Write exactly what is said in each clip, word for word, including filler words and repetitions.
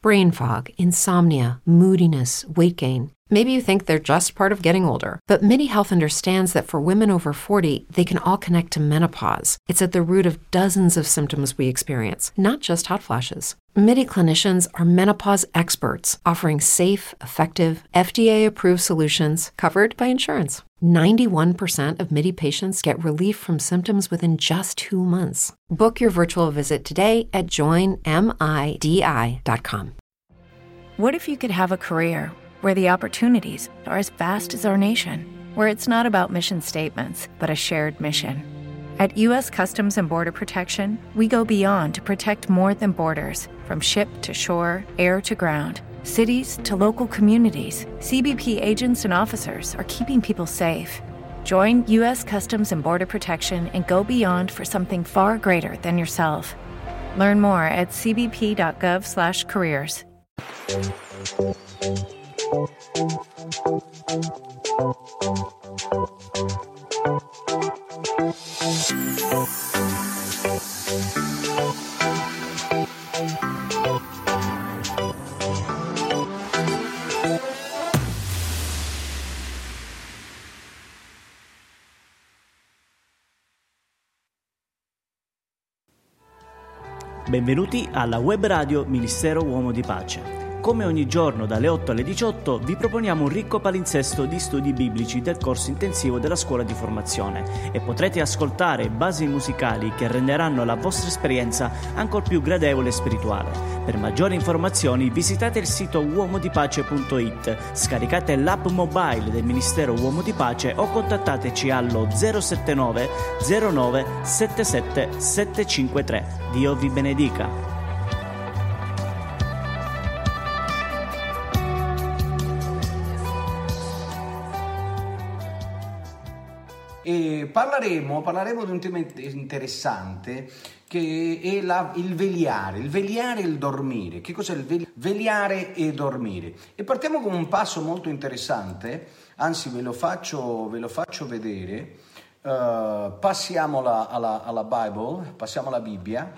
brain fog, insomnia, moodiness, weight gain. Maybe you think they're just part of getting older, but MIDI Health understands that for women over forty, they can all connect to menopause. It's at the root of dozens of symptoms we experience, not just hot flashes. MIDI clinicians are menopause experts, offering safe, effective, F D A-approved solutions covered by insurance. ninety-one percent of MIDI patients get relief from symptoms within just two months. Book your virtual visit today at join midi dot com. What if you could have a career where the opportunities are as vast as our nation, where it's not about mission statements, but a shared mission? At U S Customs and Border Protection, we go beyond to protect more than borders. From ship to shore, air to ground, cities to local communities, C B P agents and officers are keeping people safe. Join U S Customs and Border Protection and go beyond for something far greater than yourself. Learn more at c b p dot gov slash careers. Benvenuti alla web radio Ministero Uomo di Pace. Come ogni giorno dalle otto alle diciotto vi proponiamo un ricco palinsesto di studi biblici del corso intensivo della scuola di formazione e potrete ascoltare basi musicali che renderanno la vostra esperienza ancor più gradevole e spirituale. Per maggiori informazioni visitate il sito uomodipace punto it, scaricate l'app mobile del Ministero Uomo di Pace o contattateci allo zero sette nove zero nove sette sette sette cinque tre. Dio vi benedica. E parleremo, parleremo di un tema interessante che è la, il vegliare, il vegliare e il dormire. Che cos'è il veli- vegliare e dormire? E partiamo con un passo molto interessante, anzi ve lo faccio, ve lo faccio vedere. Uh, passiamo alla, alla, alla Bible, passiamo alla Bibbia.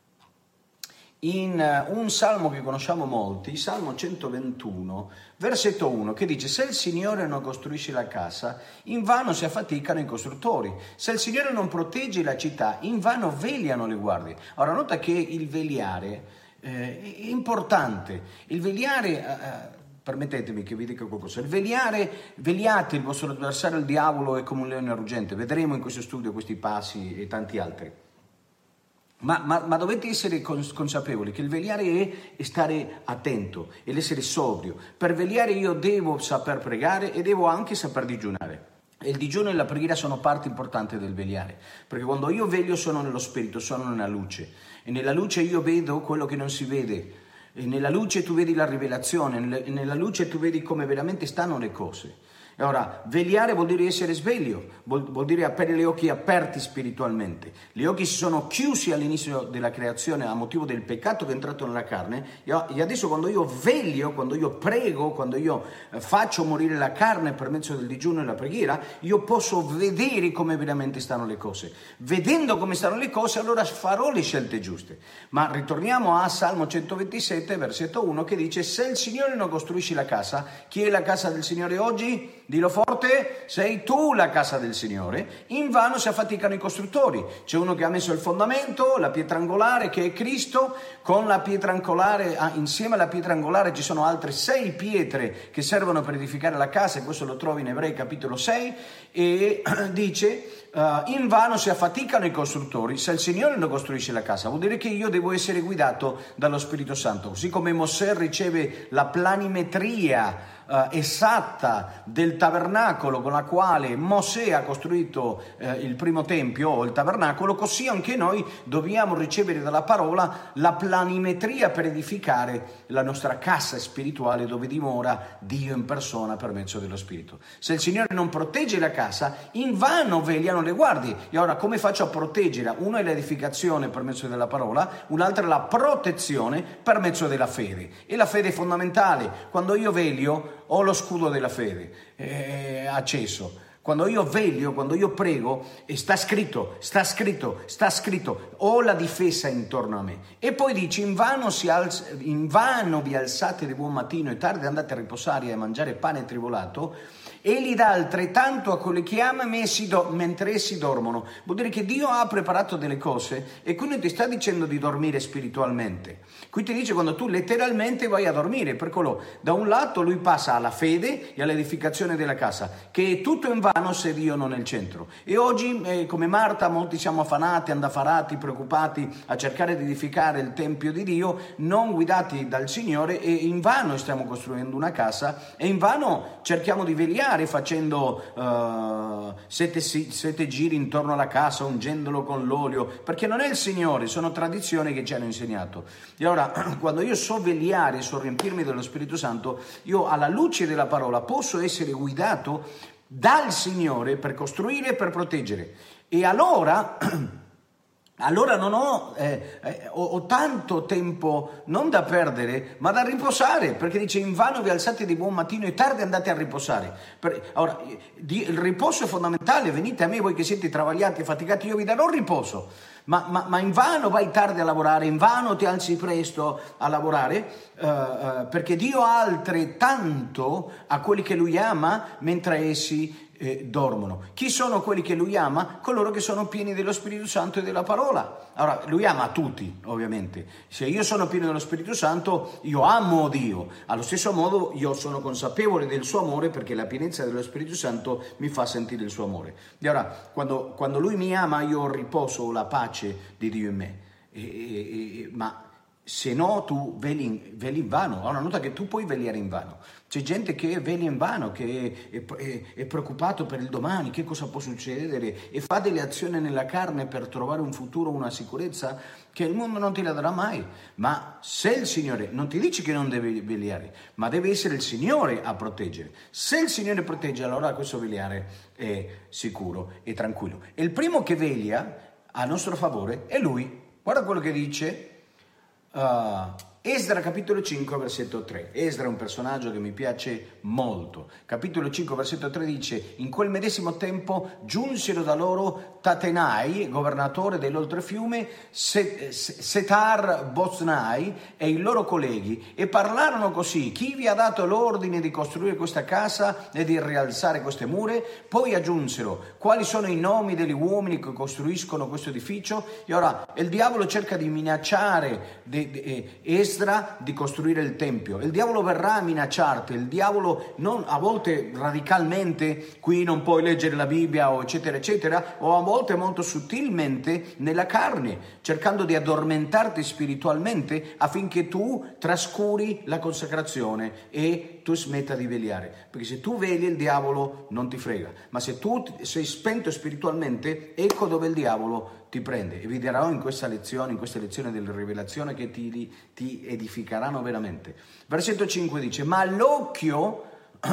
In un salmo che conosciamo molti, Salmo centoventuno, versetto uno, che dice: se il Signore non costruisce la casa, invano si affaticano i costruttori. Se il Signore non protegge la città, invano vegliano le guardie. Ora nota che il vegliare eh, è importante. Il vegliare, eh, permettetemi che vi dica qualcosa, il vegliare, vegliate, il vostro avversario il diavolo è come un leone ruggente. Vedremo in questo studio questi passi e tanti altri. Ma, ma, ma dovete essere consapevoli che il vegliare è, è stare attento ed essere sobrio. Per vegliare io devo saper pregare e devo anche saper digiunare. E il digiuno e la preghiera sono parte importante del vegliare, perché quando io veglio sono nello spirito, sono nella luce, e nella luce io vedo quello che non si vede, e nella luce tu vedi la rivelazione, e nella luce tu vedi come veramente stanno le cose. E ora, vegliare vuol dire essere sveglio, vuol, vuol dire avere gli occhi aperti spiritualmente. Gli occhi si sono chiusi all'inizio della creazione a motivo del peccato che è entrato nella carne, e adesso quando io veglio, quando io prego, quando io faccio morire la carne per mezzo del digiuno e la preghiera, io posso vedere come veramente stanno le cose. Vedendo come stanno le cose, allora farò le scelte giuste. Ma ritorniamo a Salmo centoventisette, versetto uno, che dice: se il Signore non costruisce la casa, chi è la casa del Signore oggi? Dillo forte: sei tu la casa del Signore. Invano si affaticano i costruttori. C'è uno che ha messo il fondamento, la pietra angolare che è Cristo. Con la pietra angolare, ah, insieme alla pietra angolare ci sono altre sei pietre che servono per edificare la casa, e questo lo trovi in Ebrei capitolo sei, e dice: Uh, invano si affaticano i costruttori. Se il Signore non costruisce la casa, vuol dire che io devo essere guidato dallo Spirito Santo. Così come Mosè riceve la planimetria uh, esatta del tabernacolo con la quale Mosè ha costruito uh, il primo tempio o il tabernacolo, così anche noi dobbiamo ricevere dalla parola la planimetria per edificare la nostra casa spirituale dove dimora Dio in persona per mezzo dello Spirito. Se il Signore non protegge la casa, invano vegliano le guardie. E ora come faccio a proteggerla? Uno è l'edificazione per mezzo della parola, un'altra è la protezione per mezzo della fede. E la fede è fondamentale. Quando io veglio ho lo scudo della fede eh, acceso. Quando io veglio, quando io prego, e sta scritto, sta scritto, sta scritto, ho la difesa intorno a me. E poi dice, in vano, si alza, in vano vi alzate di buon mattino e tardi andate a riposare e a mangiare pane tribolato, egli dà altrettanto a quelli che ama mentre essi dormono. Vuol dire che Dio ha preparato delle cose e quindi ti sta dicendo di dormire spiritualmente. Qui ti dice quando tu letteralmente vai a dormire, per quello da un lato lui passa alla fede e all'edificazione della casa, che è tutto in vano se Dio non è il centro. E oggi eh, come Marta molti siamo affanati, andafarati, preoccupati a cercare di edificare il Tempio di Dio, non guidati dal Signore, e in vano stiamo costruendo una casa e in vano cerchiamo di vegliare facendo uh, sette, sette giri intorno alla casa, ungendolo con l'olio, perché non è il Signore, sono tradizioni che ci hanno insegnato. E allora quando io so vegliare, so riempirmi dello Spirito Santo, io alla luce della parola posso essere guidato dal Signore per costruire e per proteggere. E allora allora non ho, eh, eh, ho, ho tanto tempo non da perdere, ma da riposare, perché dice in vano vi alzate di buon mattino e tardi andate a riposare. Per, ora, di, il riposo è fondamentale, venite a me voi che siete travagliati e faticati, io vi darò riposo, ma, ma, ma in vano vai tardi a lavorare, in vano ti alzi presto a lavorare, eh, eh, perché Dio ha altrettanto a quelli che Lui ama mentre essi Eh, dormono. Chi sono quelli che Lui ama? Coloro che sono pieni dello Spirito Santo e della parola. Allora, Lui ama tutti, ovviamente. Se io sono pieno dello Spirito Santo, io amo Dio. Allo stesso modo, io sono consapevole del suo amore, perché la pienezza dello Spirito Santo mi fa sentire il suo amore. E ora, quando, quando Lui mi ama, io riposo la pace di Dio in me. E, e, e, ma se no tu veli in, veli in vano. Allora nota che tu puoi vegliare in vano. C'è gente che veglia in vano, che è, è, è preoccupato per il domani, che cosa può succedere, e fa delle azioni nella carne per trovare un futuro, una sicurezza che il mondo non ti la darà mai. Ma se il Signore, non ti dice che non devi vegliare, ma deve essere il Signore a proteggere. Se il Signore protegge, allora questo vegliare è sicuro e tranquillo. E il primo che veglia a nostro favore è Lui. Guarda quello che dice Uh, Esdra capitolo cinque versetto tre. Esdra è un personaggio che mi piace molto. Capitolo cinque versetto tre dice: in quel medesimo tempo giunsero da loro Tatenai, governatore dell'oltrefiume, Setar Boznai e i loro colleghi, e parlarono così: chi vi ha dato l'ordine di costruire questa casa e di rialzare queste mura? Poi aggiunsero: quali sono i nomi degli uomini che costruiscono questo edificio? E ora il diavolo cerca di minacciare de, de, de, Esdra di costruire il tempio. Il diavolo verrà a minacciarti, il diavolo non, a volte radicalmente, qui non puoi leggere la Bibbia o eccetera eccetera, o a volte molto sottilmente nella carne, cercando di addormentarti spiritualmente affinché tu trascuri la consacrazione e tu smetta di vegliare, perché se tu vegli il diavolo non ti frega, ma se tu sei spento spiritualmente, ecco dove il diavolo ti prende. E vi darò in questa lezione, in questa lezione della rivelazione, che ti, ti edificheranno veramente. Versetto cinque dice: ma l'occhio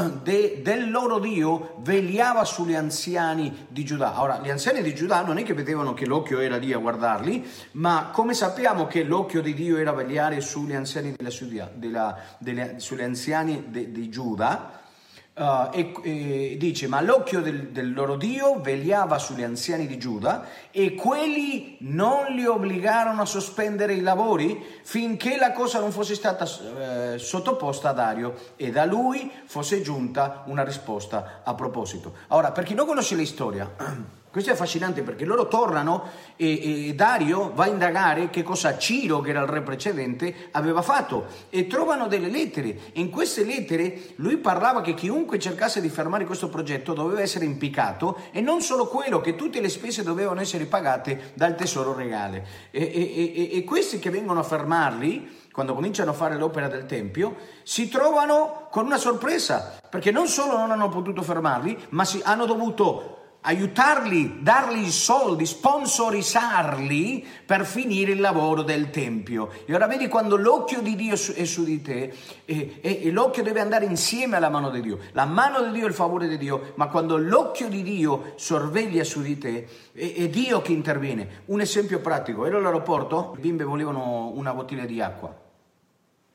de, del loro Dio vegliava sugli anziani di Giuda. Ora, gli anziani di Giuda non è che vedevano che l'occhio era lì a guardarli, ma come sappiamo che l'occhio di Dio era vegliare sugli anziani della Giuda, della, delle, sugli anziani de, di Giuda? Uh, e, e dice: ma l'occhio del, del loro Dio vegliava sugli anziani di Giuda, e quelli non li obbligarono a sospendere i lavori finché la cosa non fosse stata eh, sottoposta a Dario e da lui fosse giunta una risposta a proposito. Ora, per chi non conosce la storia, questo è affascinante, perché loro tornano e, e Dario va a indagare che cosa Ciro, che era il re precedente, aveva fatto, e trovano delle lettere. In queste lettere lui parlava che chiunque cercasse di fermare questo progetto doveva essere impiccato, e non solo quello, che tutte le spese dovevano essere pagate dal tesoro regale. E, e, e, e questi che vengono a fermarli, quando cominciano a fare l'opera del Tempio, si trovano con una sorpresa, perché non solo non hanno potuto fermarli, ma si, hanno dovuto aiutarli, dargli i soldi, sponsorizzarli per finire il lavoro del Tempio. E ora vedi, quando l'occhio di Dio è su di te, e, e, e l'occhio deve andare insieme alla mano di Dio. La mano di Dio è il favore di Dio, ma quando l'occhio di Dio sorveglia su di te, è, è Dio che interviene. Un esempio pratico: ero all'aeroporto, le bimbe volevano una bottiglia di acqua.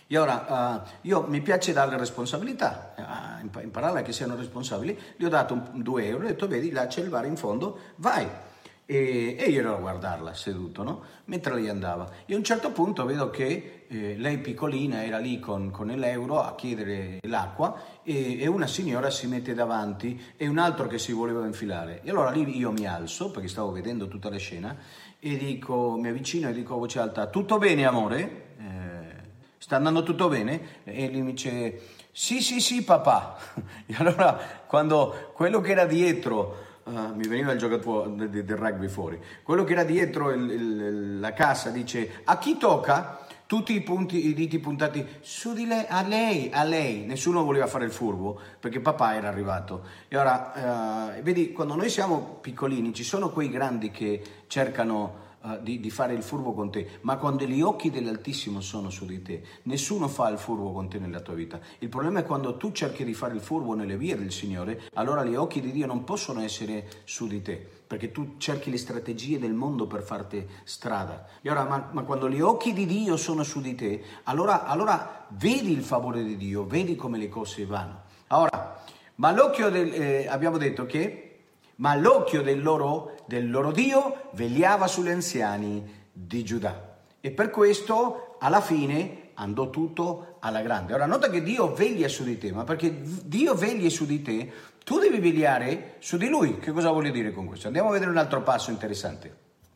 E ora uh, io mi piace dare responsabilità, uh, imparare che siano responsabili. Gli ho dato un, due euro e ho detto vedi là c'è il bar in fondo, vai. E, e io ero a guardarla seduto, no? Mentre lei andava. E a un certo punto vedo che eh, lei piccolina era lì con, con l'euro a chiedere l'acqua e, e una signora si mette davanti e un altro che si voleva infilare. E allora lì io mi alzo perché stavo vedendo tutta la scena e dico, mi avvicino e dico a voce alta: tutto bene amore? Eh, sta andando tutto bene? E lui mi dice sì sì sì papà. E allora quando quello che era dietro, Uh, mi veniva il giocatore del, del rugby fuori, quello che era dietro il, il, la cassa dice a chi tocca? Tutti i, punti, i diti puntati su di lei, a lei, a lei, nessuno voleva fare il furbo perché papà era arrivato. E ora uh, vedi, quando noi siamo piccolini ci sono quei grandi che cercano Uh, di, di fare il furbo con te, ma quando gli occhi dell'Altissimo sono su di te, nessuno fa il furbo con te nella tua vita. Il problema è quando tu cerchi di fare il furbo nelle vie del Signore, allora gli occhi di Dio non possono essere su di te, perché tu cerchi le strategie del mondo per farti strada. E ora, ma, ma quando gli occhi di Dio sono su di te, allora, allora vedi il favore di Dio, vedi come le cose vanno. Ora, ma l'occhio del, eh, abbiamo detto che Ma l'occhio del loro, del loro Dio vegliava sugli anziani di Giuda. E per questo, alla fine, andò tutto alla grande. Ora, nota che Dio veglia su di te, ma perché Dio veglia su di te, tu devi vegliare su di Lui. Che cosa voglio dire con questo? Andiamo a vedere un altro passo interessante.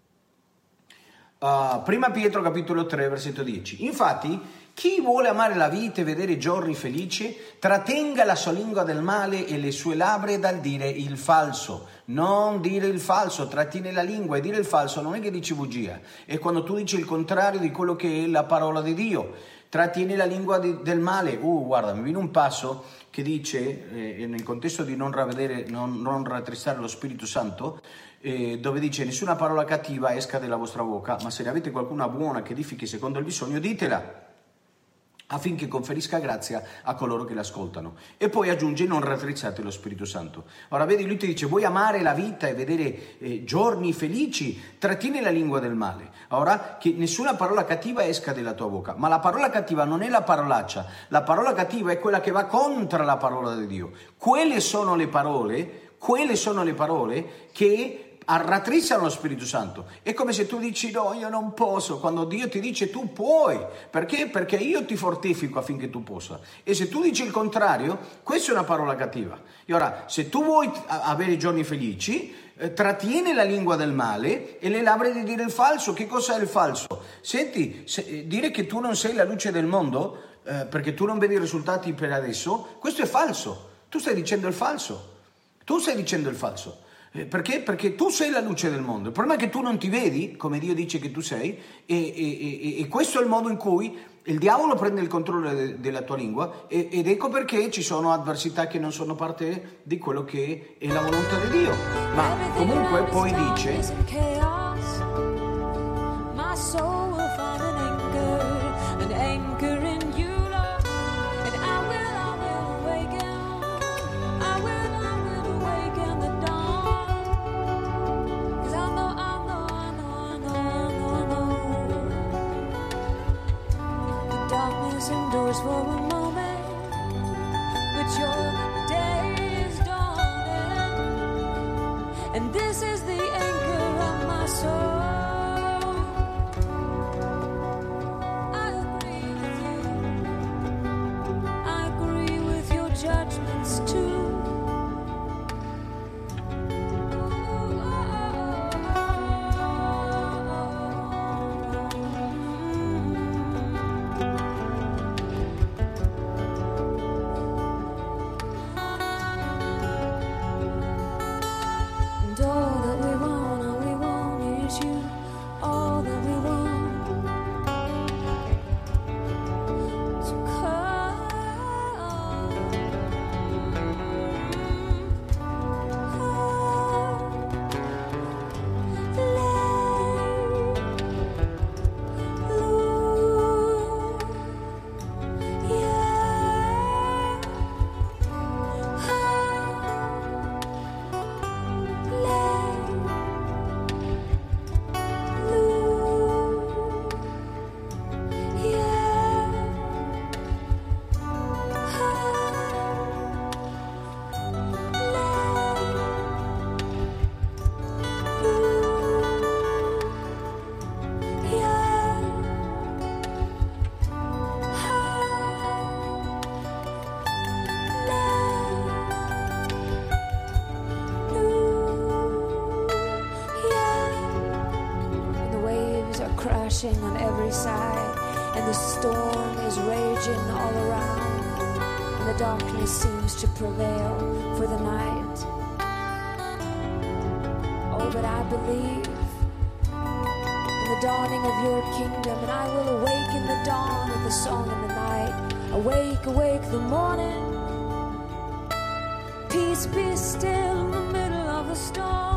Uh, prima Pietro, capitolo tre, versetto dieci. Infatti, chi vuole amare la vita e vedere giorni felici, trattenga la sua lingua dal male e le sue labbra dal dire il falso. Non dire il falso, trattiene la lingua, e dire il falso non è che dici bugia, è quando tu dici il contrario di quello che è la parola di Dio. Trattiene la lingua di, del male. Uh, guarda, mi viene un passo che dice, eh, nel contesto di non ravvedere, non, non rattristare lo Spirito Santo, eh, dove dice: nessuna parola cattiva esca dalla vostra bocca, ma se ne avete qualcuna buona che edifichi secondo il bisogno, ditela, affinché conferisca grazia a coloro che l'ascoltano. E poi aggiunge: non rattrizzate lo Spirito Santo. Ora vedi, lui ti dice: vuoi amare la vita e vedere eh, giorni felici? Trattieni la lingua del male. Ora, che nessuna parola cattiva esca dalla tua bocca. Ma la parola cattiva non è la parolaccia, la parola cattiva è quella che va contro la parola di Dio. Quelle sono le parole, quelle sono le parole che rattrizzano lo Spirito Santo. È come se tu dici: no, io non posso, quando Dio ti dice tu puoi. Perché? Perché io ti fortifico affinché tu possa. E se tu dici il contrario, questa è una parola cattiva. E ora, se tu vuoi avere giorni felici, eh, trattieni la lingua del male e le labbra di dire il falso. Che cosa è il falso? Senti, se, dire che tu non sei la luce del mondo eh, perché tu non vedi i risultati per adesso, questo è falso. Tu stai dicendo il falso. Tu stai dicendo il falso. Perché? Perché tu sei la luce del mondo. Il problema è che tu non ti vedi come Dio dice che tu sei, e, e, e, e questo è il modo in cui il diavolo prende il controllo de, della tua lingua, e, ed ecco perché ci sono avversità che non sono parte di quello che è la volontà di Dio. Ma comunque poi dice: endures for a moment, but your day is dawning, and this is the anchor of my soul. I agree with you, I agree with your judgments too. crashing on every side, and the storm is raging all around, and the darkness seems to prevail for the night. Oh, but I believe in the dawning of your kingdom, and I will awake in the dawn with the song in the night. Awake, awake the morning. Peace be still in the middle of the storm.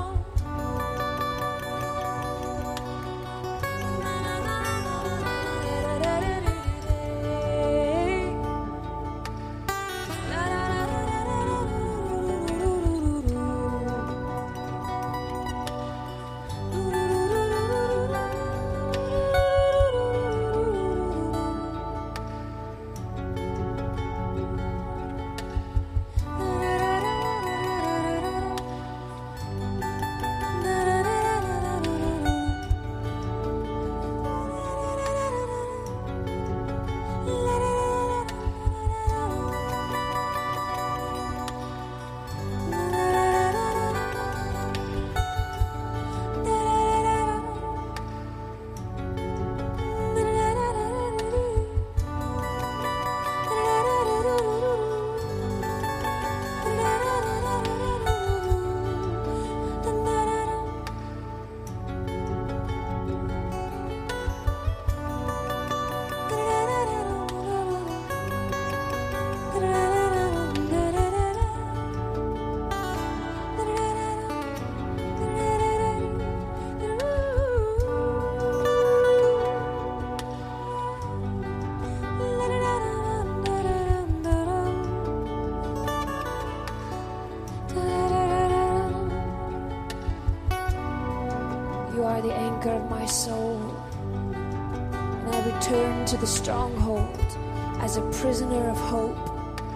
The anchor of my soul, and I return to the stronghold as a prisoner of hope.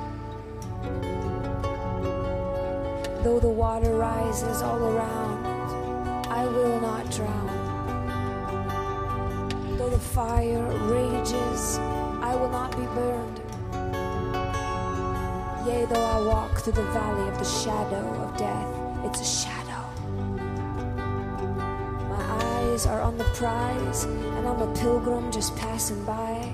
Though the water rises all around, I will not drown. Though the fire rages, I will not be burned. Yea, though I walk through the valley of the shadow of death, it's a shadow. Are on the prize, and I'm a pilgrim just passing by.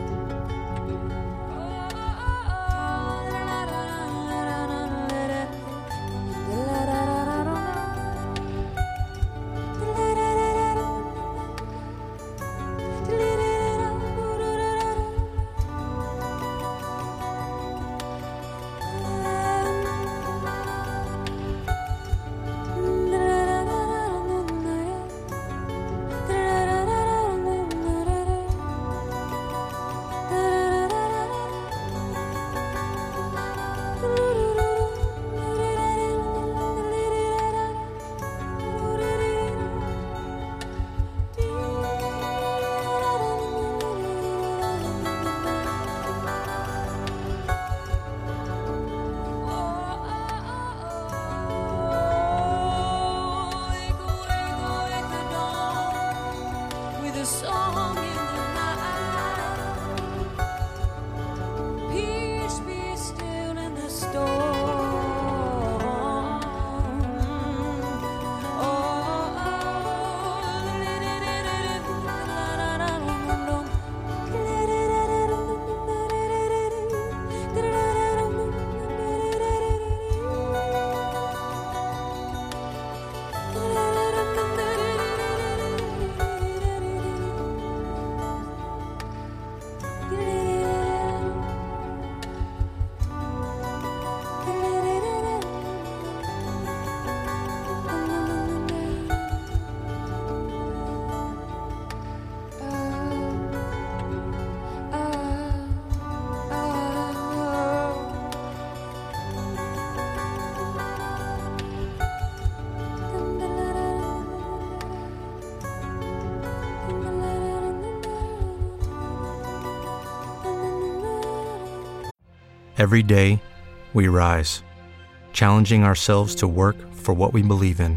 Every day, we rise, challenging ourselves to work for what we believe in.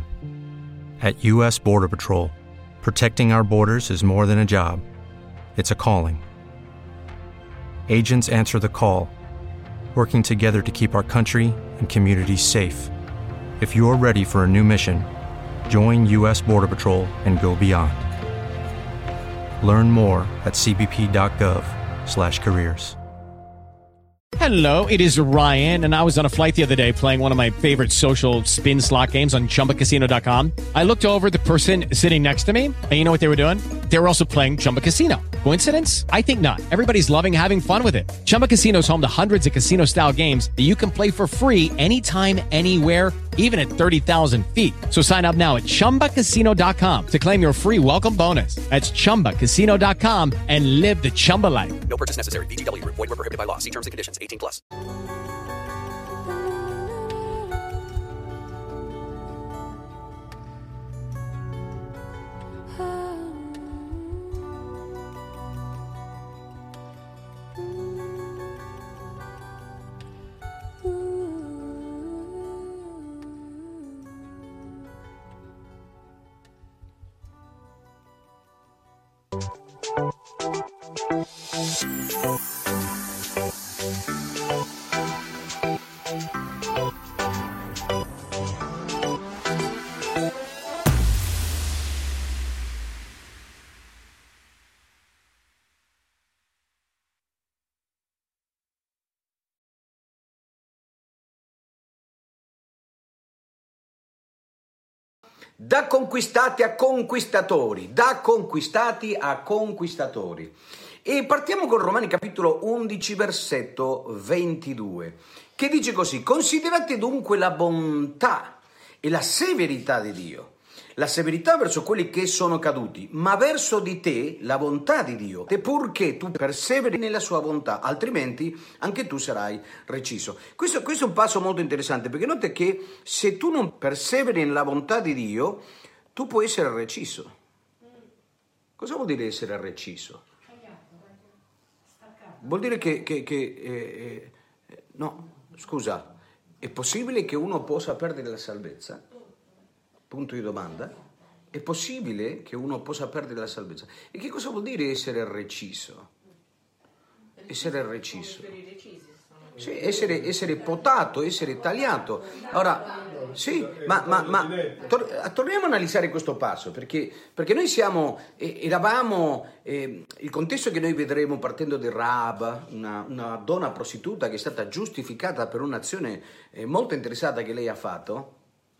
At U S Border Patrol, protecting our borders is more than a job, it's a calling. Agents answer the call, working together to keep our country and communities safe. If you're ready for a new mission, join U S Border Patrol and go beyond. Learn more at cbp.gov slash careers. Hello, it is Ryan, and I was on a flight the other day playing one of my favorite social spin slot games on chumba casino dot com. I looked over at the person sitting next to me, and you know what they were doing? They were also playing Chumba Casino. Coincidence? I think not. Everybody's loving having fun with it. Chumba Casino is home to hundreds of casino-style games that you can play for free anytime, anywhere, even at thirty thousand feet. So sign up now at chumba casino dot com to claim your free welcome bonus. That's chumba casino dot com and live the Chumba life. No purchase necessary. V G W. Void where prohibited by law. See terms and conditions. eighteen plus. Da conquistati a conquistatori, da conquistati a conquistatori. E partiamo con Romani capitolo undici, versetto ventidue, che dice così: considerate dunque la bontà e la severità di Dio, la severità verso quelli che sono caduti, ma verso di te la bontà di Dio, te purché tu perseveri nella sua bontà, altrimenti anche tu sarai reciso. Questo, questo è un passo molto interessante, perché nota che se tu non perseveri nella bontà di Dio, tu puoi essere reciso. Cosa vuol dire essere reciso? Vuol dire che, che, che eh, eh, no, scusa, è possibile che uno possa perdere la salvezza? Punto di domanda. È possibile che uno possa perdere la salvezza? E che cosa vuol dire essere reciso? Essere reciso. Sì, essere, essere potato, essere tagliato. Ora, sì, ma, ma, ma tor- torniamo a analizzare questo passo, perché, perché noi siamo, eh, eravamo, eh, il contesto che noi vedremo partendo di Rahab, una, una donna prostituta che è stata giustificata per un'azione eh, molto interessata che lei ha fatto,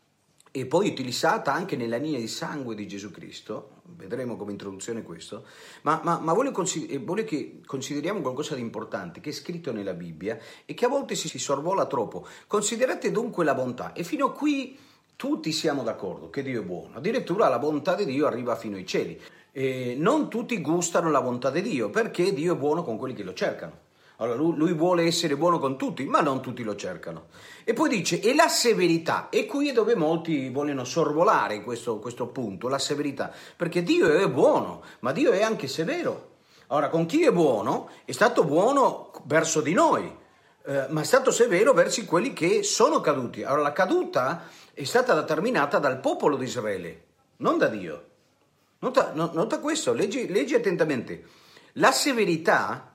e poi utilizzata anche nella linea di sangue di Gesù Cristo, vedremo come introduzione questo, ma, ma, ma voglio, consider- voglio che consideriamo qualcosa di importante che è scritto nella Bibbia e che a volte si, si sorvola troppo. Considerate dunque la bontà, e fino a qui tutti siamo d'accordo che Dio è buono, addirittura la bontà di Dio arriva fino ai cieli. E non tutti gustano la bontà di Dio, perché Dio è buono con quelli che lo cercano. Allora lui, lui vuole essere buono con tutti, ma non tutti lo cercano. E poi dice, e la severità, e qui è dove molti vogliono sorvolare questo, questo punto, la severità, perché Dio è buono, ma Dio è anche severo. Ora, con chi è buono, è stato buono verso di noi, eh, ma è stato severo verso quelli che sono caduti. Allora, la caduta è stata determinata dal popolo di Israele, non da Dio. Nota, no, nota questo, leggi, leggi attentamente. La severità...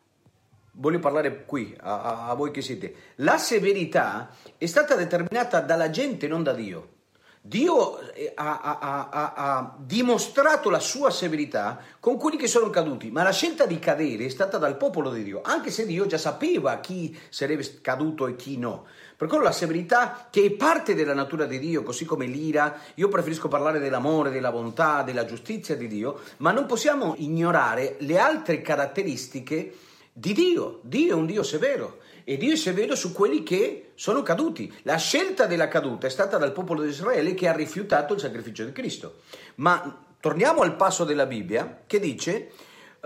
Voglio parlare qui a, a, a voi che siete. La severità è stata determinata dalla gente, non da Dio. Dio ha, ha, ha, ha dimostrato la sua severità con quelli che sono caduti, ma la scelta di cadere è stata dal popolo di Dio, anche se Dio già sapeva chi sarebbe caduto e chi no. Per quello la severità, che è parte della natura di Dio, così come l'ira, io preferisco parlare dell'amore, della bontà, della giustizia di Dio, ma non possiamo ignorare le altre caratteristiche di Dio. Dio è un Dio severo, e Dio è severo su quelli che sono caduti. La scelta della caduta è stata dal popolo di Israele, che ha rifiutato il sacrificio di Cristo. Ma torniamo al passo della Bibbia che dice uh,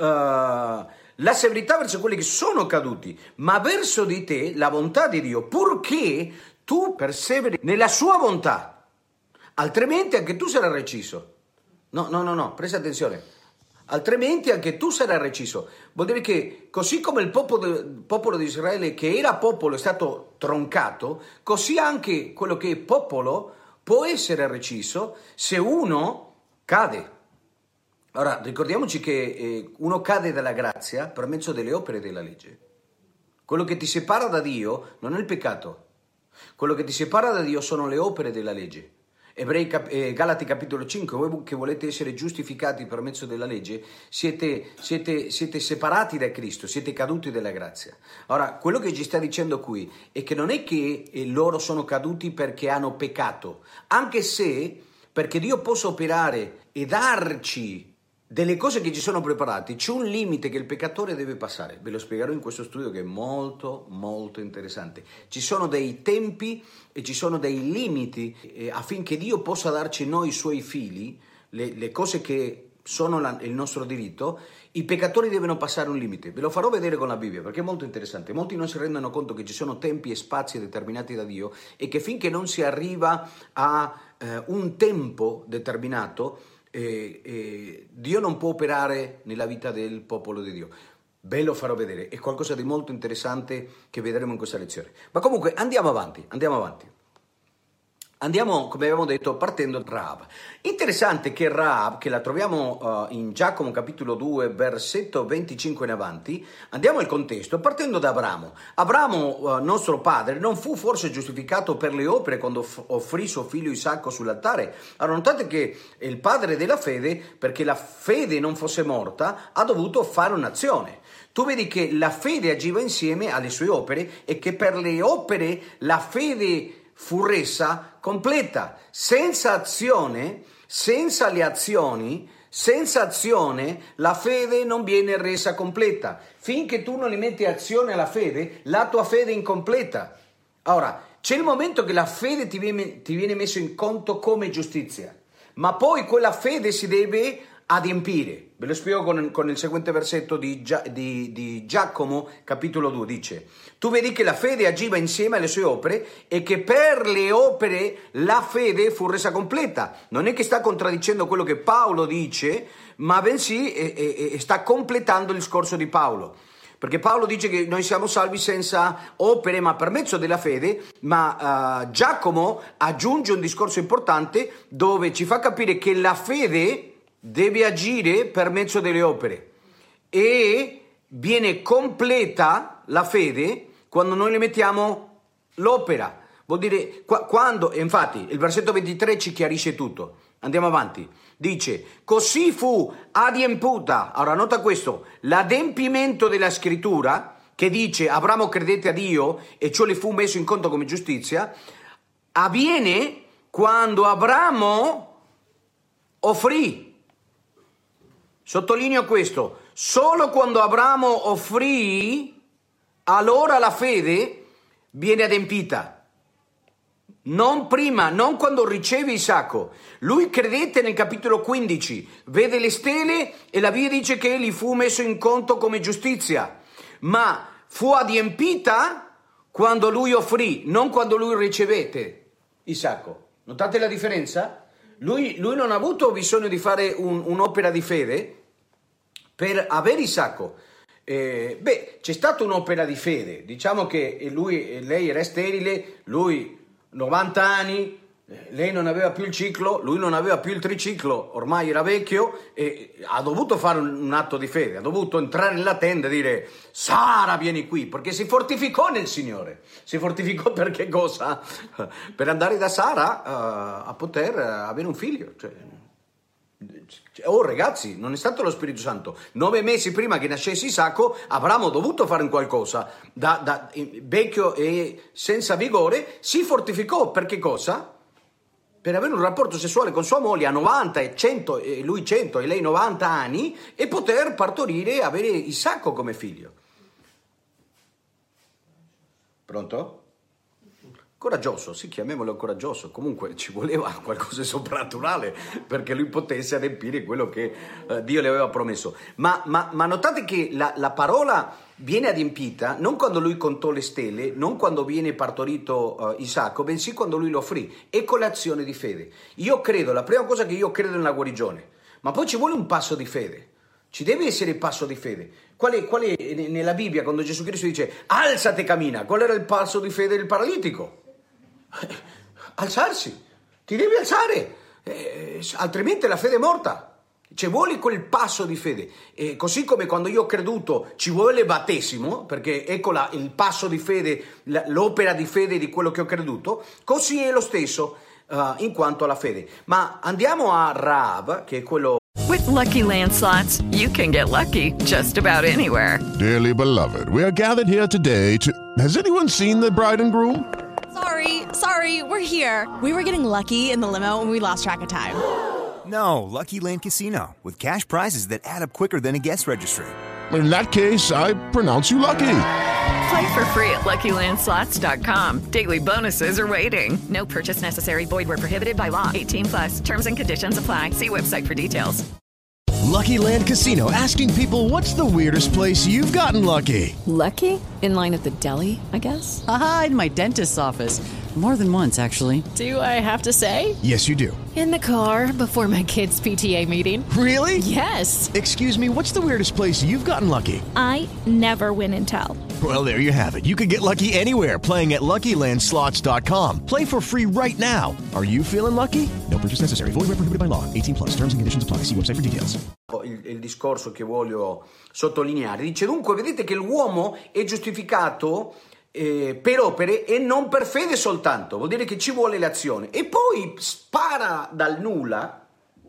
la severità verso quelli che sono caduti, ma verso di te la bontà di Dio, purché tu perseveri nella sua bontà, altrimenti anche tu sarai reciso. No, no, no, no, presta attenzione. Altrimenti anche tu sarai reciso. Vuol dire che così come il popolo, il popolo di Israele, che era popolo, è stato troncato, così anche quello che è popolo può essere reciso se uno cade. Ora, ricordiamoci che eh, uno cade dalla grazia per mezzo delle opere della legge. Quello che ti separa da Dio non è il peccato. Quello che ti separa da Dio sono le opere della legge. Ebrei, cap- eh, Galati capitolo cinque, voi che volete essere giustificati per mezzo della legge, siete, siete, siete separati da Cristo, siete caduti dalla grazia. Ora, quello che ci sta dicendo qui è che non è che eh, loro sono caduti perché hanno peccato, anche se, perché Dio possa operare e darci delle cose che ci sono preparate, c'è un limite che il peccatore deve passare. Ve lo spiegherò in questo studio che è molto molto interessante. Ci sono dei tempi e ci sono dei limiti eh, affinché Dio possa darci noi suoi figli le, le cose che sono la, il nostro diritto. I peccatori devono passare un limite. Ve lo farò vedere con la Bibbia perché è molto interessante. Molti non si rendono conto che ci sono tempi e spazi determinati da Dio e che finché non si arriva a eh, un tempo determinato, E, e Dio non può operare nella vita del popolo di Dio. Ve lo farò vedere, è qualcosa di molto interessante che vedremo in questa lezione. Ma comunque andiamo avanti, andiamo avanti. Andiamo, come abbiamo detto, partendo da Rahab. Interessante che Rahab, che la troviamo uh, in Giacomo capitolo due, versetto venticinque in avanti, andiamo al contesto, partendo da Abramo. Abramo, uh, nostro padre, non fu forse giustificato per le opere quando f- offrì suo figlio Isacco sull'altare? Allora notate che il padre della fede, perché la fede non fosse morta, ha dovuto fare un'azione. Tu vedi che la fede agiva insieme alle sue opere e che per le opere la fede fu resa completa. Senza azione, senza le azioni, senza azione, la fede non viene resa completa. Finché tu non li metti azione alla fede, la tua fede è incompleta. Ora, c'è il momento che la fede ti viene, ti viene messo in conto come giustizia, ma poi quella fede si deve adempiere. Ve lo spiego con, con il seguente versetto di, di, di Giacomo capitolo due, dice: tu vedi che la fede agiva insieme alle sue opere e che per le opere la fede fu resa completa. Non è che sta contraddicendo quello che Paolo dice, ma bensì e, e, e sta completando il discorso di Paolo. Perché Paolo dice che noi siamo salvi senza opere, ma per mezzo della fede, ma uh, Giacomo aggiunge un discorso importante dove ci fa capire che la fede deve agire per mezzo delle opere e viene completa la fede quando noi le mettiamo l'opera. Vuol dire, quando, infatti il versetto ventitré ci chiarisce tutto. Andiamo avanti. Dice: così fu adempiuta. Ora nota questo, l'adempimento della scrittura che dice Abramo credette a Dio e ciò le fu messo in conto come giustizia, avviene quando Abramo offrì. Sottolineo questo, solo quando Abramo offrì, allora la fede viene adempita. Non prima, non quando riceve Isacco. Lui credette nel capitolo quindici, vede le stelle e la Bibbia dice che gli fu messo in conto come giustizia, ma fu adempita quando lui offrì, non quando lui ricevette Isacco. Notate la differenza? Lui, lui non ha avuto bisogno di fare un, un'opera di fede per avere Isacco. Eh, beh, c'è stata un'opera di fede, diciamo che lui, lei era sterile, lui novanta anni, lei non aveva più il ciclo, lui non aveva più il triciclo, ormai era vecchio e ha dovuto fare un, un atto di fede, ha dovuto entrare nella tenda e dire: Sara, vieni qui, perché si fortificò nel Signore. Si fortificò per che cosa? Per andare da Sara uh, a poter avere un figlio. Cioè, oh ragazzi, non è stato lo Spirito Santo. Nove mesi prima che nascesse Isacco, Abramo ha dovuto fare un qualcosa. Da, da vecchio e senza vigore si fortificò per che cosa? Per avere un rapporto sessuale con sua moglie a novanta e cento, e lui cento e lei novanta anni, e poter partorire e avere Isacco come figlio. Pronto? Coraggioso, sì, chiamiamolo coraggioso. Comunque ci voleva qualcosa di soprannaturale perché lui potesse adempiere quello che uh, Dio le aveva promesso. Ma, ma, ma notate che la, la parola viene adempita non quando lui contò le stelle, non quando viene partorito uh, Isacco, bensì quando lui lo offrì. Ecco l'azione di fede. Io credo, la prima cosa che io credo nella guarigione, ma poi ci vuole un passo di fede. Ci deve essere il passo di fede. Qual è, qual è nella Bibbia quando Gesù Cristo dice alzate e cammina? Qual era il passo di fede del paralitico? Alzarsi, ti devi alzare, eh, altrimenti la fede è morta. Ci vuole quel passo di fede, e così come quando io ho creduto ci vuole il battesimo, perché ecco la, il passo di fede, la, l'opera di fede di quello che ho creduto, così è lo stesso. uh, in quanto alla fede. Ma andiamo a Raab, che è quello... With Lucky Land Slots, you can get lucky just about anywhere. Dearly beloved, we are gathered here today to... Has anyone seen the bride and groom? Sorry, sorry, we're here. We were getting lucky in the limo and we lost track of time. No, Lucky Land Casino, with cash prizes that add up quicker than a guest registry. In that case, I pronounce you lucky. Play for free at Lucky Land Slots dot com. Daily bonuses are waiting. No purchase necessary. Void where prohibited by law. eighteen plus. Terms and conditions apply. See website for details. Lucky Land Casino, asking people, what's the weirdest place you've gotten lucky? Lucky? In line at the deli, I guess? Aha, in my dentist's office. More than once, actually. Do I have to say? Yes, you do. In the car before my kids' P T A meeting. Really? Yes. Excuse me, what's the weirdest place you've gotten lucky? I never win and tell. Well, there you have it. You can get lucky anywhere, playing at Lucky Land Slots dot com. Play for free right now. Are you feeling lucky? No purchase necessary. Void where prohibited by law. eighteen plus. Terms and conditions apply. See website for details. Il, il discorso che voglio sottolineare dice: dunque vedete che l'uomo è giustificato Eh, per opere e non per fede soltanto, vuol dire che ci vuole l'azione. E poi spara dal nulla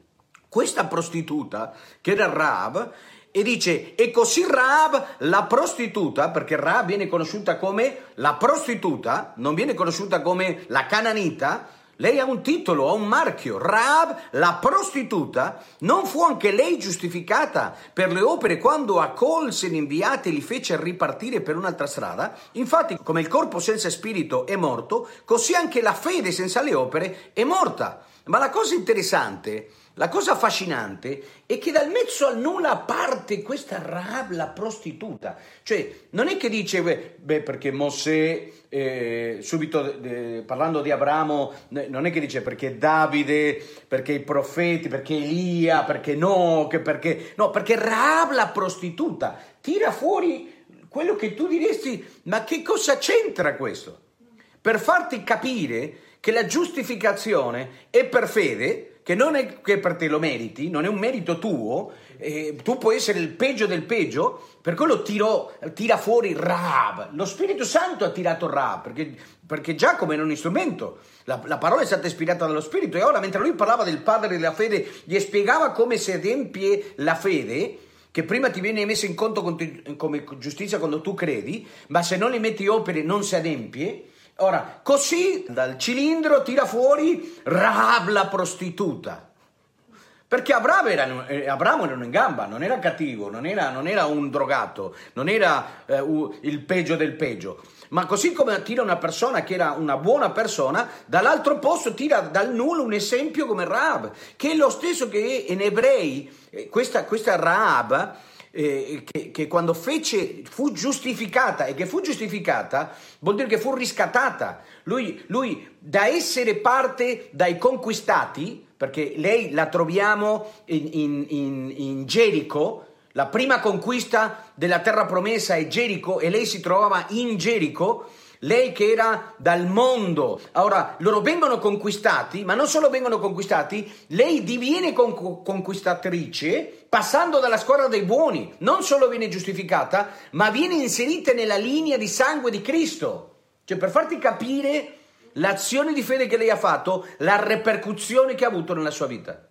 questa prostituta che era Raab e dice: e così Raab, la prostituta, perché Raab viene conosciuta come la prostituta, non viene conosciuta come la cananita. Lei ha un titolo, ha un marchio. Raab, la prostituta, non fu anche lei giustificata per le opere quando accolse gli inviati e li fece ripartire per un'altra strada? Infatti, come il corpo senza spirito è morto, così anche la fede senza le opere è morta. Ma la cosa interessante, la cosa affascinante è che dal mezzo al nulla parte questa Raab, la prostituta. Cioè, non è che dice, beh, beh perché Mosè, eh, subito eh, parlando di Abramo, non è che dice perché Davide, perché i profeti, perché Elia, perché no, che perché... No, perché Raab, la prostituta, tira fuori quello che tu diresti, ma che cosa c'entra questo? Per farti capire che la giustificazione è per fede, che non è che per te lo meriti, non è un merito tuo, eh, tu puoi essere il peggio del peggio, per quello tiro, tira fuori Raab. Lo Spirito Santo ha tirato Raab, perché, perché Giacomo era un strumento, la, la parola è stata ispirata dallo Spirito, e ora mentre lui parlava del padre della fede, gli spiegava come si adempie la fede, che prima ti viene messa in conto come giustizia quando tu credi, ma se non li metti opere non si adempie. Ora, così dal cilindro tira fuori Raab la prostituta, perché Abramo era, eh, Abramo era in gamba, non era cattivo, non era, non era un drogato, non era eh, uh, il peggio del peggio, ma così come tira una persona che era una buona persona, dall'altro posto tira dal nulla un esempio come Raab, che è lo stesso che in Ebrei, eh, questa, questa Raab, Eh, che, che quando fece fu giustificata, e che fu giustificata vuol dire che fu riscattata. Lui, lui da essere parte dai conquistati, perché lei la troviamo in, in, in, in Gerico, la prima conquista della terra promessa è Gerico, e lei si trovava in Gerico. Lei che era dal mondo, ora loro vengono conquistati, ma non solo vengono conquistati, lei diviene con- conquistatrice passando dalla scorta dei buoni, non solo viene giustificata, ma viene inserita nella linea di sangue di Cristo. Cioè, per farti capire l'azione di fede che lei ha fatto, la ripercussione che ha avuto nella sua vita.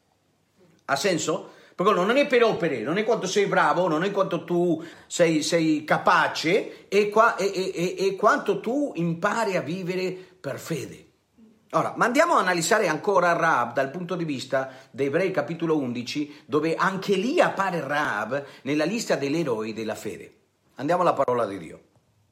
Ha senso? Perché non è per opere, non è quanto sei bravo, non è quanto tu sei, sei capace, è, qua, è, è, è quanto tu impari a vivere per fede. Ora, ma andiamo a analizzare ancora Raab dal punto di vista di Ebrei capitolo undici, dove anche lì appare Raab nella lista degli eroi della fede. Andiamo alla parola di Dio.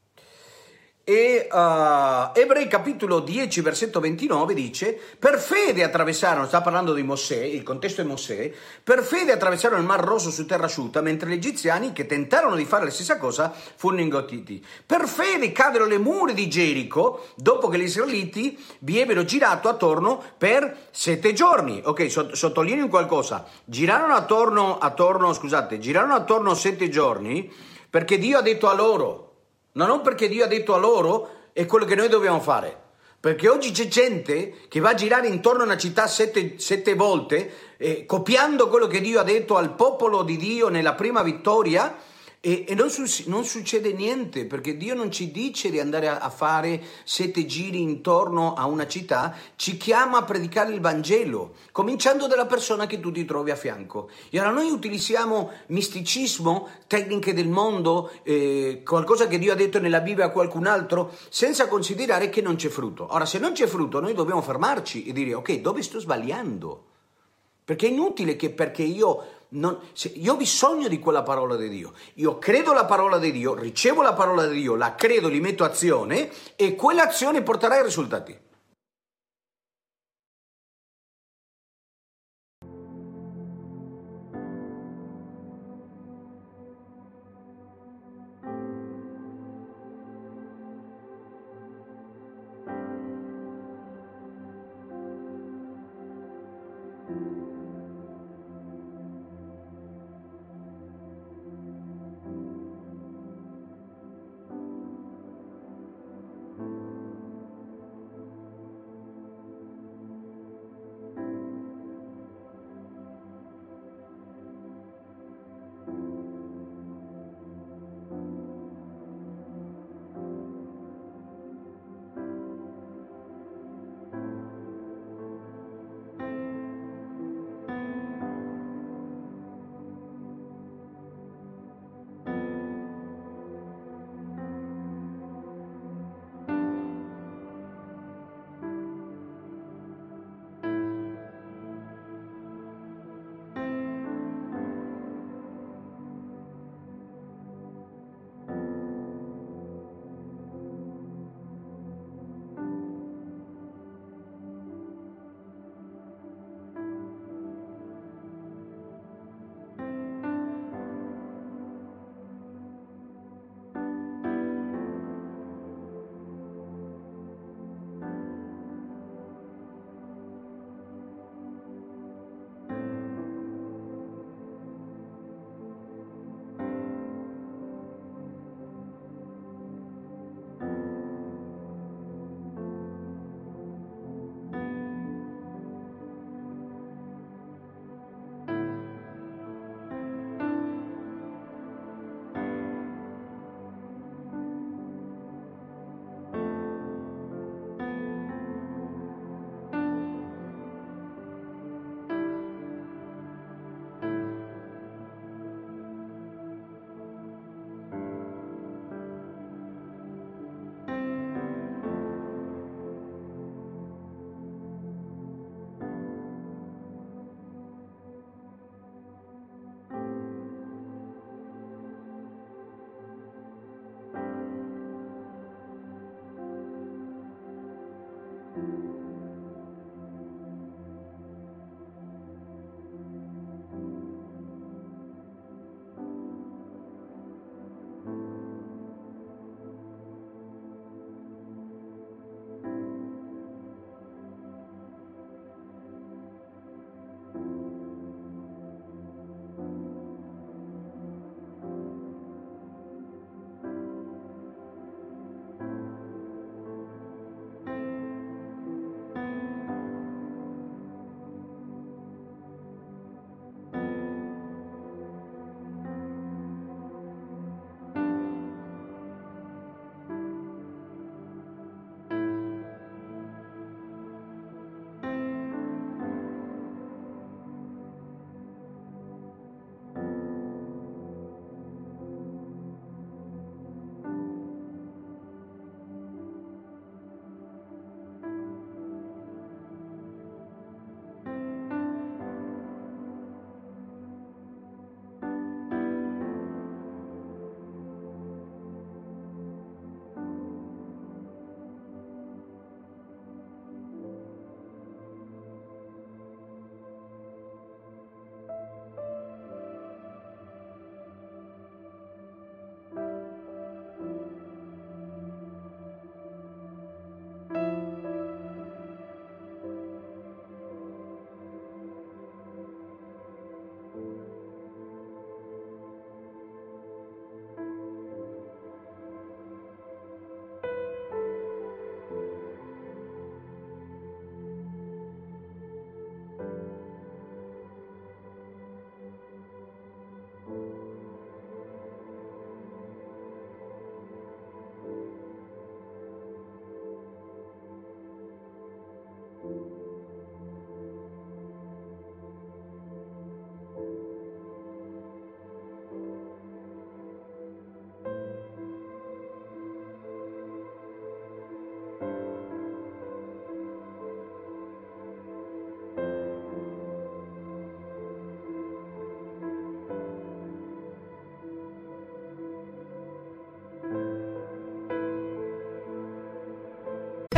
E uh, Ebrei capitolo dieci versetto ventinove dice: per fede attraversarono, sta parlando di Mosè, il contesto è Mosè, per fede attraversarono il Mar Rosso su terra asciutta, mentre gli egiziani che tentarono di fare la stessa cosa furono inghiottiti. Per fede caddero le mura di Gerico dopo che gli israeliti vi ebbero girato attorno per sette giorni. Ok, sott- sottolineo qualcosa, girarono attorno, attorno, scusate, girarono attorno sette giorni perché Dio ha detto a loro, ma non perché Dio ha detto a loro è quello che noi dobbiamo fare. Perché oggi c'è gente che va a girare intorno a una città sette, sette volte, eh, copiando quello che Dio ha detto al popolo di Dio nella prima vittoria, E, e non, su- non succede niente, perché Dio non ci dice di andare a, a fare sette giri intorno a una città, ci chiama a predicare il Vangelo, cominciando dalla persona che tu ti trovi a fianco. E allora noi utilizziamo misticismo, tecniche del mondo, eh, qualcosa che Dio ha detto nella Bibbia a qualcun altro, senza considerare che non c'è frutto. Ora, se non c'è frutto, noi dobbiamo fermarci e dire, ok, dove sto sbagliando? Perché è inutile che perché io... Non, se, io ho bisogno di quella parola di Dio, io credo la parola di Dio, ricevo la parola di Dio, la credo, li metto azione e quell'azione porterà ai risultati.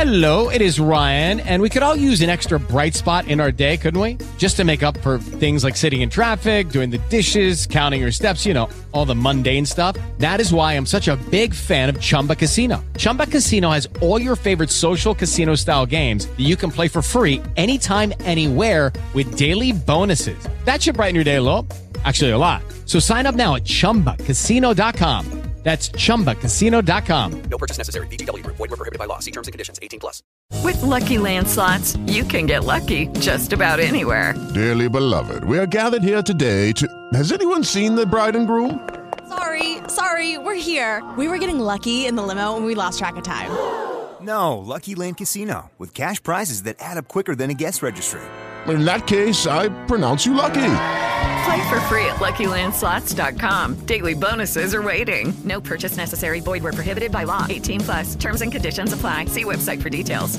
Hello, it is Ryan, and we could all use an extra bright spot in our day, couldn't we? Just to make up for things like sitting in traffic, doing the dishes, counting your steps, you know, all the mundane stuff. That is why I'm such a big fan of Chumba Casino. Chumba Casino has all your favorite social casino-style games that you can play for free anytime, anywhere with daily bonuses. That should brighten your day a little. Actually, a lot. So sign up now at chumba casino dot com. That's chumba casino dot com. No purchase necessary. V G W Group. Void where prohibited by law. See terms and conditions. eighteen plus. With Lucky Land Slots, you can get lucky just about anywhere. Dearly beloved, we are gathered here today to... Has anyone seen the bride and groom? Sorry, sorry, we're here. We were getting lucky in the limo and we lost track of time. No, Lucky Land Casino, with cash prizes that add up quicker than a guest registry. In that case, I pronounce you lucky. Play for free at lucky land slots dot com. Daily bonuses are waiting. No purchase necessary. Void where prohibited by law. eighteen plus. Terms and conditions apply. See website for details.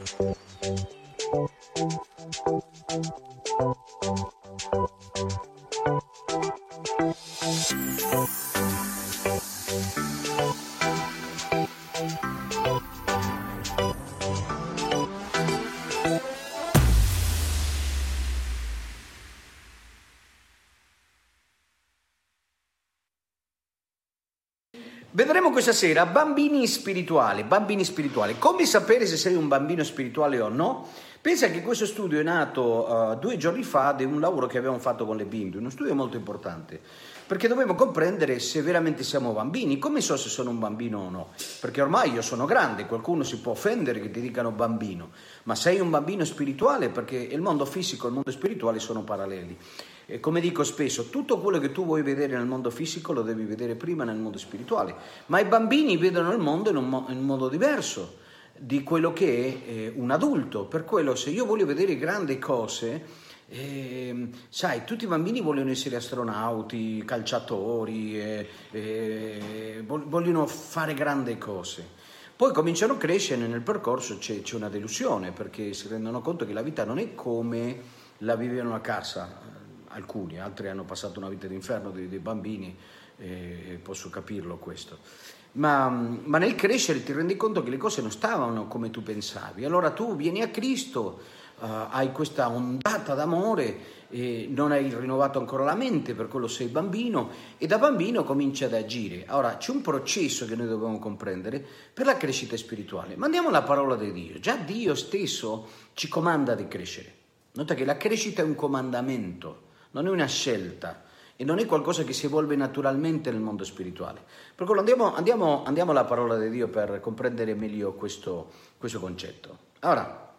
Vedremo questa sera bambini spirituali, bambini spirituali. Come sapere se sei un bambino spirituale o no? Pensa che questo studio è nato uh, due giorni fa di un lavoro che abbiamo fatto con le bimbe, uno studio molto importante, perché dobbiamo comprendere se veramente siamo bambini. Come so se sono un bambino o no? Perché ormai io sono grande, qualcuno si può offendere che ti dicano bambino, ma sei un bambino spirituale? Perché il mondo fisico e il mondo spirituale sono paralleli. E come dico spesso, tutto quello che tu vuoi vedere nel mondo fisico lo devi vedere prima nel mondo spirituale, ma i bambini vedono il mondo in un, mo- in un modo diverso di quello che è eh, un adulto. Per quello, se io voglio vedere grandi cose, eh, sai, tutti i bambini vogliono essere astronauti, calciatori, eh, eh, vogliono fare grandi cose. Poi cominciano a crescere, nel percorso c'è, c'è una delusione, perché si rendono conto che la vita non è come la vivevano a casa. Alcuni, altri hanno passato una vita d'inferno, dei, dei bambini, eh, posso capirlo questo. Ma, ma nel crescere ti rendi conto che le cose non stavano come tu pensavi. Allora tu vieni a Cristo, uh, hai questa ondata d'amore, eh, non hai rinnovato ancora la mente, per quello sei bambino, e da bambino cominci ad agire. Ora c'è un processo che noi dobbiamo comprendere per la crescita spirituale. Ma andiamo alla parola di Dio. Già Dio stesso ci comanda di crescere. Nota che la crescita è un comandamento, non è una scelta e non è qualcosa che si evolve naturalmente nel mondo spirituale. Per quello andiamo, andiamo, andiamo alla parola di Dio per comprendere meglio questo, questo concetto. Ora,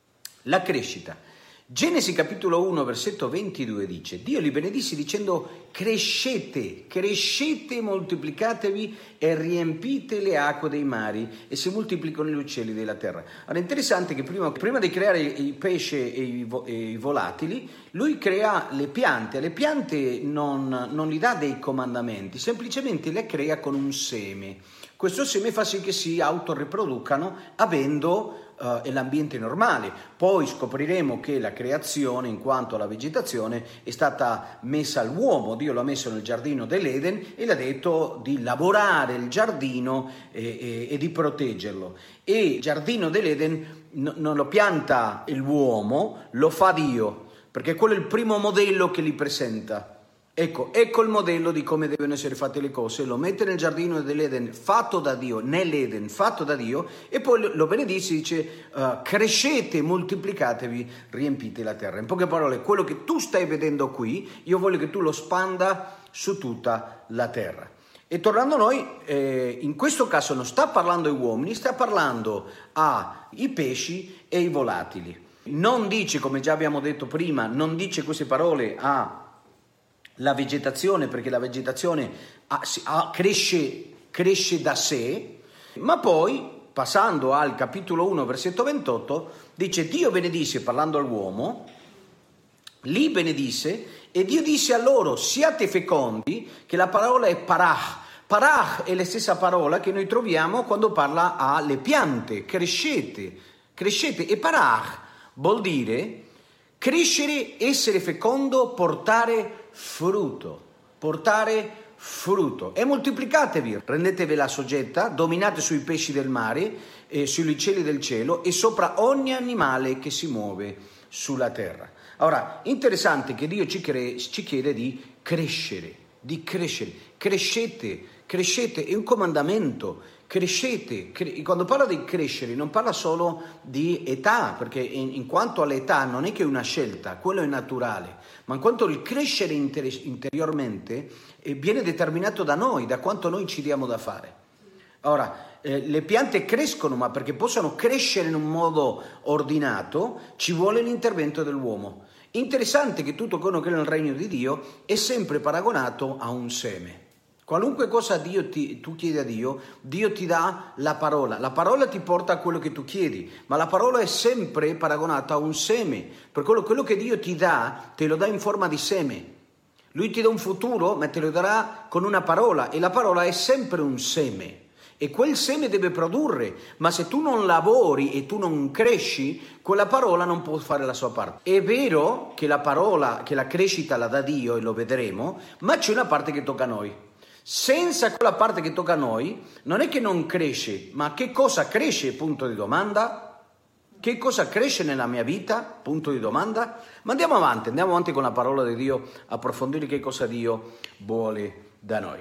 la crescita. Genesi capitolo uno versetto ventidue dice: Dio li benedisse dicendo: crescete, crescete, moltiplicatevi e riempite le acque dei mari e si moltiplicano gli uccelli della terra. Allora è interessante che prima, prima di creare il pesce e i, vo, e i volatili, lui crea le piante. Le piante non, non gli dà dei comandamenti, semplicemente le crea con un seme. Questo seme fa sì che si autoriproducano avendo Uh, è l'ambiente normale. Poi scopriremo che la creazione, in quanto alla vegetazione, è stata messa all'uomo. Dio l'ha messo nel giardino dell'Eden e le ha detto di lavorare il giardino e, e, e di proteggerlo. E il giardino dell'Eden no, non lo pianta l'uomo, lo fa Dio, perché quello è il primo modello che li presenta. Ecco, ecco il modello di come devono essere fatte le cose. Lo mette nel giardino dell'Eden fatto da Dio, nell'Eden fatto da Dio, e poi lo benedice e dice uh, crescete, moltiplicatevi, riempite la terra. In poche parole, quello che tu stai vedendo qui, io voglio che tu lo spanda su tutta la terra. E tornando a noi, eh, in questo caso non sta parlando ai uomini, sta parlando ai pesci e ai volatili. Non dice, come già abbiamo detto prima, non dice queste parole a la vegetazione, perché la vegetazione ha, ha, cresce, cresce da sé, ma poi, passando al capitolo uno, versetto ventotto, dice: Dio benedisse, parlando all'uomo, li benedisse, e Dio disse a loro: siate fecondi, che la parola è parach. Parach è la stessa parola che noi troviamo quando parla alle piante, crescete, crescete, e parach vuol dire crescere, essere fecondo, portare frutto, portare frutto. E moltiplicatevi, rendetevela soggetta, dominate sui pesci del mare, eh, sugli uccelli del cielo e sopra ogni animale che si muove sulla terra. Ora, interessante che Dio ci, cre- ci chiede di crescere, di crescere. Crescete, crescete, è un comandamento. Crescete, cre- quando parla di crescere non parla solo di età, perché in, in quanto all'età non è che è una scelta, quello è naturale, ma in quanto il crescere inter- interiormente eh, viene determinato da noi, da quanto noi ci diamo da fare. Ora, eh, le piante crescono, ma perché possano crescere in un modo ordinato ci vuole l'intervento dell'uomo. Interessante che tutto quello che è nel regno di Dio è sempre paragonato a un seme. Qualunque cosa Dio ti, tu chiedi a Dio, Dio ti dà la parola. La parola ti porta a quello che tu chiedi, ma la parola è sempre paragonata a un seme. Per quello, quello che Dio ti dà, te lo dà in forma di seme. Lui ti dà un futuro, ma te lo darà con una parola, e la parola è sempre un seme. e quel seme deve produrre, ma se tu non lavori e tu non cresci, quella parola non può fare la sua parte. È vero che la parola, che la crescita la dà Dio e lo vedremo, ma c'è una parte che tocca a noi. Senza quella parte che tocca a noi, non è che non cresce, ma che cosa cresce? Punto di domanda. Che cosa cresce nella mia vita? Punto di domanda. Ma andiamo avanti, andiamo avanti con la parola di Dio, approfondire che cosa Dio vuole da noi.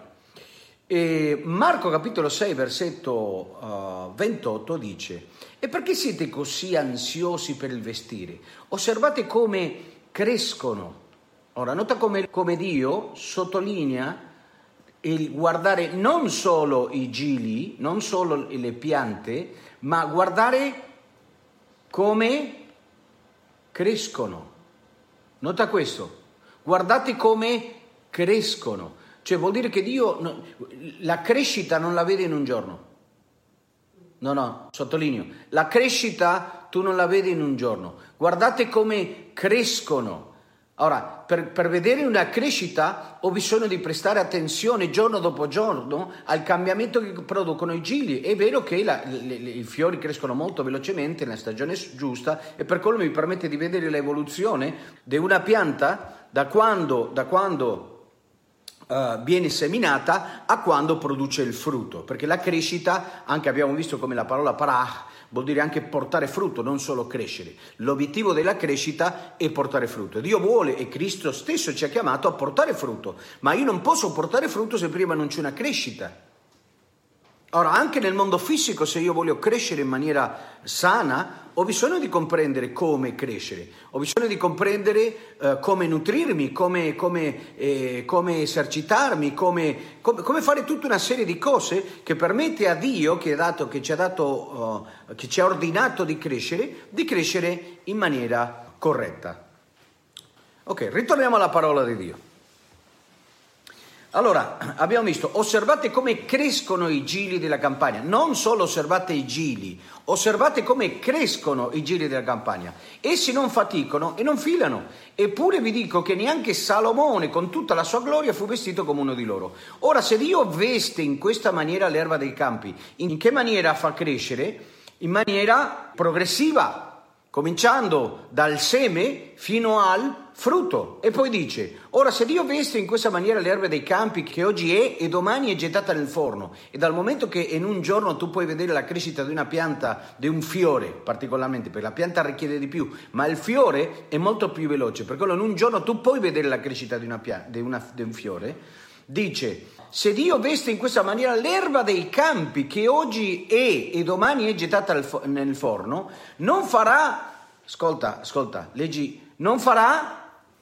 E Marco capitolo sei versetto uh, ventotto dice: e perché siete così ansiosi per il vestire? Osservate come crescono. Ora nota come, come Dio sottolinea il guardare non solo i gili, non solo le piante, ma guardare come crescono. Nota questo, guardate come crescono. Cioè vuol dire che Dio no, la crescita non la vede in un giorno. No, no, sottolineo, la crescita tu non la vedi in un giorno. Guardate come crescono. Ora, per, per vedere una crescita ho bisogno di prestare attenzione giorno dopo giorno al cambiamento che producono i gili. È vero che la, le, le, i fiori crescono molto velocemente nella stagione giusta e per quello mi permette di vedere l'evoluzione di una pianta da quando, da quando Uh, viene seminata a quando produce il frutto, perché la crescita, anche abbiamo visto come la parola parah vuol dire anche portare frutto, non solo crescere. L'obiettivo della crescita è portare frutto. Dio vuole e Cristo stesso ci ha chiamato a portare frutto, ma io non posso portare frutto se prima non c'è una crescita. Ora, anche nel mondo fisico, se io voglio crescere in maniera sana, ho bisogno di comprendere come crescere, ho bisogno di comprendere uh, come nutrirmi, come, come, eh, come esercitarmi, come, come, come fare tutta una serie di cose che permette a Dio, che, è dato, che, ci ha dato, uh, che ci ha ordinato di crescere, di crescere in maniera corretta. Ok, ritorniamo alla parola di Dio. Allora, abbiamo visto, osservate come crescono i gili della campagna, non solo osservate i gili, osservate come crescono i gili della campagna. Essi non faticano e non filano, eppure vi dico che neanche Salomone con tutta la sua gloria fu vestito come uno di loro. Ora, se Dio veste in questa maniera l'erba dei campi, in che maniera fa crescere? In maniera progressiva, cominciando dal seme fino al frutto. E poi dice, ora se Dio veste in questa maniera l'erba dei campi che oggi è e domani è gettata nel forno, e dal momento che in un giorno tu puoi vedere la crescita di una pianta, di un fiore particolarmente, perché la pianta richiede di più, ma il fiore è molto più veloce, per quello in un giorno tu puoi vedere la crescita di, una pia- di, una, di un fiore, dice, se Dio veste in questa maniera l'erba dei campi che oggi è e domani è gettata nel forno, non farà, ascolta, ascolta, leggi, non farà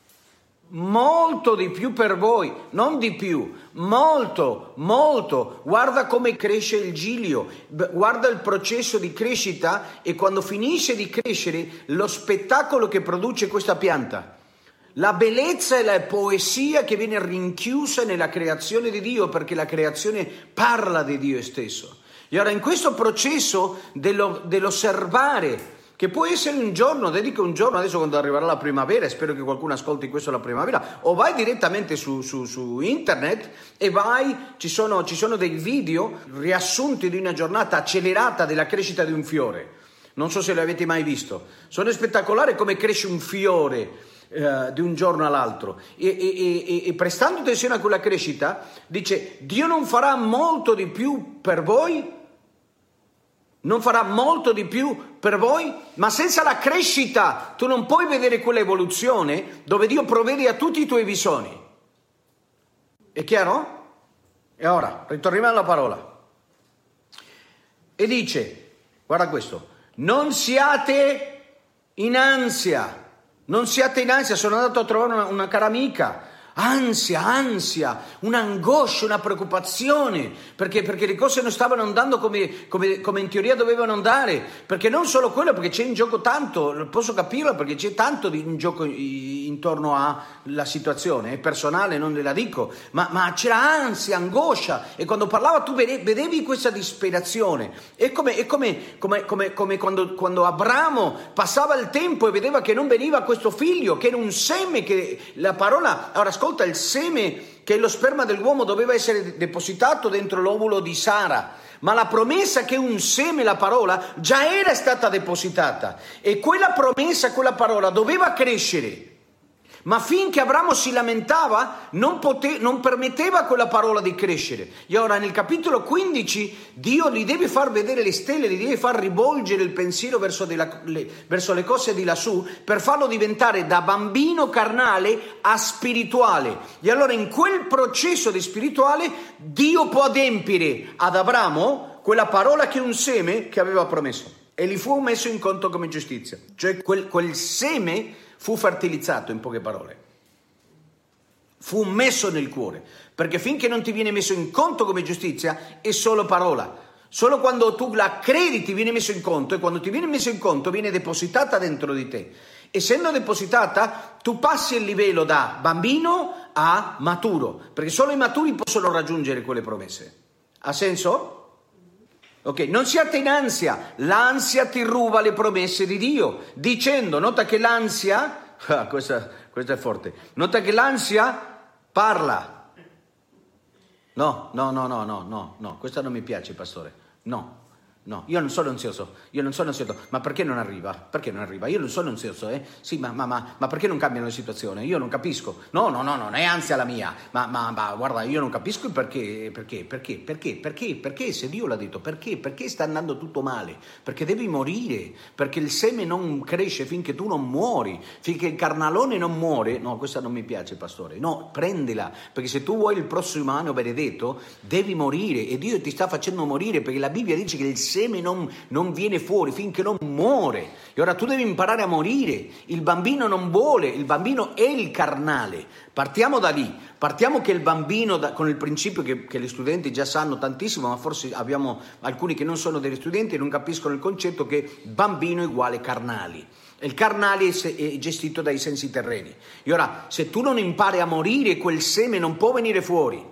molto di più per voi, non di più, molto, molto. Guarda come cresce il gilio, guarda il processo di crescita e quando finisce di crescere lo spettacolo che produce questa pianta. La bellezza e la poesia che viene rinchiusa nella creazione di Dio, perché la creazione parla di Dio stesso. E ora in questo processo dello, dell'osservare, che può essere un giorno, dedica un giorno, adesso quando arriverà la primavera, spero che qualcuno ascolti questo la primavera, o vai direttamente su, su, su internet e vai, ci sono, ci sono dei video riassunti di una giornata accelerata della crescita di un fiore. Non so se l'avete mai visto. Sono spettacolari come cresce un fiore eh, di un giorno all'altro. E, e, e, e prestando attenzione a quella crescita, dice, Dio non farà molto di più per voi? Non farà molto di più per voi? Ma senza la crescita tu non puoi vedere quell'evoluzione dove Dio provvede a tutti i tuoi bisogni. È chiaro? E ora, ritorniamo alla parola. E dice, guarda questo, non siate in ansia, non siate in ansia, sono andato a trovare una, una cara amica, ansia, ansia, un'angoscia, una preoccupazione, perché, perché le cose non stavano andando come, come, come in teoria dovevano andare, perché non solo quello, perché c'è in gioco tanto, posso capirlo, perché c'è tanto di, in gioco intorno alla situazione, è personale, non ve la dico, ma, ma c'era ansia, angoscia, e quando parlava tu vedevi questa disperazione, è come, è come, come, come, come quando, quando Abramo passava il tempo e vedeva che non veniva questo figlio, che era un seme, che la parola, ora ascolta, il seme che è lo sperma dell'uomo doveva essere depositato dentro l'ovulo di Sara, ma la promessa che un seme, la parola, già era stata depositata e quella promessa, quella parola doveva crescere. Ma finché Abramo si lamentava, non, pote- non permetteva a quella parola di crescere. E ora nel capitolo quindici Dio gli deve far vedere le stelle, gli deve far rivolgere il pensiero verso, della, le, verso le cose di lassù, per farlo diventare da bambino carnale a spirituale. E allora in quel processo di spirituale Dio può adempiere ad Abramo quella parola che è un seme che aveva promesso. E gli fu messo in conto come giustizia. Cioè quel, quel seme fu fertilizzato, in poche parole, fu messo nel cuore, perché finché non ti viene messo in conto come giustizia è solo parola. Solo quando tu la credi ti viene messo in conto, e quando ti viene messo in conto viene depositata dentro di te. Essendo depositata, tu passi il livello da bambino a maturo, perché solo i maturi possono raggiungere quelle promesse. Ha senso? Ok, non siate in ansia, l'ansia ti ruba le promesse di Dio, dicendo, nota che l'ansia, ah, questa, questa è forte, nota che l'ansia parla. No, no, no, no, no, no, no, questa non mi piace, pastore, no. No, io non sono ansioso, io non sono ansioso, ma perché non arriva? Perché non arriva? Io non sono ansioso, eh? Sì, ma, ma, ma, ma perché non cambiano le situazioni? Io non capisco. No, no, no, non è ansia la mia, ma, ma, ma guarda, io non capisco il perché, perché, perché, perché, perché, perché, se Dio l'ha detto, perché, perché sta andando tutto male? Perché devi morire, perché il seme non cresce finché tu non muori, finché il carnalone non muore. No, questa non mi piace, pastore, no, prendila, perché se tu vuoi il prossimo anno benedetto, devi morire, e Dio ti sta facendo morire, perché la Bibbia dice che il seme non, non viene fuori finché non muore, e ora tu devi imparare a morire. Il bambino non vuole, il bambino è il carnale. Partiamo da lì, partiamo che il bambino, da, con il principio che, che gli studenti già sanno tantissimo, ma forse abbiamo alcuni che non sono degli studenti e non capiscono il concetto che bambino è uguale carnali. Il carnale è gestito dai sensi terreni, e ora se tu non impari a morire, quel seme non può venire fuori.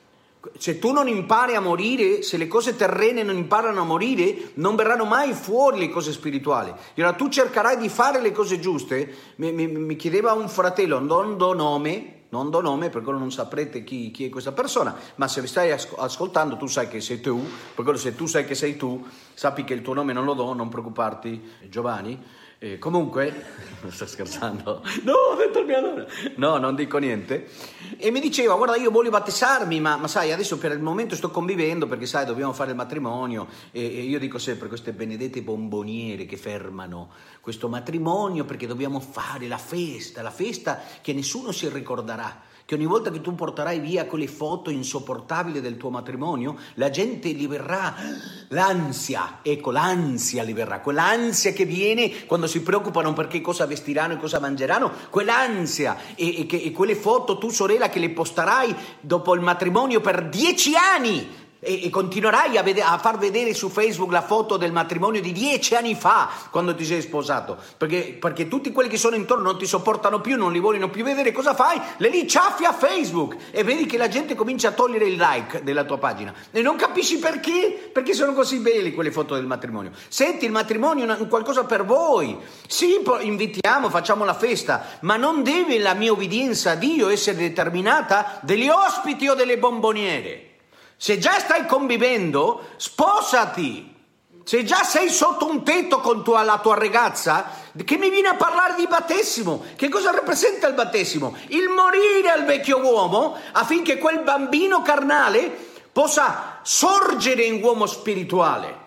Se tu non impari a morire, se le cose terrene non imparano a morire, non verranno mai fuori le cose spirituali. E allora tu cercherai di fare le cose giuste. Mi, mi, mi chiedeva un fratello, non do nome, non do nome perché non saprete chi, chi è questa persona, ma se vi stai asco- ascoltando tu sai che sei tu, perché se tu sai che sei tu, sappi che il tuo nome non lo do, non preoccuparti, Giovanni. Eh, comunque, sto scherzando, no, ho detto il mio nome, no, non dico niente, e mi diceva, guarda, io voglio battezzarmi, ma, ma sai, adesso per il momento sto convivendo, perché sai, dobbiamo fare il matrimonio, e, e io dico sempre, queste benedette bomboniere che fermano questo matrimonio, perché dobbiamo fare la festa, la festa che nessuno si ricorderà, che ogni volta che tu porterai via quelle foto insopportabili del tuo matrimonio, la gente gli verrà l'ansia, ecco, l'ansia gli verrà, quell'ansia che viene quando si preoccupano perché cosa vestiranno e cosa mangeranno, quell'ansia, e, e, che, e quelle foto tu sorella che le posterai dopo il matrimonio per dieci anni, e, e continuerai a, vede- a far vedere su Facebook la foto del matrimonio di dieci anni fa, quando ti sei sposato, perché, perché tutti quelli che sono intorno non ti sopportano più, non li vogliono più vedere. Cosa fai? Le linciaffi a Facebook e vedi che la gente comincia a togliere il like della tua pagina e non capisci perché, perché sono così belle quelle foto del matrimonio. Senti, il matrimonio è una, qualcosa per voi, sì, invitiamo, facciamo la festa, ma non deve la mia obbedienza a Dio essere determinata dagli ospiti o delle bomboniere. Se già stai convivendo, sposati. Se già sei sotto un tetto con tua, la tua ragazza, che mi viene a parlare di battesimo? Che cosa rappresenta il battesimo? Il morire al vecchio uomo affinché quel bambino carnale possa sorgere in uomo spirituale.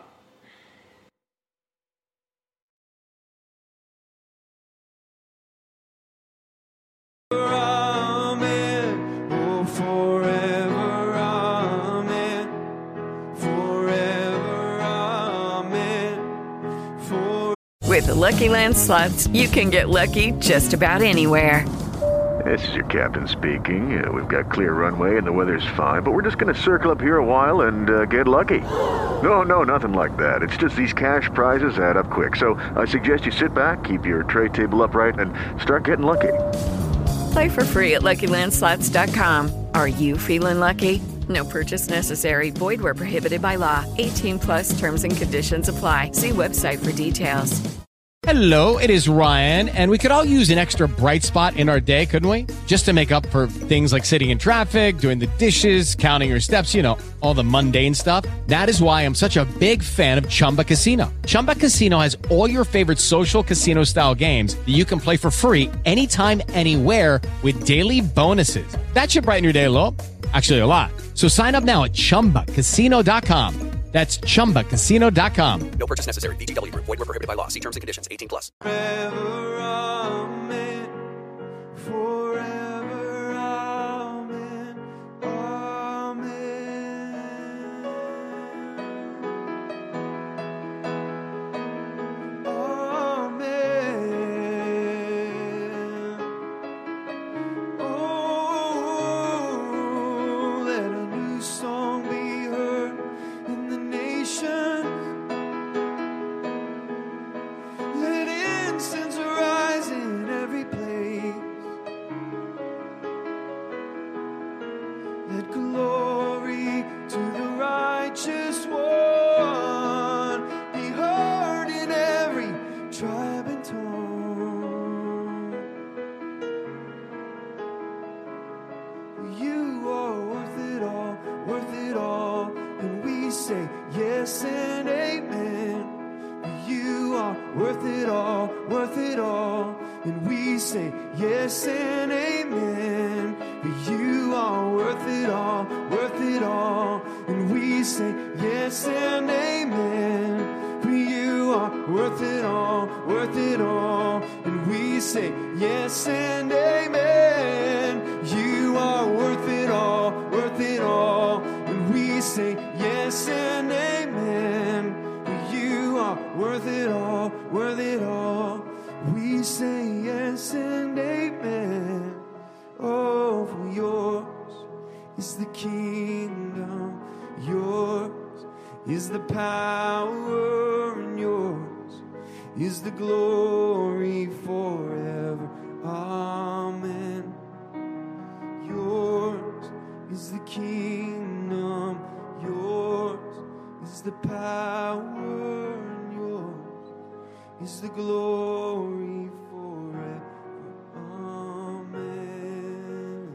With the Lucky Land Slots, you can get lucky just about anywhere. This is your captain speaking. Uh, we've got clear runway and the weather's fine, but we're just going to circle up here a while and uh, get lucky. No, no, nothing like that. It's just these cash prizes add up quick. So I suggest you sit back, keep your tray table upright, and start getting lucky. Play for free at Lucky Land Slots dot com. Are you feeling lucky? No purchase necessary. Void where prohibited by law. eighteen plus terms and conditions apply. See website for details. Hello, it is Ryan, and we could all use an extra bright spot in our day, couldn't we? Just to make up for things like sitting in traffic, doing the dishes, counting your steps, you know, all the mundane stuff. That is why I'm such a big fan of Chumba Casino. Chumba Casino has all your favorite social casino-style games that you can play for free anytime, anywhere with daily bonuses. That should brighten your day a little. Actually, a lot. So sign up now at chumba casino dot com. That's chumba casino dot com. No purchase necessary. V G W Group. Void where prohibited by law. See terms and conditions. eighteen plus. Forever, amen. Forever, amen. Amen. Amen. Oh, let a new song be heard in the nation. Let incense rise in every place. Let glory to the righteous one be heard in every tribe and tongue. You are worth it all, worth it all, and we say yes and amen. You are worth it all, worth it all, and we say yes and amen. You are worth it all, worth it all, and we say yes and amen. You are worth it all, worth it all, and we say yes and amen. You are worth it all, worth it all, and we say yes and amen. You are worth it all, worth it all, we say yes and amen. Oh, for yours is the kingdom, yours is the power, and yours is the glory forever. Amen. Yours is the kingdom, yours is the power, and yours is the glory forever. Amen.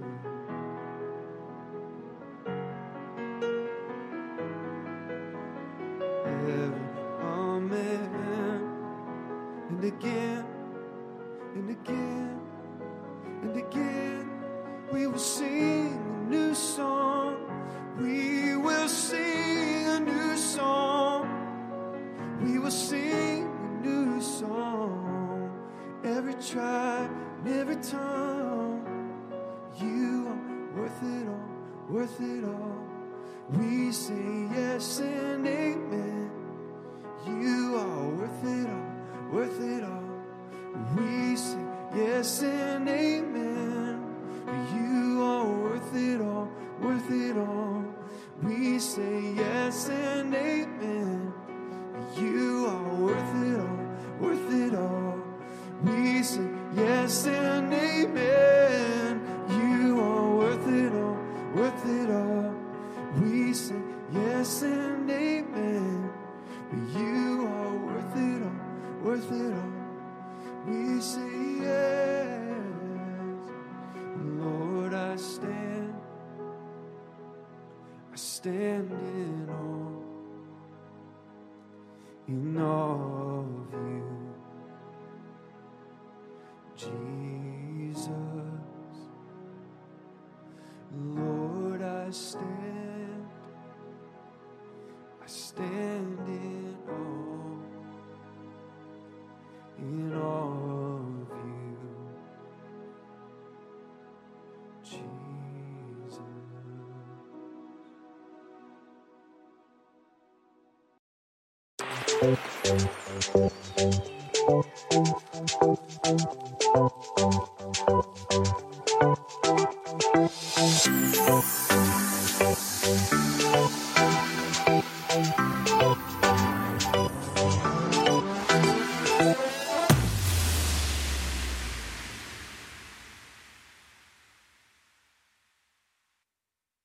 Ever. Amen. And again, and again, and again, we will sing a new song. We will sing a new song. We will sing a new song. Every tribe, and every tongue. You are worth it all, worth it all. We say yes and amen. You are worth it all, worth it all. We say yes and amen. You are worth it all, worth it all. We say yes and amen. You are worth it all, worth it all. We say yes and amen. You are worth it all, worth it all. We say yes and amen. You are worth it all, worth it all. We say yes. Lord, I stand, I stand in awe, in awe of you, Jesus. Lord, I stand, I stand in awe, in awe of you, Jesus.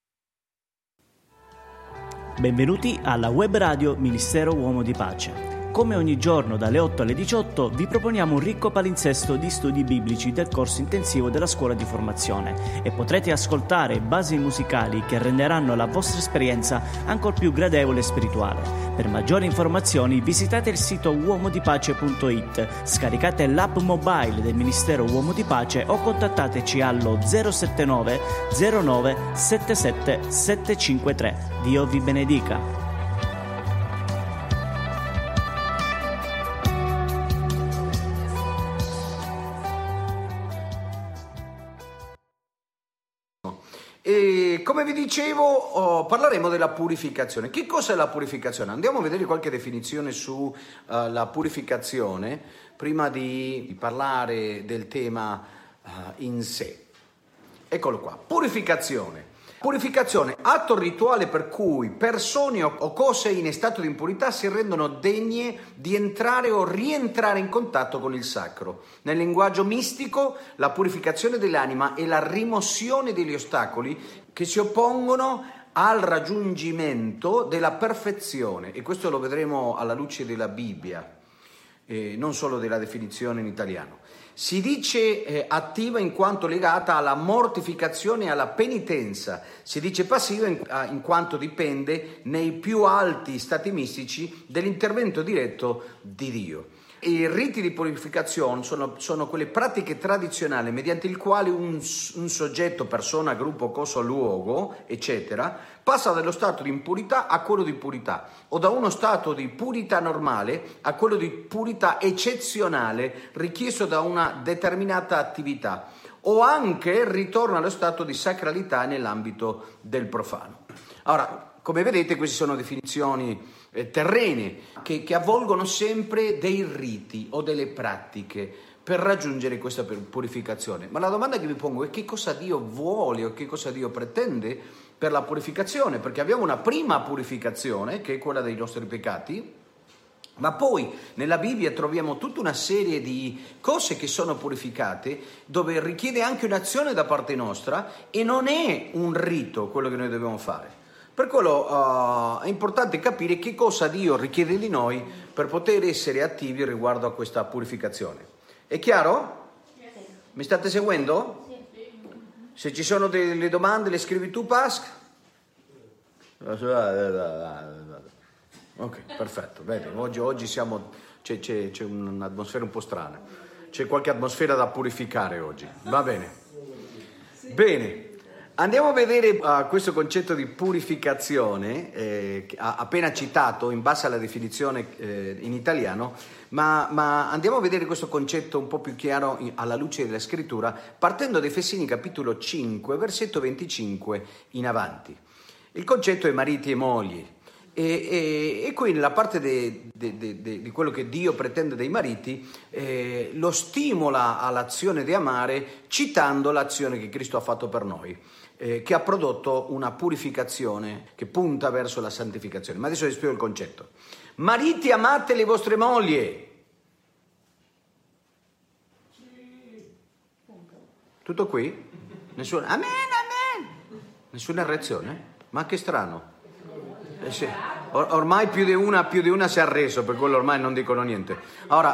Benvenuti alla web radio Ministero Uomo di Pace. Come ogni giorno dalle otto alle diciotto vi proponiamo un ricco palinsesto di studi biblici del corso intensivo della scuola di formazione e potrete ascoltare basi musicali che renderanno la vostra esperienza ancora più gradevole e spirituale. Per maggiori informazioni visitate il sito uomo di pace punto it, scaricate l'app mobile del Ministero Uomo di Pace o contattateci allo zero sette nove zero nove sette sette sette cinque tre. Dio vi benedica. E come vi dicevo, oh, parleremo della purificazione. Che cos'è la purificazione? Andiamo a vedere qualche definizione sulla uh, purificazione prima di, di parlare del tema uh, in sé. Eccolo qua, purificazione. Purificazione, atto rituale per cui persone o cose in stato di impurità si rendono degne di entrare o rientrare in contatto con il sacro. Nel linguaggio mistico, la purificazione dell'anima è la rimozione degli ostacoli che si oppongono al raggiungimento della perfezione, e questo lo vedremo alla luce della Bibbia, eh, non solo della definizione in italiano. Si dice eh, attiva in quanto legata alla mortificazione e alla penitenza, si dice passiva in, in quanto dipende nei più alti stati mistici dell'intervento diretto di Dio. I riti di purificazione sono, sono quelle pratiche tradizionali mediante il quale un, un soggetto, persona, gruppo, cosa, luogo, eccetera, passa dallo stato di impurità a quello di purità, o da uno stato di purità normale a quello di purità eccezionale richiesto da una determinata attività, o anche ritorna allo stato di sacralità nell'ambito del profano. Ora, come vedete, queste sono definizioni eh, terrene che, che avvolgono sempre dei riti o delle pratiche per raggiungere questa purificazione. Ma la domanda che vi pongo è: che cosa Dio vuole o che cosa Dio pretende per la purificazione? Perché abbiamo una prima purificazione, che è quella dei nostri peccati, ma poi nella Bibbia troviamo tutta una serie di cose che sono purificate, dove richiede anche un'azione da parte nostra e non è un rito quello che noi dobbiamo fare. Per quello uh, è importante capire che cosa Dio richiede di noi per poter essere attivi riguardo a questa purificazione. È chiaro? Sì. Mi state seguendo? Sì. Se ci sono delle domande le scrivi tu, Pasq? Ok, perfetto. Vedi, oggi, oggi siamo, c'è, c'è, c'è un'atmosfera un po' strana. C'è qualche atmosfera da purificare oggi. Va bene. Bene. Andiamo a vedere uh, questo concetto di purificazione, eh, appena citato in base alla definizione eh, in italiano, ma, ma andiamo a vedere questo concetto un po' più chiaro in, alla luce della scrittura, partendo da Efesini capitolo cinque, versetto venticinque in avanti. Il concetto è mariti e mogli, e, e, e qui nella parte de, de, de, de, di quello che Dio pretende dai mariti, eh, lo stimola all'azione di amare citando l'azione che Cristo ha fatto per noi. Eh, che ha prodotto una purificazione che punta verso la santificazione. Ma adesso vi spiego il concetto. Mariti, amate le vostre mogli. Tutto qui? Nessuno? Amen, amen. Nessuna reazione? Ma che strano. Eh sì. Or- ormai più di una, più di una si è arreso, per quello ormai non dicono niente. Ora,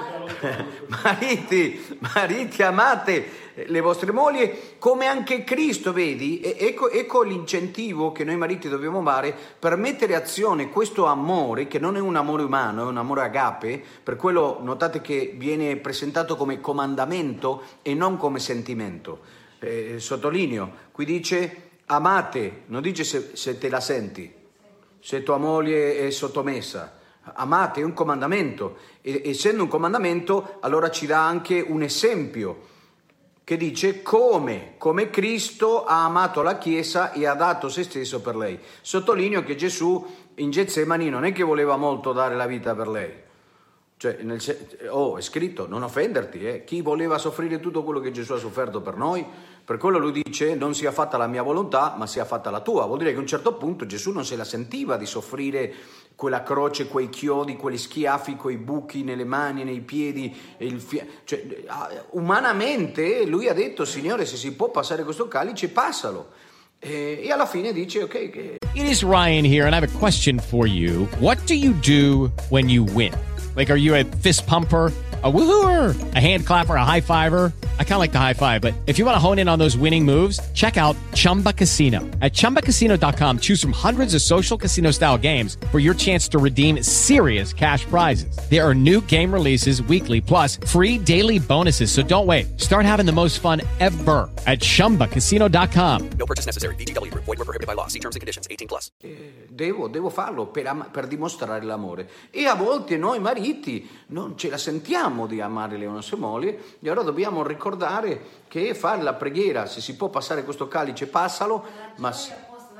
mariti, mariti, amate le vostre mogli come anche Cristo, vedi? E- ecco, ecco l'incentivo che noi mariti dobbiamo amare per mettere azione questo amore, che non è un amore umano, è un amore agape. Per quello notate che viene presentato come comandamento e non come sentimento. Eh, sottolineo, qui dice amate, non dice se, se te la senti, se tua moglie è sottomessa. Amate è un comandamento, e essendo un comandamento allora ci dà anche un esempio che dice come, come Cristo ha amato la Chiesa e ha dato se stesso per lei. Sottolineo che Gesù in Getsemani non è che voleva molto dare la vita per lei, cioè nel, oh, è scritto non offenderti, eh? Chi voleva soffrire tutto quello che Gesù ha sofferto per noi, per quello lui dice non sia fatta la mia volontà ma sia fatta la tua. Vuol dire che a un certo punto Gesù non se la sentiva di soffrire quella croce, quei chiodi, quegli schiaffi, quei buchi nelle mani, nei piedi, il fia- cioè, umanamente lui ha detto Signore, se si può passare questo calice passalo, e, e alla fine dice ok che... It is Ryan here and I have a question for you. What do you do when you win? Like, are you a fist pumper, a woohooer, a hand clapper, a high fiver? I kind of like the high five, but if you want to hone in on those winning moves, check out Chumba Casino. At chumba casino dot com, choose from hundreds of social casino style games for your chance to redeem serious cash prizes. There are new game releases weekly, plus free daily bonuses. So don't wait. Start having the most fun ever at chumba casino dot com. No purchase necessary. V G W Group. Void where prohibited by law. See terms and conditions. eighteen plus. Eh, devo, devo farlo per, am- per dimostrare l'amore. E a volte noi mariti non ce la sentiamo di amare le nostre mogli, e allora dobbiamo ricordare che fare la preghiera, se si può passare questo calice passalo, ma si...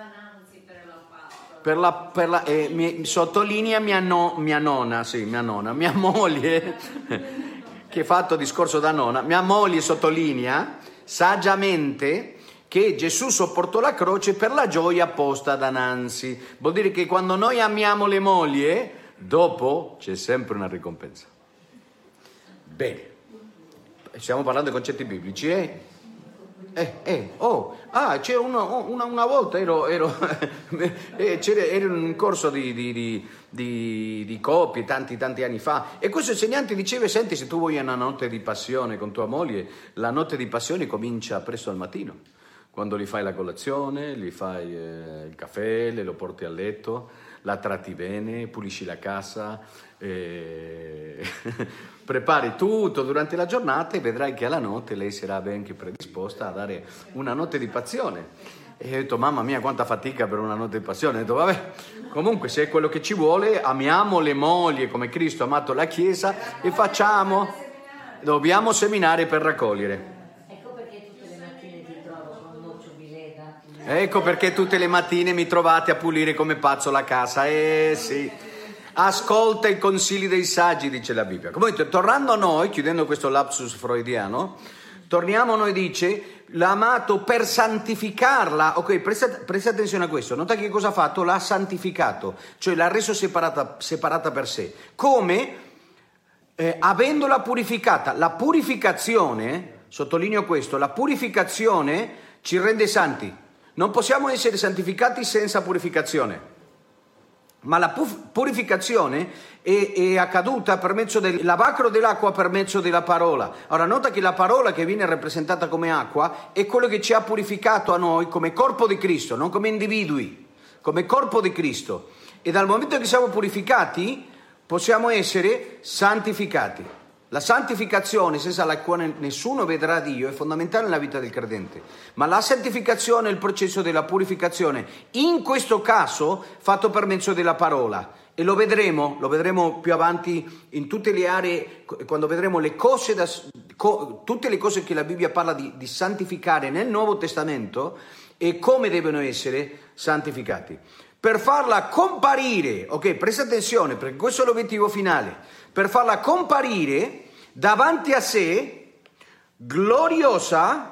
per la, per la eh, mi, sottolinea mia, no, mia nonna, sì, mia nonna, mia moglie che ha fatto discorso da nonna, mia moglie sottolinea saggiamente che Gesù sopportò la croce per la gioia posta dananzi. Vuol dire che quando noi amiamo le mogli, dopo c'è sempre una ricompensa. Bene. Stiamo parlando di concetti biblici, eh? Eh, eh, oh, ah, c'è uno, una, una volta ero, ero, eh, c'era, ero in un corso di, di, di, di, di coppie tanti tanti anni fa, e questo insegnante diceva: senti, se tu vuoi una notte di passione con tua moglie, la notte di passione comincia presto al mattino, quando gli fai la colazione, gli fai eh, il caffè, le lo porti a letto, la tratti bene, pulisci la casa, eh, prepari tutto durante la giornata, e vedrai che alla notte lei sarà ben che predisposta a dare una notte di passione. E ho detto: mamma mia, quanta fatica per una notte di passione. Ho detto: vabbè, comunque se è quello che ci vuole, amiamo le mogli come Cristo ha amato la Chiesa, e facciamo, dobbiamo seminare per raccogliere. Ecco perché tutte le mattine mi trovate a pulire come pazzo la casa. Eh sì, ascolta i consigli dei saggi, dice la Bibbia. Comunque, tornando a noi, chiudendo questo lapsus freudiano, torniamo a noi, dice, l'ha amato per santificarla. Ok, presta, presta attenzione a questo. Nota che cosa ha fatto? L'ha santificato, cioè l'ha reso separata, separata per sé. Come? Eh, avendola purificata. La purificazione, sottolineo questo, la purificazione ci rende santi. Non possiamo essere santificati senza purificazione, ma la purificazione è, è accaduta per mezzo del lavacro dell'acqua, per mezzo della parola. Ora nota che la parola, che viene rappresentata come acqua, è quello che ci ha purificato a noi come corpo di Cristo, non come individui, come corpo di Cristo. E dal momento che siamo purificati possiamo essere santificati. La santificazione, senza la quale nessuno vedrà Dio, è fondamentale nella vita del credente. Ma la santificazione è il processo della purificazione, in questo caso fatto per mezzo della parola. E lo vedremo, lo vedremo più avanti in tutte le aree, quando vedremo le cose da, co, tutte le cose che la Bibbia parla di, di santificare nel Nuovo Testamento, e come devono essere santificati. Per farla comparire, ok, presta attenzione perché questo è l'obiettivo finale, per farla comparire davanti a sé, gloriosa,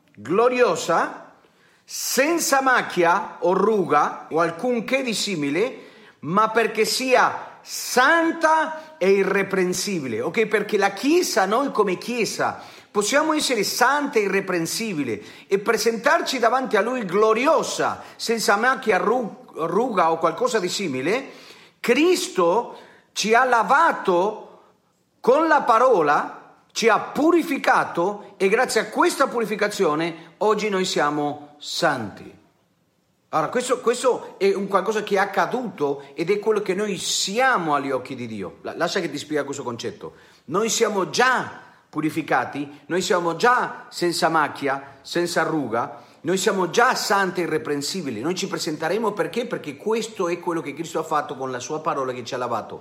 gloriosa, senza macchia o ruga o alcunché di simile, ma perché sia santa e irreprensibile, ok? Perché la Chiesa, noi come Chiesa, possiamo essere sante e irreprensibili e presentarci davanti a Lui gloriosa, senza macchia, ruga o qualcosa di simile. Cristo ci ha lavato con la parola, ci ha purificato, e grazie a questa purificazione oggi noi siamo santi. Allora, questo, questo è un qualcosa che è accaduto ed è quello che noi siamo agli occhi di Dio. Lascia che ti spiega questo concetto. Noi siamo già purificati, noi siamo già senza macchia, senza ruga, noi siamo già santi e irreprensibili. Noi ci presenteremo perché? Perché questo è quello che Cristo ha fatto con la sua parola che ci ha lavato.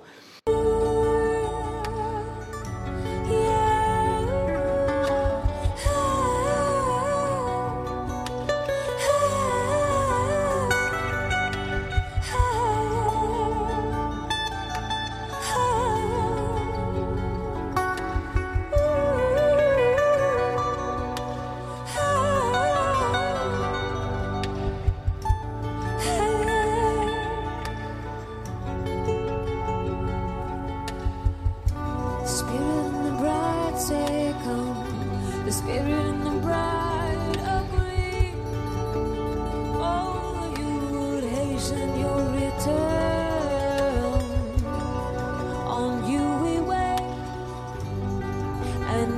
On you we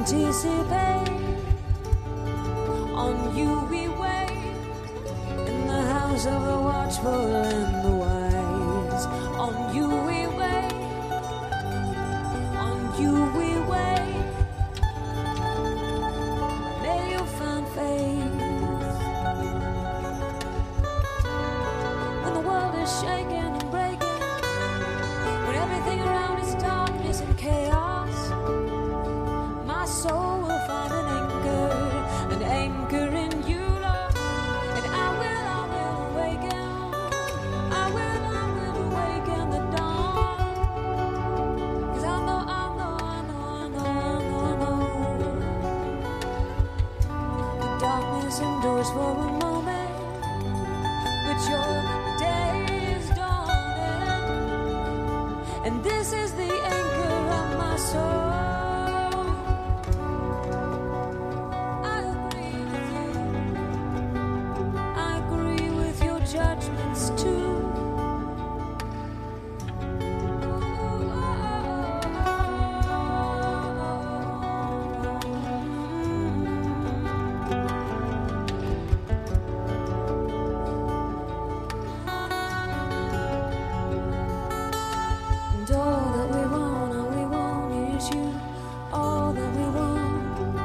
anticipate. On you we wait, in the house of the watchful and the wise. On you we wait, on you we wait. May you find faith when the world is shaking and breaking, when everything around is darkness and chaos. My soul will find an anchor, an anchor in you, Lord, and I will, I will awaken, I will, I will awaken the dawn, 'cause I know, I know, I know, I know, I know, I know, the darkness endures for a moment, but your day is dawning, and this is the anchor of my soul. Judgments too. And all that we want, all we want is you. All that we want.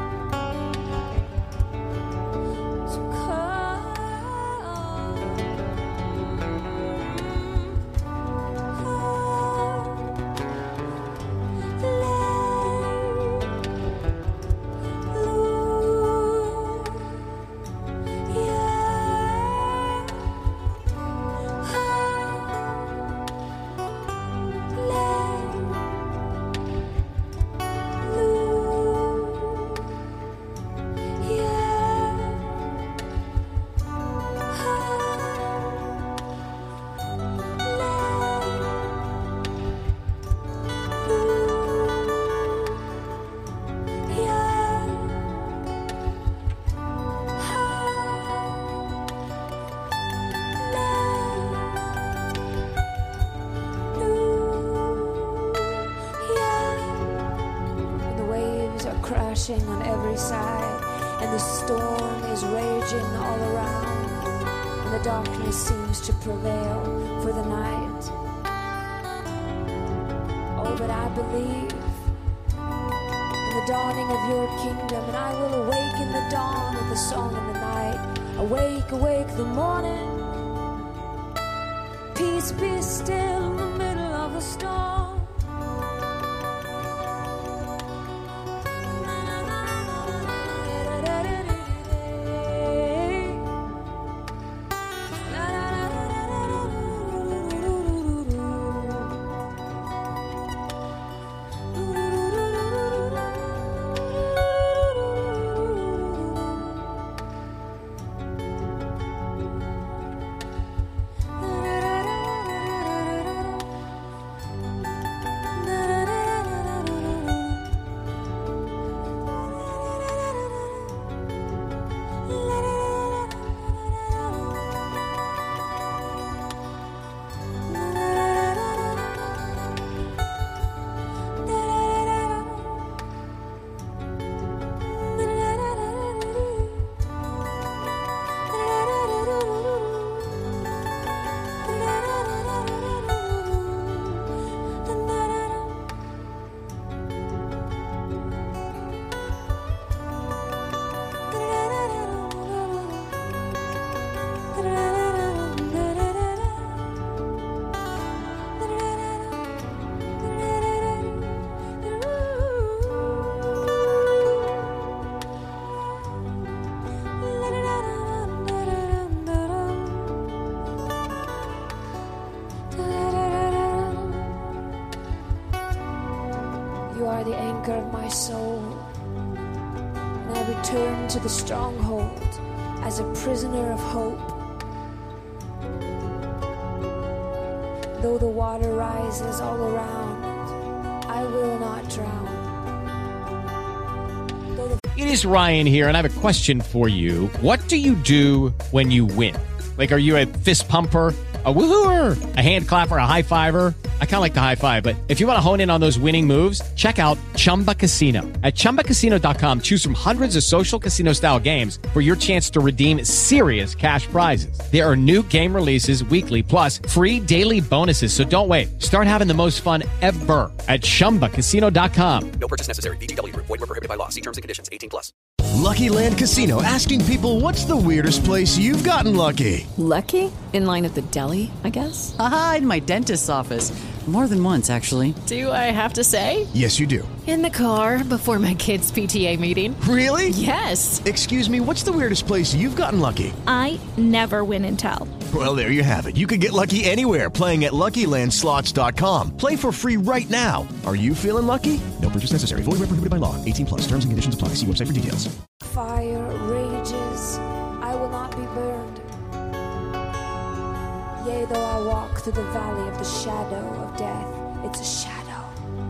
So come. Crashing on every side, and the storm is raging all around, and the darkness seems to prevail for the night. Oh, but I believe in the dawning of your kingdom, and I will awake in the dawn with the song in the night. Awake, awake the morning, peace be still in the middle of the storm. You are the anchor of my soul, and I return to the stronghold as a prisoner of hope. Though the water rises all around, I will not drown. The... It is Ryan here, and I have a question for you. What do you do when you win? Like, are you a fist pumper, a woo-hooer, a hand clapper, a high fiver? I kind of like the high five, but if you want to hone in on those winning moves, check out Chumba Casino. At chumba casino dot com, choose from hundreds of social casino style games for your chance to redeem serious cash prizes. There are new game releases weekly, plus free daily bonuses. So don't wait. Start having the most fun ever at chumba casino dot com. No purchase necessary. V G W Group. Void where prohibited by law. See terms and conditions. eighteen plus. Lucky Land Casino, asking people, what's the weirdest place you've gotten lucky? Lucky? In line at the deli, I guess? Aha, in my dentist's office. More than once, actually. Do I have to say? Yes, you do. In the car before my kids' P T A meeting. Really? Yes. Excuse me, what's the weirdest place you've gotten lucky? I never win and tell. Well, there you have it. You can get lucky anywhere, playing at Lucky Land Slots dot com. Play for free right now. Are you feeling lucky? No purchase necessary. Void where prohibited by law. eighteen plus. Terms and conditions apply. See website for details. Fire rages, I will not be burned. Yea, though I walk through the valley of the shadow of death, it's a shadow.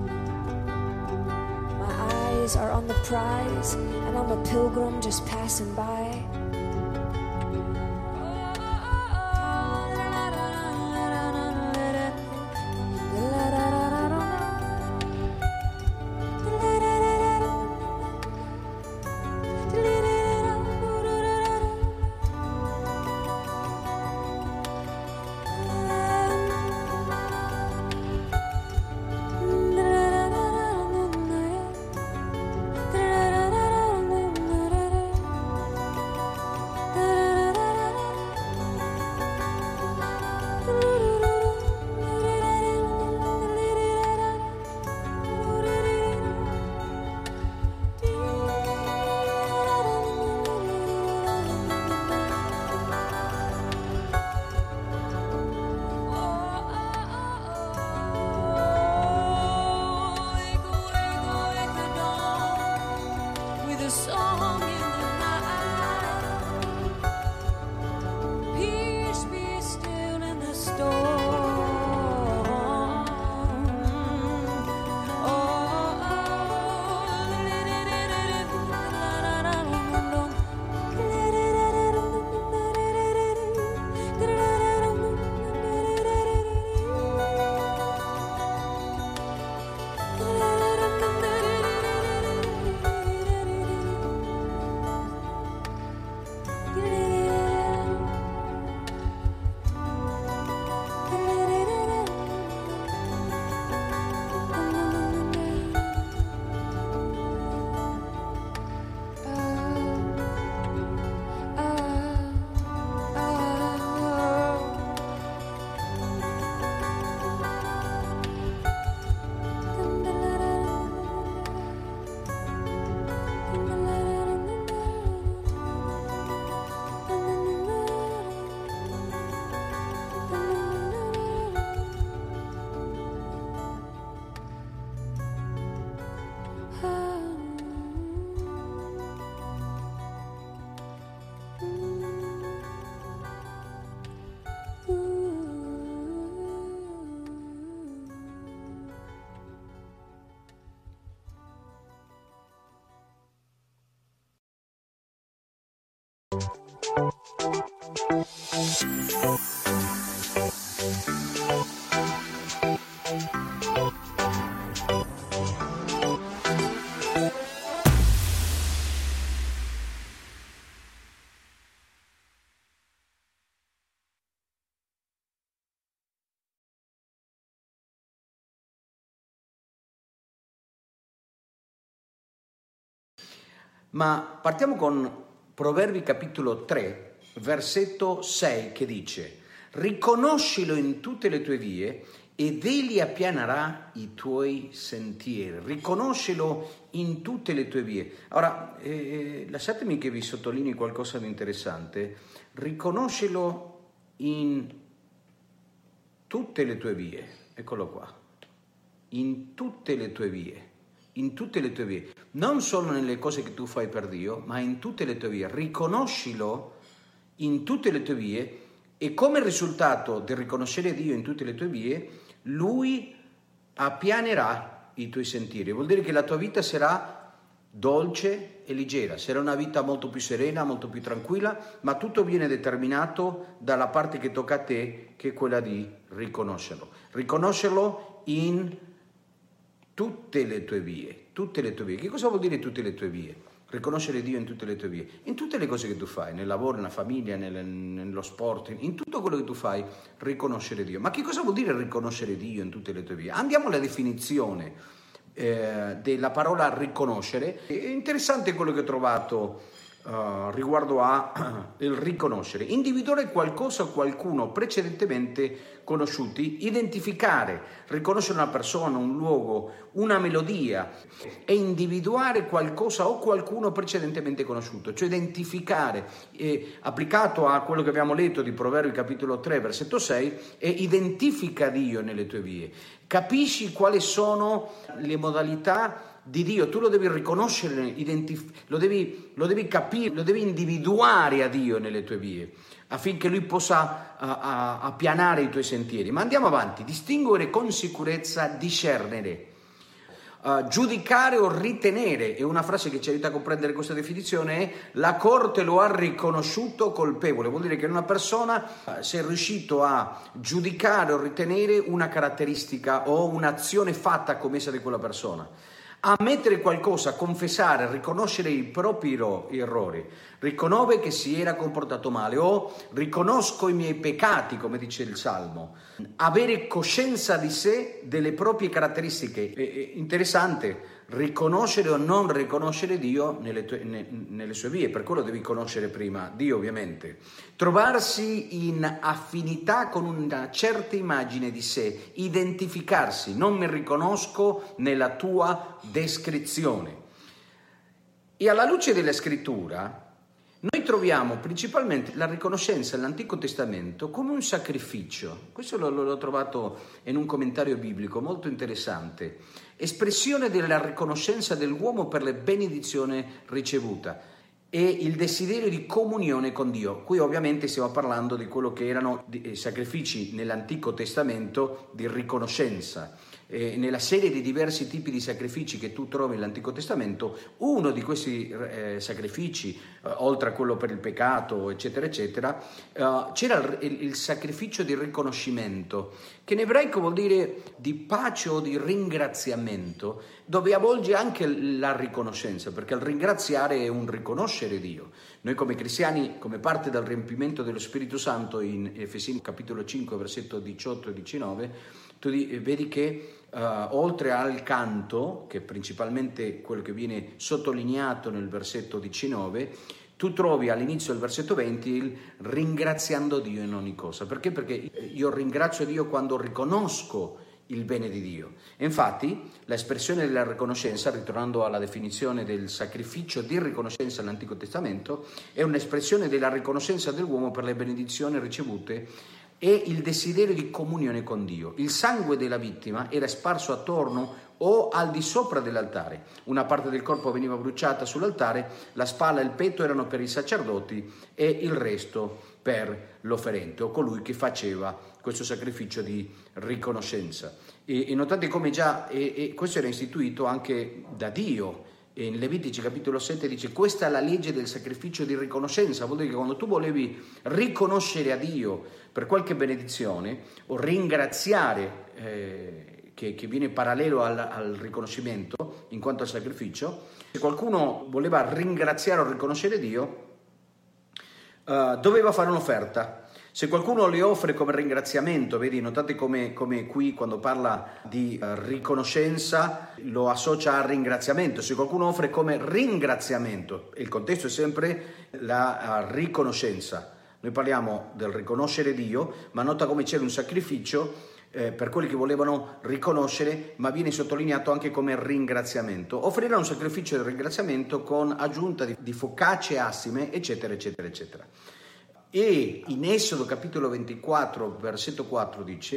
My eyes are on the prize, and I'm a pilgrim just passing by. Ma partiamo con Proverbi capitolo tre, versetto sei, che dice: riconoscilo in tutte le tue vie ed egli appianerà i tuoi sentieri. Riconoscilo in tutte le tue vie. Ora, eh, lasciatemi che vi sottolinei qualcosa di interessante. Riconoscilo in tutte le tue vie. Eccolo qua. In tutte le tue vie. In tutte le tue vie, non solo nelle cose che tu fai per Dio, ma in tutte le tue vie. Riconoscilo in tutte le tue vie, e come risultato del riconoscere Dio in tutte le tue vie, Lui appianerà i tuoi sentieri. Vuol dire che la tua vita sarà dolce e leggera, sarà una vita molto più serena, molto più tranquilla, ma tutto viene determinato dalla parte che tocca a te, che è quella di riconoscerlo. Riconoscerlo in tutte le tue vie, tutte le tue vie. Che cosa vuol dire tutte le tue vie? Riconoscere Dio in tutte le tue vie, in tutte le cose che tu fai, nel lavoro, nella famiglia, nel, nello sport, in tutto quello che tu fai, riconoscere Dio. Ma che cosa vuol dire riconoscere Dio in tutte le tue vie? Andiamo alla definizione eh, della parola riconoscere. È interessante quello che ho trovato uh, riguardo a il riconoscere. Individuare qualcosa o qualcuno precedentemente conosciuti, identificare, riconoscere una persona, un luogo, una melodia e individuare qualcosa o qualcuno precedentemente conosciuto, cioè identificare, eh, applicato a quello che abbiamo letto di Proverbi capitolo tre versetto sei, e identifica Dio nelle tue vie, capisci quali sono le modalità di Dio, tu lo devi riconoscere, identif- lo, devi, lo devi capire, lo devi individuare a Dio nelle tue vie, affinché Lui possa uh, uh, appianare i tuoi sentieri. Ma andiamo avanti, distinguere con sicurezza, discernere, uh, giudicare o ritenere, e una frase che ci aiuta a comprendere questa definizione è: la corte lo ha riconosciuto colpevole. Vuol dire che una persona uh, si è riuscito a giudicare o ritenere una caratteristica o un'azione fatta, commessa da quella persona. Ammettere qualcosa, confessare, riconoscere i propri errori, riconoscere che si era comportato male, o riconosco i miei peccati, come dice il Salmo. Avere coscienza di sé, delle proprie caratteristiche. È interessante riconoscere o non riconoscere Dio nelle, tue, ne, nelle sue vie, per quello devi conoscere prima Dio, ovviamente. Trovarsi in affinità con una certa immagine di sé, identificarsi, non mi riconosco nella tua descrizione. E alla luce della scrittura noi troviamo principalmente la riconoscenza nell'Antico Testamento come un sacrificio. Questo l'ho, l'ho trovato in un commentario biblico molto interessante. Espressione della riconoscenza dell'uomo per la benedizione ricevuta e il desiderio di comunione con Dio. Qui ovviamente stiamo parlando di quello che erano sacrifici nell'Antico Testamento di riconoscenza. Eh, nella serie di diversi tipi di sacrifici che tu trovi nell'Antico Testamento, uno di questi eh, sacrifici, eh, oltre a quello per il peccato, eccetera, eccetera, eh, c'era il, il sacrificio di riconoscimento, che in ebraico vuol dire di pace o di ringraziamento, dove avvolge anche la riconoscenza, perché il ringraziare è un riconoscere Dio. Noi come cristiani, come parte del riempimento dello Spirito Santo, in Efesini capitolo cinque, versetto diciotto e diciannove, tu vedi che uh, oltre al canto, che è principalmente quello che viene sottolineato nel versetto diciannove, tu trovi all'inizio del versetto venti il ringraziando Dio in ogni cosa. Perché? Perché io ringrazio Dio quando riconosco il bene di Dio. E infatti l'espressione della riconoscenza, ritornando alla definizione del sacrificio di riconoscenza nell'Antico Testamento, è un'espressione della riconoscenza dell'uomo per le benedizioni ricevute e il desiderio di comunione con Dio. Il sangue della vittima era sparso attorno o al di sopra dell'altare. Una parte del corpo veniva bruciata sull'altare, la spalla e il petto erano per i sacerdoti e il resto per l'offerente o colui che faceva questo sacrificio di riconoscenza. E, e notate come già e, e questo era istituito anche da Dio. In Levitici capitolo sette dice: questa è la legge del sacrificio di riconoscenza. Vuol dire che quando tu volevi riconoscere a Dio per qualche benedizione o ringraziare, eh, che, che viene parallelo al, al riconoscimento in quanto al sacrificio, se qualcuno voleva ringraziare o riconoscere Dio, eh, doveva fare un'offerta. Se qualcuno le offre come ringraziamento, vedi, notate come, come qui quando parla di uh, riconoscenza lo associa al ringraziamento. Se qualcuno offre come ringraziamento, il contesto è sempre la uh, riconoscenza. Noi parliamo del riconoscere Dio, ma nota come c'era un sacrificio eh, per quelli che volevano riconoscere, ma viene sottolineato anche come ringraziamento. Offrirà un sacrificio di ringraziamento con aggiunta di, di focacce assime, eccetera, eccetera, eccetera. E in Esodo capitolo ventiquattro versetto quattro dice: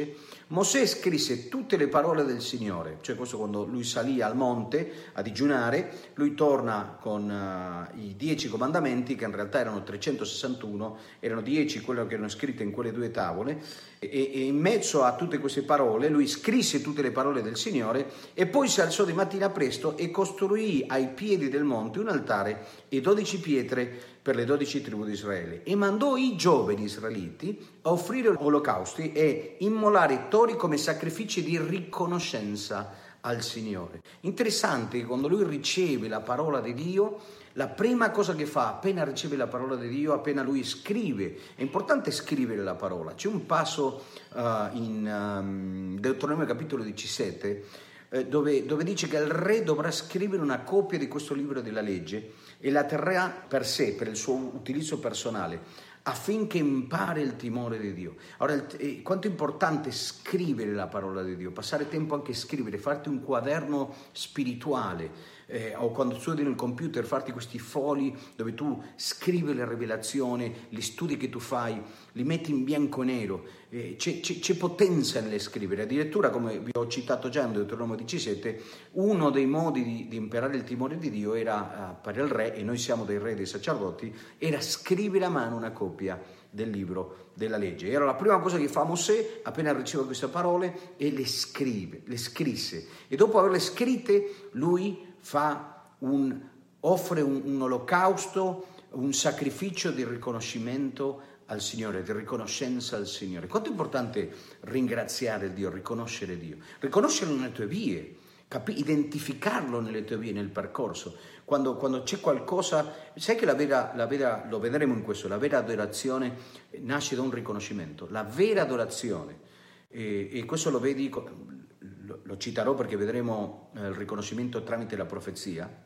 Mosè scrisse tutte le parole del Signore, cioè questo quando lui salì al monte a digiunare, lui torna con uh, i dieci comandamenti, che in realtà erano trecentosessantuno, erano dieci quello che erano scritte in quelle due tavole, e, e in mezzo a tutte queste parole lui scrisse tutte le parole del Signore e poi si alzò di mattina presto e costruì ai piedi del monte un altare e dodici pietre per le dodici tribù di Israele, e mandò i giovani israeliti a offrire olocausti e immolare tori come sacrifici di riconoscenza al Signore. Interessante che quando lui riceve la parola di Dio, la prima cosa che fa appena riceve la parola di Dio, appena lui scrive, è importante scrivere la parola. C'è un passo uh, in um, Deuteronomio capitolo diciassette eh, dove, dove dice che il re dovrà scrivere una copia di questo libro della legge e la terrà per sé, per il suo utilizzo personale, affinché impari il timore di Dio. Ora, eh, quanto è importante scrivere la parola di Dio, passare tempo anche a scrivere, farti un quaderno spirituale, eh, o quando studi nel computer, farti questi fogli dove tu scrivi la rivelazione, gli studi che tu fai, li metti in bianco e nero. Eh, c'è, c'è, c'è potenza nelle scrivere. Addirittura, come vi ho citato già in Deuteronomio diciassette, uno dei modi di, di imparare il timore di Dio era, uh, per il re, e noi siamo dei re e dei sacerdoti, era scrivere a mano una copia del libro della legge. Era la prima cosa che fa Mosè appena riceve queste parole, e le scrive, le scrisse, e dopo averle scritte lui fa un, offre un, un olocausto, un sacrificio di riconoscimento al Signore, di riconoscenza al Signore. Quanto è importante ringraziare Dio, riconoscere Dio, riconoscerlo nelle tue vie, capi- identificarlo nelle tue vie, nel percorso. Quando, quando c'è qualcosa, sai che la vera, la vera, lo vedremo in questo, la vera adorazione nasce da un riconoscimento, la vera adorazione, e, e questo lo vedi, lo, lo citerò perché vedremo eh, il riconoscimento tramite la profezia.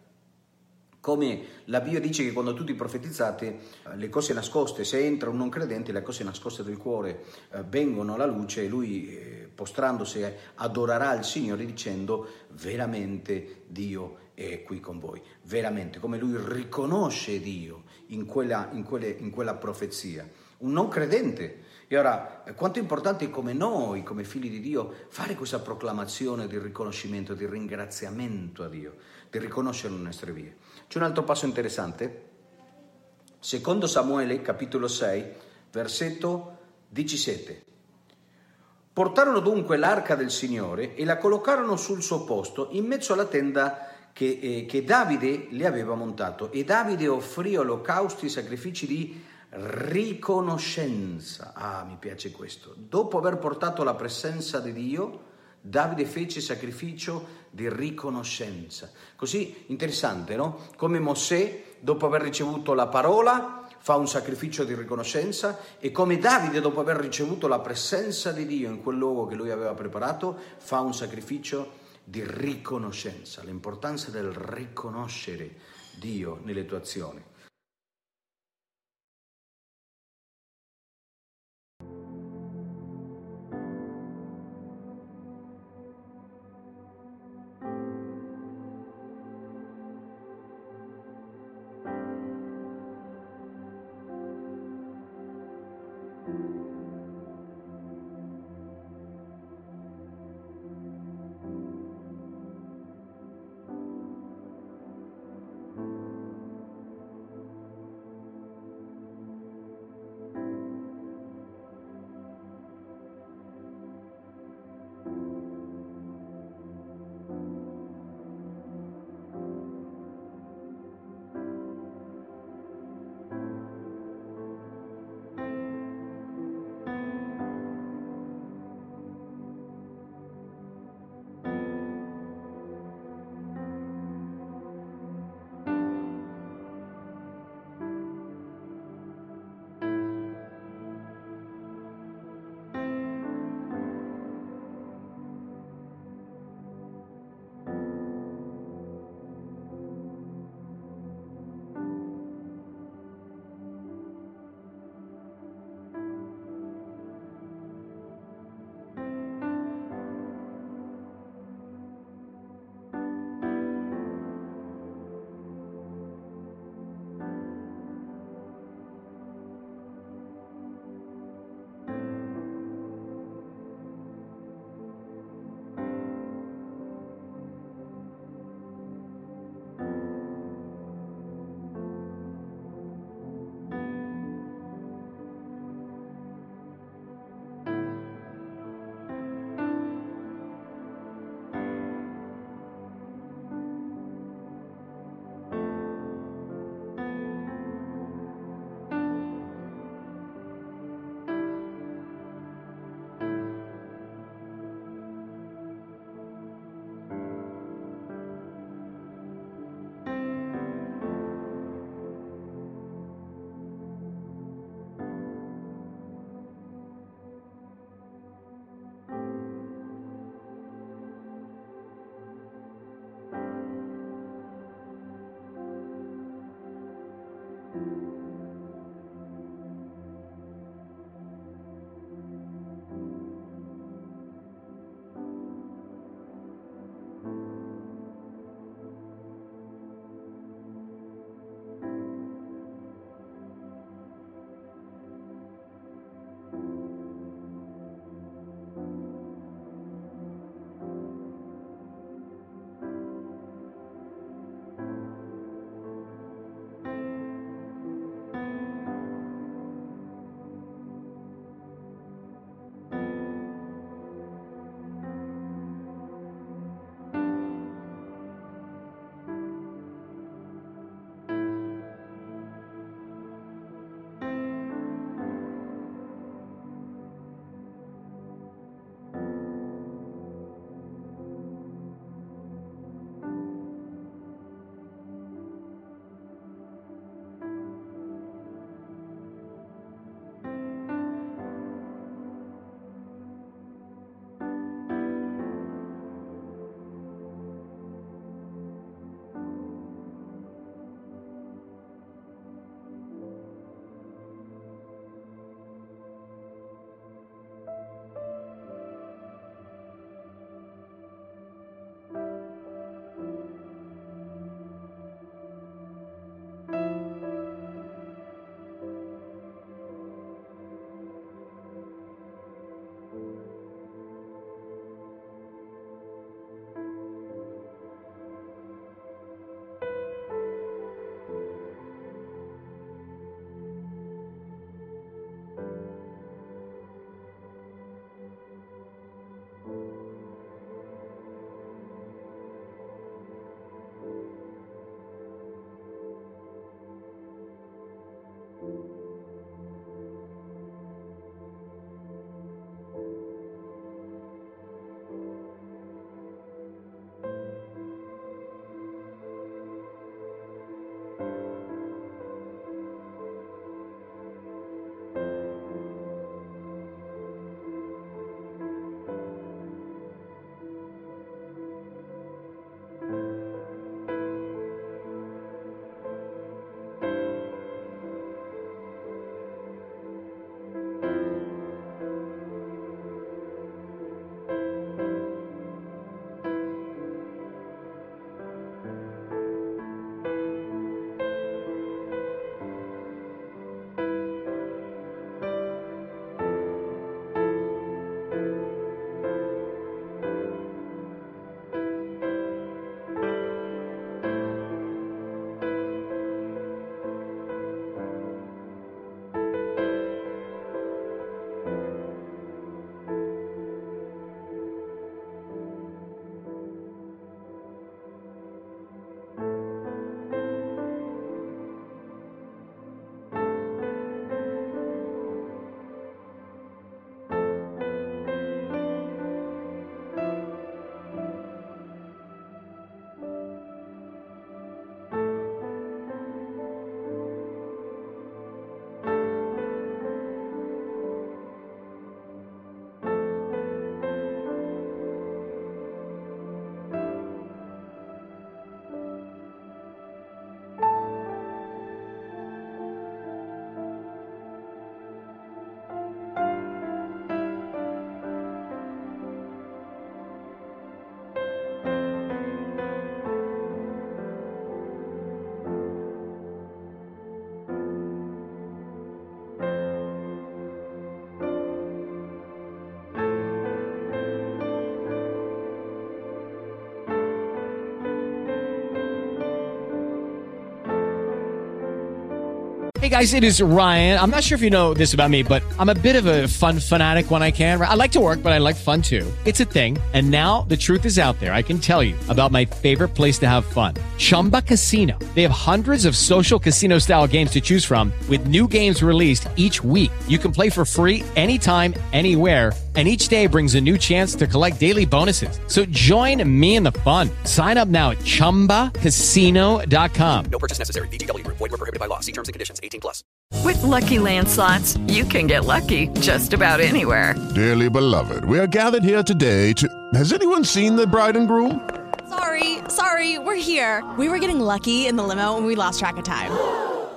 Come la Bibbia dice che quando tutti profetizzate, le cose nascoste, se entra un non credente, le cose nascoste del cuore eh, vengono alla luce, e lui eh, postrandosi adorerà il Signore dicendo: veramente Dio è qui con voi, veramente, come lui riconosce Dio in quella, in quelle, in quella profezia. Un non credente. E ora, quanto è importante come noi, come figli di Dio, fare questa proclamazione di riconoscimento, di ringraziamento a Dio, di riconoscere le nostre vie. C'è un altro passo interessante. Secondo Samuele, capitolo sei, versetto diciassette. Portarono dunque l'arca del Signore e la collocarono sul suo posto in mezzo alla tenda che, eh, che Davide le aveva montato. E Davide offrì olocausti e sacrifici di riconoscenza. Ah, mi piace questo. Dopo aver portato la presenza di Dio, Davide fece sacrificio di riconoscenza. Così interessante, no? Come Mosè, dopo aver ricevuto la parola, fa un sacrificio di riconoscenza, e come Davide, dopo aver ricevuto la presenza di Dio in quel luogo che lui aveva preparato, fa un sacrificio di riconoscenza. L'importanza del riconoscere Dio nelle tue azioni. Hey guys, it is Ryan. I'm not sure if you know this about me, but I'm a bit of a fun fanatic when I can. I like to work, but I like fun too. It's a thing. And now the truth is out there. I can tell you about my favorite place to have fun. Chumba Casino. They have hundreds of social casino style games to choose from with new games released each week. You can play for free anytime, anywhere. And each day brings a new chance to collect daily bonuses. So join me in the fun. Sign up now at chumba casino dot com. No purchase necessary. V G W. Void where prohibited by law. See terms and conditions. eighteen plus. With Lucky Land Slots, you can get lucky just about anywhere. Dearly beloved, we are gathered here today to... Has anyone seen the bride and groom? Sorry, sorry, we're here. We were getting lucky in the limo and we lost track of time.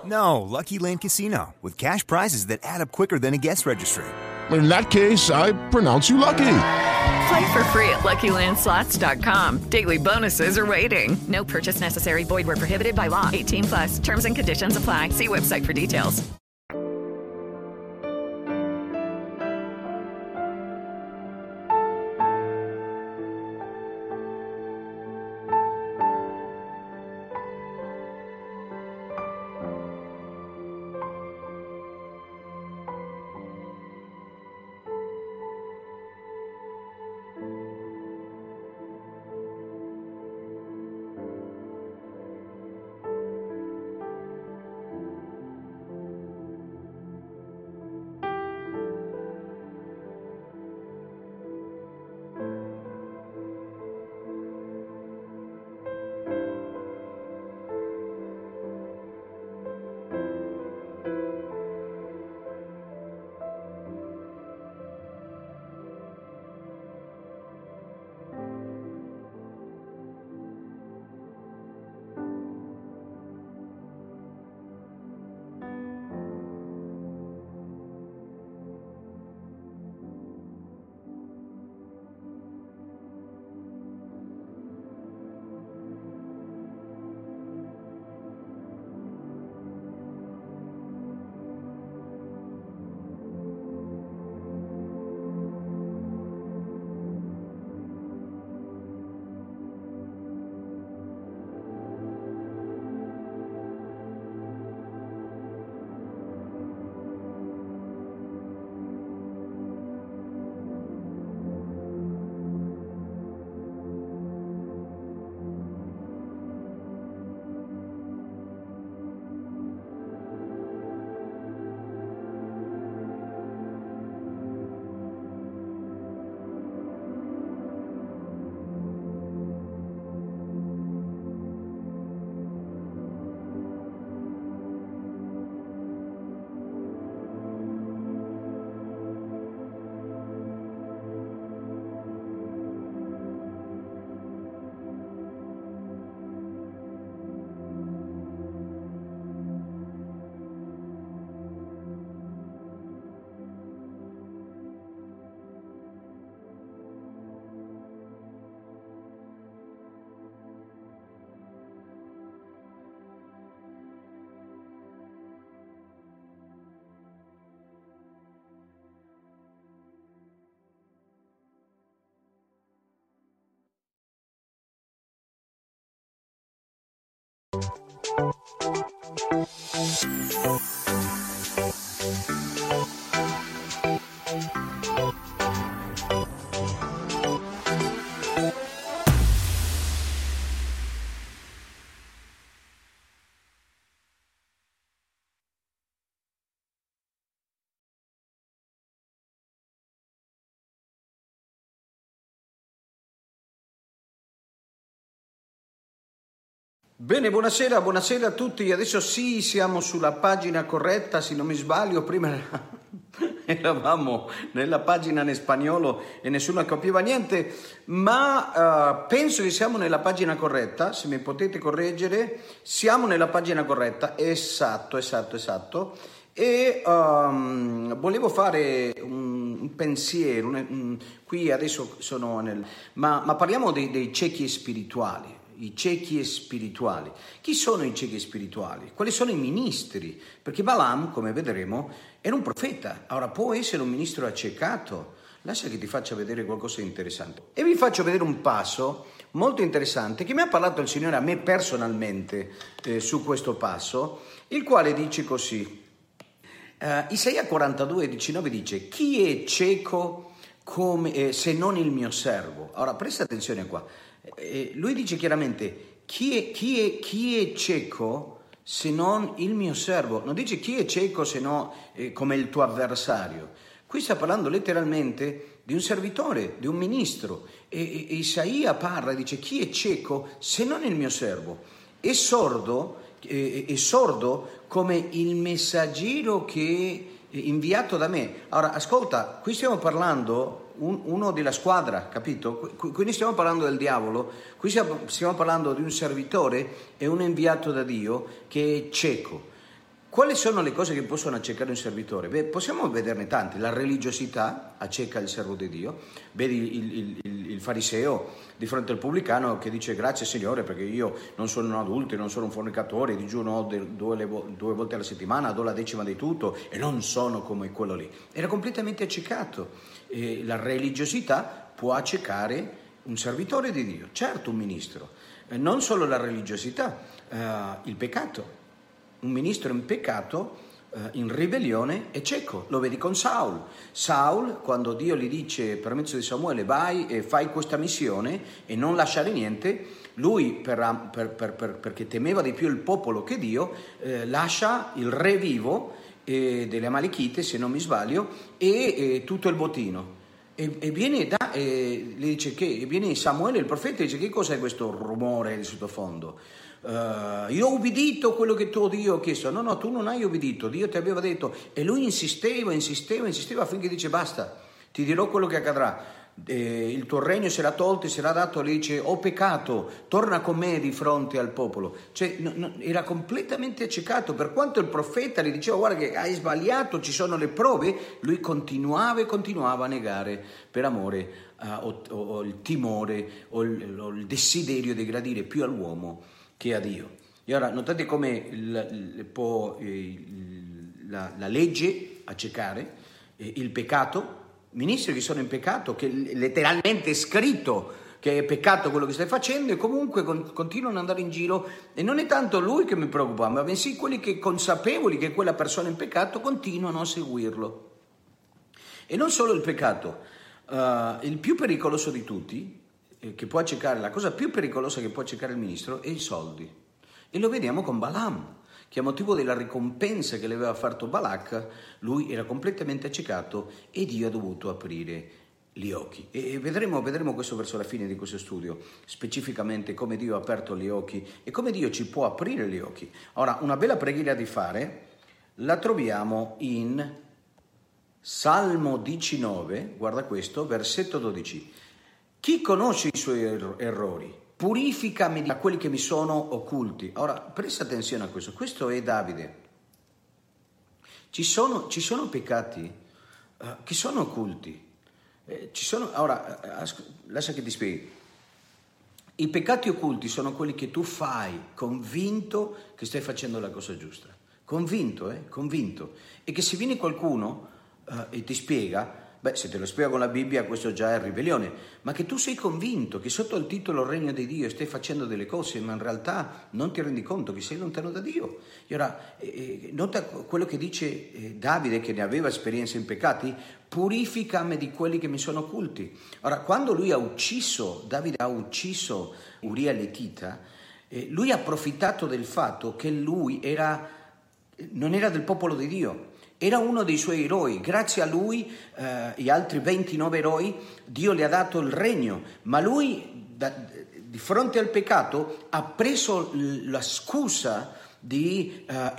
No, Lucky Land Casino, with cash prizes that add up quicker than a guest registry. In that case, I pronounce you lucky. Play for free at Lucky Land Slots dot com. Daily bonuses are waiting. No purchase necessary. Void where prohibited by law. eighteen plus. Terms and conditions apply. See website for details. Bene, buonasera, buonasera a tutti. Adesso sì, siamo sulla pagina corretta, se non mi sbaglio. Prima eravamo nella pagina in spagnolo e nessuno capiva niente, ma uh, penso che siamo nella pagina corretta. Se mi potete correggere, siamo nella pagina corretta. Esatto, esatto, esatto. E um, volevo fare un, un pensiero. Un, un, qui adesso sono nel. Ma, ma parliamo dei, dei ciechi spirituali. I ciechi spirituali. Chi sono i ciechi spirituali? Quali sono i ministri? Perché Balaam, come vedremo, era un profeta. Ora può essere un ministro accecato. Lascia che ti faccia vedere qualcosa di interessante. E vi faccio vedere un passo molto interessante che mi ha parlato il Signore a me personalmente eh, su questo passo, il quale dice così. Uh, Isaia quarantadue diciannove dice: chi è cieco come, eh, se non il mio servo? Ora presta attenzione qua. Eh, lui dice chiaramente chi è, chi, è, chi è cieco se non il mio servo. Non dice chi è cieco se no eh, come il tuo avversario. Qui sta parlando letteralmente di un servitore, di un ministro, e, e, e Isaia parla e dice chi è cieco se non il mio servo. È sordo, è, è sordo come il messaggero che è inviato da me. Ora ascolta, qui stiamo parlando Un, uno della squadra, capito? Quindi stiamo parlando del diavolo, qui stiamo, stiamo parlando di un servitore e un inviato da Dio che è cieco. Quali sono le cose che possono accecare un servitore? Beh, possiamo vederne tante. La religiosità acceca il servo di Dio. Vedi il, il, il, il fariseo di fronte al pubblicano che dice grazie Signore perché io non sono un adultero, non sono un fornicatore, digiuno due, due volte alla settimana, do la decima di tutto e non sono come quello lì. Era completamente accecato. E la religiosità può accecare un servitore di Dio, certo un ministro. Eh, non solo la religiosità, eh, il peccato. Un ministro in peccato, eh, in ribellione, è cieco. Lo vedi con Saul. Saul, quando Dio gli dice per mezzo di Samuele vai e fai questa missione e non lasciare niente, lui, per, per, per, per, perché temeva di più il popolo che Dio, eh, lascia il re vivo eh, delle Amalechite, se non mi sbaglio, e eh, tutto il bottino. E, e viene da, e le dice che e viene Samuele il profeta e dice che cos'è questo rumore di sottofondo? Uh, io ho ubbidito quello che tuo Dio ha chiesto. No, no, tu non hai ubbidito, Dio ti aveva detto. E lui insisteva, insisteva, insisteva affinché dice basta, ti dirò quello che accadrà. Eh, il tuo regno sarà tolto e sarà dato. Le dice ho peccato, torna con me di fronte al popolo. Cioè no, no, era completamente accecato. Per quanto il profeta gli diceva guarda che hai sbagliato, ci sono le prove, lui continuava e continuava a negare per amore uh, o, o, o il timore o il, o il desiderio di gradire più all'uomo che a Dio. E ora notate come il, il, può il, la, la legge accecare eh, il peccato. Ministri che sono in peccato, che letteralmente è scritto che è peccato quello che stai facendo, e comunque con, continuano ad andare in giro, e non è tanto lui che mi preoccupa, ma bensì quelli che consapevoli che quella persona è in peccato continuano a seguirlo. E non solo il peccato, uh, il più pericoloso di tutti, eh, che può accecare, la cosa più pericolosa che può accecare il ministro è i soldi. E lo vediamo con Balaam, che a motivo della ricompensa che le aveva fatto Balak, lui era completamente accecato e Dio ha dovuto aprire gli occhi. E vedremo, vedremo questo verso la fine di questo studio, specificamente come Dio ha aperto gli occhi e come Dio ci può aprire gli occhi. Ora, una bella preghiera di fare la troviamo in Salmo diciannove, guarda questo, versetto dodici. Chi conosce i suoi er- errori? Purificami da quelli che mi sono occulti. Ora, presta attenzione a questo. Questo è Davide. Ci sono, ci sono peccati uh, che sono occulti. Eh, ci sono, ora, uh, lascia che ti spieghi. I peccati occulti sono quelli che tu fai convinto che stai facendo la cosa giusta. Convinto, eh? Convinto. E che se viene qualcuno uh, e ti spiega, beh, se te lo spiego con la Bibbia, questo già è ribellione, ma che tu sei convinto che sotto il titolo Regno di Dio stai facendo delle cose, ma in realtà non ti rendi conto che sei lontano da Dio. E ora, eh, nota quello che dice eh, Davide, che ne aveva esperienza in peccati, purificami di quelli che mi sono occulti. Ora, quando lui ha ucciso, Davide ha ucciso Uria l'Etita, eh, lui ha approfittato del fatto che lui era, non era del popolo di Dio. Era uno dei suoi eroi, grazie a lui eh, gli altri ventinove eroi, Dio le ha dato il regno, ma lui da, di fronte al peccato ha preso l- la scusa di eh,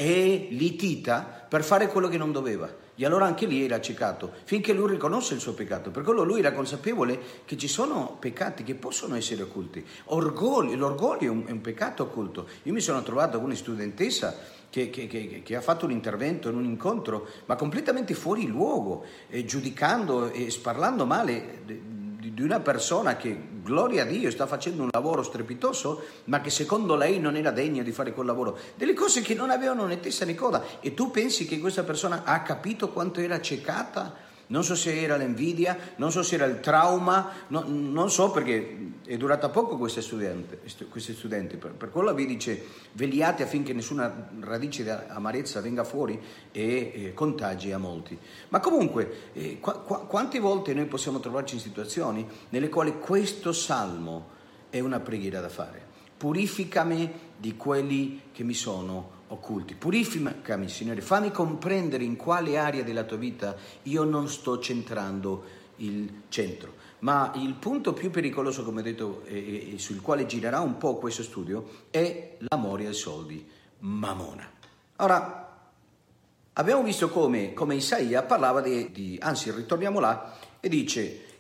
Elitita per fare quello che non doveva. E allora anche lì era accecato, finché lui riconosce il suo peccato. Per quello lui era consapevole che ci sono peccati che possono essere occulti. Orgoglio, l'orgoglio è un, è un peccato occulto. Io mi sono trovato con una studentessa Che, che, che, che ha fatto un intervento in un incontro, ma completamente fuori luogo, eh, giudicando e parlando male di, di una persona che, gloria a Dio, sta facendo un lavoro strepitoso, ma che secondo lei non era degna di fare quel lavoro. Delle cose che non avevano né testa né coda. E tu pensi che questa persona ha capito quanto era accecata? Non so se era l'invidia, non so se era il trauma, no, non so, perché è durata poco questa studente, questi studenti. Per, per quello vi dice vegliate affinché nessuna radice di amarezza venga fuori e eh, contagi a molti. Ma comunque, eh, qu- qu- quante volte noi possiamo trovarci in situazioni nelle quali questo salmo è una preghiera da fare? Purificami di quelli che mi sono occulti. Purificami, Signore, fammi comprendere in quale area della tua vita io non sto centrando il centro. Ma il punto più pericoloso, come ho detto, e, e sul quale girerà un po' questo studio, è l'amore ai soldi, Mamona. Ora, abbiamo visto come, come Isaia parlava di, di, anzi ritorniamo là, e dice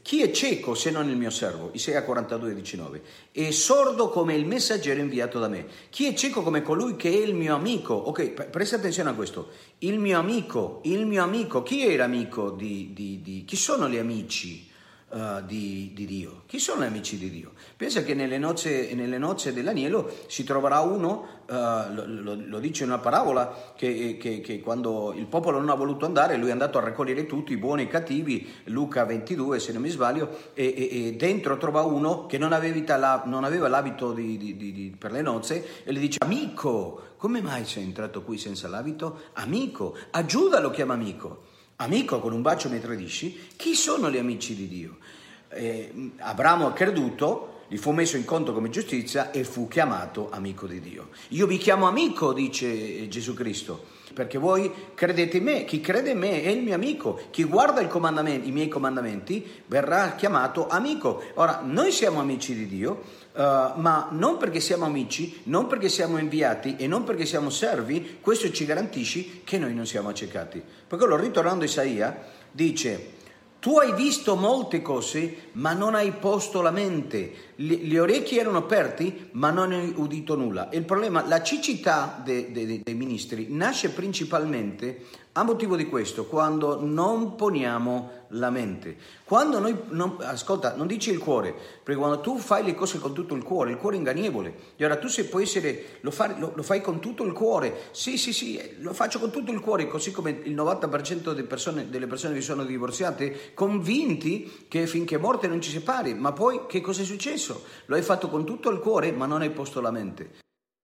Chi è cieco se non il mio servo? Isaia quarantadue diciannove. E sordo come il messaggero inviato da me. Chi è cieco come colui che è il mio amico? Ok, pre- presta attenzione a questo. Il mio amico, il mio amico. Chi era amico di... di, di chi sono gli amici uh, di, di Dio? Chi sono gli amici di Dio? Pensa che nelle nozze, nelle nozze dell'agnello si troverà uno, uh, lo, lo, lo dice una parabola, che, che, che quando il popolo non ha voluto andare, lui è andato a raccogliere tutti, i buoni e i cattivi, Luca ventidue se non mi sbaglio, e, e, e dentro trova uno che non aveva, la, non aveva l'abito di, di, di, di, per le nozze, e gli dice: amico, come mai sei entrato qui senza l'abito? Amico, a Giuda lo chiama amico. Amico, con un bacio mi tradisci? Chi sono gli amici di Dio? Eh, Abramo ha creduto, gli fu messo in conto come giustizia e fu chiamato amico di Dio. Io vi chiamo amico, dice Gesù Cristo, perché voi credete in me. Chi crede in me è il mio amico. Chi guarda il comandamento, i miei comandamenti verrà chiamato amico. Ora, noi siamo amici di Dio, uh, ma non perché siamo amici, non perché siamo inviati e non perché siamo servi, questo ci garantisce che noi non siamo accecati. Perché allora, ritornando a Isaia, dice: tu hai visto molte cose, ma non hai posto la mente. Gli, gli orecchi erano aperti, ma non hai udito nulla. E il problema, la cecità de, de, de, dei ministri nasce principalmente a motivo di questo, quando non poniamo la mente. Quando noi, non, ascolta, non dici il cuore, perché quando tu fai le cose con tutto il cuore, il cuore è ingannevole. E ora tu se puoi essere, lo fai, lo, lo fai con tutto il cuore, sì sì sì, lo faccio con tutto il cuore, così come il novanta per cento delle persone, delle persone che sono divorziate, convinti che finché morte non ci separi, ma poi che cosa è successo? Lo hai fatto con tutto il cuore, ma non hai posto la mente.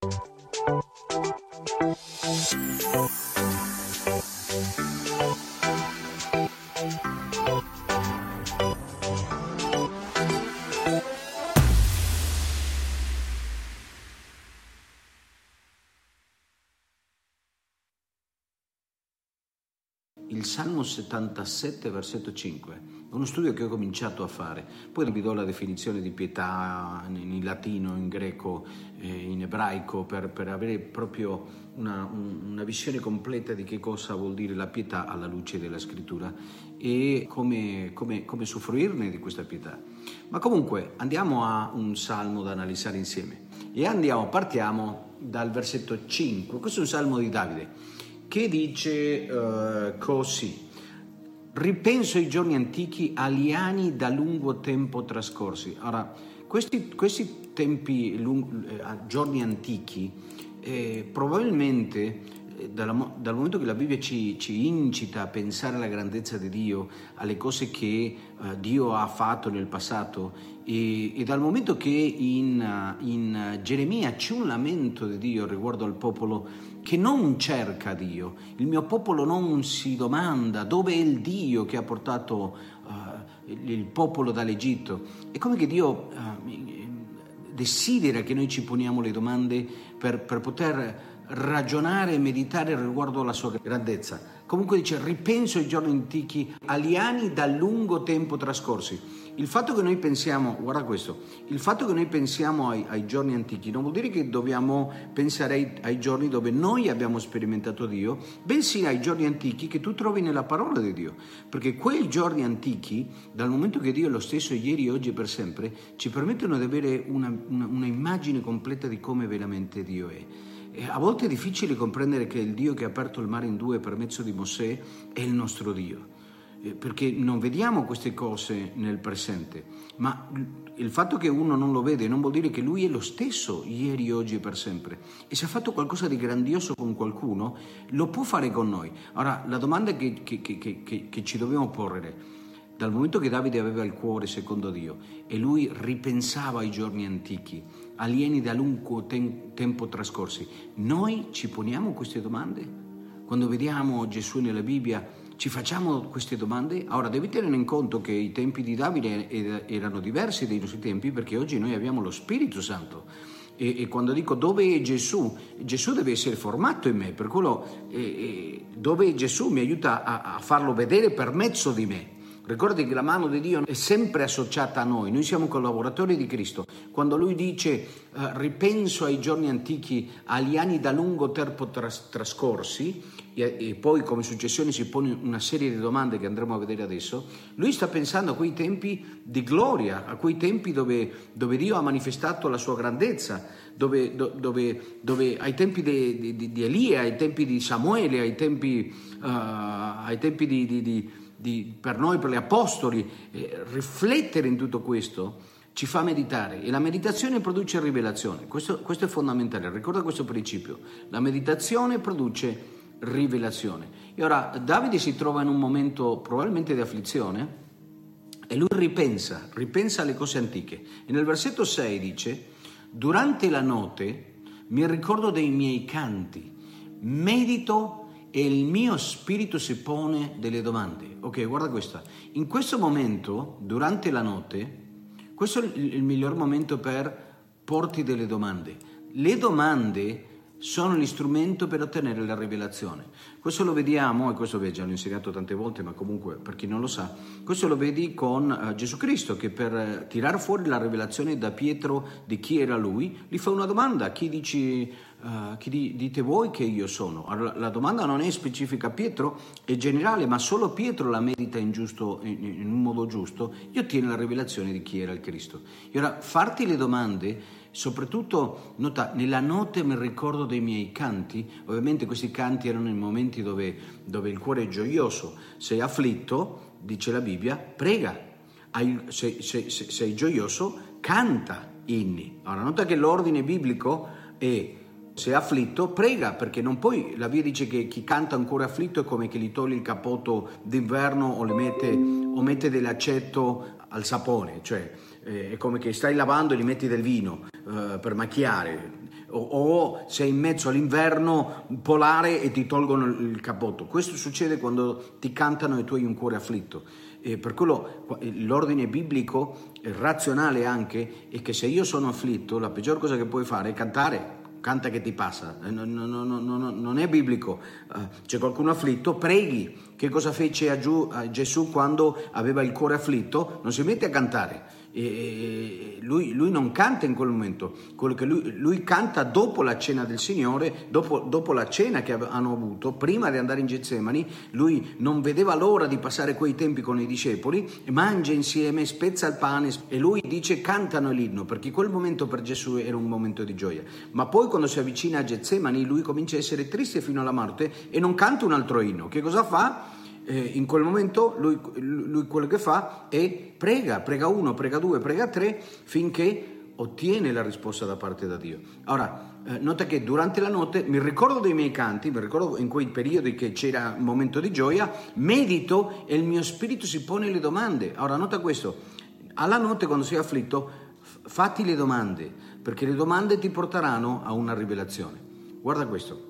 Il Salmo settantasette, versetto cinque, è uno studio che ho cominciato a fare, poi vi do la definizione di pietà in latino, in greco, in ebraico, per, per avere proprio una, una visione completa di che cosa vuol dire la pietà alla luce della scrittura e come, come, come usufruirne di questa pietà. Ma comunque andiamo a un salmo da analizzare insieme e andiamo, partiamo dal versetto cinque, questo è un salmo di Davide, che dice uh, così: ripenso ai giorni antichi, agli anni da lungo tempo trascorsi. Ora, questi, questi tempi, lung, eh, giorni antichi, eh, probabilmente eh, dal, dal momento che la Bibbia ci, ci incita a pensare alla grandezza di Dio, alle cose che eh, Dio ha fatto nel passato, e, e dal momento che in, in Geremia c'è un lamento di Dio riguardo al popolo che non cerca Dio, il mio popolo non si domanda dove è il Dio che ha portato uh, il popolo dall'Egitto. È come che Dio uh, desidera che noi ci poniamo le domande per, per poter ragionare e meditare riguardo alla sua grandezza. Comunque dice: ripenso ai giorni antichi, agli anni da lungo tempo trascorsi. Il fatto che noi pensiamo, guarda questo, il fatto che noi pensiamo ai, ai giorni antichi non vuol dire che dobbiamo pensare ai, ai giorni dove noi abbiamo sperimentato Dio, bensì ai giorni antichi che tu trovi nella parola di Dio, perché quei giorni antichi, dal momento che Dio è lo stesso ieri, oggi e per sempre, ci permettono di avere una, una, una immagine completa di come veramente Dio è. E a volte è difficile comprendere che il Dio che ha aperto il mare in due per mezzo di Mosè è il nostro Dio, perché non vediamo queste cose nel presente, ma il fatto che uno non lo vede non vuol dire che lui è lo stesso ieri, oggi e per sempre, e se ha fatto qualcosa di grandioso con qualcuno lo può fare con noi. Ora la domanda che, che, che, che, che ci dobbiamo porre: dal momento che Davide aveva il cuore secondo Dio e lui ripensava ai giorni antichi, alieni da lungo ten- tempo trascorsi, noi ci poniamo queste domande? Quando vediamo Gesù nella Bibbia ci facciamo queste domande? Ora devi tenere in conto che i tempi di Davide erano diversi dai nostri tempi, perché oggi noi abbiamo lo Spirito Santo. E, e quando dico dove è Gesù, Gesù deve essere formato in me, per quello eh, dove è Gesù mi aiuta a, a farlo vedere per mezzo di me. Ricordati che la mano di Dio è sempre associata a noi, noi siamo collaboratori di Cristo. Quando lui dice eh, ripenso ai giorni antichi, agli anni da lungo tempo tras- trascorsi, e, e poi come successione si pone una serie di domande che andremo a vedere adesso, lui sta pensando a quei tempi di gloria, a quei tempi dove, dove Dio ha manifestato la sua grandezza, dove, do, dove, dove ai tempi di, di, di Elia, ai tempi di Samuele, ai tempi, uh, ai tempi di... di, di Di, per noi, per gli apostoli, eh, riflettere in tutto questo ci fa meditare, e la meditazione produce rivelazione. Questo, questo è fondamentale, ricorda questo principio: la meditazione produce rivelazione. E ora Davide si trova in un momento probabilmente di afflizione e lui ripensa, ripensa alle cose antiche, e nel versetto sei dice: durante la notte mi ricordo dei miei canti, medito e il mio spirito si pone delle domande. Ok, guarda questa. In questo momento, durante la notte, questo è il, il miglior momento per porti delle domande. Le domande sono l'istrumento per ottenere la rivelazione. Questo lo vediamo, e questo vi ho già insegnato tante volte, ma comunque per chi non lo sa, questo lo vedi con uh, Gesù Cristo, che per uh, tirar fuori la rivelazione da Pietro di chi era lui, gli fa una domanda: chi dici, uh, chi di, dite voi che io sono? Allora, la domanda non è specifica a Pietro, è generale, ma solo Pietro la medita in, giusto, in, in un modo giusto e ottiene la rivelazione di chi era il Cristo. E ora, farti le domande, soprattutto, nota, nella notte mi ricordo dei miei canti. Ovviamente questi canti erano in momenti dove, dove il cuore è gioioso. Sei afflitto, dice la Bibbia, prega. Hai, sei, sei, sei gioioso, canta inni. Ora nota che l'ordine biblico è: sei afflitto, prega, perché non puoi, la Bibbia dice che chi canta un cuore afflitto è come che gli toglie il cappotto d'inverno o le mette, o mette dell'aceto al sapone, cioè è come che stai lavando e gli metti del vino uh, per macchiare, o, o sei in mezzo all'inverno polare e ti tolgono il cappotto. Questo succede quando ti cantano e tu hai un cuore afflitto. E per quello l'ordine biblico, razionale anche, è che se io sono afflitto, la peggior cosa che puoi fare è cantare. Canta che ti passa, non, non, non, non, non è biblico. Uh, c'è qualcuno afflitto, preghi. Che cosa fece a, Giu, a Gesù quando aveva il cuore afflitto? Non si mette a cantare. E lui, lui non canta in quel momento. Quello che lui, lui canta dopo la cena del Signore, dopo, dopo la cena che hanno avuto, prima di andare in Getsemani. Lui non vedeva l'ora di passare quei tempi con i discepoli, mangia insieme, spezza il pane e lui dice: cantano l'inno, perché quel momento per Gesù era un momento di gioia. Ma poi quando si avvicina a Getsemani lui comincia a essere triste fino alla morte e non canta un altro inno. Che cosa fa? Eh, in quel momento lui, lui quello che fa è prega, prega uno, prega due, prega tre, finché ottiene la risposta da parte da Dio. Ora, eh, nota che durante la notte mi ricordo dei miei canti, mi ricordo in quei periodi che c'era un momento di gioia, medito e il mio spirito si pone le domande. Ora, nota questo: alla notte quando sei afflitto, f- fatti le domande, perché le domande ti porteranno a una rivelazione. Guarda questo.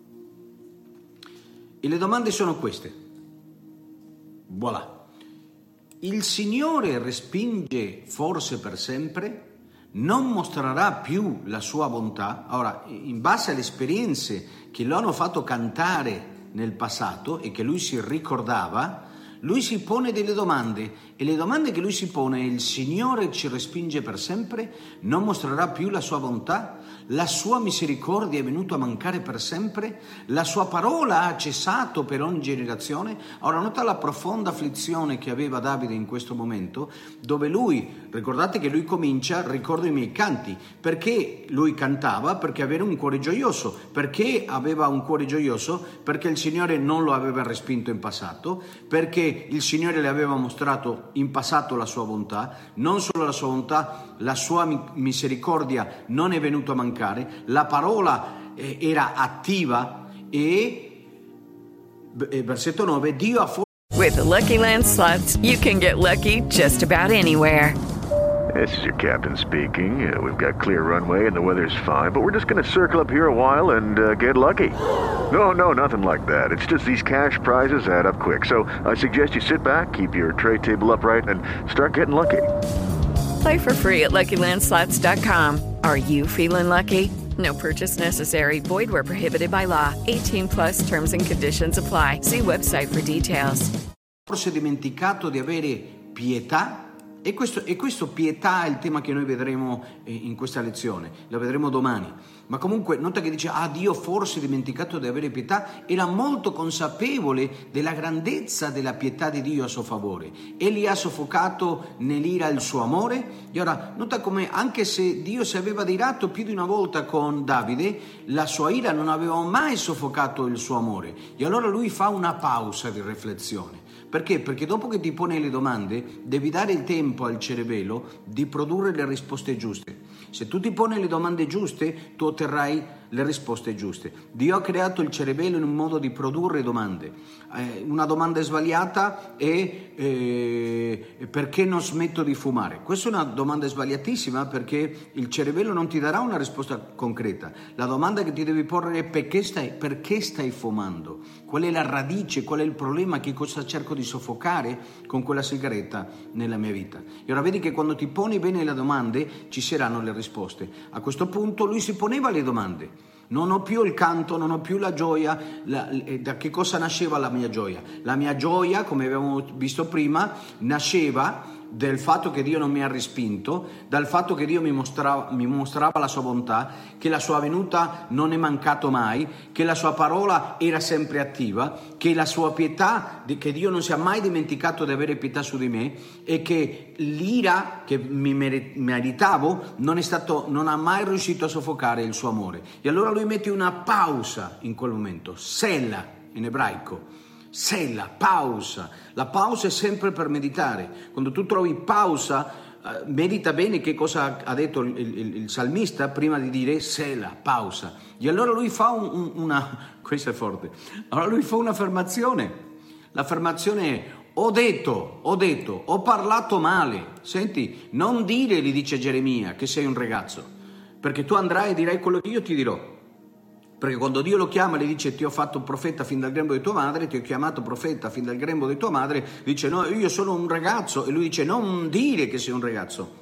E le domande sono queste. Voilà. Il Signore respinge forse per sempre? Non mostrerà più la sua bontà? Ora, in base alle esperienze che lo hanno fatto cantare nel passato e che lui si ricordava, lui si pone delle domande, e le domande che lui si pone è: il Signore ci respinge per sempre? Non mostrerà più la sua bontà? La sua misericordia è venuta a mancare per sempre? La sua parola ha cessato per ogni generazione? Ora nota la profonda afflizione che aveva Davide in questo momento, dove lui, ricordate che lui comincia: ricordo i miei canti. Perché lui cantava? Perché aveva un cuore gioioso. Perché aveva un cuore gioioso? Perché il Signore non lo aveva respinto in passato, perché il Signore le aveva mostrato in passato la sua bontà. Non solo la sua bontà, la sua misericordia non è venuta a mancare, la parola eh, era attiva e, e versetto nove, Dio ha for- With the Lucky Land Slots, you can get lucky just about anywhere. This is your captain speaking. Uh, we've got clear runway and the weather's fine, but we're just going to circle up here a while and uh, get lucky. No, no, nothing like that. It's just these cash prizes add up quick. So I suggest you sit back, keep your tray table upright, and start getting lucky. Play for free at Lucky Land Slots dot com. Are you feeling lucky? No purchase necessary. Void where prohibited by law. eighteen plus terms and conditions apply. See website for details. forse dimenticato di avere pietà? E questo, e questo pietà è il tema che noi vedremo in questa lezione, lo vedremo domani. Ma comunque nota che dice, ah, Dio forse ha dimenticato di avere pietà, era molto consapevole della grandezza della pietà di Dio a suo favore. Egli ha soffocato nell'ira il suo amore. E ora nota come anche se Dio si aveva adirato più di una volta con Davide, la sua ira non aveva mai soffocato il suo amore. E allora lui fa una pausa di riflessione. Perché? Perché dopo che ti pone le domande devi dare il tempo al cervello di produrre le risposte giuste. Se tu ti poni le domande giuste, tu otterrai le risposte giuste. Dio ha creato il cervello in un modo di produrre domande. Eh, una domanda sbagliata è eh, perché non smetto di fumare? Questa è una domanda sbagliatissima, perché il cervello non ti darà una risposta concreta. La domanda che ti devi porre è perché stai, perché stai fumando? Qual è la radice? Qual è il problema? Che cosa cerco di soffocare con quella sigaretta nella mia vita? E ora vedi che quando ti poni bene le domande ci saranno le risposte. A questo punto lui si poneva le domande. Non ho più il canto, non ho più la gioia. La, da che cosa nasceva la mia gioia? La mia gioia, come abbiamo visto prima, nasceva del fatto che Dio non mi ha respinto, dal fatto che Dio mi mostrava, mi mostrava la sua bontà, che la sua venuta non è mancato mai, che la sua parola era sempre attiva, che la sua pietà, che Dio non si è mai dimenticato di avere pietà su di me, e che l'ira che mi meritavo non è stato, non ha mai riuscito a soffocare il suo amore. E allora lui mette una pausa in quel momento, sella in ebraico. Sella, pausa. La pausa è sempre per meditare. Quando tu trovi pausa, eh, medita bene che cosa ha detto il, il, il salmista prima di dire sella, pausa. E allora lui fa un, un, una... questo è forte. Allora lui fa un'affermazione. L'affermazione è: ho detto, ho detto, ho parlato male. Senti, non dire, gli dice Geremia, che sei un ragazzo, perché tu andrai e dirai quello che io ti dirò. Perché quando Dio lo chiama, le dice: ti ho fatto profeta fin dal grembo di tua madre, ti ho chiamato profeta fin dal grembo di tua madre, dice: no, io sono un ragazzo. E lui dice: non dire che sei un ragazzo,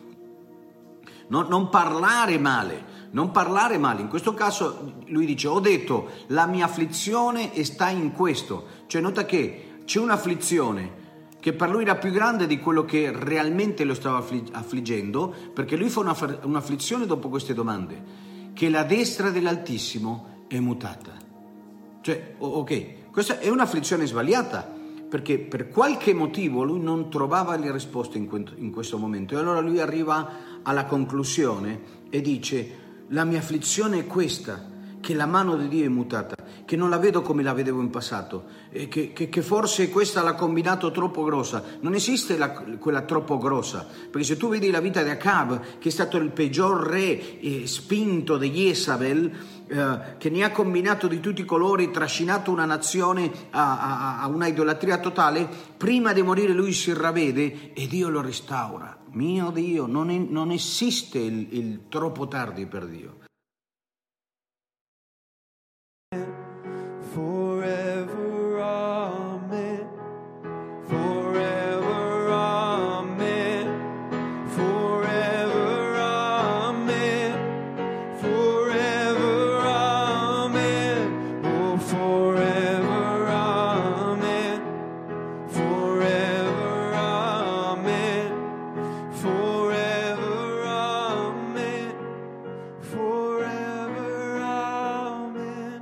non, non parlare male, non parlare male. In questo caso lui dice: ho detto, la mia afflizione sta in questo. Cioè nota che c'è un'afflizione che per lui era più grande di quello che realmente lo stava affliggendo, perché lui fa una, un'afflizione dopo queste domande, che la destra dell'Altissimo è mutata. Cioè, ok, questa è un'afflizione sbagliata, perché per qualche motivo lui non trovava le risposte in, que- in questo momento. E allora lui arriva alla conclusione e dice: la mia afflizione è questa, che la mano di Dio è mutata, che non la vedo come la vedevo in passato, e che, che, che forse questa l'ha combinato troppo grossa. Non esiste la, quella troppo grossa, perché se tu vedi la vita di Acab, che è stato il peggior re eh, spinto di Jezabel, eh, che ne ha combinato di tutti i colori, trascinato una nazione a, a, a una idolatria totale, prima di morire lui si ravvede e Dio lo restaura. Mio Dio, non, è, non esiste il, il troppo tardi per Dio. Forever, amen. Forever, amen. Forever, amen. Forever, amen. Oh, forever, amen. Forever, amen. Forever, amen. Forever, amen.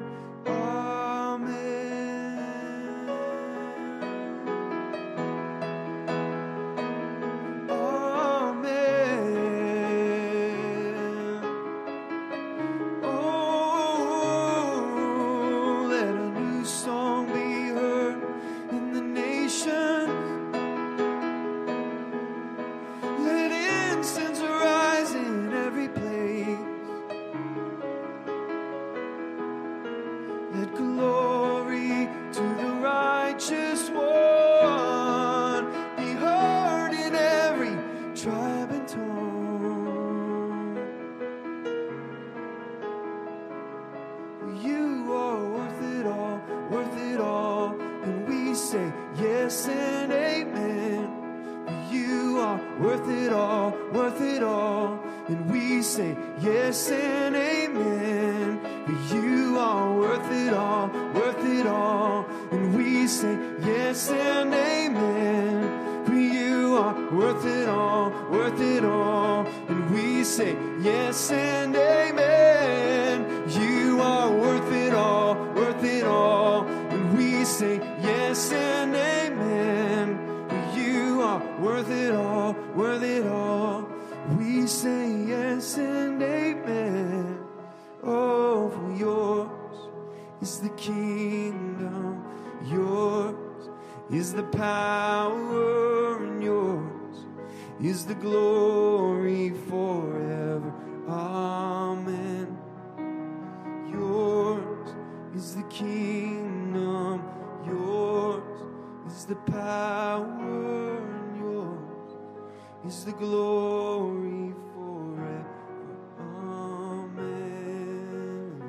Let glory to the righteous one be heard in every tribe and tongue. You are worth it all, worth it all, and we say yes and amen. You are worth it all, worth it all, and we say yes and amen. You are worth it all, worth it all, and we say yes and amen. worth it all, worth it all. And we say yes and amen. You are worth it all, worth it all. And we say yes and amen. You are worth it all, worth it all. We say yes and amen. Oh, for yours is the kingdom, yours is the power, and yours is the glory forever. Amen. Yours is the kingdom, yours is the power, and yours is the glory forever. Amen.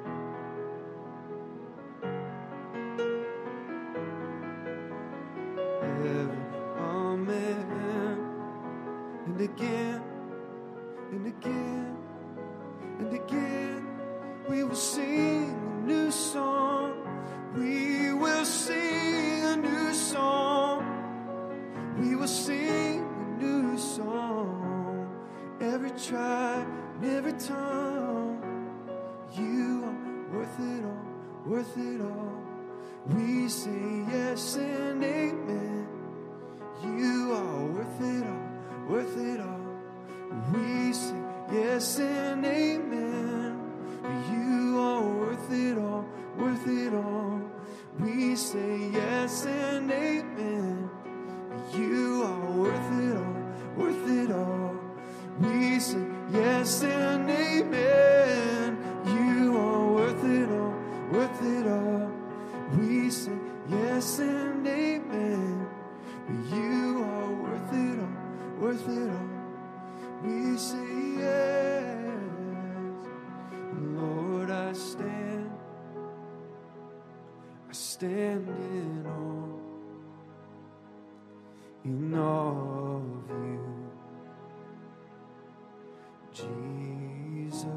Ever. Amen. And again, and again, and again, we will sing a new song. We will sing a new song. We will sing a new song. Every tribe and every tongue. You are worth it all, worth it all. We say yes and amen. You are worth it all, worth it all. We say yes and amen. You are worth it all, worth it all. We say yes and amen. You are worth it all, worth it all. We say yes and amen. You are worth it all, worth it all. We say yes and amen. You are worth it all, worth it all. We say yes. Lord, I stand, I stand in awe, in awe of you, Jesus.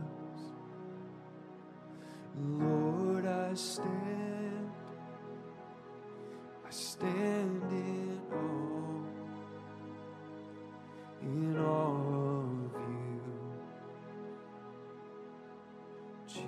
Lord, I stand, I stand in awe, in awe of you, Jesus.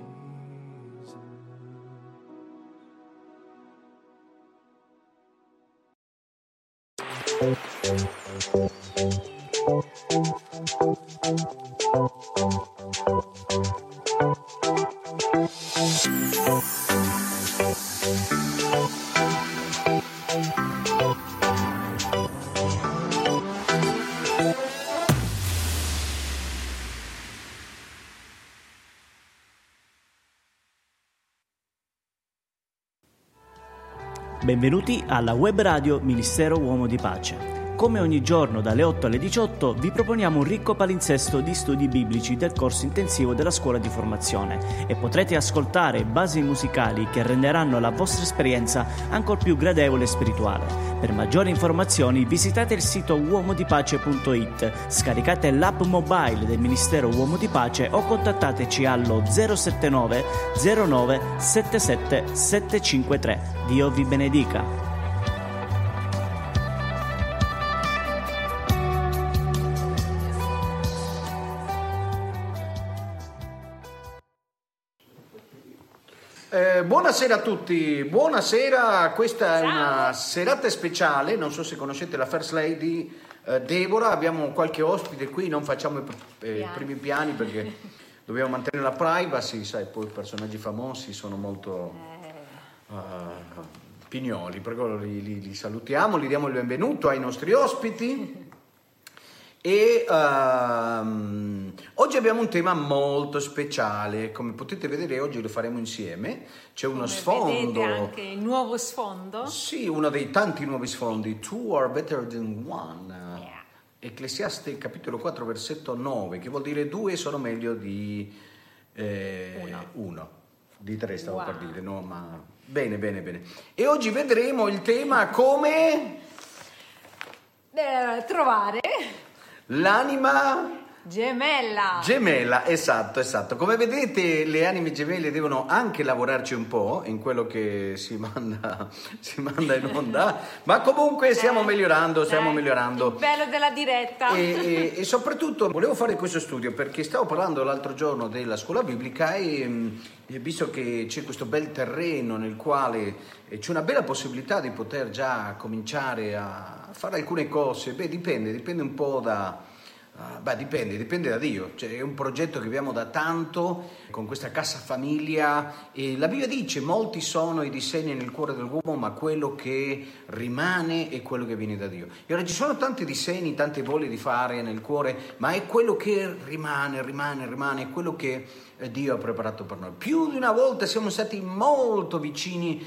Benvenuti alla web radio Ministero Uomo di Pace. Come ogni giorno dalle otto alle diciotto vi proponiamo un ricco palinsesto di studi biblici del corso intensivo della scuola di formazione e potrete ascoltare basi musicali che renderanno la vostra esperienza ancor più gradevole e spirituale. Per maggiori informazioni visitate il sito uomodipace punto it, scaricate l'app mobile del Ministero Uomo di Pace o contattateci allo zero sette nove zero nove sette sette sette cinque tre. Dio vi benedica. Eh, buonasera a tutti, buonasera, questa è una serata speciale, non so se conoscete la First Lady eh, Deborah, abbiamo qualche ospite qui, non facciamo i eh, primi piani perché dobbiamo mantenere la privacy, sai, poi i personaggi famosi sono molto uh, pignoli, prego li, li, li salutiamo, li diamo il benvenuto ai nostri ospiti. E uh, oggi abbiamo un tema molto speciale, come potete vedere oggi lo faremo insieme, c'è uno come sfondo, vedete anche il nuovo sfondo, sì, uno dei tanti nuovi sfondi, two are better than one, yeah. Ecclesiaste capitolo quattro versetto nove, che vuol dire due sono meglio di eh, uno. uno, di tre stavo wow. per dire, no, ma bene, bene, bene, e oggi vedremo il tema come eh, trovare l'anima gemella. Gemella, esatto, esatto. Come vedete, le anime gemelle devono anche lavorarci un po' in quello che si manda, si manda in onda, ma comunque stiamo Eh, migliorando, stiamo eh, migliorando. Il bello della diretta. E, e, e soprattutto volevo fare questo studio perché stavo parlando l'altro giorno della scuola biblica e, mh, e visto che c'è questo bel terreno nel quale eh, c'è una bella possibilità di poter già cominciare a fare alcune cose, beh dipende, dipende un po' da... Uh, beh, dipende, dipende da Dio, cioè, è un progetto che abbiamo da tanto con questa casa famiglia e la Bibbia dice molti sono i disegni nel cuore dell'uomo ma quello che rimane è quello che viene da Dio. E ora ci sono tanti disegni, tante voglie di fare nel cuore, ma è quello che rimane, rimane, rimane, è quello che Dio ha preparato per noi. Più di una volta siamo stati molto vicini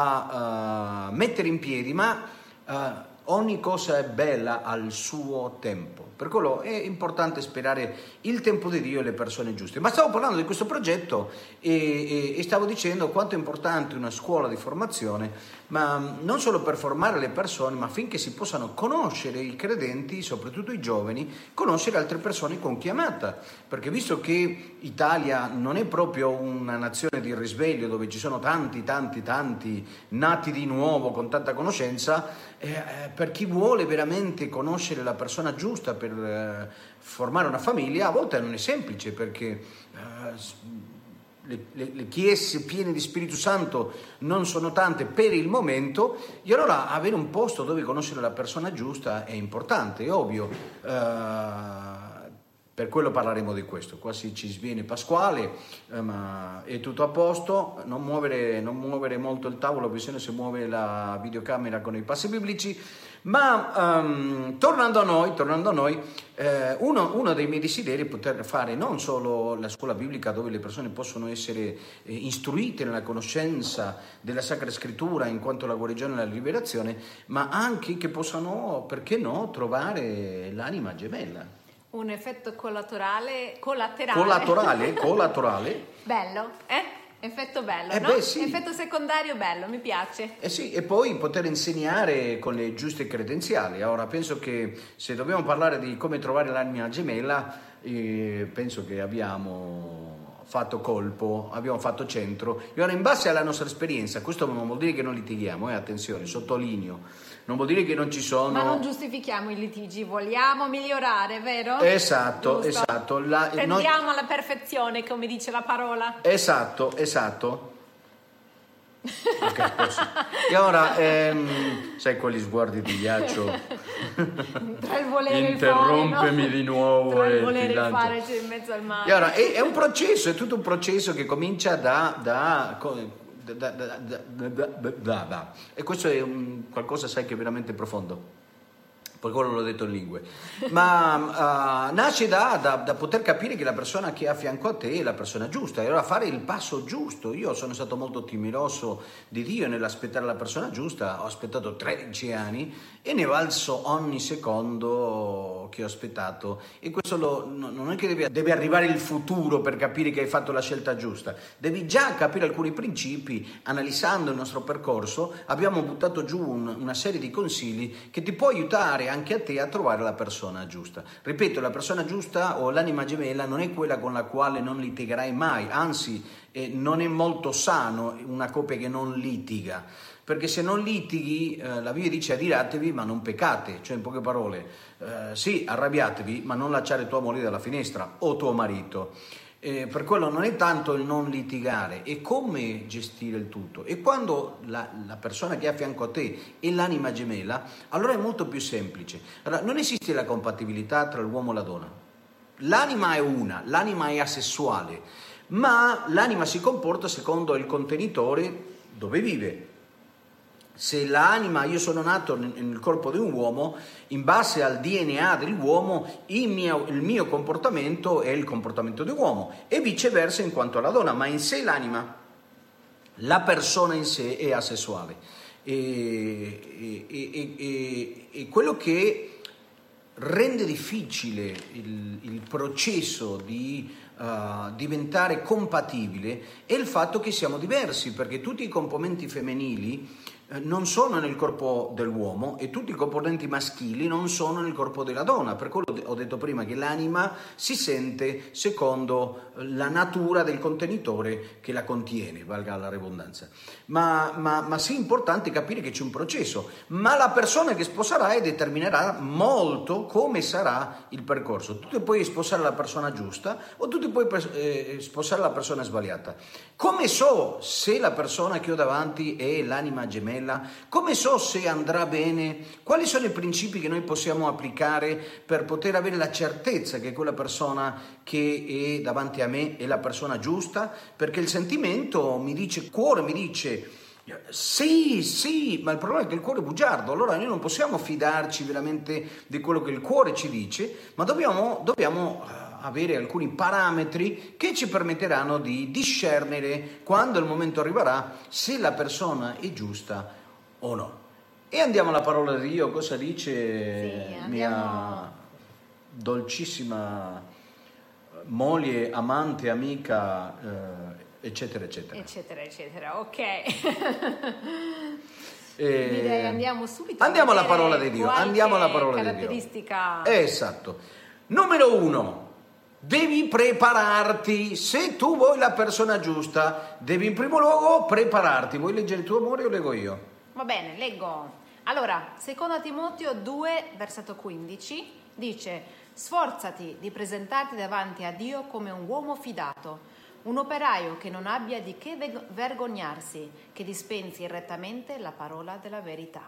a uh, mettere in piedi, ma uh, ogni cosa è bella al suo tempo. Per quello è importante sperare il tempo di Dio e le persone giuste. Ma stavo parlando di questo progetto e, e, e stavo dicendo quanto è importante una scuola di formazione, ma non solo per formare le persone, ma affinché si possano conoscere i credenti, soprattutto i giovani, conoscere altre persone con chiamata. Perché visto che Italia non è proprio una nazione di risveglio dove ci sono tanti, tanti, tanti nati di nuovo con tanta conoscenza, eh, per chi vuole veramente conoscere la persona giusta per eh, formare una famiglia, a volte non è semplice perché eh, le, le, le chiese piene di Spirito Santo non sono tante per il momento, e allora avere un posto dove conoscere la persona giusta è importante, è ovvio. Eh, per quello parleremo di questo. Quasi ci sviene Pasquale, eh, ma è tutto a posto, non muovere, non muovere molto il tavolo, bisogna se muove la videocamera con i passi biblici. Ma um, tornando a noi, tornando a noi eh, uno, uno dei miei desideri è poter fare non solo la scuola biblica dove le persone possono essere eh, istruite nella conoscenza della Sacra Scrittura in quanto alla guarigione e alla liberazione, ma anche che possano, perché no, trovare l'anima gemella. Un effetto collaterale, collaterale. Collaterale, collaterale. Bello, eh? Effetto bello, eh no? Beh, sì. Effetto secondario bello, mi piace. Eh sì, e poi poter insegnare con le giuste credenziali. Ora, penso che se dobbiamo parlare di come trovare l'anima gemella, eh, penso che abbiamo fatto colpo, abbiamo fatto centro. E ora, in base alla nostra esperienza, questo non vuol dire che non litighiamo, eh, attenzione, sottolineo. Non vuol dire che non ci sono... Ma non giustifichiamo i litigi, vogliamo migliorare, vero? Esatto, Giusto? esatto. La, Tendiamo noi... alla perfezione, come dice la parola. Esatto, esatto. Ok, posso. E ora, ehm, sai quegli sguardi di ghiaccio? Tra il volere e il interrompemi fare, no? di nuovo. Tra il e volere e il lancio. fare c'è in mezzo al mare. E ora, è, è un processo, è tutto un processo che comincia da... da, da, da, da, da, da, da, da. E questo è un, qualcosa, sai, che è veramente profondo. Per quello l'ho detto in lingue, ma uh, nasce da, da, da poter capire che la persona che è a fianco a te è la persona giusta e allora fare il passo giusto. Io sono stato molto timoroso di Dio nell'aspettare la persona giusta, ho aspettato tredici anni e ne valso ogni secondo che ho aspettato, e questo lo, no, non è che deve, deve arrivare il futuro per capire che hai fatto la scelta giusta, devi già capire alcuni principi. Analizzando il nostro percorso abbiamo buttato giù un, una serie di consigli che ti può aiutare anche a te a trovare la persona giusta. Ripeto, la persona giusta o l'anima gemella non è quella con la quale non litigherai mai, anzi eh, non è molto sano una coppia che non litiga, perché se non litighi eh, la Bibbia dice adiratevi ma non peccate, cioè in poche parole eh, sì, arrabbiatevi ma non lasciare tua moglie dalla finestra o tuo marito. Eh, per quello non è tanto il non litigare, è come gestire il tutto. E quando la, la persona che è a fianco a te è l'anima gemella, allora è molto più semplice. Allora, non esiste la compatibilità tra l'uomo e la donna. L'anima è una, l'anima è asessuale, ma l'anima si comporta secondo il contenitore dove vive. Se l'anima, io sono nato nel corpo di un uomo, in base al D N A dell'uomo il mio, il mio comportamento è il comportamento di uomo e viceversa in quanto alla donna, ma in sé l'anima, la persona in sé è asessuale. E, e, e, e, e quello che rende difficile il, il processo di Uh, diventare compatibile è il fatto che siamo diversi, perché tutti i componenti femminili non sono nel corpo dell'uomo e tutti i componenti maschili non sono nel corpo della donna. Per quello ho detto prima che l'anima si sente secondo la natura del contenitore che la contiene, valga la redundanza. Ma, ma, ma sì, è importante capire che c'è un processo, ma la persona che sposerai determinerà molto come sarà il percorso. Tu ti puoi sposare la persona giusta o tu ti puoi eh, sposare la persona sbagliata. Come so se la persona che ho davanti è l'anima gemella? Come so se andrà bene? Quali sono i principi che noi possiamo applicare per poter avere la certezza che quella persona che è davanti a me è la persona giusta? Perché il sentimento mi dice, il cuore mi dice sì, sì, ma il problema è che il cuore è bugiardo. Allora noi non possiamo fidarci veramente di quello che il cuore ci dice, ma dobbiamo, dobbiamo avere alcuni parametri che ci permetteranno di discernere quando il momento arriverà se la persona è giusta o no. E andiamo alla parola di Dio. Cosa dice sì, mia dolcissima moglie, amante, amica, eh, eccetera eccetera eccetera eccetera ok. eh, Direi andiamo subito andiamo alla parola di Dio andiamo alla parola di Dio caratteristica. Esatto. Numero uno, devi prepararti. Se tu vuoi la persona giusta, devi in primo luogo prepararti. Vuoi leggere tu, amore, o leggo io? Va bene, leggo. Allora, secondo Timoteo due, versetto quindici, dice: sforzati di presentarti davanti a Dio come un uomo fidato, un operaio che non abbia di che vergognarsi, che dispensi rettamente la parola della verità.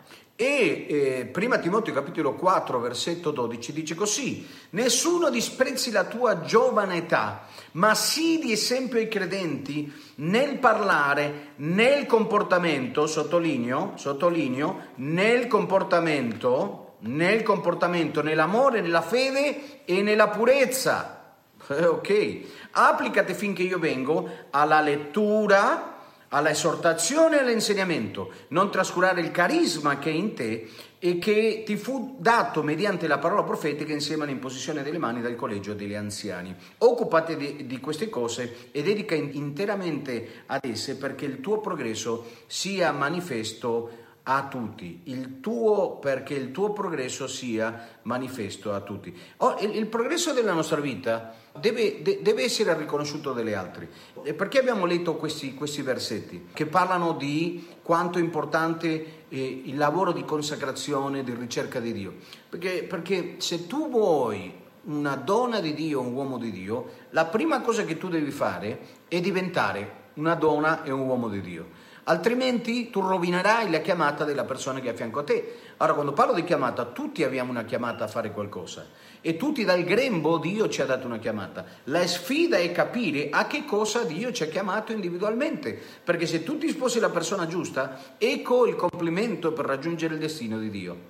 E eh, prima Timoteo capitolo quattro versetto dodici dice così: nessuno disprezzi la tua giovane età, ma sii di esempio ai credenti nel parlare, nel comportamento, sottolineo, sottolineo, nel comportamento, nel comportamento, nell'amore, nella fede e nella purezza. Eh, ok, applicati finché io vengo alla lettura, alla esortazione e all'insegnamento. Non trascurare il carisma che è in te e che ti fu dato mediante la parola profetica insieme all'imposizione delle mani dal collegio degli anziani. Occupati di, di queste cose e dedica interamente ad esse perché il tuo progresso sia manifesto a tutti, il tuo, perché il tuo progresso sia manifesto a tutti. Oh, il, il progresso della nostra vita deve, de, deve essere riconosciuto dagli altri. E perché abbiamo letto questi, questi versetti che parlano di quanto è importante eh, il lavoro di consacrazione, di ricerca di Dio? Perché, perché se tu vuoi una donna di Dio, un uomo di Dio, la prima cosa che tu devi fare è diventare una donna e un uomo di Dio. Altrimenti tu rovinerai la chiamata della persona che è a fianco a te. Allora, quando parlo di chiamata, tutti abbiamo una chiamata a fare qualcosa e tutti dal grembo Dio ci ha dato una chiamata. La sfida è capire a che cosa Dio ci ha chiamato individualmente, perché se tu ti sposi la persona giusta, ecco il complimento per raggiungere il destino di Dio.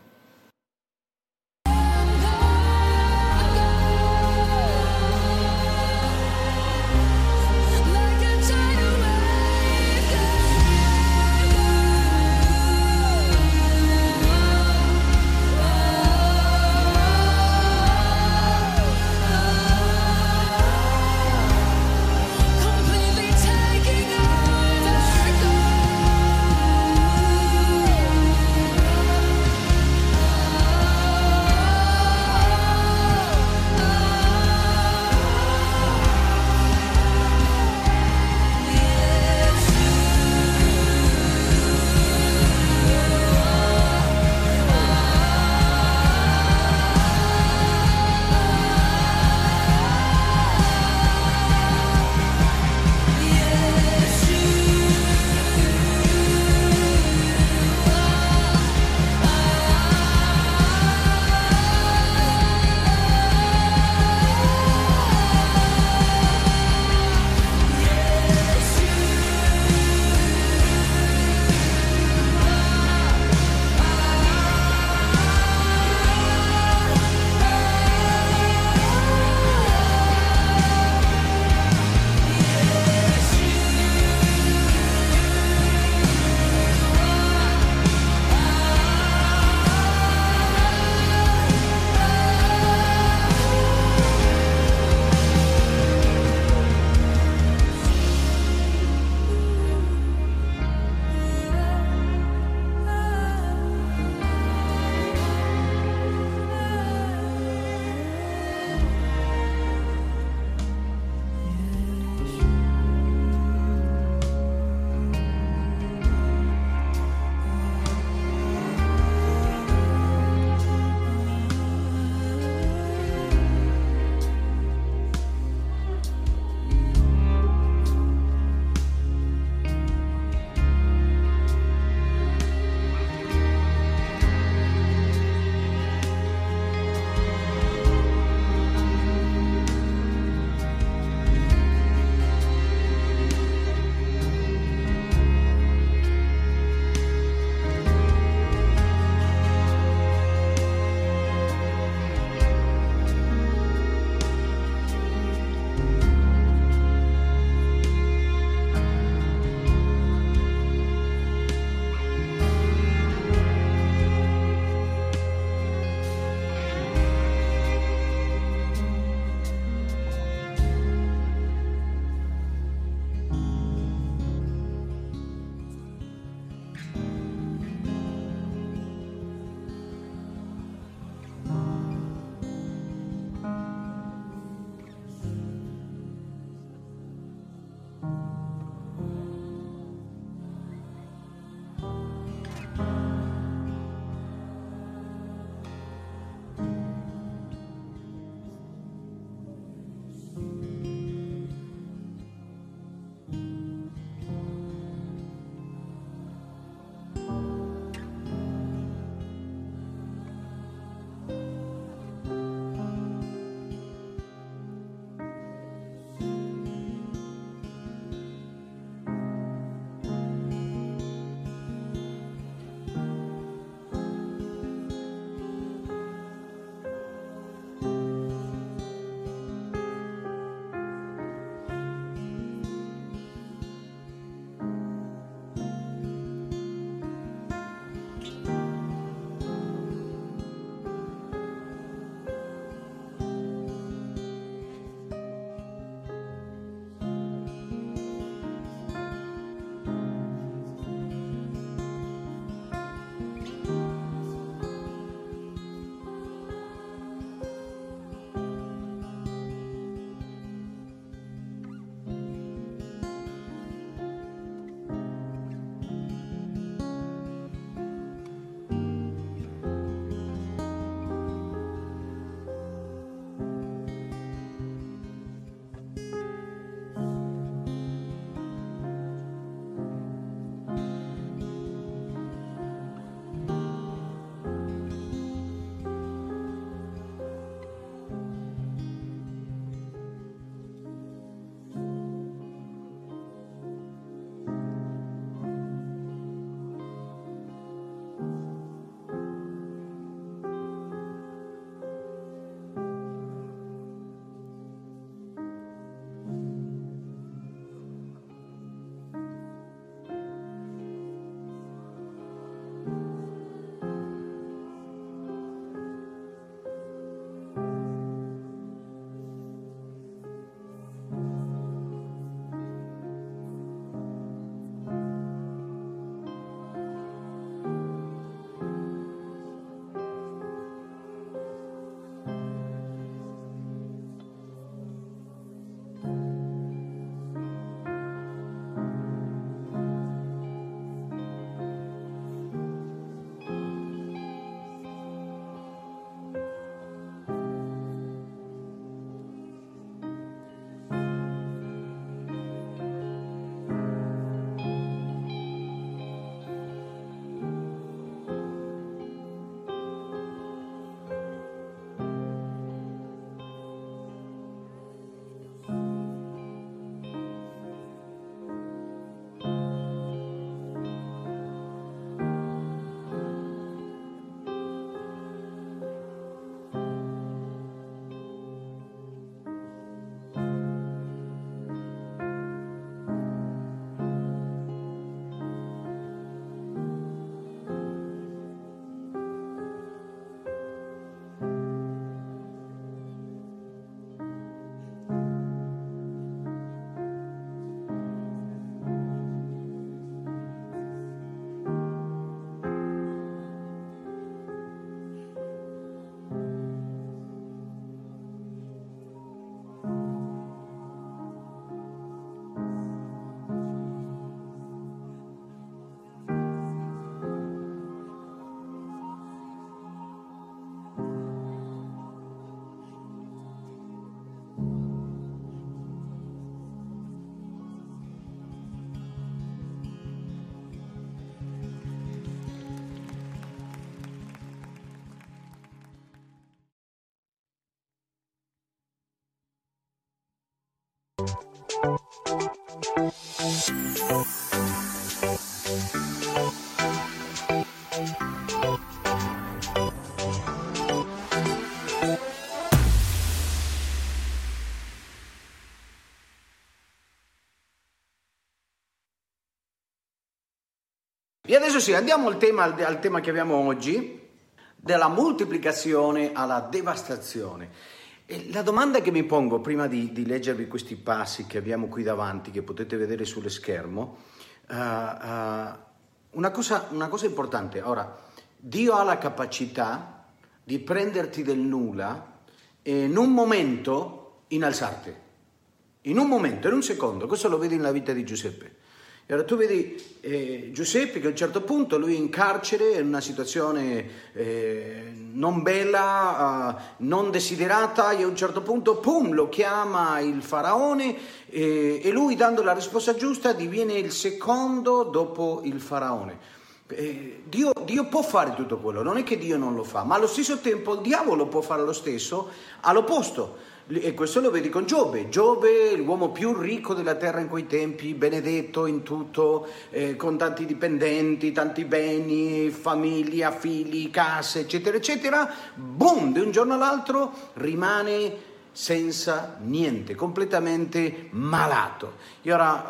E adesso sì, andiamo al tema, al tema che abbiamo oggi, della moltiplicazione alla devastazione. E la domanda che mi pongo prima di, di leggervi questi passi che abbiamo qui davanti, che potete vedere sullo schermo, uh, uh, una cosa, una cosa importante. Ora, Dio ha la capacità di prenderti del nulla e in un momento innalzarti. In un momento, in un secondo. Questo lo vedi nella vita di Giuseppe. E allora tu vedi eh, Giuseppe che a un certo punto lui è in carcere, in una situazione eh, non bella, uh, non desiderata, e a un certo punto, pum, lo chiama il faraone eh, e lui, dando la risposta giusta, diviene il secondo dopo il faraone. Eh, Dio, Dio può fare tutto quello, non è che Dio non lo fa, ma allo stesso tempo il diavolo può fare lo stesso all'opposto. E questo lo vedi con Giobbe. Giobbe, l'uomo più ricco della terra in quei tempi, benedetto in tutto, eh, con tanti dipendenti, tanti beni, famiglia, figli, case, eccetera, eccetera. Boom, di un giorno all'altro rimane senza niente, completamente malato. E ora, uh,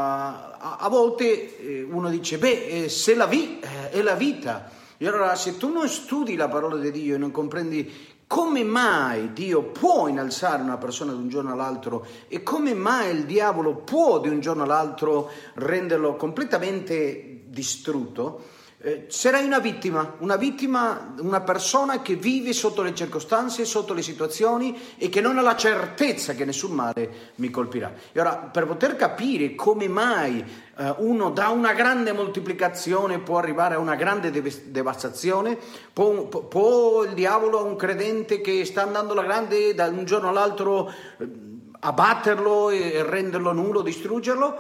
a, a volte eh, uno dice, beh, eh, se la vi, eh, è la vita. E allora, se tu non studi la parola di Dio e non comprendi come mai Dio può innalzare una persona da un giorno all'altro e come mai il diavolo può di un giorno all'altro renderlo completamente distrutto, eh, sarai una vittima, una vittima, una persona che vive sotto le circostanze, sotto le situazioni e che non ha la certezza che nessun male mi colpirà. E ora, per poter capire come mai eh, uno da una grande moltiplicazione può arrivare a una grande dev- devastazione, può, può, può il diavolo, un credente che sta andando alla grande, da un giorno all'altro eh, abbatterlo e renderlo nullo, distruggerlo,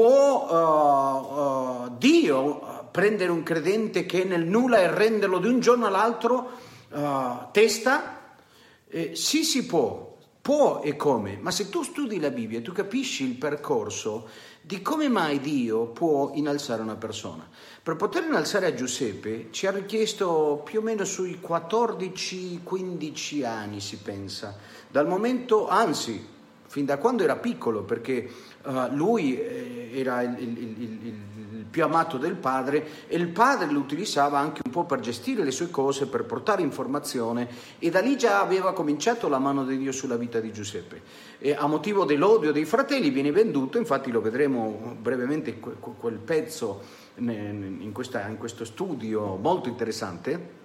può uh, uh, Dio prendere un credente che è nel nulla e renderlo di un giorno all'altro uh, testa? Eh, sì, si può, può e come, ma se tu studi la Bibbia tu capisci il percorso di come mai Dio può innalzare una persona. Per poter innalzare a Giuseppe ci ha richiesto più o meno sui quattordici quindici anni, si pensa, dal momento, anzi, fin da quando era piccolo, perché uh, lui eh, era il, il, il, il, il più amato del padre e il padre lo utilizzava anche un po' per gestire le sue cose, per portare informazione, e da lì già aveva cominciato la mano di Dio sulla vita di Giuseppe. E a motivo dell'odio dei fratelli viene venduto, infatti lo vedremo brevemente quel pezzo in, questa, in questo studio molto interessante.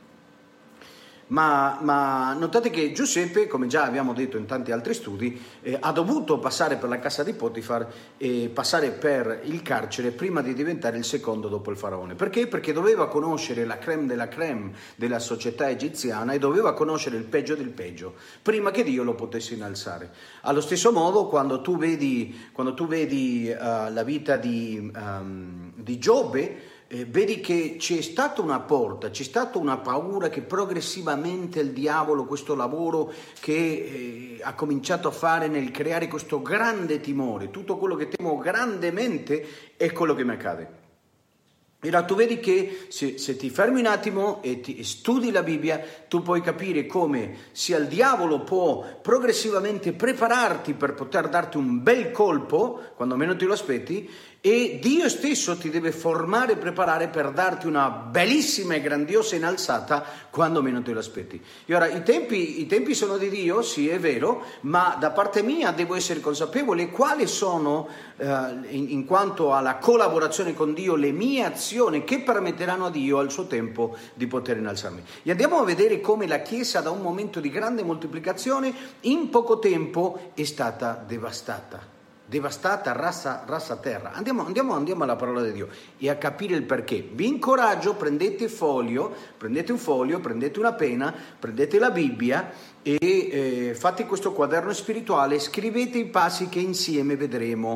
Ma, ma notate che Giuseppe, come già abbiamo detto in tanti altri studi, eh, ha dovuto passare per la casa di Potifar e passare per il carcere prima di diventare il secondo dopo il faraone. Perché? Perché doveva conoscere la crème della crème della società egiziana e doveva conoscere il peggio del peggio prima che Dio lo potesse innalzare. Allo stesso modo, quando tu vedi, quando tu vedi uh, la vita di, um, di Giobbe, Eh, vedi che c'è stata una porta, c'è stata una paura che progressivamente il diavolo, questo lavoro che eh, ha cominciato a fare nel creare questo grande timore, tutto quello che temo grandemente è quello che mi accade. E allora tu vedi che se, se ti fermi un attimo e, ti, e studi la Bibbia, tu puoi capire come sia il diavolo può progressivamente prepararti per poter darti un bel colpo, quando meno ti lo aspetti, e Dio stesso ti deve formare e preparare per darti una bellissima e grandiosa innalzata quando meno te lo aspetti. E ora i tempi, i tempi sono di Dio, sì è vero, ma da parte mia devo essere consapevole quali sono, eh, in, in quanto alla collaborazione con Dio, le mie azioni che permetteranno a Dio al suo tempo di poter innalzarmi. E andiamo a vedere come la Chiesa da un momento di grande moltiplicazione in poco tempo è stata devastata. devastata rassa, rassa terra. Andiamo, andiamo, andiamo alla parola di Dio e a capire il perché. Vi incoraggio, prendete foglio, prendete un foglio, prendete una penna, prendete la Bibbia e eh, fate questo quaderno spirituale, scrivete i passi che insieme vedremo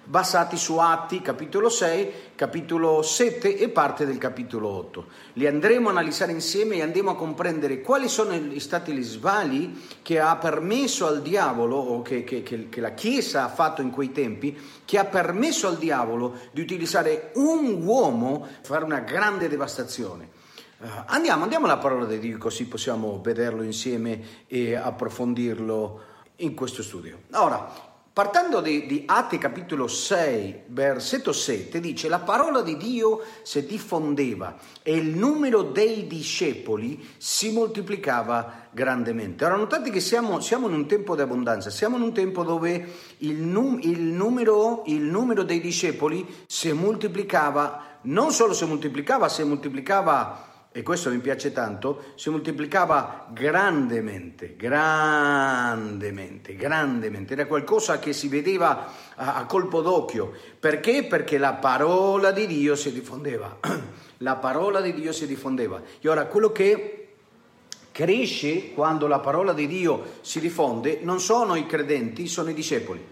basati su Atti, capitolo sei, capitolo sette e parte del capitolo otto. Li andremo a analizzare insieme e andremo a comprendere quali sono stati gli sbagli che ha permesso al diavolo, o che, che, che, che la Chiesa ha fatto in quei tempi, che ha permesso al diavolo di utilizzare un uomo per fare una grande devastazione. Uh, andiamo, andiamo alla parola di Dio, così possiamo vederlo insieme e approfondirlo in questo studio. Ora, partendo di, di Atti capitolo sei, versetto sette, dice: la parola di Dio si diffondeva e il numero dei discepoli si moltiplicava grandemente. Ora, notate che siamo, siamo in un tempo di abbondanza, siamo in un tempo dove il, num, il, numero, il numero dei discepoli si moltiplicava, non solo si moltiplicava, si moltiplicava, e questo mi piace tanto, si moltiplicava grandemente, grandemente, grandemente. Era qualcosa che si vedeva a, a colpo d'occhio. Perché? Perché la parola di Dio si diffondeva. La parola di Dio si diffondeva. E ora, quello che cresce quando la parola di Dio si diffonde non sono i credenti, sono i discepoli.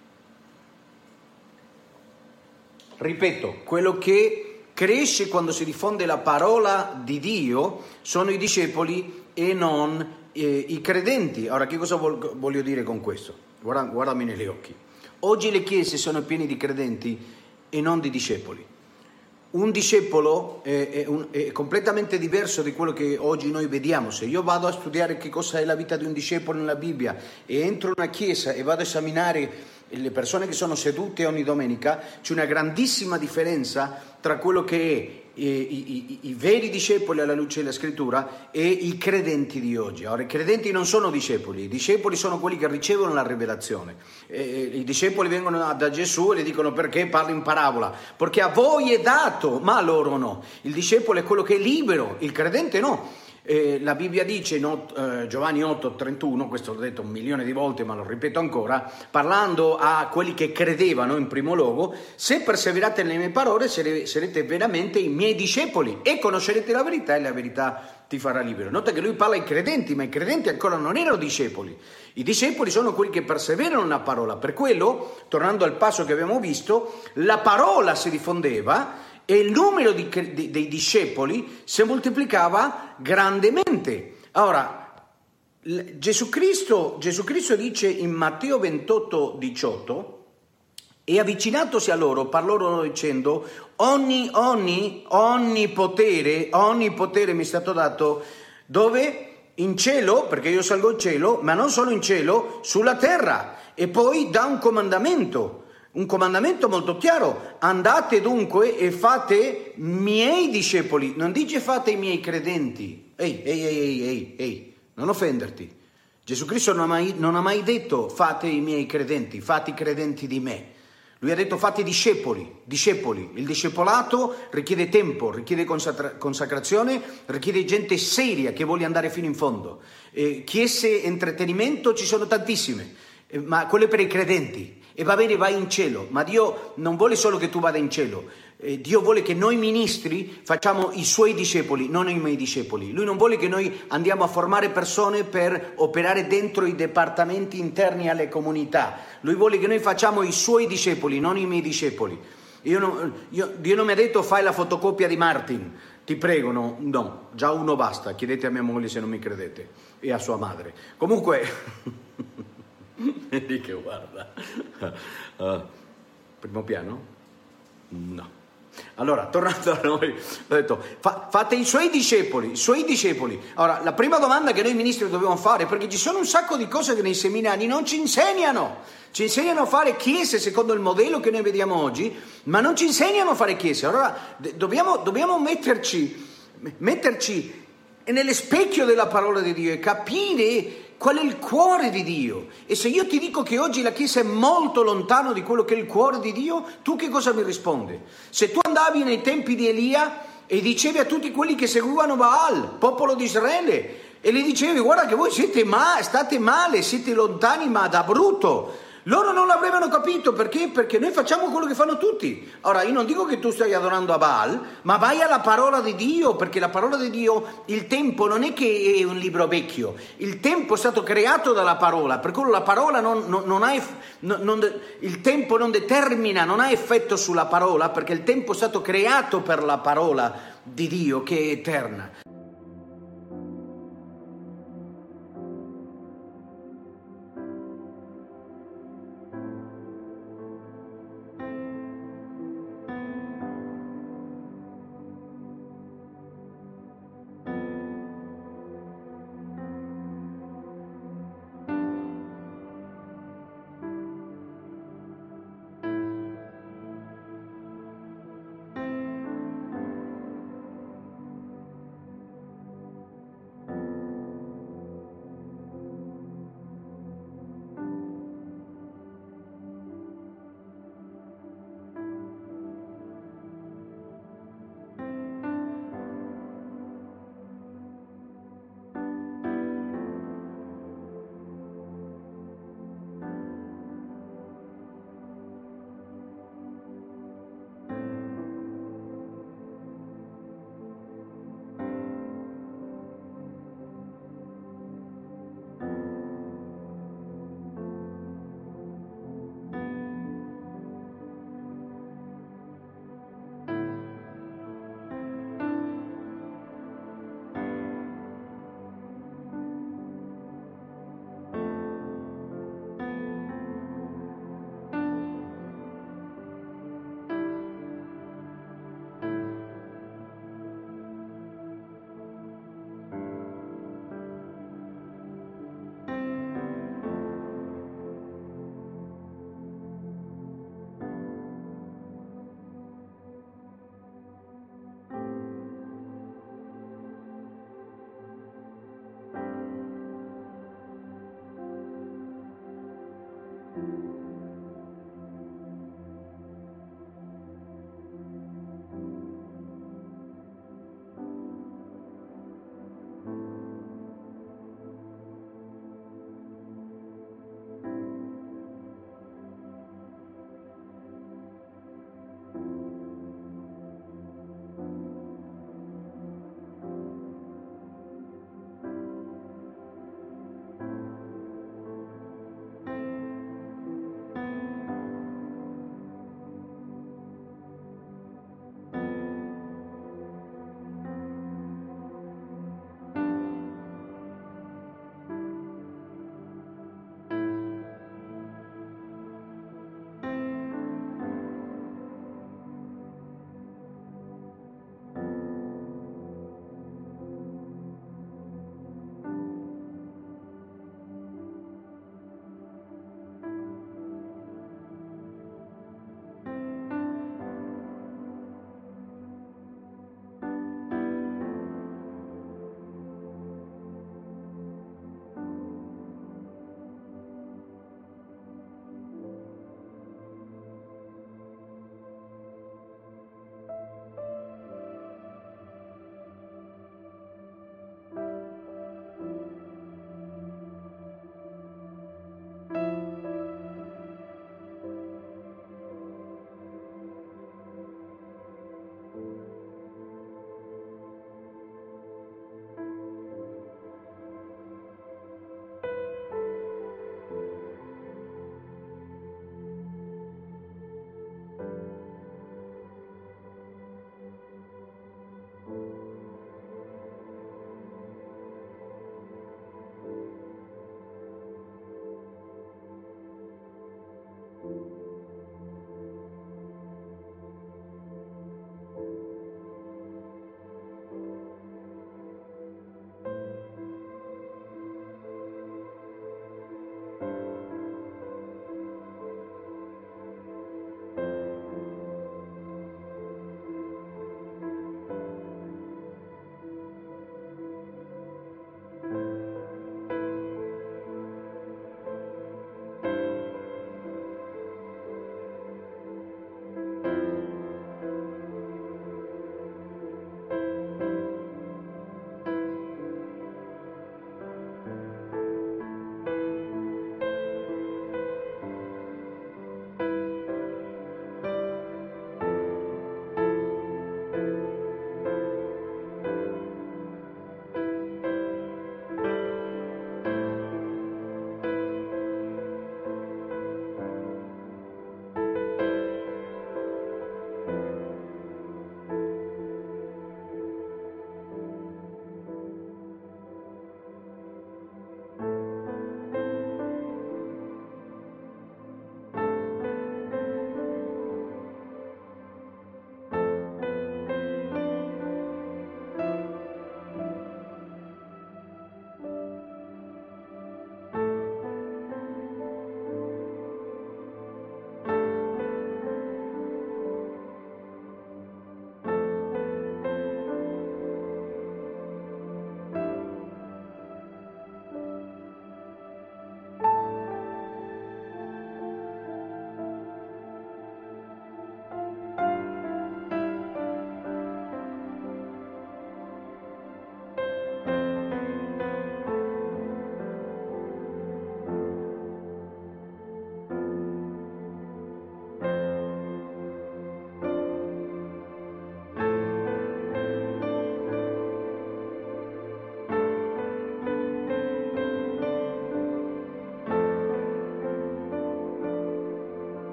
Ripeto, quello che cresce quando si diffonde la parola di Dio sono i discepoli e non eh, i credenti. Ora, che cosa vol- voglio dire con questo? Guarda, guardami negli occhi. Oggi le chiese sono piene di credenti e non di discepoli. Un discepolo è, è, un, è completamente diverso di quello che oggi noi vediamo. Se io vado a studiare che cosa è la vita di un discepolo nella Bibbia e entro in una chiesa e vado a esaminare le persone che sono sedute ogni domenica, c'è una grandissima differenza tra quello che è i, i, i, i veri discepoli alla luce della scrittura e i credenti di oggi. Ora, i credenti non sono discepoli, i discepoli sono quelli che ricevono la rivelazione. E, i discepoli vengono da Gesù e gli dicono: perché parli in parabola? Perché a voi è dato, ma a loro no. Il discepolo è quello che è libero, il credente no. Eh, la Bibbia dice in eh, Giovanni otto trentuno, questo l'ho detto un milione di volte ma lo ripeto ancora, parlando a quelli che credevano in primo luogo: se perseverate nelle mie parole sarete veramente i miei discepoli e conoscerete la verità e la verità ti farà libero. Nota che lui parla ai credenti, ma i credenti ancora non erano discepoli. I discepoli sono quelli che perseverano nella parola. Per quello, tornando al passo che abbiamo visto, la parola si diffondeva e il numero di, di, dei discepoli si moltiplicava grandemente. Ora, Gesù Cristo, Gesù Cristo dice in Matteo ventotto diciotto: e avvicinatosi a loro, parlò loro dicendo: ogni, ogni, ogni potere, ogni potere mi è stato dato, dove? In cielo, perché io salgo in cielo, ma non solo in cielo, sulla terra. E poi dà un comandamento. Un comandamento molto chiaro: andate dunque e fate miei discepoli. Non dice fate i miei credenti. Ehi, ehi, ehi, ehi, ehi, ehi, non offenderti. Gesù Cristo non ha, mai, non ha mai detto fate i miei credenti, fate i credenti di me. Lui ha detto fate discepoli, discepoli. Il discepolato richiede tempo, richiede consacra- consacrazione, richiede gente seria che voglia andare fino in fondo. Eh, chiese intrattenimento ci sono tantissime, eh, ma quelle per i credenti. E va bene, vai in cielo, ma Dio non vuole solo che tu vada in cielo. Eh, Dio vuole che noi ministri facciamo i suoi discepoli, non i miei discepoli. Lui non vuole che noi andiamo a formare persone per operare dentro i dipartimenti interni alle comunità. Lui vuole che noi facciamo i suoi discepoli, non i miei discepoli. Io non, io, Dio non mi ha detto fai la fotocopia di Martin, ti prego, no, no, già uno basta, chiedete a mia moglie se non mi credete e a sua madre. Comunque... Vedi che guarda, uh, primo piano? No. Allora, tornando a noi, ho detto, fa, fate i suoi discepoli, i suoi discepoli. Ora, la prima domanda che noi ministri dobbiamo fare, perché ci sono un sacco di cose che nei seminari non ci insegnano, ci insegnano a fare chiese secondo il modello che noi vediamo oggi, ma non ci insegnano a fare chiese. Allora, dobbiamo, dobbiamo metterci, metterci nello specchio della parola di Dio e capire qual è il cuore di Dio. E se io ti dico che oggi la Chiesa è molto lontano di quello che è il cuore di Dio, tu che cosa mi rispondi? Se tu andavi nei tempi di Elia e dicevi a tutti quelli che seguivano Baal, popolo di Israele, e gli dicevi guarda che voi siete ma- state male, siete lontani ma da brutto, Loro non l'avrebbero capito, perché? Perché noi facciamo quello che fanno tutti. Ora, io non dico che tu stai adorando a Baal, ma vai alla parola di Dio, perché la parola di Dio, il tempo non è che è un libro vecchio, il tempo è stato creato dalla parola, per quello la parola non, non, non ha, non, non, il tempo non determina, non ha effetto sulla parola, perché il tempo è stato creato per la parola di Dio che è eterna.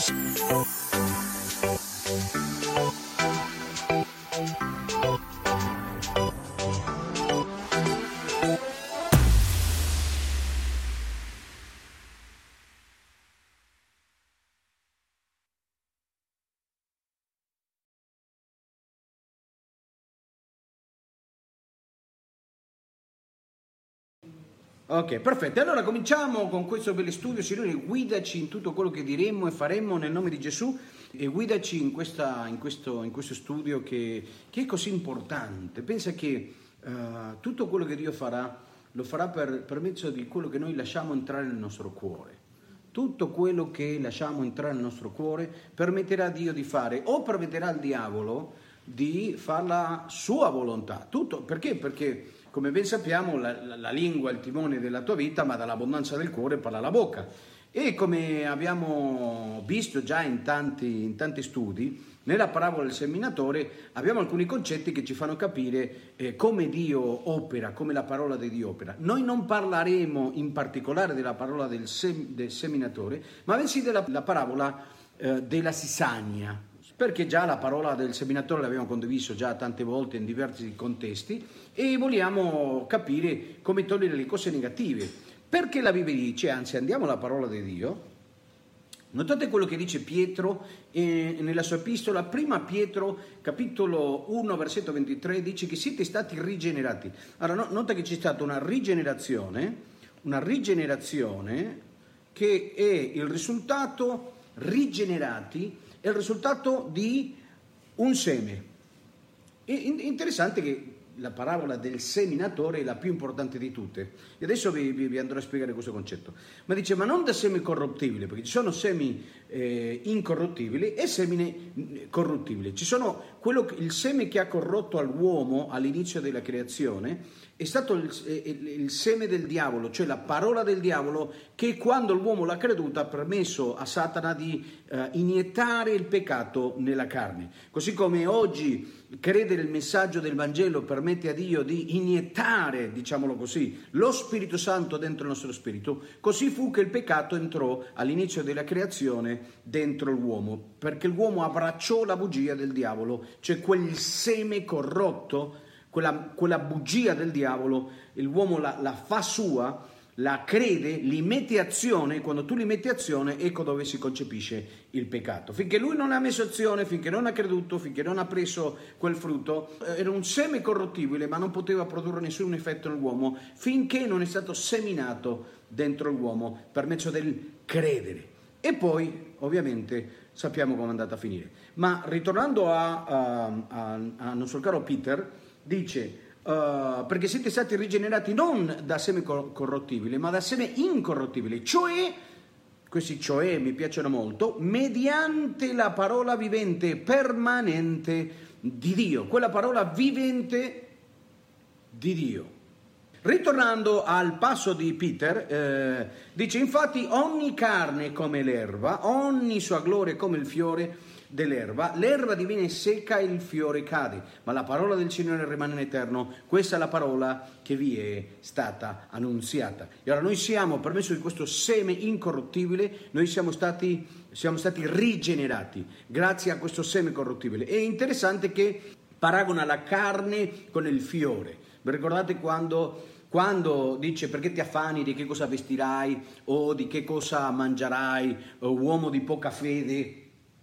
Ok, perfetto. Allora cominciamo con questo bello studio. Signore, guidaci in tutto quello che diremo e faremo nel nome di Gesù, e guidaci in, questa, in, questo, in questo studio che, che è così importante. Pensa che uh, tutto quello che Dio farà lo farà per, per mezzo di quello che noi lasciamo entrare nel nostro cuore. Tutto quello che lasciamo entrare nel nostro cuore permetterà a Dio di fare, o permetterà al diavolo di fare la sua volontà. Tutto perché? Perché come ben sappiamo la, la, la lingua è il timone della tua vita, ma dall'abbondanza del cuore parla la bocca. E come abbiamo visto già in tanti, in tanti studi, nella parabola del seminatore abbiamo alcuni concetti che ci fanno capire eh, come Dio opera, come la parola di Dio opera. Noi non parleremo in particolare della parola del, sem- del seminatore, ma bensì della la parabola eh, della sisagna, perché già la parola del seminatore l'abbiamo condiviso già tante volte in diversi contesti e vogliamo capire come togliere le cose negative. Perché la Bibbia dice, anzi andiamo alla parola di Dio, notate quello che dice Pietro eh, nella sua epistola, prima Pietro capitolo uno versetto ventitré, dice che siete stati rigenerati. Allora no, nota che c'è stata una rigenerazione, una rigenerazione che è il risultato, rigenerati, è il risultato di un seme. È interessante che la parabola del seminatore è la più importante di tutte, e adesso vi, vi, vi andrò a spiegare questo concetto. Ma dice, ma non da seme corruttibile, perché ci sono semi eh, incorruttibili e semi corruttibili. Ci sono quello, il seme che ha corrotto all'uomo all'inizio della creazione è stato il, il, il seme del diavolo, cioè la parola del diavolo, che quando l'uomo l'ha creduta ha permesso a Satana di eh, iniettare il peccato nella carne. Così come oggi credere il messaggio del Vangelo permette a Dio di iniettare, diciamolo così, lo Spirito Santo dentro il nostro spirito, così fu che il peccato entrò all'inizio della creazione dentro l'uomo, perché l'uomo abbracciò la bugia del diavolo, cioè quel seme corrotto, quella, quella bugia del diavolo, l'uomo la, la fa sua, la crede, li mette azione, e quando tu li metti azione ecco dove si concepisce il peccato. Finché lui non ha messo azione, finché non ha creduto, finché non ha preso quel frutto, era un seme corruttibile, ma non poteva produrre nessun effetto nell'uomo finché non è stato seminato dentro l'uomo per mezzo del credere. E poi ovviamente sappiamo come è andata a finire. Ma ritornando a, a, a, a nostro caro Peter, dice Uh, perché siete stati rigenerati non da seme corruttibile, ma da seme incorruttibile, cioè, questi cioè mi piacciono molto, mediante la parola vivente permanente di Dio, quella parola vivente di Dio. Ritornando al passo di Peter, eh, dice, infatti ogni carne è come l'erba, ogni sua gloria è come il fiore dell'erba, l'erba diviene secca e il fiore cade, ma la parola del Signore rimane in eterno. Questa è la parola che vi è stata annunziata. E ora noi siamo, per mezzo di questo seme incorruttibile, noi siamo stati, siamo stati rigenerati grazie a questo seme corruttibile. È interessante che paragona la carne con il fiore. Vi ricordate quando Quando dice perché ti affani, di che cosa vestirai o di che cosa mangerai, o uomo di poca fede,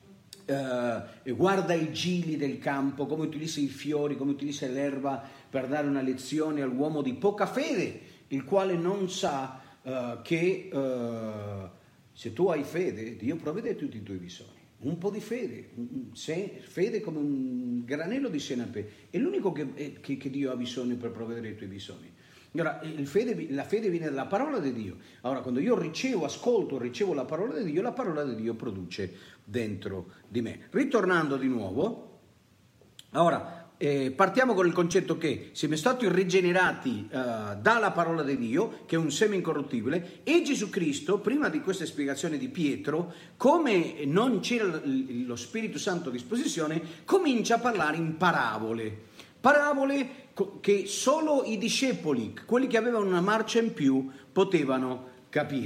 Uh, guarda i gili del campo, come utilizza i fiori, come utilizza l'erba per dare una lezione all'uomo di poca fede, il quale non sa uh, che uh, se tu hai fede, Dio provvede a tutti i tuoi bisogni. Un po' di fede, se, fede come un granello di senape, è l'unico che, che, che Dio ha bisogno per provvedere ai tuoi bisogni. Ora, il fede, la fede viene dalla parola di Dio. Allora, quando io ricevo, ascolto, ricevo la parola di Dio, la parola di Dio produce dentro di me. Ritornando di nuovo, ora eh, partiamo con il concetto che siamo stati rigenerati eh, dalla parola di Dio, che è un seme incorruttibile, e Gesù Cristo, prima di questa spiegazione di Pietro, come non c'era lo Spirito Santo a disposizione, comincia a parlare in parabole. Parabole che solo i discepoli, quelli che avevano una marcia in più, potevano capire.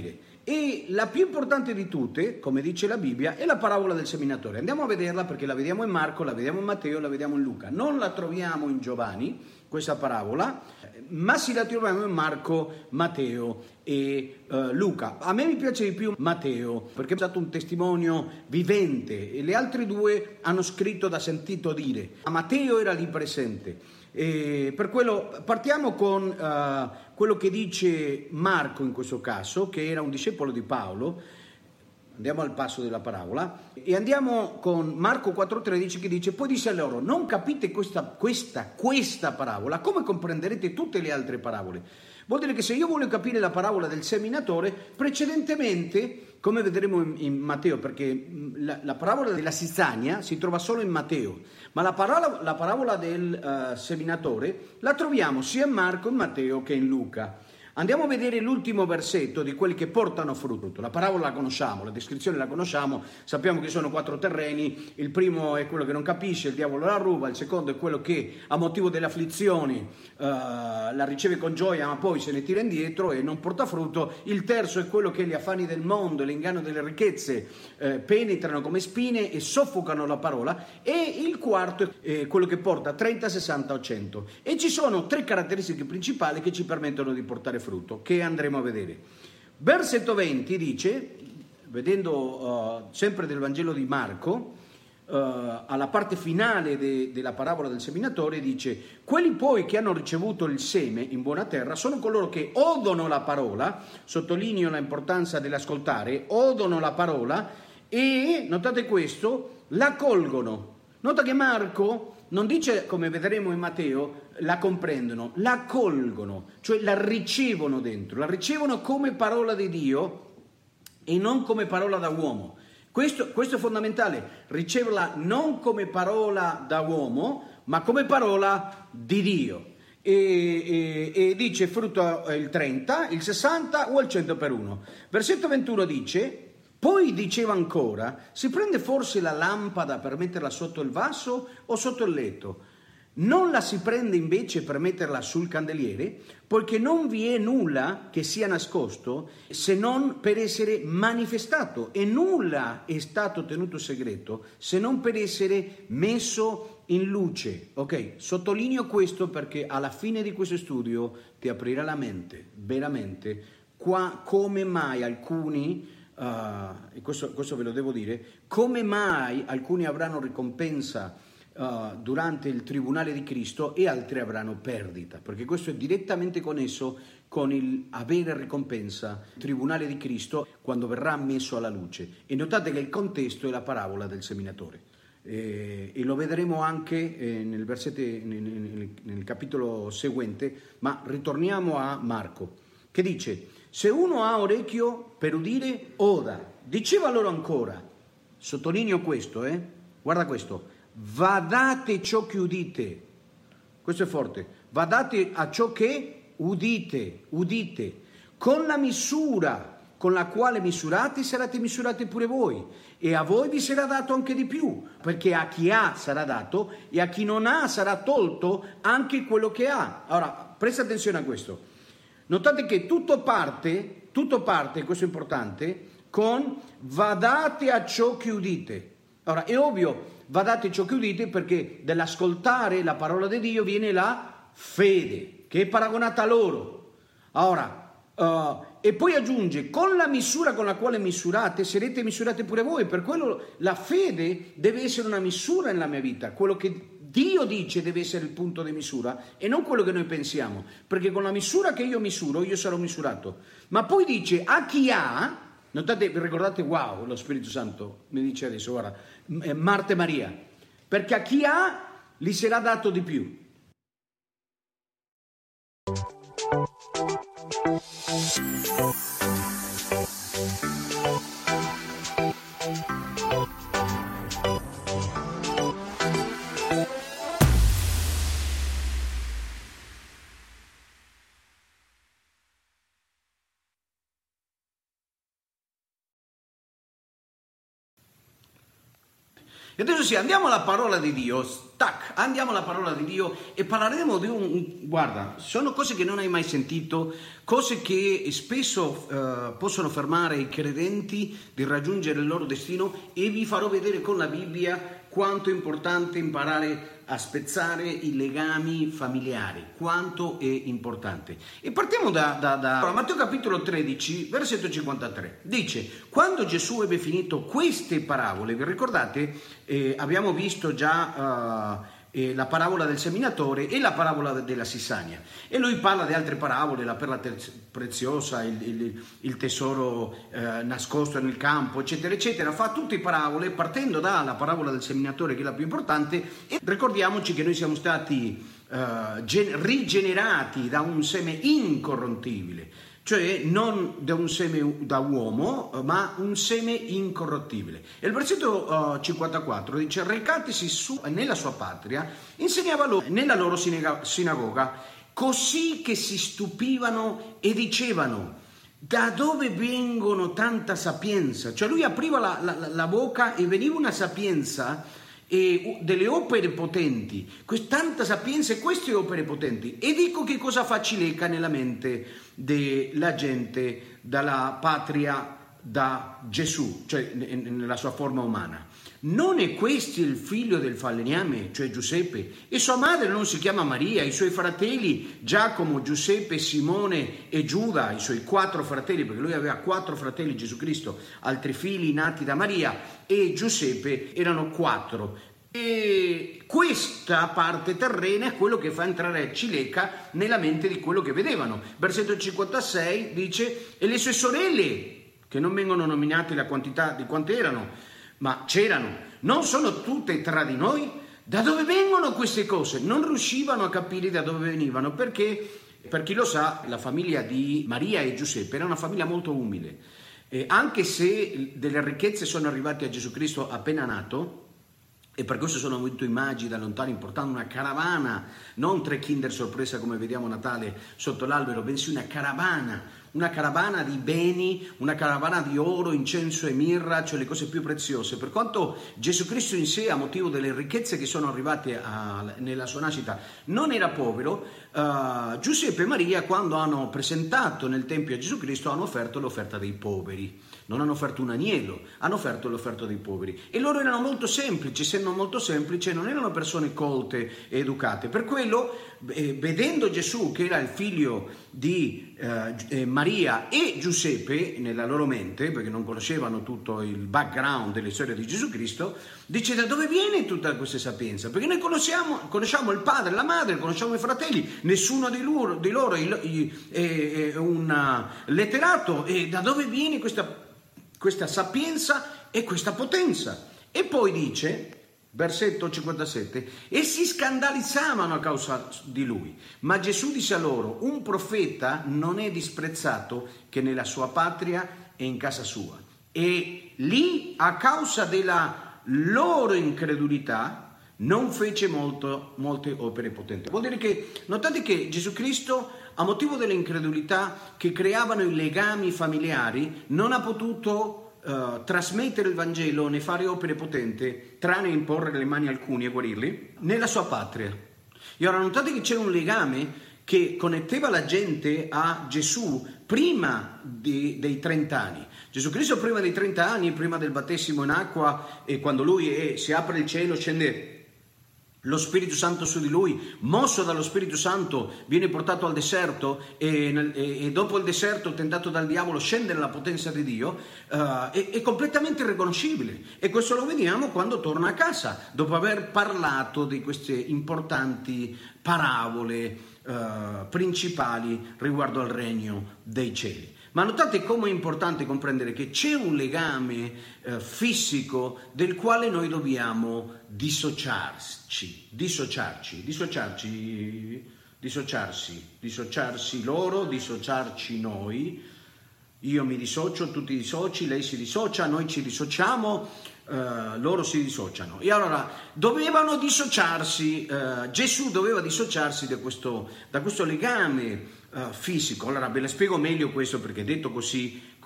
E la più importante di tutte, come dice la Bibbia, è la parabola del seminatore. Andiamo a vederla perché la vediamo in Marco, la vediamo in Matteo, la vediamo in Luca. Non la troviamo in Giovanni, questa parabola, ma si la troviamo in Marco, Matteo e uh, Luca. A me mi piace di più Matteo perché è stato un testimonio vivente e le altre due hanno scritto da sentito dire. Ma Matteo era lì presente. E per quello partiamo con uh, quello che dice Marco in questo caso, che era un discepolo di Paolo. Andiamo al passo della parabola e andiamo con Marco quattro tredici che dice: poi disse a loro: non capite questa, questa, questa parabola, come comprenderete tutte le altre parabole? Vuol dire che se io voglio capire la parabola del seminatore, precedentemente, come vedremo in, in Matteo, perché la, la parabola della zizzania si trova solo in Matteo, ma la, parola, la parabola del uh, seminatore la troviamo sia in Marco, in Matteo che in Luca. Andiamo a vedere l'ultimo versetto di quelli che portano frutto. La parabola la conosciamo, la descrizione la conosciamo, sappiamo che sono quattro terreni. Il primo è quello che non capisce, il diavolo la ruba. Il secondo è quello che a motivo delle afflizioni uh, la riceve con gioia ma poi se ne tira indietro e non porta frutto. Il terzo è quello che gli affanni del mondo, l'inganno delle ricchezze eh, penetrano come spine e soffocano la parola. E il quarto è quello che porta trenta, sessanta o cento. E ci sono tre caratteristiche principali che ci permettono di portare frutto, che andremo a vedere. Versetto venti dice, vedendo uh, sempre del Vangelo di Marco, uh, alla parte finale de, della parabola del seminatore, dice: quelli poi che hanno ricevuto il seme in buona terra sono coloro che odono la parola, sottolineo l'importanza dell'ascoltare, odono la parola e, notate questo, la colgono. Nota che Marco non dice, come vedremo in Matteo, la comprendono, la colgono, cioè la ricevono dentro, la ricevono come parola di Dio e non come parola da uomo. Questo, questo è fondamentale, riceverla non come parola da uomo, ma come parola di Dio. E, e, e dice frutto il trenta, il sessanta o il cento per uno. Versetto ventuno dice: poi diceva ancora: si prende forse la lampada per metterla sotto il vaso o sotto il letto? Non la si prende invece per metterla sul candeliere, poiché non vi è nulla che sia nascosto se non per essere manifestato, e nulla è stato tenuto segreto se non per essere messo in luce. Ok, sottolineo questo perché alla fine di questo studio ti aprirà la mente, veramente, qua, come mai alcuni... Uh, e questo, questo ve lo devo dire, come mai alcuni avranno ricompensa uh, durante il tribunale di Cristo e altri avranno perdita, perché questo è direttamente connesso con il avere ricompensa, il tribunale di Cristo quando verrà messo alla luce. E notate che il contesto è la parabola del seminatore eh, e lo vedremo anche eh, nel, versetto, nel, nel, nel capitolo seguente, ma ritorniamo a Marco che dice: se uno ha orecchio per udire, oda. Diceva loro ancora, sottolineo questo, eh? Guarda questo, badate ciò che udite. Questo è forte. Badate a ciò che udite, udite. Con la misura con la quale misurate, sarete misurati pure voi. E a voi vi sarà dato anche di più, perché a chi ha sarà dato e a chi non ha sarà tolto anche quello che ha. Ora, presta attenzione a questo. Notate che tutto parte, tutto parte, questo è importante, con badate a ciò che udite. Ora, è ovvio, badate a ciò che udite perché dall'ascoltare la parola di Dio viene la fede, che è paragonata a loro. Ora, uh, e poi aggiunge, con la misura con la quale misurate, sarete misurati pure voi. Per quello la fede deve essere una misura nella mia vita, quello che Dio dice deve essere il punto di misura e non quello che noi pensiamo, perché con la misura che io misuro io sarò misurato. Ma poi dice a chi ha, notate, vi ricordate, wow, lo Spirito Santo mi dice adesso, guarda, Marta e Maria, perché a chi ha gli sarà dato di più. E adesso sì, andiamo alla parola di Dio, tac, andiamo alla parola di Dio e parleremo di un, guarda, sono cose che non hai mai sentito, cose che spesso eh, possono fermare i credenti di raggiungere il loro destino, e vi farò vedere con la Bibbia quanto è importante imparare a spezzare i legami familiari, quanto è importante. E partiamo da, da, da... Allora, Matteo capitolo tredici, versetto cinquantatré, dice: quando Gesù ebbe finito queste parabole, vi ricordate, eh, abbiamo visto già... Uh, Eh, la parabola del seminatore e la parabola della Sissania, e lui parla di altre parabole, la perla te- preziosa, il, il, il tesoro eh, nascosto nel campo, eccetera eccetera. Fa tutte parabole partendo dalla parabola del seminatore, che è la più importante, e ricordiamoci che noi siamo stati eh, gen- rigenerati da un seme incorrottibile, cioè non da un seme da uomo, ma un seme incorruttibile. E il versetto uh, cinquantaquattro dice: recatisi su nella sua patria, insegnava loro nella loro sinagoga, così che si stupivano e dicevano: da dove vengono tanta sapienza? Cioè lui apriva la, la, la bocca e veniva una sapienza, e delle opere potenti, tanta sapienza e queste opere potenti. Ed ecco che cosa fa cileca nella mente della gente dalla patria da Gesù, cioè nella sua forma umana. Non è questo il figlio del falegname, cioè Giuseppe, e sua madre non si chiama Maria, i suoi fratelli Giacomo, Giuseppe, Simone e Giuda, i suoi quattro fratelli, perché lui aveva quattro fratelli Gesù Cristo, altri figli nati da Maria, e Giuseppe erano quattro. E questa parte terrena è quello che fa entrare cileca nella mente di quello che vedevano. Versetto cinquantasei dice: e le sue sorelle, che non vengono nominate la quantità di quante erano, ma c'erano, non sono tutte tra di noi? Da dove vengono queste cose? Non riuscivano a capire da dove venivano, perché, per chi lo sa, la famiglia di Maria e Giuseppe era una famiglia molto umile. E anche se delle ricchezze sono arrivate a Gesù Cristo appena nato, e per questo sono venuti i magi da lontano portando una caravana, non tre Kinder sorpresa come vediamo a Natale sotto l'albero, bensì una caravana, una caravana di beni, una caravana di oro, incenso e mirra, cioè le cose più preziose. Per quanto Gesù Cristo in sé, a motivo delle ricchezze che sono arrivate a, nella sua nascita, non era povero, uh, Giuseppe e Maria, quando hanno presentato nel Tempio a Gesù Cristo, hanno offerto l'offerta dei poveri. Non hanno offerto un agnello, hanno offerto l'offerta dei poveri. E loro erano molto semplici, essendo molto semplici, non erano persone colte e educate. Per quello, eh, vedendo Gesù, che era il figlio di eh, Maria e Giuseppe, nella loro mente, perché non conoscevano tutto il background delle storie di Gesù Cristo, dice: da dove viene tutta questa sapienza? Perché noi conosciamo, conosciamo il padre, la madre, conosciamo i fratelli, nessuno di loro, di loro è un letterato, e da dove viene questa questa sapienza e questa potenza? E poi dice, versetto cinquantasette, e si scandalizzavano a causa di lui. Ma Gesù disse a loro: un profeta non è disprezzato che nella sua patria e in casa sua. E lì, a causa della loro incredulità, non fece molto, molte opere potenti. Vuol dire che, notate che Gesù Cristo, a motivo dell'incredulità che creavano i legami familiari, non ha potuto uh, trasmettere il Vangelo né fare opere potenti, tranne imporre le mani a alcuni e guarirli, nella sua patria. E ora notate che c'era un legame che connetteva la gente a Gesù prima di, dei trenta anni. Gesù Cristo prima dei trenta anni, prima del battesimo in acqua, e quando lui è, si apre il cielo, scende lo Spirito Santo su di lui, mosso dallo Spirito Santo viene portato al deserto, e, nel, e, e dopo il deserto, tentato dal diavolo, scende nella potenza di Dio, uh, è, è completamente irriconoscibile. E questo lo vediamo quando torna a casa, dopo aver parlato di queste importanti parabole uh, principali riguardo al regno dei cieli. Ma notate come è importante comprendere che c'è un legame eh, fisico del quale noi dobbiamo dissociarci, dissociarci, dissociarci, dissociarsi, dissociarsi loro, dissociarci noi. Io mi dissocio, tu ti dissoci, lei si dissocia, noi ci dissociamo, eh, loro si dissociano. E allora dovevano dissociarsi, eh, Gesù doveva dissociarsi da questo, da questo legame Uh, fisico. Allora ve la spiego meglio questo, perché detto così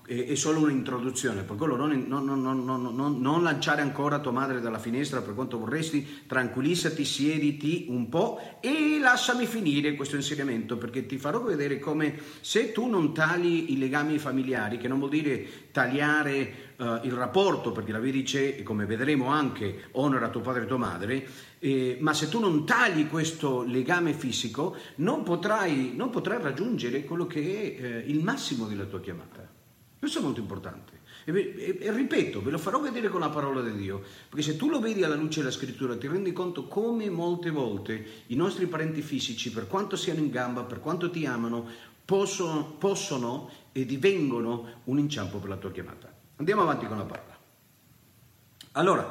è, è solo un'introduzione, per quello non, non, non, non, non, non lanciare ancora tua madre dalla finestra per quanto vorresti, tranquillizzati, siediti un po' e lasciami finire questo insegnamento, perché ti farò vedere come se tu non tagli i legami familiari, che non vuol dire tagliare Uh, il rapporto, perché la Bibbia dice, e come vedremo anche, onora tuo padre e tua madre, eh, ma se tu non tagli questo legame fisico non potrai, non potrai raggiungere quello che è eh, il massimo della tua chiamata. Questo è molto importante e, e, e ripeto, ve lo farò vedere con la parola di Dio, perché se tu lo vedi alla luce della scrittura ti rendi conto come molte volte i nostri parenti fisici, per quanto siano in gamba, per quanto ti amano, possono, possono e divengono un inciampo per la tua chiamata. Andiamo avanti con la parola. Allora,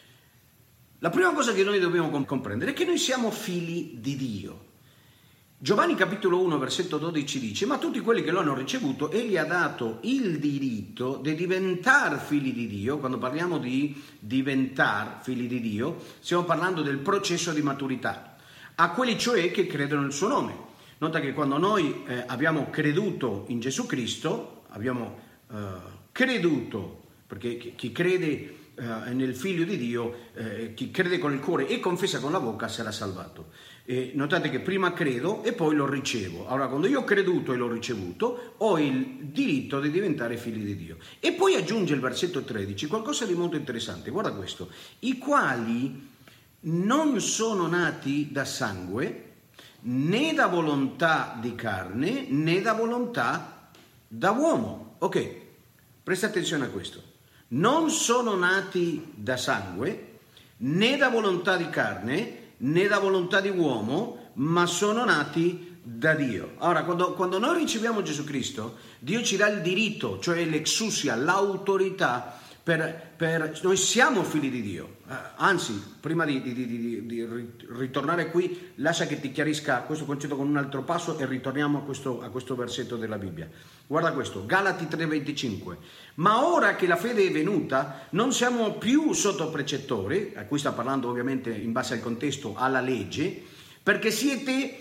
la prima cosa che noi dobbiamo comprendere è che noi siamo figli di Dio. Giovanni capitolo uno versetto dodici dice: ma tutti quelli che lo hanno ricevuto egli ha dato il diritto di diventare figli di Dio. Quando parliamo di diventare figli di Dio stiamo parlando del processo di maturità, a quelli cioè che credono nel suo nome. Nota che quando noi eh, abbiamo creduto in Gesù Cristo, abbiamo eh, creduto, perché chi crede uh, nel Figlio di Dio, eh, chi crede con il cuore e confessa con la bocca sarà salvato. E notate che prima credo e poi lo ricevo. Allora, quando io ho creduto e l'ho ricevuto, ho il diritto di diventare figli di Dio. E poi aggiunge il versetto tredici qualcosa di molto interessante. Guarda questo: i quali non sono nati da sangue, né da volontà di carne, né da volontà da uomo. Ok. Presta attenzione a questo: non sono nati da sangue, né da volontà di carne, né da volontà di uomo, ma sono nati da Dio. Ora, quando, quando noi riceviamo Gesù Cristo, Dio ci dà il diritto, cioè l'exousia, l'autorità, per, per noi siamo figli di Dio. Uh, anzi, prima di, di, di, di ritornare qui, lascia che ti chiarisca questo concetto con un altro passo e ritorniamo a questo, a questo versetto della Bibbia. Guarda questo, Galati tre venticinque: ma ora che la fede è venuta non siamo più sotto precettori, a cui sta parlando ovviamente in base al contesto alla legge, perché siete,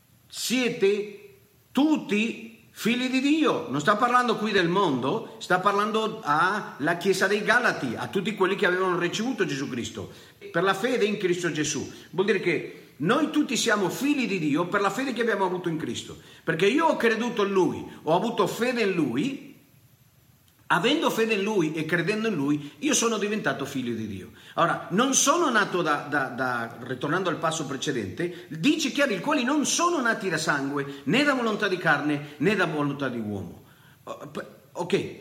siete tutti figli di Dio. Non sta parlando qui del mondo, sta parlando alla Chiesa dei Galati, a tutti quelli che avevano ricevuto Gesù Cristo per la fede in Cristo Gesù. Vuol dire che noi tutti siamo figli di Dio per la fede che abbiamo avuto in Cristo, perché io ho creduto in Lui, ho avuto fede in Lui. Avendo fede in Lui e credendo in Lui, io sono diventato figlio di Dio. Ora, non sono nato da, da, da ritornando al passo precedente, dice chiaro, i quali non sono nati da sangue, né da volontà di carne, né da volontà di uomo. Ok,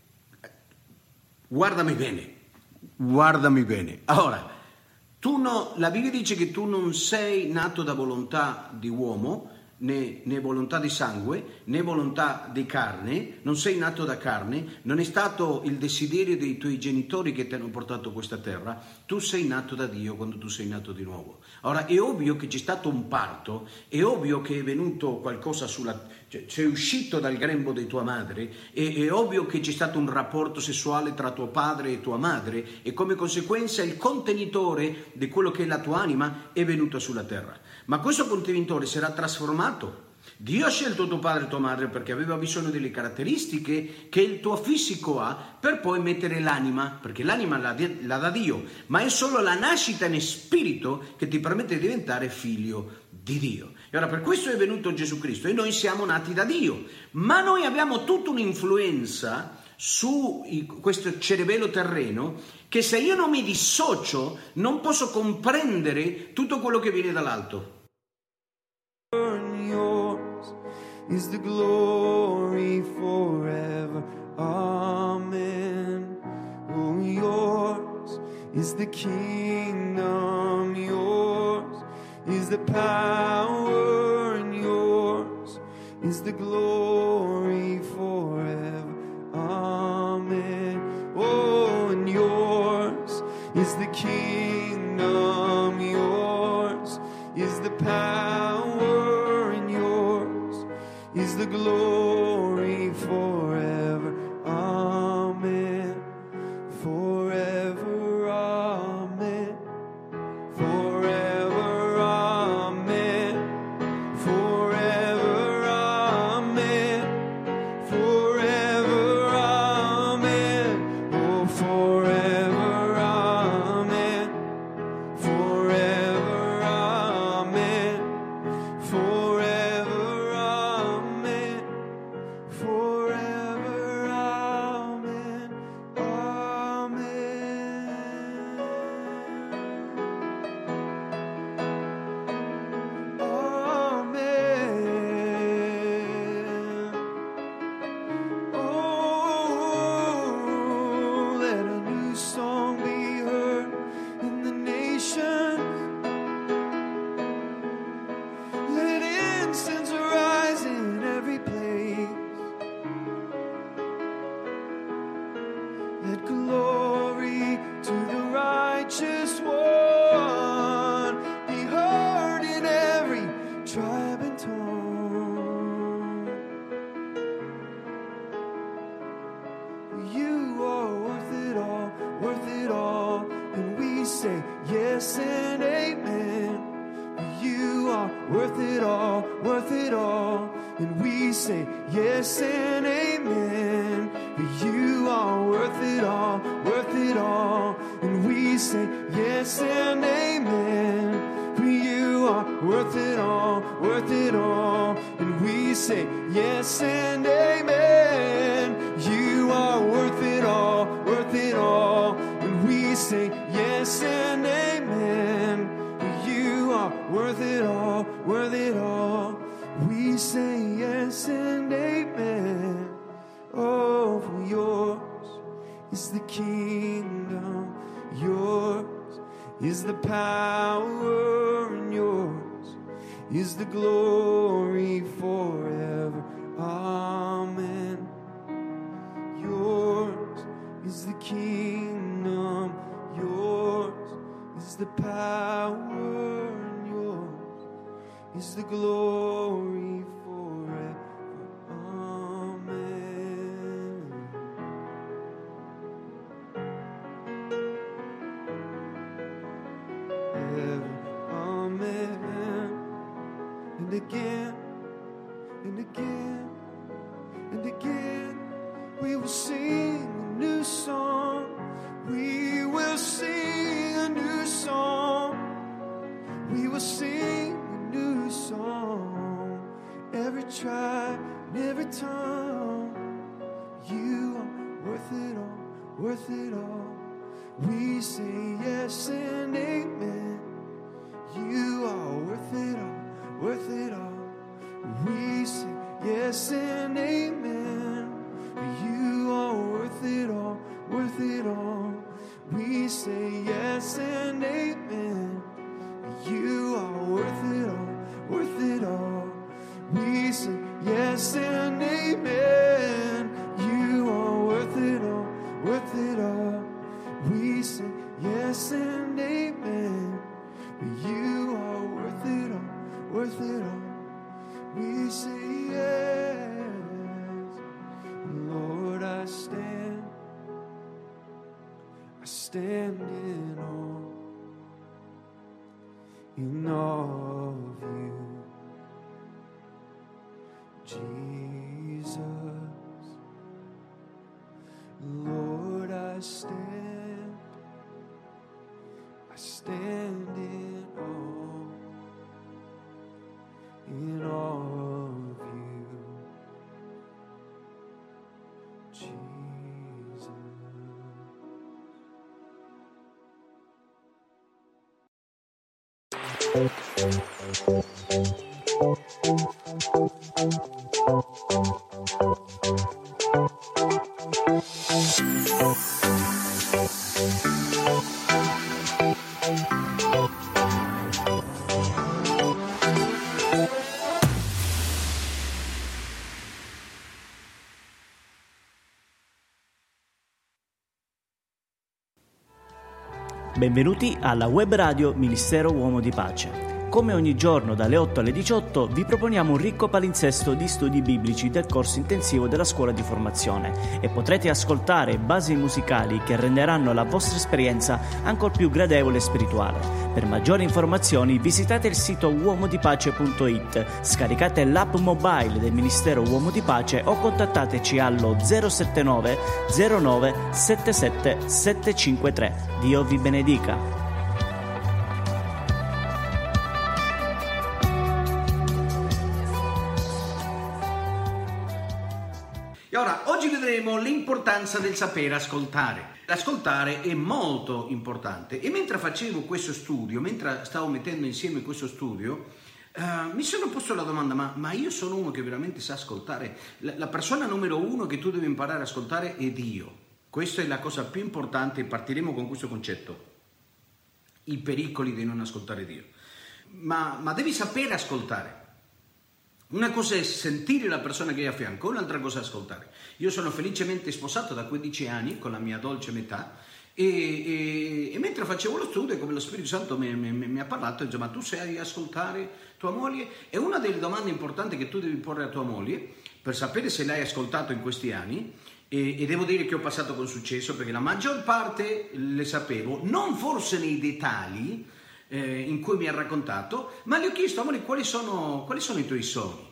guardami bene, guardami bene. Allora, tu no, la Bibbia dice che tu non sei nato da volontà di uomo, Né, né volontà di sangue, né volontà di carne, non sei nato da carne, non è stato il desiderio dei tuoi genitori che ti hanno portato a questa terra, tu sei nato da Dio quando tu sei nato di nuovo. Ora è ovvio che c'è stato un parto, è ovvio che è venuto qualcosa sulla, cioè, sei uscito dal grembo di tua madre, è, è ovvio che c'è stato un rapporto sessuale tra tuo padre e tua madre e come conseguenza il contenitore di quello che è la tua anima è venuto sulla terra. Ma questo contenitore sarà trasformato. Dio ha scelto tuo padre e tua madre perché aveva bisogno delle caratteristiche che il tuo fisico ha per poi mettere l'anima, perché l'anima la, la dà Dio, ma è solo la nascita in spirito che ti permette di diventare figlio di Dio. E ora per questo è venuto Gesù Cristo e noi siamo nati da Dio, ma noi abbiamo tutta un'influenza su questo cervello terreno che se io non mi dissocio non posso comprendere tutto quello che viene dall'alto. Yours is the glory forever. Amen. Oh, yours is the kingdom. Yours is the power, and yours is the glory forever. Amen. Oh, and yours is the kingdom. Yours is the power, and yours is the glory forever. Amen. Forever. Amen. Forever. Amen. Forever. Amen. Forever. worth it all. And we say yes and amen. For you are worth it all, worth it all. And we say yes and amen. For you are worth it all, worth it all. And we say yes and amen. You are worth it all, worth it all. And we say yes and amen. For you are worth it all, worth it all. We say yes and amen. Oh, for yours is the kingdom, yours is the power, and yours is the glory forever. Amen. Yours is the kingdom, yours is the power, and yours is the glory forever. Amen. Ever. Amen. And again, and again, and again, we will sing a new song. We will sing a new song. We will sing a new song. Every tribe, and every tongue. You are worth it all, worth it all. We say yes and amen. You are worth it all, worth it all. We say yes and amen. You are worth it all, worth it all. We say yes and amen. You are worth it all, worth it all. We say yes and amen. You are worth it all, worth it all. We say yes and amen. You are worth it all, worth it all. We say yes. Lord, I stand, I stand in awe, in awe of you, Jesus. Lord, I stand, I stand in awe, in awe of you, Jesus. Benvenuti alla web radio Ministero Uomo di Pace. Come ogni giorno dalle otto alle diciotto vi proponiamo un ricco palinsesto di studi biblici del corso intensivo della scuola di formazione e potrete ascoltare basi musicali che renderanno la vostra esperienza ancor più gradevole e spirituale. Per maggiori informazioni visitate il sito uomo di pace punto it, scaricate l'app mobile del Ministero Uomo di Pace o contattateci allo zero sette nove zero nove sette sette sette cinque tre. Dio vi benedica. E ora, oggi vedremo l'importanza del sapere ascoltare. L'ascoltare è molto importante e mentre facevo questo studio, mentre stavo mettendo insieme questo studio, uh, mi sono posto la domanda, ma, ma io sono uno che veramente sa ascoltare? La, la persona numero uno che tu devi imparare ad ascoltare è Dio. Questa è la cosa più importante e partiremo con questo concetto. I pericoli di non ascoltare Dio. Ma, ma devi sapere ascoltare. Una cosa è sentire la persona che hai a fianco, un'altra cosa è ascoltare. Io sono felicemente sposato da quindici anni con la mia dolce metà e, e, e mentre facevo lo studio, come lo Spirito Santo mi, mi, mi ha parlato, dice, ma tu sai ascoltare tua moglie? E una delle domande importanti che tu devi porre a tua moglie per sapere se l'hai ascoltato in questi anni, e, e devo dire che ho passato con successo perché la maggior parte le sapevo, non forse nei dettagli, eh, in cui mi ha raccontato, ma le ho chiesto, amore, quali sono, quali sono i tuoi sogni?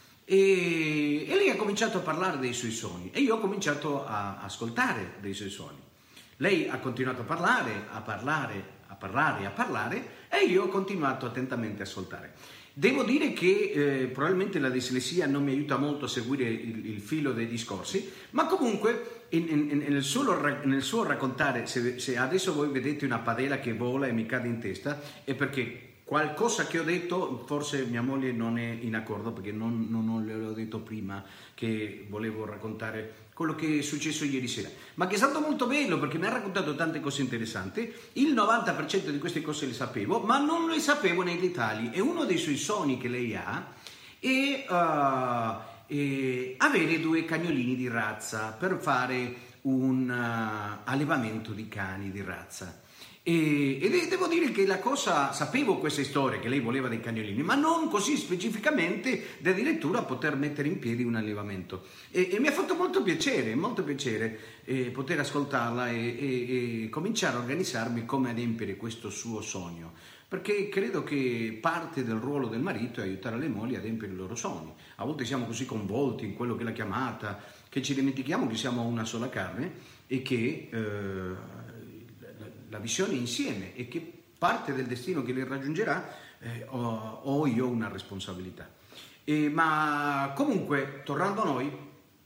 E, e lei ha cominciato a parlare dei suoi sogni e io ho cominciato a ascoltare dei suoi sogni. Lei ha continuato a parlare, a parlare, a parlare, a parlare e io ho continuato attentamente a ascoltare. Devo dire che eh, probabilmente la dislessia non mi aiuta molto a seguire il, il filo dei discorsi, ma comunque in, in, nel, suo, nel suo raccontare, se, se adesso voi vedete una padella che vola e mi cade in testa, è perché qualcosa che ho detto forse mia moglie non è in accordo, perché non, non, non le ho detto prima che volevo raccontare quello che è successo ieri sera, ma che è stato molto bello perché mi ha raccontato tante cose interessanti. Il novanta per cento di queste cose le sapevo, ma non le sapevo nei dettagli, e uno dei suoi sogni che lei ha è, uh, è avere due cagnolini di razza per fare un uh, allevamento di cani di razza. E, e devo dire che la cosa, sapevo questa storia che lei voleva dei cagnolini, ma non così specificamente da addirittura poter mettere in piedi un allevamento, e, e mi ha fatto molto piacere, molto piacere eh, poter ascoltarla e, e, e cominciare a organizzarmi come adempiere questo suo sogno, perché credo che parte del ruolo del marito è aiutare le mogli ad adempiere i loro sogni. A volte siamo così coinvolti in quello che è la chiamata che ci dimentichiamo che siamo una sola carne e che eh, la visione insieme e che parte del destino che le raggiungerà eh, ho, ho io una responsabilità. E, ma comunque, tornando a noi,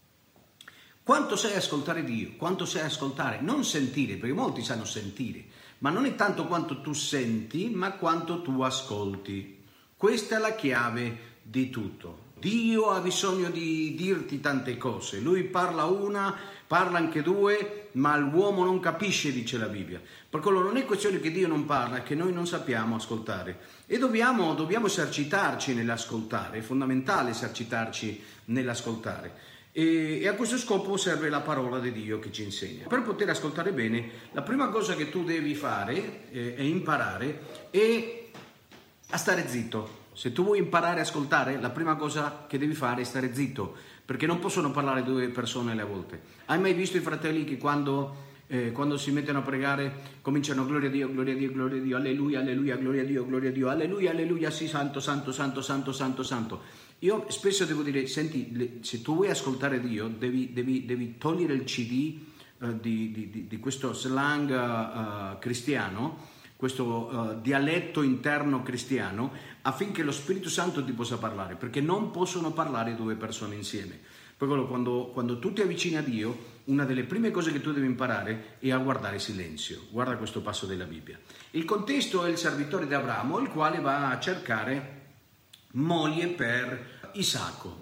quanto sai ascoltare Dio, quanto sai ascoltare, non sentire, perché molti sanno sentire, ma non è tanto quanto tu senti, ma quanto tu ascolti. Questa è la chiave di tutto. Dio ha bisogno di dirti tante cose, lui parla una, parla anche due, ma l'uomo non capisce, dice la Bibbia. Per quello non è questione che Dio non parla, è che noi non sappiamo ascoltare e dobbiamo, dobbiamo esercitarci nell'ascoltare, è fondamentale esercitarci nell'ascoltare e, e a questo scopo serve la parola di Dio che ci insegna. Per poter ascoltare bene, la prima cosa che tu devi fare eh, e imparare è a stare zitto. Se tu vuoi imparare a ascoltare, la prima cosa che devi fare è stare zitto, perché non possono parlare due persone alle volte. Hai mai visto i fratelli che quando, eh, quando si mettono a pregare cominciano gloria a Dio, gloria a Dio, gloria a Dio, alleluia, alleluia, gloria a Dio, gloria a Dio, alleluia, alleluia, sì, santo, santo, santo, santo, santo, santo. Io spesso devo dire, senti, le, se tu vuoi ascoltare Dio, devi, devi, devi togliere il C D uh, di, di, di questo slang uh, cristiano, questo uh, dialetto interno cristiano, affinché lo Spirito Santo ti possa parlare, perché non possono parlare due persone insieme. Poi quando, quando tu ti avvicini a Dio, una delle prime cose che tu devi imparare è a guardare silenzio. Guarda questo passo della Bibbia. Il contesto è il servitore di Abramo, il quale va a cercare moglie per Isacco.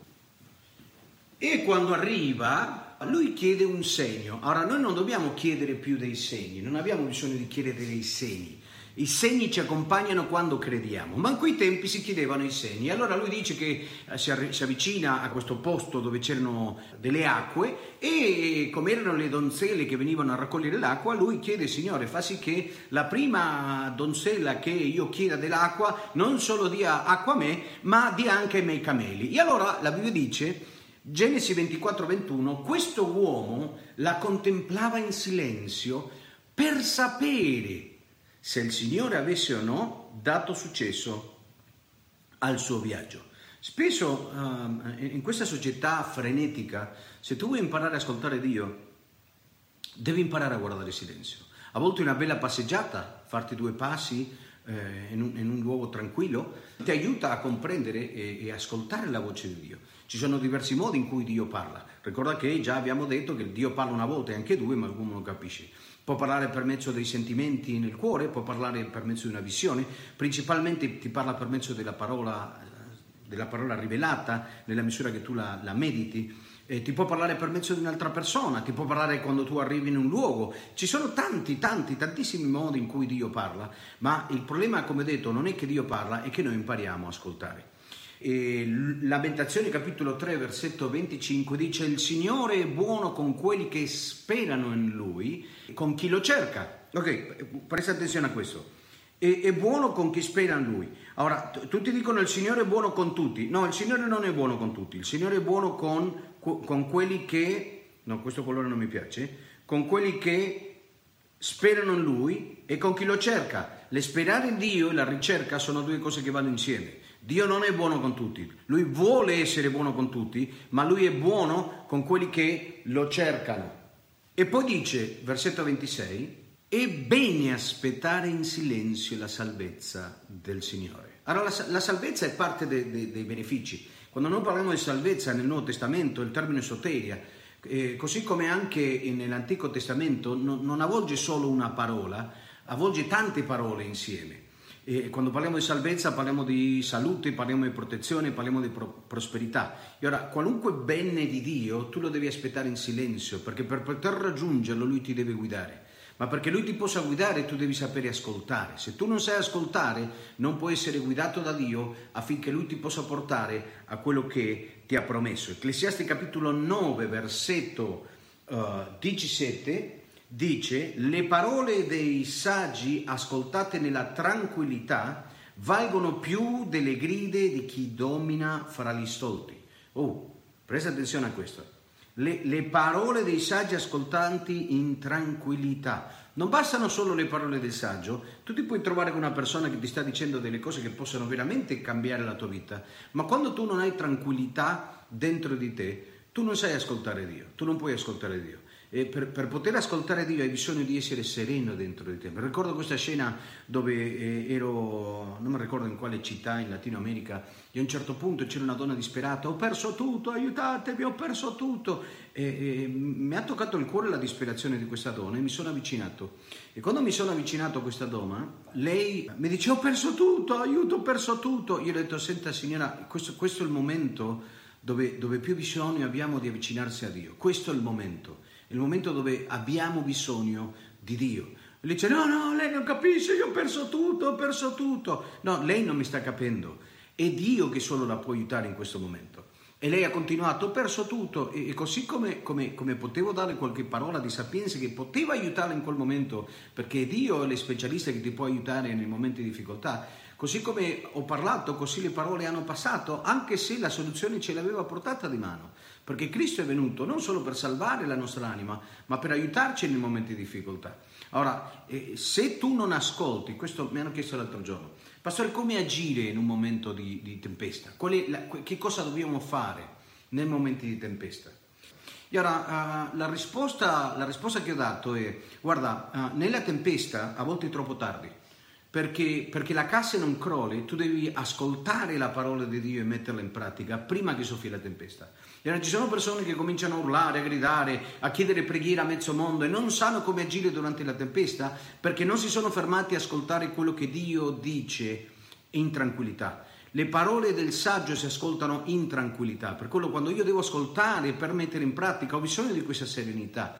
E quando arriva, lui chiede un segno. Ora, noi non dobbiamo chiedere più dei segni, non abbiamo bisogno di chiedere dei segni. I segni ci accompagnano quando crediamo, ma in quei tempi si chiedevano i segni. Allora lui dice che si, arri- si avvicina a questo posto dove c'erano delle acque e come erano le donzelle che venivano a raccogliere l'acqua, lui chiede: Signore, fa sì che la prima donzella che io chieda dell'acqua non solo dia acqua a me, ma dia anche ai miei cameli. E allora la Bibbia dice, Genesi ventiquattro ventuno, questo uomo la contemplava in silenzio per sapere se il Signore avesse o no dato successo al suo viaggio. Spesso uh, in questa società frenetica, se tu vuoi imparare ad ascoltare Dio, devi imparare a guardare il silenzio. A volte una bella passeggiata, farti due passi eh, in, un, in un luogo tranquillo, ti aiuta a comprendere e, e ascoltare la voce di Dio. Ci sono diversi modi in cui Dio parla. Ricorda che già abbiamo detto che Dio parla una volta e anche due, ma l'uomo non capisce. Può parlare per mezzo dei sentimenti nel cuore, può parlare per mezzo di una visione, principalmente ti parla per mezzo della parola, della parola rivelata, nella misura che tu la, la mediti, eh, ti può parlare per mezzo di un'altra persona, ti può parlare quando tu arrivi in un luogo. Ci sono tanti, tanti, tantissimi modi in cui Dio parla, ma il problema, come detto, non è che Dio parla, è che noi impariamo a ascoltare. E Lamentazioni capitolo tre versetto venticinque dice: il Signore è buono con quelli che sperano in Lui, con chi lo cerca. Ok, presta attenzione a questo. È, è buono con chi spera in Lui. Ora, t- tutti dicono il Signore è buono con tutti. No, il Signore non è buono con tutti. Il Signore è buono con, con quelli che... No, questo colore non mi piace. Con quelli che sperano in Lui e con chi lo cerca. le sperare in Dio e la ricerca sono due cose che vanno insieme. Dio non è buono con tutti, Lui vuole essere buono con tutti, ma Lui è buono con quelli che lo cercano. E poi dice, versetto ventisei, è bene aspettare in silenzio la salvezza del Signore. Allora la, la salvezza è parte de, de, dei benefici. Quando noi parliamo di salvezza nel Nuovo Testamento, il termine soteria, eh, così come anche nell'Antico Testamento, no, non avvolge solo una parola, avvolge tante parole insieme. E quando parliamo di salvezza parliamo di salute, parliamo di protezione, parliamo di pro- prosperità. E ora, qualunque bene di Dio tu lo devi aspettare in silenzio, perché per poter raggiungerlo Lui ti deve guidare. Ma perché Lui ti possa guidare tu devi sapere ascoltare. Se tu non sai ascoltare non puoi essere guidato da Dio affinché Lui ti possa portare a quello che ti ha promesso. Ecclesiasti capitolo nove versetto uh, diciassette dice: le parole dei saggi ascoltate nella tranquillità valgono più delle grida di chi domina fra gli stolti. Oh, presta attenzione a questo. Le, le parole dei saggi ascoltanti in tranquillità. Non bastano solo le parole del saggio. Tu ti puoi trovare con una persona che ti sta dicendo delle cose che possono veramente cambiare la tua vita, ma quando tu non hai tranquillità dentro di te, tu non sai ascoltare Dio, tu non puoi ascoltare Dio. E per, per poter ascoltare Dio hai bisogno di essere sereno dentro di te. Mi ricordo questa scena dove eh, ero, non mi ricordo in quale città in Latino America, e a un certo punto c'era una donna disperata: ho perso tutto, aiutatemi, ho perso tutto. E, e mi ha toccato il cuore la disperazione di questa donna e mi sono avvicinato. E quando mi sono avvicinato a questa donna, lei mi dice: ho perso tutto, aiuto, ho perso tutto. Io ho detto: senta signora, questo, questo è il momento dove, dove più bisogno abbiamo di avvicinarsi a Dio. Questo è il momento. Il momento dove abbiamo bisogno di Dio. Lei dice: no, no, lei non capisce, io ho perso tutto, ho perso tutto. No, lei non mi sta capendo. È Dio che solo la può aiutare in questo momento. E lei ha continuato: ho perso tutto. E così come, come, come potevo dare qualche parola di sapienza che poteva aiutarla in quel momento, perché Dio è lo specialista che ti può aiutare nei momenti di difficoltà, così come ho parlato, così le parole hanno passato, anche se la soluzione ce l'aveva portata di mano. Perché Cristo è venuto non solo per salvare la nostra anima, ma per aiutarci nei momenti di difficoltà. Ora, eh, se tu non ascolti, questo mi hanno chiesto l'altro giorno, Pastore, come agire in un momento di, di tempesta? Qual è la, che cosa dobbiamo fare nei momenti di tempesta? E ora, uh, la, risposta, la risposta che ho dato è: guarda, uh, nella tempesta a volte è troppo tardi. Perché, perché la casa non crolli, tu devi ascoltare la parola di Dio e metterla in pratica prima che soffi la tempesta. E allora ci sono persone che cominciano a urlare, a gridare, a chiedere preghiera a mezzo mondo e non sanno come agire durante la tempesta perché non si sono fermati a ascoltare quello che Dio dice in tranquillità. Le parole del saggio si ascoltano in tranquillità, per quello quando io devo ascoltare per mettere in pratica ho bisogno di questa serenità.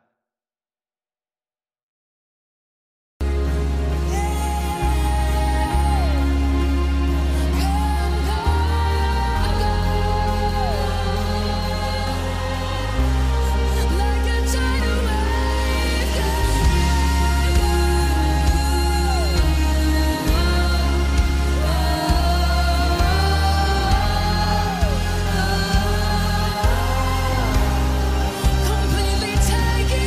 Completely taken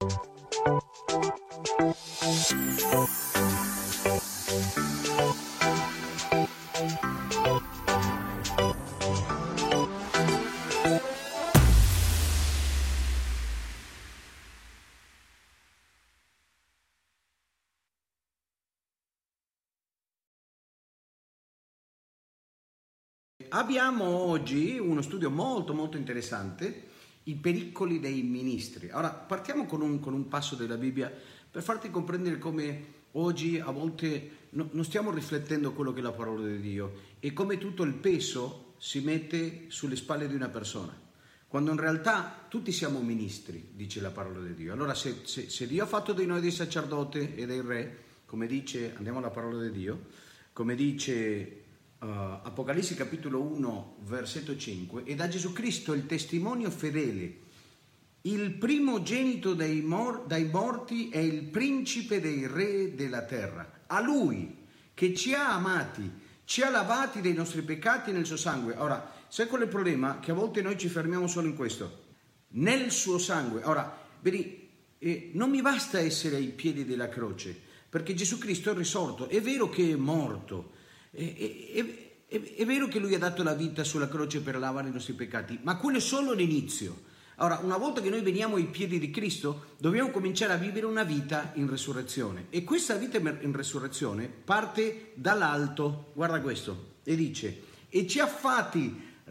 Abbiamo oggi uno studio molto molto interessante, i pericoli dei ministri. Ora partiamo con un, con un passo della Bibbia per farti comprendere come oggi a volte no, non stiamo riflettendo quello che è la parola di Dio e come tutto il peso si mette sulle spalle di una persona, quando in realtà tutti siamo ministri, dice la parola di Dio. Allora se, se, se Dio ha fatto di noi dei sacerdoti e dei re, come dice, andiamo alla parola di Dio, come dice Uh, Apocalisse capitolo uno versetto cinque, e da Gesù Cristo il testimonio fedele, il primogenito dei, mor- dai morti e il principe dei re della terra, a Lui che ci ha amati, ci ha lavati dei nostri peccati nel suo sangue. Ora, sai qual è il problema? Che a volte noi ci fermiamo solo in questo, nel suo sangue. Ora, vedi, eh, non mi basta essere ai piedi della croce, perché Gesù Cristo è risorto, è vero che è morto, È, è, è, è vero che lui ha dato la vita sulla croce per lavare i nostri peccati, ma quello è solo l'inizio. Ora, una volta che noi veniamo ai piedi di Cristo, dobbiamo cominciare a vivere una vita in resurrezione, e questa vita in resurrezione parte dall'alto, guarda questo, e dice: e ci ha fatti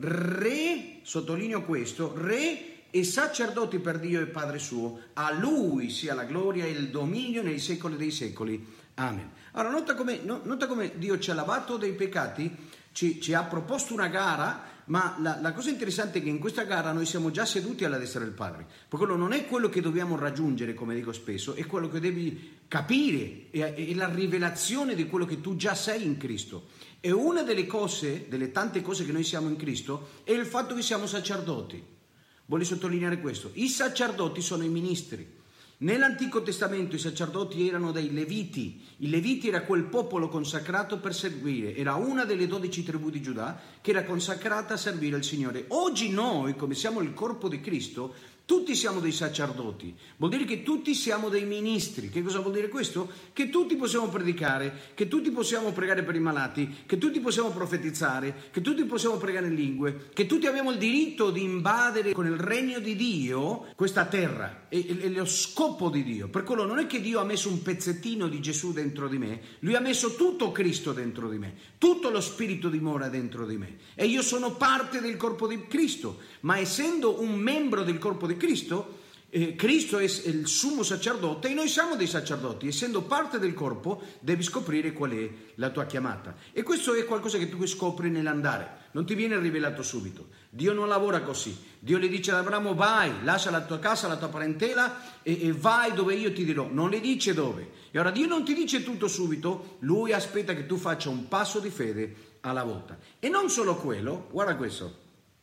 re, sottolineo questo, re e sacerdoti per Dio e Padre suo, a Lui sia la gloria e il dominio nei secoli dei secoli. Amen. Allora nota come, nota come Dio ci ha lavato dei peccati, ci, ci ha proposto una gara, ma la, la cosa interessante è che in questa gara noi siamo già seduti alla destra del Padre, perché quello non è quello che dobbiamo raggiungere, come dico spesso, è quello che devi capire, è, è la rivelazione di quello che tu già sei in Cristo. E una delle cose, delle tante cose che noi siamo in Cristo, è il fatto che siamo sacerdoti. Voglio sottolineare questo: i sacerdoti sono i ministri. Nell'Antico Testamento i sacerdoti erano dei Leviti. I Leviti era quel popolo consacrato per servire, era una delle dodici tribù di Giuda che era consacrata a servire il Signore. Oggi noi, come siamo il corpo di Cristo, tutti siamo dei sacerdoti, vuol dire che tutti siamo dei ministri. Che cosa vuol dire questo? Che tutti possiamo predicare, che tutti possiamo pregare per i malati, che tutti possiamo profetizzare, che tutti possiamo pregare in lingue, che tutti abbiamo il diritto di invadere con il regno di Dio questa terra e, e, e lo scopo di Dio. Per quello non è che Dio ha messo un pezzettino di Gesù dentro di me, Lui ha messo tutto Cristo dentro di me, tutto lo Spirito dimora dentro di me, e io sono parte del corpo di Cristo. Ma essendo un membro del corpo di Cristo, eh, Cristo è il sommo sacerdote e noi siamo dei sacerdoti. Essendo parte del corpo devi scoprire qual è la tua chiamata, e questo è qualcosa che tu scopri nell'andare, non ti viene rivelato subito. Dio non lavora così. Dio le dice ad Abramo: vai, lascia la tua casa, la tua parentela e, e vai dove io ti dirò. Non le dice dove. E ora Dio non ti dice tutto subito, Lui aspetta che tu faccia un passo di fede alla volta. E non solo quello, guarda questo,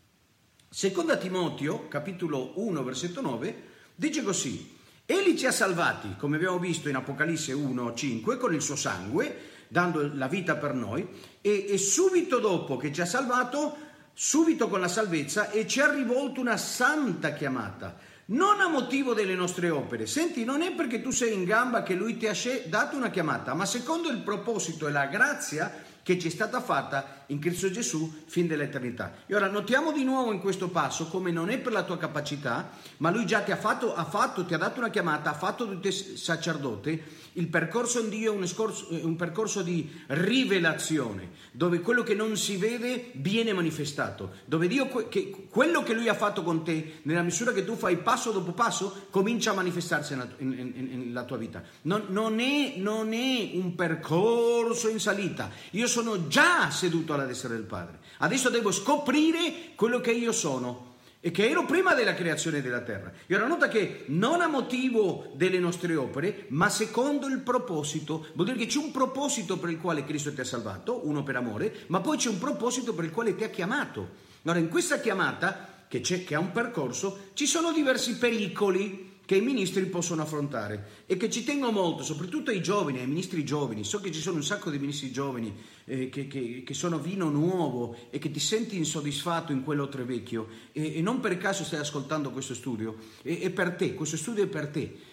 seconda Timoteo capitolo uno versetto nove dice così: Egli ci ha salvati, come abbiamo visto in Apocalisse uno cinque, con il suo sangue, dando la vita per noi, e, e subito dopo che ci ha salvato, subito con la salvezza, e ci ha rivolto una santa chiamata, non a motivo delle nostre opere. Senti, non è perché tu sei in gamba che Lui ti ha dato una chiamata, ma secondo il proposito e la grazia che ci è stata fatta in Cristo Gesù fin dell'eternità. E ora notiamo di nuovo in questo passo come non è per la tua capacità, ma Lui già ti ha fatto, ha fatto, ti ha dato una chiamata, ha fatto di te sacerdote. Il percorso in Dio è un, scorso, un percorso di rivelazione, dove quello che non si vede viene manifestato, dove Dio, che, quello che Lui ha fatto con te, nella misura che tu fai passo dopo passo, comincia a manifestarsi nella, in, in, nella tua vita. Non, non, è, non è un percorso in salita. Io sono già seduto alla destra del Padre, adesso devo scoprire quello che io sono e che ero prima della creazione della terra. E ora nota che non a motivo delle nostre opere, ma secondo il proposito. Vuol dire che c'è un proposito per il quale Cristo ti ha salvato, uno per amore, ma poi c'è un proposito per il quale ti ha chiamato. Ora in questa chiamata, che, c'è, che ha un percorso, ci sono diversi pericoli che i ministri possono affrontare e che ci tengo molto, soprattutto ai giovani, ai ministri giovani. So che ci sono un sacco di ministri giovani eh, che, che, che sono vino nuovo e che ti senti insoddisfatto in quello vecchio, e, e non per caso stai ascoltando questo studio. E, e per te, questo studio è per te.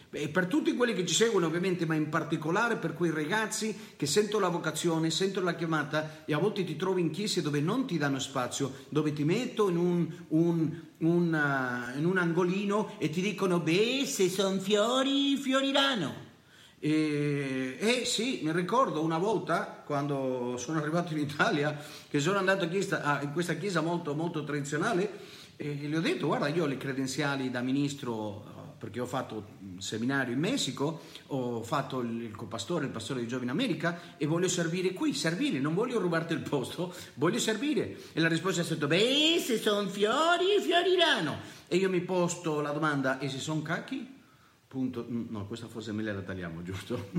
E per tutti quelli che ci seguono ovviamente, ma in particolare per quei ragazzi che sentono la vocazione, sentono la chiamata e a volte ti trovi in chiese dove non ti danno spazio, dove ti metto in un, un, un, uh, in un angolino e ti dicono beh, se son fiori fioriranno. E, e sì, mi ricordo una volta quando sono arrivato in Italia che sono andato a chiesa, a, in questa chiesa molto, molto tradizionale e gli ho detto guarda, io ho le credenziali da ministro perché ho fatto un seminario in Messico, ho fatto il copastore, il pastore di Giovani in America e voglio servire qui, servire, non voglio rubarti il posto, voglio servire. E la risposta è stata, beh, se sono fiori, fioriranno. E io mi posto la domanda, e se sono cacchi? Punto. No, questa forse me la tagliamo, giusto?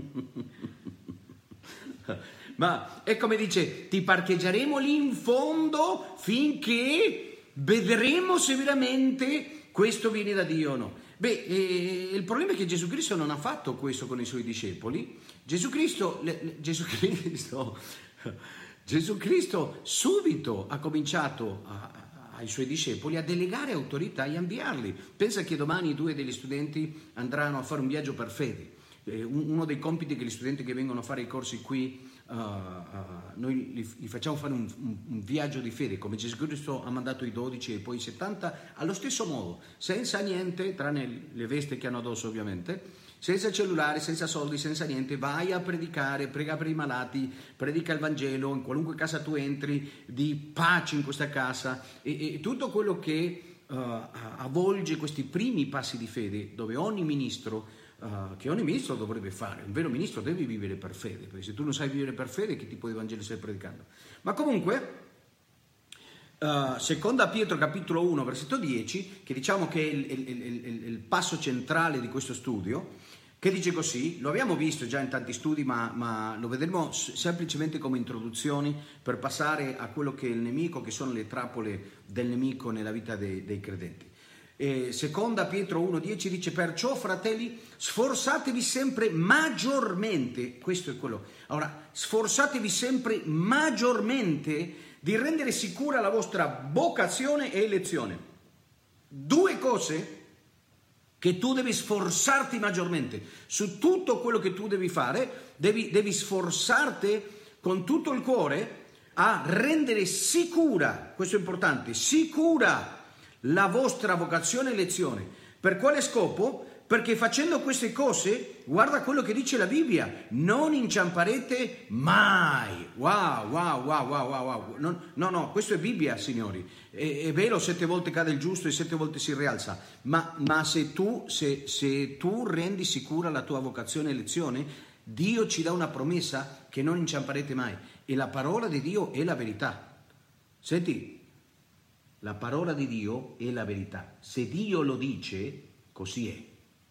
Ma è come dice, ti parcheggeremo lì in fondo finché vedremo se veramente questo viene da Dio o no. Beh, eh, il problema è che Gesù Cristo non ha fatto questo con i suoi discepoli. Gesù Cristo, le, le, Gesù Cristo, Gesù Cristo subito ha cominciato a, a, ai suoi discepoli a delegare autorità e a inviarli. Pensa che domani due degli studenti andranno a fare un viaggio per fede. Eh, uno dei compiti che gli studenti che vengono a fare i corsi qui Uh, uh, noi li, li facciamo fare un, un, un viaggio di fede come Gesù Cristo ha mandato i dodici e poi i settanta allo stesso modo, senza niente, tranne le vesti che hanno addosso ovviamente, senza cellulare, senza soldi, senza niente, vai a predicare, prega per i malati, predica il Vangelo, in qualunque casa tu entri, di pace in questa casa e, e tutto quello che uh, avvolge questi primi passi di fede dove ogni ministro Uh, che ogni ministro dovrebbe fare. Un vero ministro deve vivere per fede, perché se tu non sai vivere per fede, che tipo di Vangelo stai predicando? Ma comunque, uh, seconda Pietro capitolo uno versetto dieci, che diciamo che è il, il, il, il, il passo centrale di questo studio, che dice così, lo abbiamo visto già in tanti studi, ma, ma lo vedremo semplicemente come introduzioni per passare a quello che è il nemico, che sono le trappole del nemico nella vita dei, dei credenti. Eh, seconda Pietro uno dieci dice, perciò fratelli sforzatevi sempre maggiormente, questo è quello, allora sforzatevi sempre maggiormente di rendere sicura la vostra vocazione e elezione. Due cose che tu devi sforzarti maggiormente su tutto quello che tu devi fare, devi, devi sforzarti con tutto il cuore a rendere sicura, questo è importante, sicura la vostra vocazione e elezione. Per quale scopo? Perché facendo queste cose, guarda quello che dice la Bibbia, non inciamperete mai. Wow, wow, wow, wow, wow, wow. Non, no, no, questo è Bibbia, signori. È, è vero, sette volte cade il giusto e sette volte si rialza, ma, ma se, tu, se, se tu rendi sicura la tua vocazione e elezione, Dio ci dà una promessa che non inciamperete mai. E la parola di Dio è la verità. Senti, la parola di Dio è la verità. Se Dio lo dice, così è.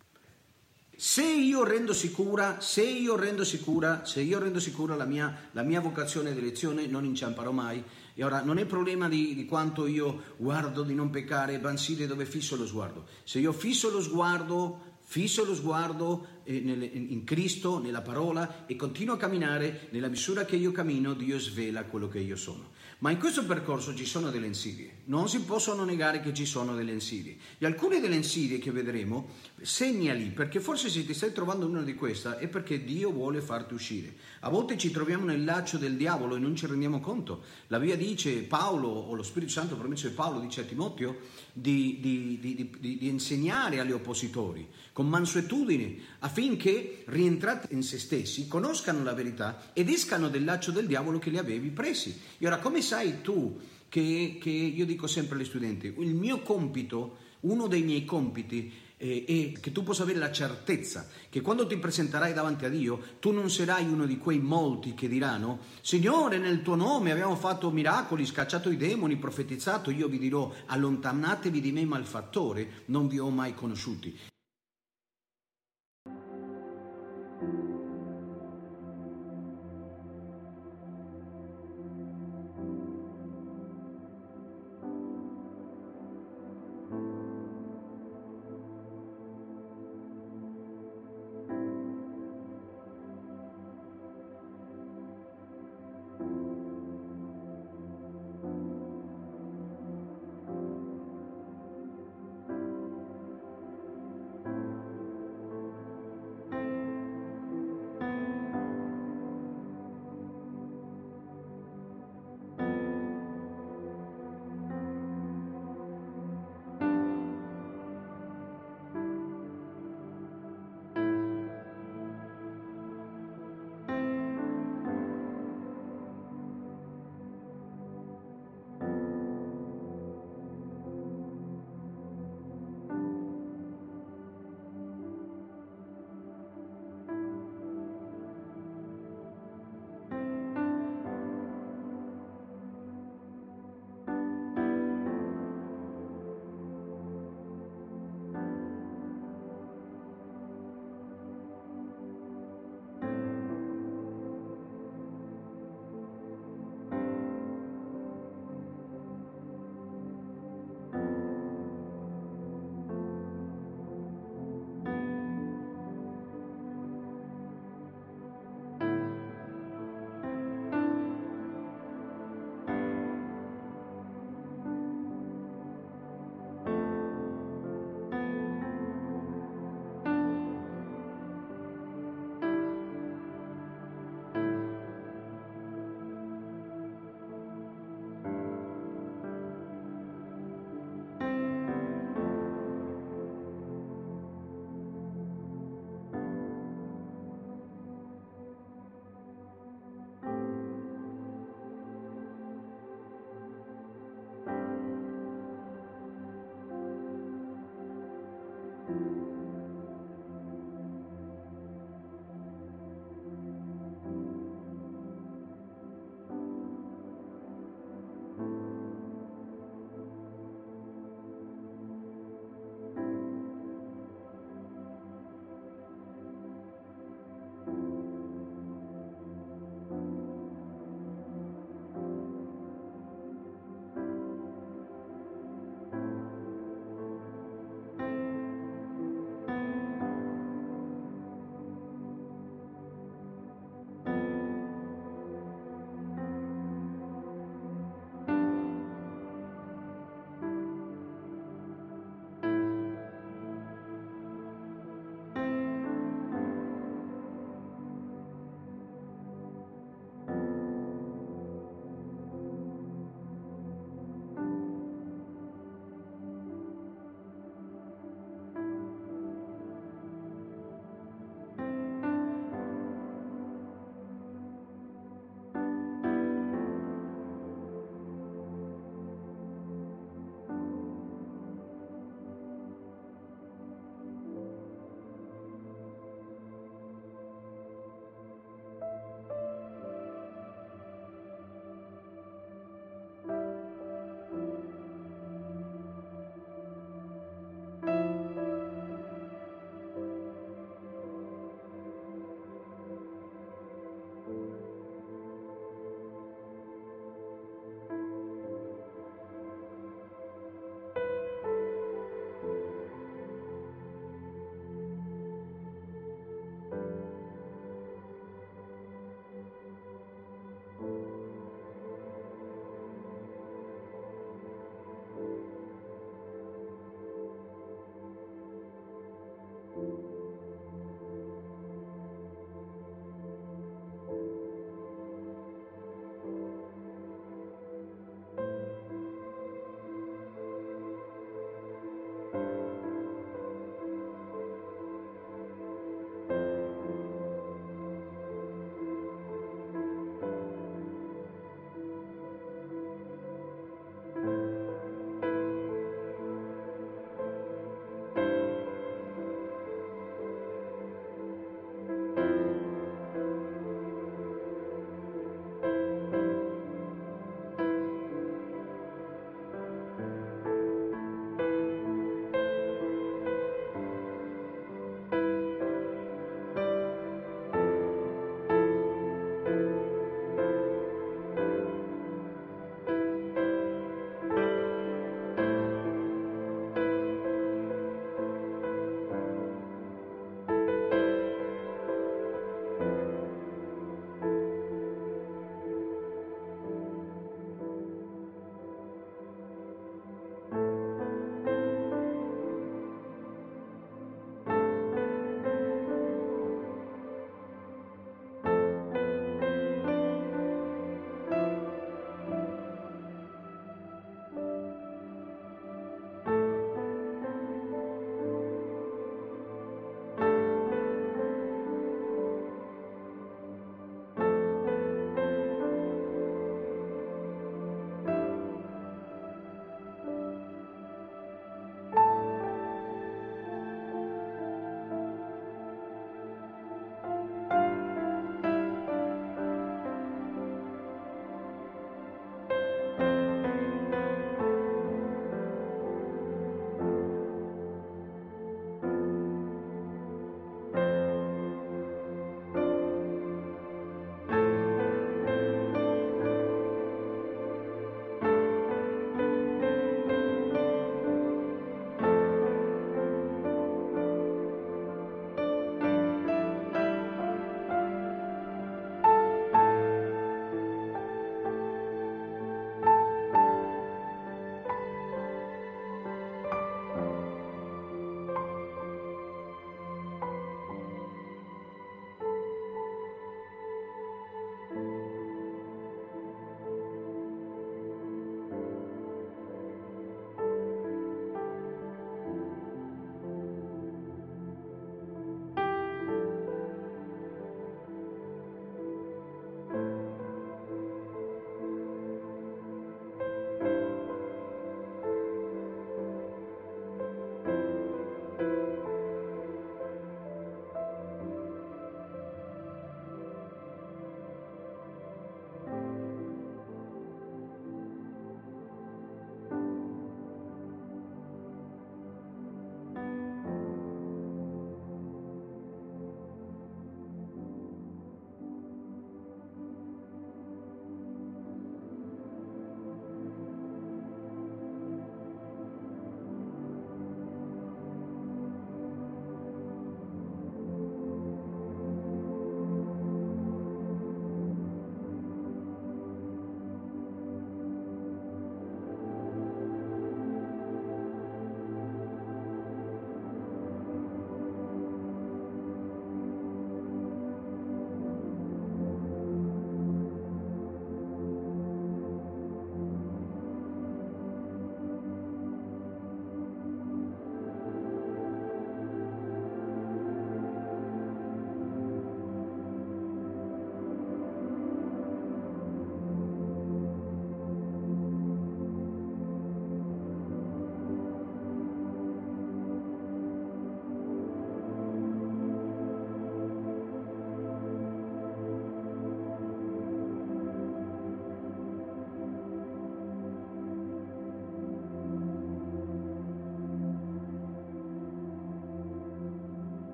Se io rendo sicura, se io rendo sicura, se io rendo sicura la mia, la mia vocazione ed elezione, non inciamperò mai. E ora non è problema di, di quanto io guardo di non peccare, bensì di dove fisso lo sguardo. Se io fisso lo sguardo, fisso lo sguardo eh, nel, in Cristo, nella parola e continuo a camminare, nella misura che io cammino, Dio svela quello che io sono. Ma in questo percorso ci sono delle insidie, non si possono negare che ci sono delle insidie. E alcune delle insidie che vedremo, segnali, perché forse se ti stai trovando una di queste è perché Dio vuole farti uscire. A volte ci troviamo nel laccio del diavolo e non ci rendiamo conto. La Bibbia dice, Paolo, o lo Spirito Santo, promesso di Paolo, dice a Timoteo, di, di, di, di, di insegnare agli oppositori con mansuetudine affinché, rientrati in se stessi, conoscano la verità ed escano del laccio del diavolo che li avevi presi. E ora, come sai tu che, che io dico sempre agli studenti, il mio compito, uno dei miei compiti eh, è che tu possa avere la certezza che quando ti presenterai davanti a Dio tu non sarai uno di quei molti che diranno, Signore, nel tuo nome abbiamo fatto miracoli, scacciato i demoni, profetizzato. Io vi dirò, allontanatevi di me malfattore, non vi ho mai conosciuti.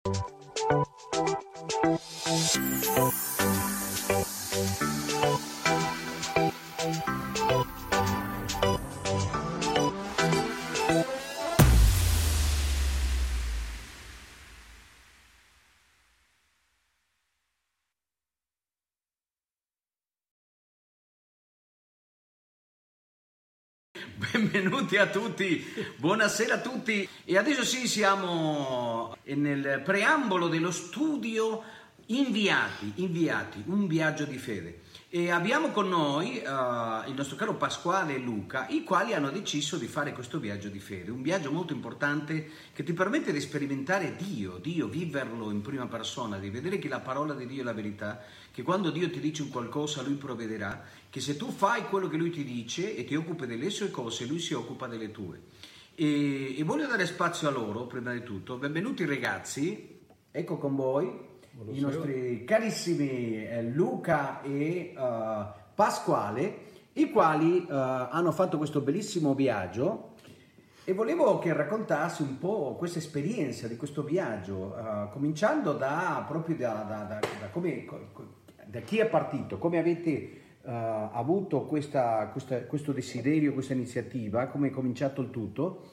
Benvenuti a tutti, buonasera a tutti. E adesso sì, siamo nel preambolo dello studio Inviati, Inviati, un viaggio di fede. E abbiamo con noi uh, il nostro caro Pasquale e Luca, i quali hanno deciso di fare questo viaggio di fede, un viaggio molto importante che ti permette di sperimentare Dio, Dio, viverlo in prima persona, di vedere che la parola di Dio è la verità, che quando Dio ti dice un qualcosa Lui provvederà, che se tu fai quello che Lui ti dice e ti occupi delle sue cose, Lui si occupa delle tue. E, e voglio dare spazio a loro, prima di tutto. Benvenuti ragazzi, ecco con voi i nostri carissimi eh, Luca e uh, Pasquale, i quali uh, hanno fatto questo bellissimo viaggio, e volevo che raccontassi un po' questa esperienza di questo viaggio, uh, cominciando da proprio da, da, da, da, come, da chi è partito, come avete uh, avuto questa, questa, questo desiderio, questa iniziativa, come è cominciato il tutto.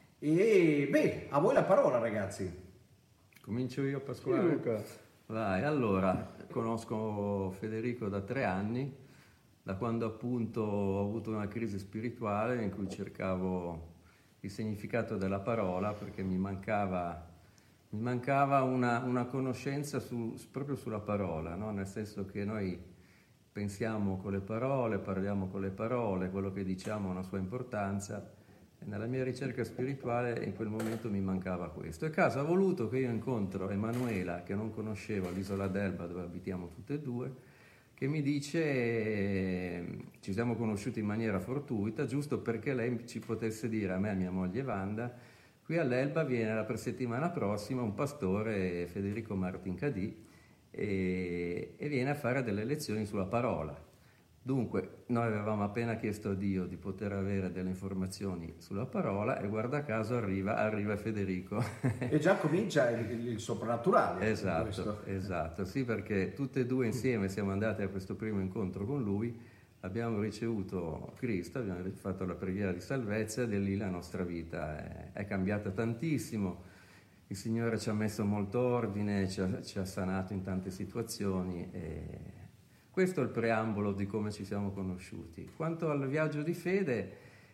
E beh, a voi la parola ragazzi. Comincio io, Pasquale. Sì, Luca. Vai, allora, conosco Federico da tre anni, da quando appunto ho avuto una crisi spirituale in cui cercavo il significato della parola, perché mi mancava, mi mancava una, una conoscenza su, proprio sulla parola, no? Nel senso che noi pensiamo con le parole, parliamo con le parole, quello che diciamo ha una sua importanza. Nella mia ricerca spirituale in quel momento mi mancava questo, e caso ha voluto che io incontro Emanuela, che non conoscevo, all'isola d'Elba dove abitiamo tutte e due, che mi dice, ci siamo conosciuti in maniera fortuita, giusto perché lei ci potesse dire a me e a mia moglie Wanda: qui all'Elba viene la per settimana prossima un pastore, Federico Martin Cadì, e, e viene a fare delle lezioni sulla parola. Dunque, noi avevamo appena chiesto a Dio di poter avere delle informazioni sulla parola, e guarda caso arriva, arriva Federico. E già comincia il, il soprannaturale. Esatto, esatto, sì, perché tutte e due insieme siamo andati a questo primo incontro con lui, abbiamo ricevuto Cristo, abbiamo fatto la preghiera di salvezza, e da lì la nostra vita è, è cambiata tantissimo. Il Signore ci ha messo molto ordine, ci ha, ci ha sanato in tante situazioni, e questo è il preambolo di come ci siamo conosciuti. Quanto al viaggio di fede,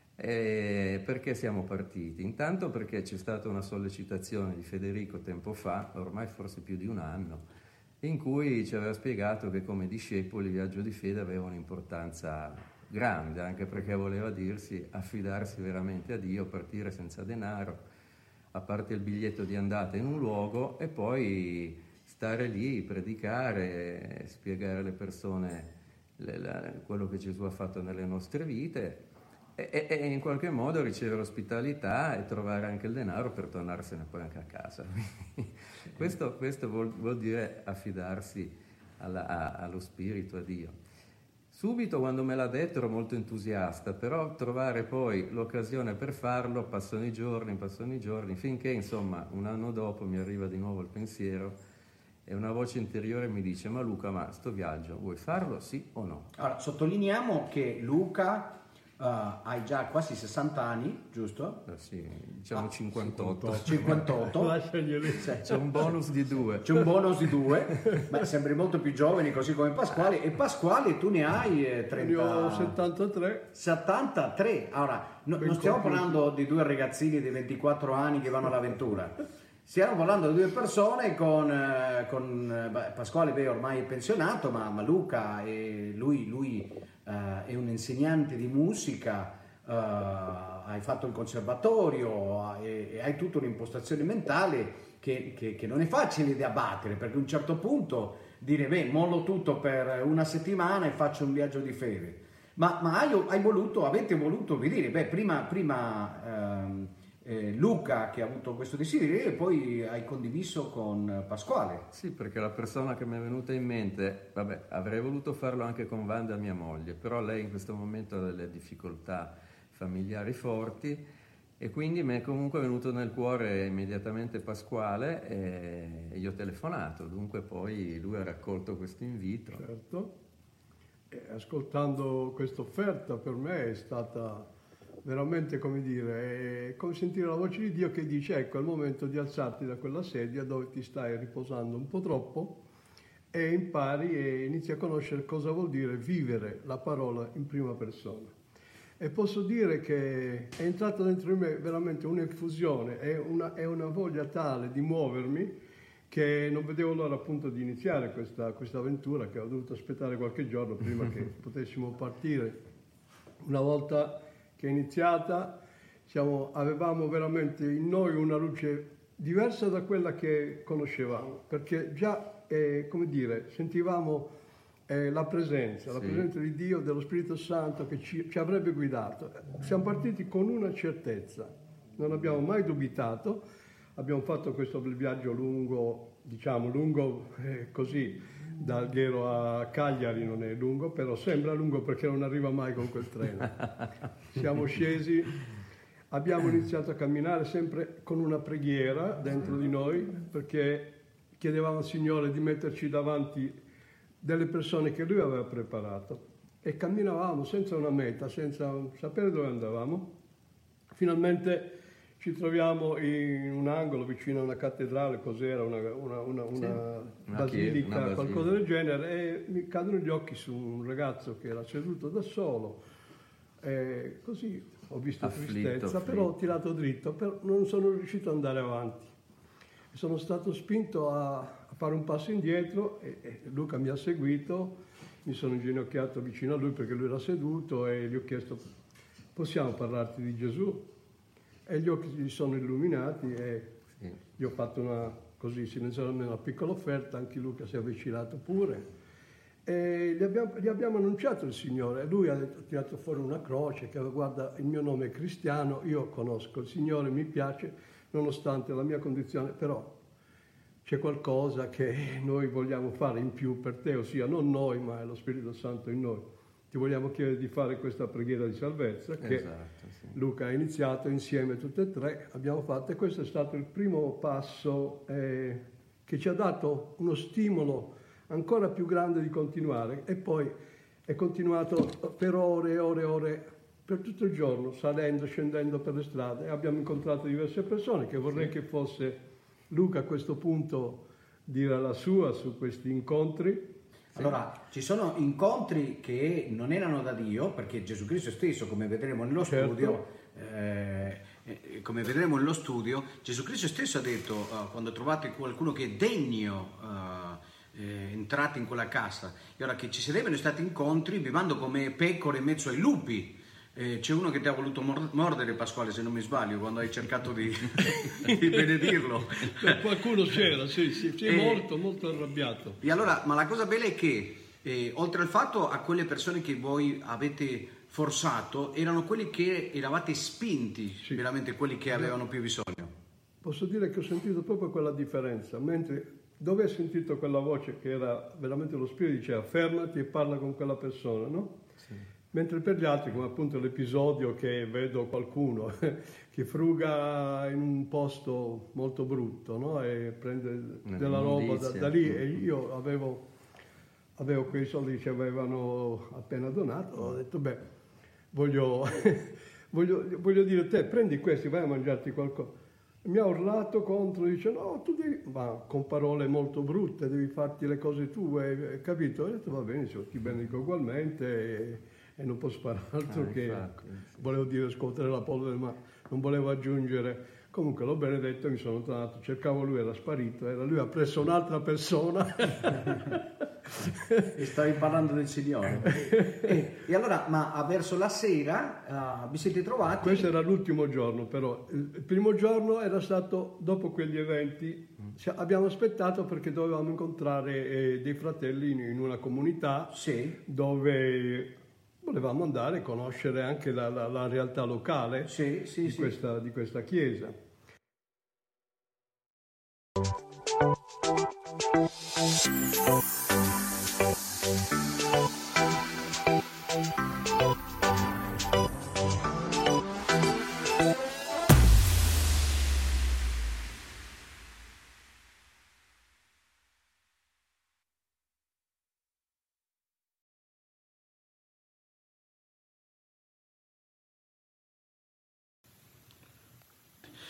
eh, perché siamo partiti? Intanto perché c'è stata una sollecitazione di Federico tempo fa, ormai forse più di un anno, in cui ci aveva spiegato che come discepoli il viaggio di fede aveva un'importanza grande, anche perché voleva dirsi affidarsi veramente a Dio, partire senza denaro, a parte il biglietto di andata in un luogo, e poi stare lì, predicare, spiegare alle persone le, la, quello che Gesù ha fatto nelle nostre vite, e, e in qualche modo ricevere ospitalità e trovare anche il denaro per tornarsene poi anche a casa. questo questo vuol, vuol dire affidarsi alla, a, allo Spirito, a Dio. Subito quando me l'ha detto ero molto entusiasta, però trovare poi l'occasione per farlo, passano i giorni, passano i giorni, finché insomma un anno dopo mi arriva di nuovo il pensiero, e una voce interiore mi dice: ma Luca, ma sto viaggio vuoi farlo, sì o no? Allora, sottolineiamo che Luca uh, hai già quasi sessanta anni, giusto? Eh sì, diciamo ah, cinquantotto. cinquantotto. C'è un bonus di due. C'è un bonus di due, ma sembri molto più giovane, così come Pasquale. E Pasquale, tu ne hai eh, trenta... Io ho settantatré. settantatré. Allora, no, non stiamo parlando di due ragazzini di ventiquattro anni che vanno all'avventura. Stiamo parlando di due persone con, eh, con beh, Pasquale beh, ormai è pensionato, ma, ma Luca, è, lui, lui eh, è un insegnante di musica, eh, hai fatto il conservatorio, e, e hai tutta un'impostazione mentale che, che, che non è facile da abbattere, perché a un certo punto dire beh, mollo tutto per una settimana e faccio un viaggio di fede. Ma, ma hai, hai voluto, avete voluto, vi dire, beh, prima... prima ehm, Eh, Luca che ha avuto questo desiderio, e poi hai condiviso con Pasquale. Sì, perché la persona che mi è venuta in mente, vabbè, avrei voluto farlo anche con Wanda, mia moglie, però lei in questo momento ha delle difficoltà familiari forti, E quindi mi è comunque venuto nel cuore immediatamente Pasquale e gli ho telefonato, dunque poi lui ha raccolto questo invito. Certo, e ascoltando questa offerta per me è stata veramente, come dire, è come sentire la voce di Dio che dice: ecco, è il momento di alzarti da quella sedia dove ti stai riposando un po' troppo e impari e inizi a conoscere cosa vuol dire vivere la parola in prima persona. E posso dire che è entrata dentro di me veramente un'effusione e una, è una voglia tale di muovermi che non vedevo l'ora appunto di iniziare questa, questa avventura, che ho dovuto aspettare qualche giorno prima che potessimo partire. Una volta che è iniziata siamo, avevamo veramente in noi una luce diversa da quella che conoscevamo, perché già, eh, come dire, sentivamo eh, la presenza, la Sì. presenza di Dio, dello Spirito Santo che ci, ci avrebbe guidato. Siamo partiti con una certezza, non abbiamo mai dubitato, abbiamo fatto questo bel viaggio lungo, diciamo lungo eh, così, da Alghero a Cagliari non è lungo, però sembra lungo perché non arriva mai con quel treno. Siamo scesi, abbiamo iniziato a camminare sempre con una preghiera dentro di noi, perché chiedevamo al Signore di metterci davanti delle persone che Lui aveva preparato e camminavamo senza una meta, senza sapere dove andavamo. Finalmente ci troviamo in un angolo vicino a una cattedrale, cos'era, una, una, una, una, Sì, basilica, una chiesa, una qualcosa basilica. del genere, e mi cadono gli occhi su un ragazzo che era seduto da solo, e così ho visto Afflitto, tristezza, afflitto. però ho tirato dritto, però non sono riuscito ad andare avanti. Sono stato spinto a, a fare un passo indietro e, e Luca mi ha seguito, mi sono inginocchiato vicino a lui perché lui era seduto e gli ho chiesto: possiamo parlarti di Gesù? E gli occhi gli sono illuminati e Sì. gli ho fatto una, così silenziosamente, una piccola offerta, anche Luca si è avvicinato pure e gli abbiamo, gli abbiamo annunciato il Signore. Lui ha detto- tirato fuori una croce che: guarda, il mio nome è Cristiano, io conosco il Signore, mi piace nonostante la mia condizione, però c'è qualcosa che noi vogliamo fare in più per te, ossia non noi ma è lo Spirito Santo in noi. Ti vogliamo chiedere di fare questa preghiera di salvezza che Esatto, sì. Luca ha iniziato insieme, tutte e tre abbiamo fatto, e questo è stato il primo passo eh, che ci ha dato uno stimolo ancora più grande di continuare, e poi è continuato per ore e ore e ore, per tutto il giorno, salendo, scendendo per le strade, e abbiamo incontrato diverse persone che vorrei Sì. che fosse Luca a questo punto dire la sua su questi incontri. Allora, ci sono incontri che non erano da Dio, perché Gesù Cristo stesso, come vedremo nello Certo. studio, eh, eh, come vedremo nello studio, Gesù Cristo stesso ha detto, eh, quando trovate qualcuno che è degno, eh, eh, entrate in quella casa. E ora che ci sarebbero stati incontri vivendo come pecore in mezzo ai lupi. Eh, c'è uno che ti ha voluto mor- mordere, Pasquale, se non mi sbaglio, quando hai cercato di, di benedirlo. Beh, qualcuno c'era, sì, sì, sì, Eh, molto, molto arrabbiato. E allora, ma la cosa bella è che, eh, oltre al fatto, a quelle persone che voi avete forzato, erano quelli che eravate spinti, veramente quelli che avevano più bisogno. Posso dire che ho sentito proprio quella differenza, mentre dove hai sentito quella voce che era veramente lo spirito, diceva fermati e parla con quella persona, no? Mentre per gli altri, come appunto l'episodio che vedo qualcuno che fruga in un posto molto brutto, no? E prende della roba da, da lì, e io avevo, avevo quei soldi che ci avevano appena donato, ho detto beh, voglio, voglio, voglio dire te, prendi questi, vai a mangiarti qualcosa. Mi ha urlato contro, dice no, tu devi, ma con parole molto brutte, devi farti le cose tue, capito? Ho detto va bene, ti benedico ugualmente e, e non posso fare altro Ah, che, infatti, volevo dire scuotere la polvere, ma non volevo aggiungere. Comunque l'ho benedetto e mi sono tornato, cercavo lui, era sparito, era lui ha preso un'altra persona. E stavi parlando del Signore. e, e allora, ma a verso la sera uh, vi siete trovati? Questo era l'ultimo giorno, però il primo giorno era stato dopo quegli eventi. Cioè, abbiamo aspettato perché dovevamo incontrare eh, dei fratelli in, in una comunità dove volevamo andare a conoscere anche la, la, la realtà locale sì, sì, di, sì. Questa, di questa chiesa.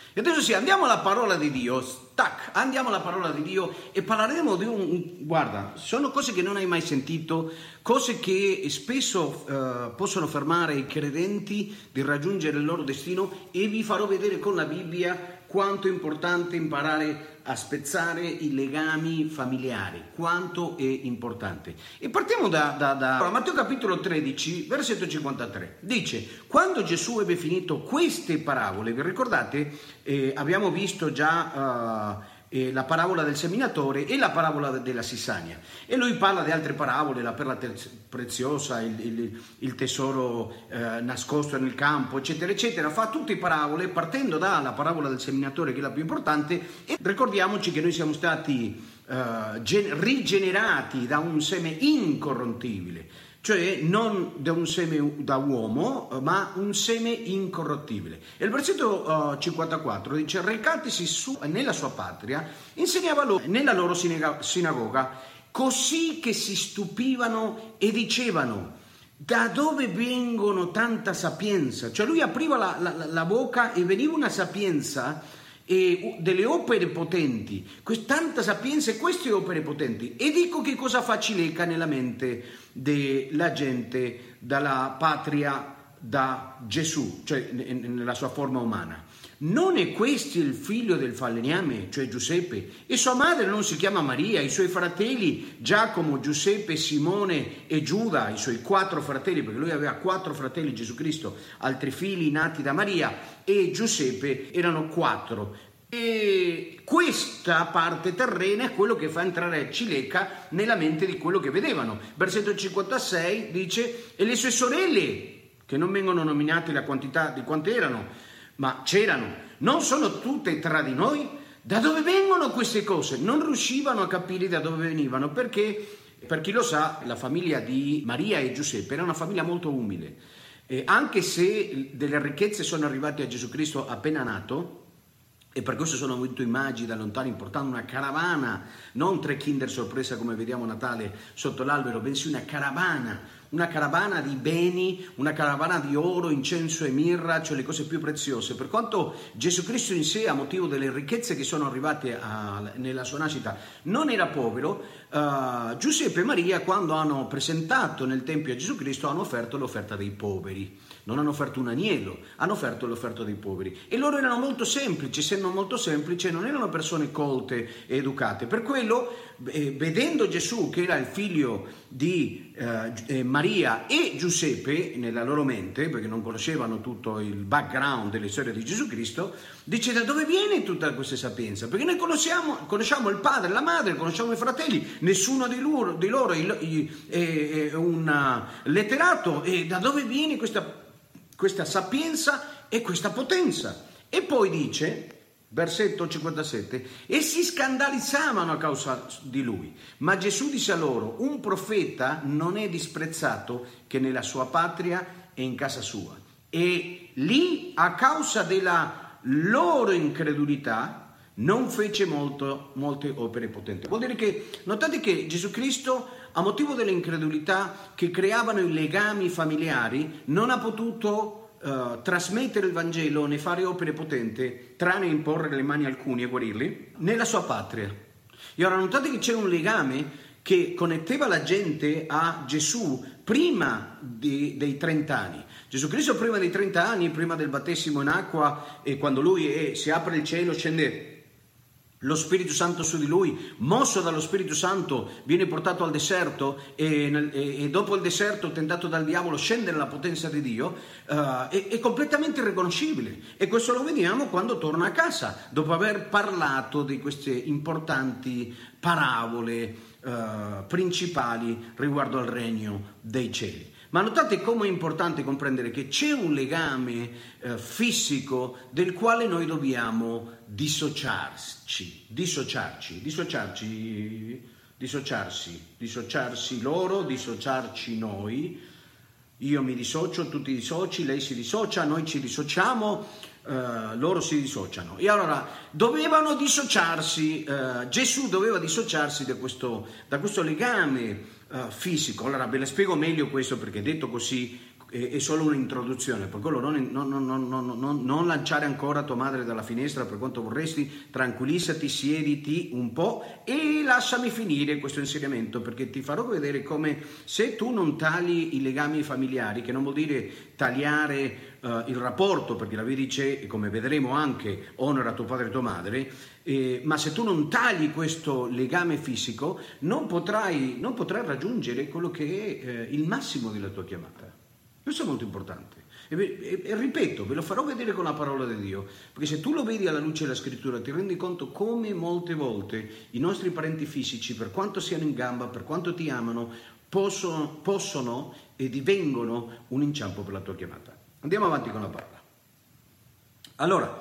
E adesso sì, andiamo alla parola di Dio, tac, andiamo alla parola di Dio e parleremo di un, guarda, sono cose che non hai mai sentito, cose che spesso eh, possono fermare i credenti di raggiungere il loro destino, e vi farò vedere con la Bibbia quanto è importante imparare a spezzare i legami familiari, quanto è importante. E partiamo da, da, da allora, Matteo capitolo tredici, versetto cinquantatré. Dice: quando Gesù ebbe finito queste parabole, vi ricordate, eh, abbiamo visto già uh, eh, la parabola del seminatore e la parabola della Sissania, e lui parla di altre parabole, la perla te- preziosa, il, il, il tesoro eh, nascosto nel campo, eccetera eccetera. Fa tutte parabole partendo dalla parabola del seminatore, che è la più importante, e ricordiamoci che noi siamo stati eh, gen- rigenerati da un seme incorrottibile, cioè non da un seme da uomo, ma un seme incorruttibile. E il versetto uh, cinquantaquattro dice: recatisi su nella sua patria, insegnava loro nella loro sinagoga, così che si stupivano e dicevano: da dove vengono tanta sapienza? Cioè lui apriva la, la, la bocca e veniva una sapienza, e delle opere potenti, tanta sapienza e queste opere potenti. E dico che cosa fa cileca nella mente della gente dalla patria da Gesù, cioè nella sua forma umana. Non è questo il figlio del falegname, cioè Giuseppe, e sua madre non si chiama Maria, i suoi fratelli Giacomo, Giuseppe, Simone e Giuda, i suoi quattro fratelli, perché lui aveva quattro fratelli Gesù Cristo, altri figli nati da Maria, e Giuseppe erano quattro. E questa parte terrena è quello che fa entrare cileca nella mente di quello che vedevano. Versetto cinquantasei dice: e le sue sorelle, che non vengono nominate la quantità di quante erano, ma c'erano, non sono tutte tra di noi? Da dove vengono queste cose? Non riuscivano a capire da dove venivano, perché, per chi lo sa, la famiglia di Maria e Giuseppe era una famiglia molto umile. E anche se delle ricchezze sono arrivate a Gesù Cristo appena nato, e per questo sono venuto immagini da lontano portando una caravana, non tre Kinder sorpresa come vediamo a Natale sotto l'albero, bensì una caravana, una caravana di beni, una caravana di oro, incenso e mirra, cioè le cose più preziose. Per quanto Gesù Cristo in sé, a motivo delle ricchezze che sono arrivate a, nella sua nascita, non era povero, uh, Giuseppe e Maria, quando hanno presentato nel Tempio a Gesù Cristo, hanno offerto l'offerta dei poveri. Non hanno offerto un agnello, hanno offerto l'offerta dei poveri. E loro erano molto semplici, essendo molto semplici, non erano persone colte e educate. Per quello, eh, vedendo Gesù, che era il figlio di eh, Maria e Giuseppe, nella loro mente, perché non conoscevano tutto il background delle storie di Gesù Cristo, dice: da dove viene tutta questa sapienza? Perché noi conosciamo, conosciamo il padre, la madre, conosciamo i fratelli, nessuno di loro, di loro è, è, è un letterato, e da dove viene questa questa sapienza e questa potenza? E poi dice, versetto cinquantasette, e si scandalizzavano a causa di lui. Ma Gesù disse a loro: un profeta non è disprezzato che nella sua patria e in casa sua. E lì, a causa della loro incredulità, non fece molto, molte opere potenti. Vuol dire che, notate che Gesù Cristo, a motivo dell'incredulità che creavano i legami familiari, non ha potuto uh, trasmettere il Vangelo né fare opere potenti, tranne imporre le mani a alcuni e guarirli, nella sua patria. E ora notate che c'è un legame che connetteva la gente a Gesù prima di, dei trenta anni. Gesù Cristo prima dei trenta anni, prima del battesimo in acqua, e quando lui è, si apre il cielo, scende lo Spirito Santo su di lui, mosso dallo Spirito Santo, viene portato al deserto e, nel, e, e dopo il deserto, tentato dal diavolo, scende nella potenza di Dio, uh, è, è completamente irriconoscibile. E questo lo vediamo quando torna a casa, dopo aver parlato di queste importanti parabole uh, principali riguardo al regno dei cieli. Ma notate come è importante comprendere che c'è un legame eh, fisico del quale noi dobbiamo dissociarci, dissociarci, dissociarci, dissociarsi, dissociarsi loro, dissociarci noi. Io mi dissocio, tu ti dissoci, lei si dissocia, noi ci dissociamo, eh, loro si dissociano. E allora dovevano dissociarsi, eh, Gesù doveva dissociarsi da questo, da questo legame Uh, fisico. Allora ve la spiego meglio questo, perché detto così è, è solo un'introduzione, per quello non, non, non, non, non, non lanciare ancora tua madre dalla finestra per quanto vorresti, tranquillizzati, siediti un po' e lasciami finire questo insegnamento, perché ti farò vedere come se tu non tagli i legami familiari, che non vuol dire tagliare Uh, il rapporto, perché la Bibbia dice, e come vedremo anche, onora tuo padre e tua madre, eh, ma se tu non tagli questo legame fisico non potrai, non potrai raggiungere quello che è eh, il massimo della tua chiamata. Questo è molto importante e, e, e ripeto, ve lo farò vedere con la parola di Dio, perché se tu lo vedi alla luce della scrittura ti rendi conto come molte volte i nostri parenti fisici, per quanto siano in gamba, per quanto ti amano, possono, possono e divengono un inciampo per la tua chiamata. Andiamo avanti con la parola. Allora,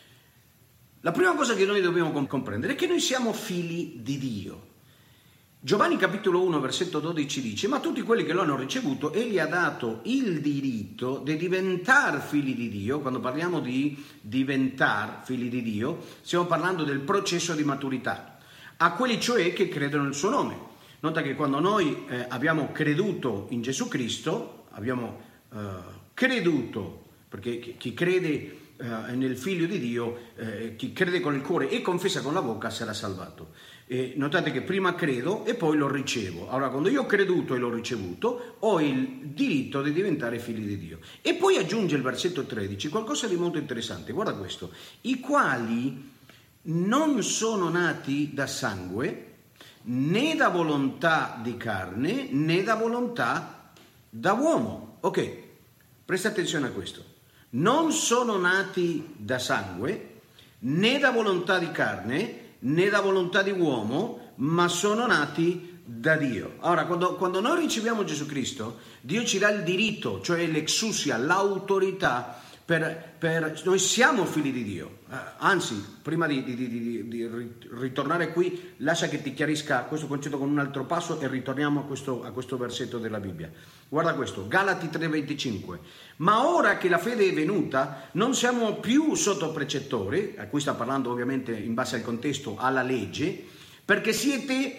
la prima cosa che noi dobbiamo comprendere è che noi siamo figli di Dio. Giovanni capitolo uno versetto dodici dice: ma tutti quelli che lo hanno ricevuto egli ha dato il diritto di diventare figli di Dio. Quando parliamo di diventare figli di Dio stiamo parlando del processo di maturità, a quelli cioè che credono nel suo nome. Nota che quando noi eh, abbiamo creduto in Gesù Cristo, abbiamo eh, creduto, perché chi crede eh, nel Figlio di Dio, eh, chi crede con il cuore e confessa con la bocca sarà salvato. E notate che prima credo e poi lo ricevo. Allora, quando io ho creduto e l'ho ricevuto, ho il diritto di diventare figli di Dio. E poi aggiunge il versetto tredici qualcosa di molto interessante. Guarda questo: i quali non sono nati da sangue, né da volontà di carne, né da volontà da uomo. Ok. Presta attenzione a questo: non sono nati da sangue, né da volontà di carne, né da volontà di uomo, ma sono nati da Dio. Ora, quando, quando noi riceviamo Gesù Cristo, Dio ci dà il diritto, cioè l'exousia, l'autorità, per, per noi siamo figli di Dio. Uh, anzi, prima di, di, di, di ritornare qui, lascia che ti chiarisca questo concetto con un altro passo e ritorniamo a questo, a questo versetto della Bibbia. Guarda questo, Galati tre venticinque: ma ora che la fede è venuta non siamo più sotto precettori, a cui sta parlando ovviamente in base al contesto alla legge, perché siete,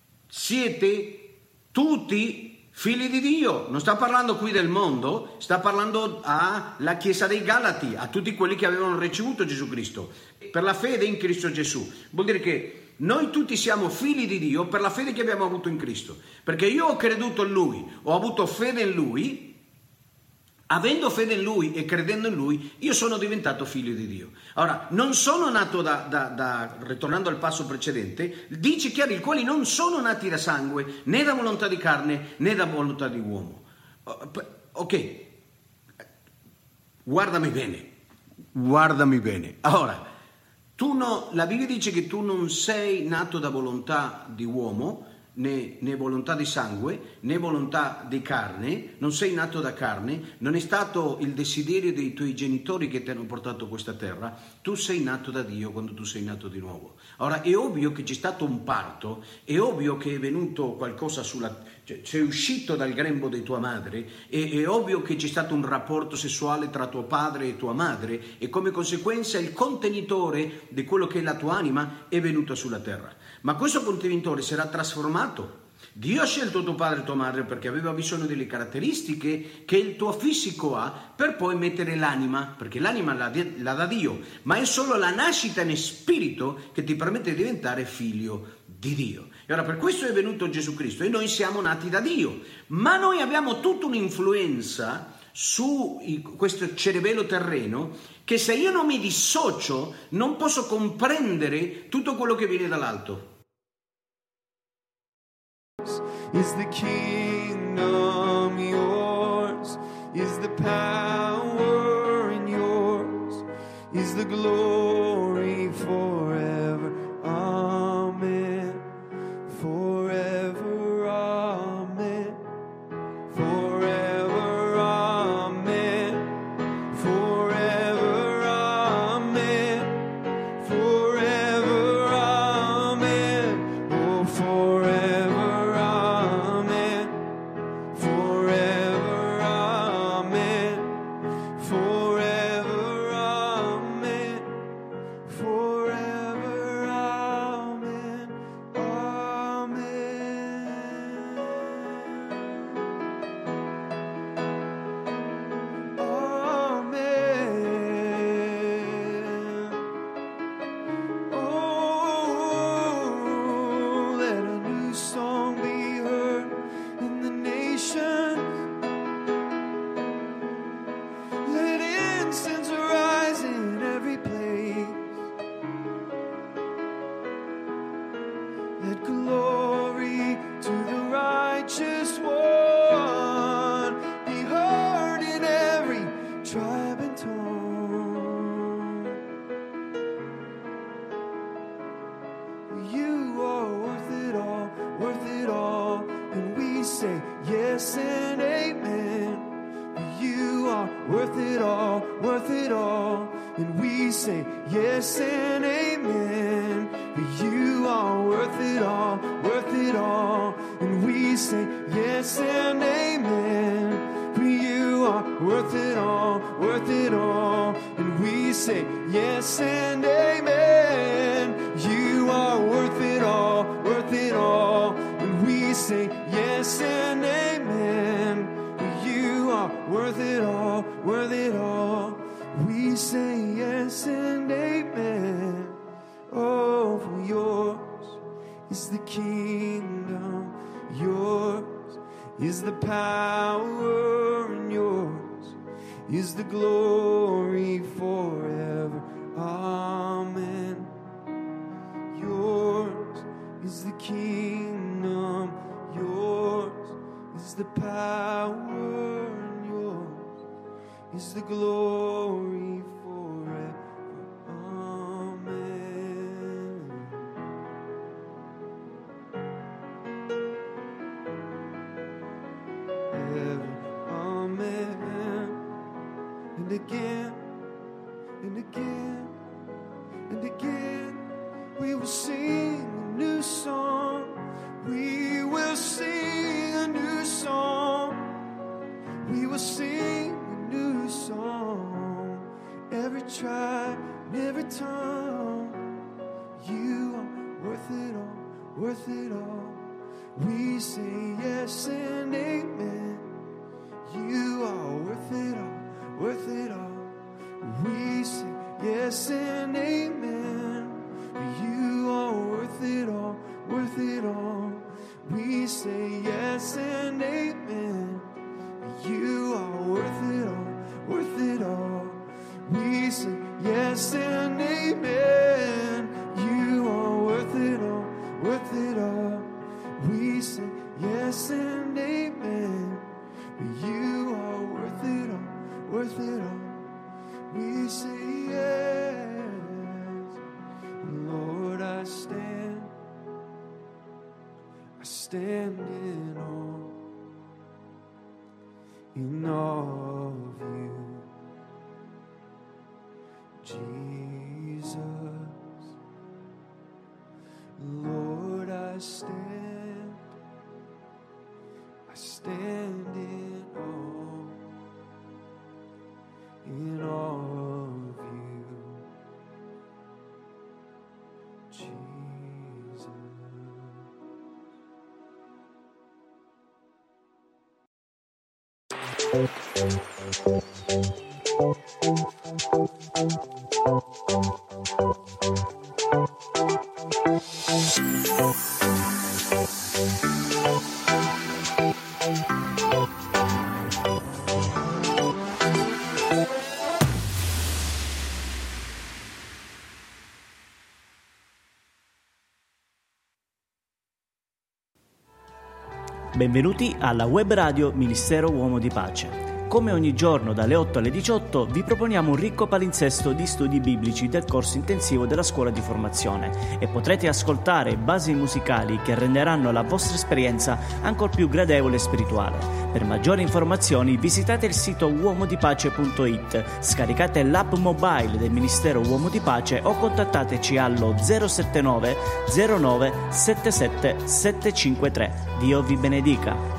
siete tutti figli di Dio. Non sta parlando qui del mondo, sta parlando alla Chiesa dei Galati, a tutti quelli che avevano ricevuto Gesù Cristo per la fede in Cristo Gesù. Vuol dire che noi tutti siamo figli di Dio per la fede che abbiamo avuto in Cristo, perché io ho creduto in Lui, ho avuto fede in Lui. Avendo fede in Lui e credendo in Lui, io sono diventato figlio di Dio. Ora, non sono nato da, da, da ritornando al passo precedente, dice chiaro, i quali non sono nati da sangue, né da volontà di carne, né da volontà di uomo. Ok, guardami bene, guardami bene. Ora, tu no, la Bibbia dice che tu non sei nato da volontà di uomo, Né, né volontà di sangue, né volontà di carne, non sei nato da carne, non è stato il desiderio dei tuoi genitori che ti hanno portato a questa terra, tu sei nato da Dio quando tu sei nato di nuovo. Ora è ovvio che c'è stato un parto, è ovvio che è venuto qualcosa sulla... cioè, sei uscito dal grembo di tua madre, è, è ovvio che c'è stato un rapporto sessuale tra tuo padre e tua madre e come conseguenza il contenitore di quello che è la tua anima è venuto sulla terra. Ma questo contenitore sarà trasformato. Dio ha scelto tuo padre e tua madre perché aveva bisogno delle caratteristiche che il tuo fisico ha per poi mettere l'anima, perché l'anima la, la dà Dio, ma è solo la nascita in spirito che ti permette di diventare figlio di Dio. E ora per questo è venuto Gesù Cristo e noi siamo nati da Dio, ma noi abbiamo tutta un'influenza su questo cerebelo terreno che se io non mi dissocio non posso comprendere tutto quello che viene dall'alto. Is the kingdom yours? Is the power in yours? Is the glory forever? Amen. Forever, amen. Forever, amen. Forever, amen. Forever, amen. Oh, forever, amen. Forever, amen. Forever, amen. and amen. You are worth it all, worth it all. And we say yes and amen. You are worth it all, worth it all. And we say yes and amen. You are worth it all, worth it all. And we say yes and amen. You are worth it all, worth it all. And we say yes and amen. You are worth it all, worth it all. We say yes and amen. Oh, for yours is the kingdom, yours is the power, and yours is the glory forever. Amen. Yours is the kingdom, yours is the power, and yours is the glory forever. Amen. Ever. Amen. And again, and again, and again, we will sing a new song. We will sing a new song. We will sing a new song. Every tribe, and every tongue. You are worth it all, worth it all. We say yes and amen. You are worth it all, worth it all. We say yes and amen. You are worth it all, worth it all. We say yes and amen. You are worth it all, worth it all. We say yes and amen. You are worth it all, worth it all. We say yes and amen. You are worth it all, worth it all. We say yes. Lord, I stand, I stand in awe, in awe of you, Jesus. Lord, I stand, I stand in awe, in awe of you, Jesus. Benvenuti alla web radio Ministero Uomo di Pace. Come ogni giorno dalle otto alle diciotto vi proponiamo un ricco palinsesto di studi biblici del corso intensivo della scuola di formazione e potrete ascoltare basi musicali che renderanno la vostra esperienza ancora più gradevole e spirituale. Per maggiori informazioni visitate il sito uomodipace punto it, scaricate l'app mobile del Ministero Uomo di Pace o contattateci allo zero sette nove zero nove sette sette sette cinque tre. Dio vi benedica.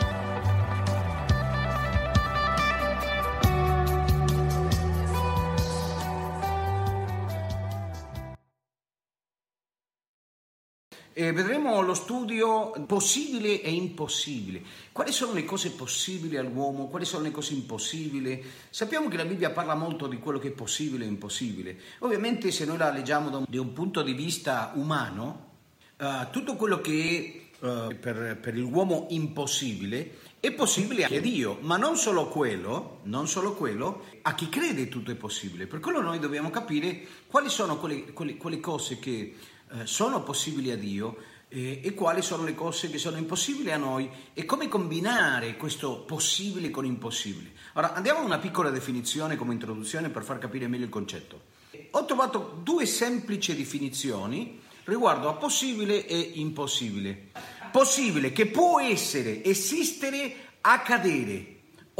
E vedremo lo studio possibile e impossibile. Quali sono le cose possibili all'uomo? Quali sono le cose impossibili? Sappiamo che la Bibbia parla molto di quello che è possibile e impossibile. Ovviamente se noi la leggiamo da un, da un punto di vista umano, uh, tutto quello che è uh, per, per l'uomo impossibile è possibile anche a Dio, ma non solo quello, non solo quello, a chi crede tutto è possibile. Per quello noi dobbiamo capire quali sono quelle, quelle, quelle cose che eh, sono possibili a Dio eh, e quali sono le cose che sono impossibili a noi e come combinare questo possibile con impossibile. Ora andiamo a una piccola definizione come introduzione per far capire meglio il concetto. Ho trovato due semplici definizioni riguardo a possibile e impossibile. Possibile che può essere, esistere accadere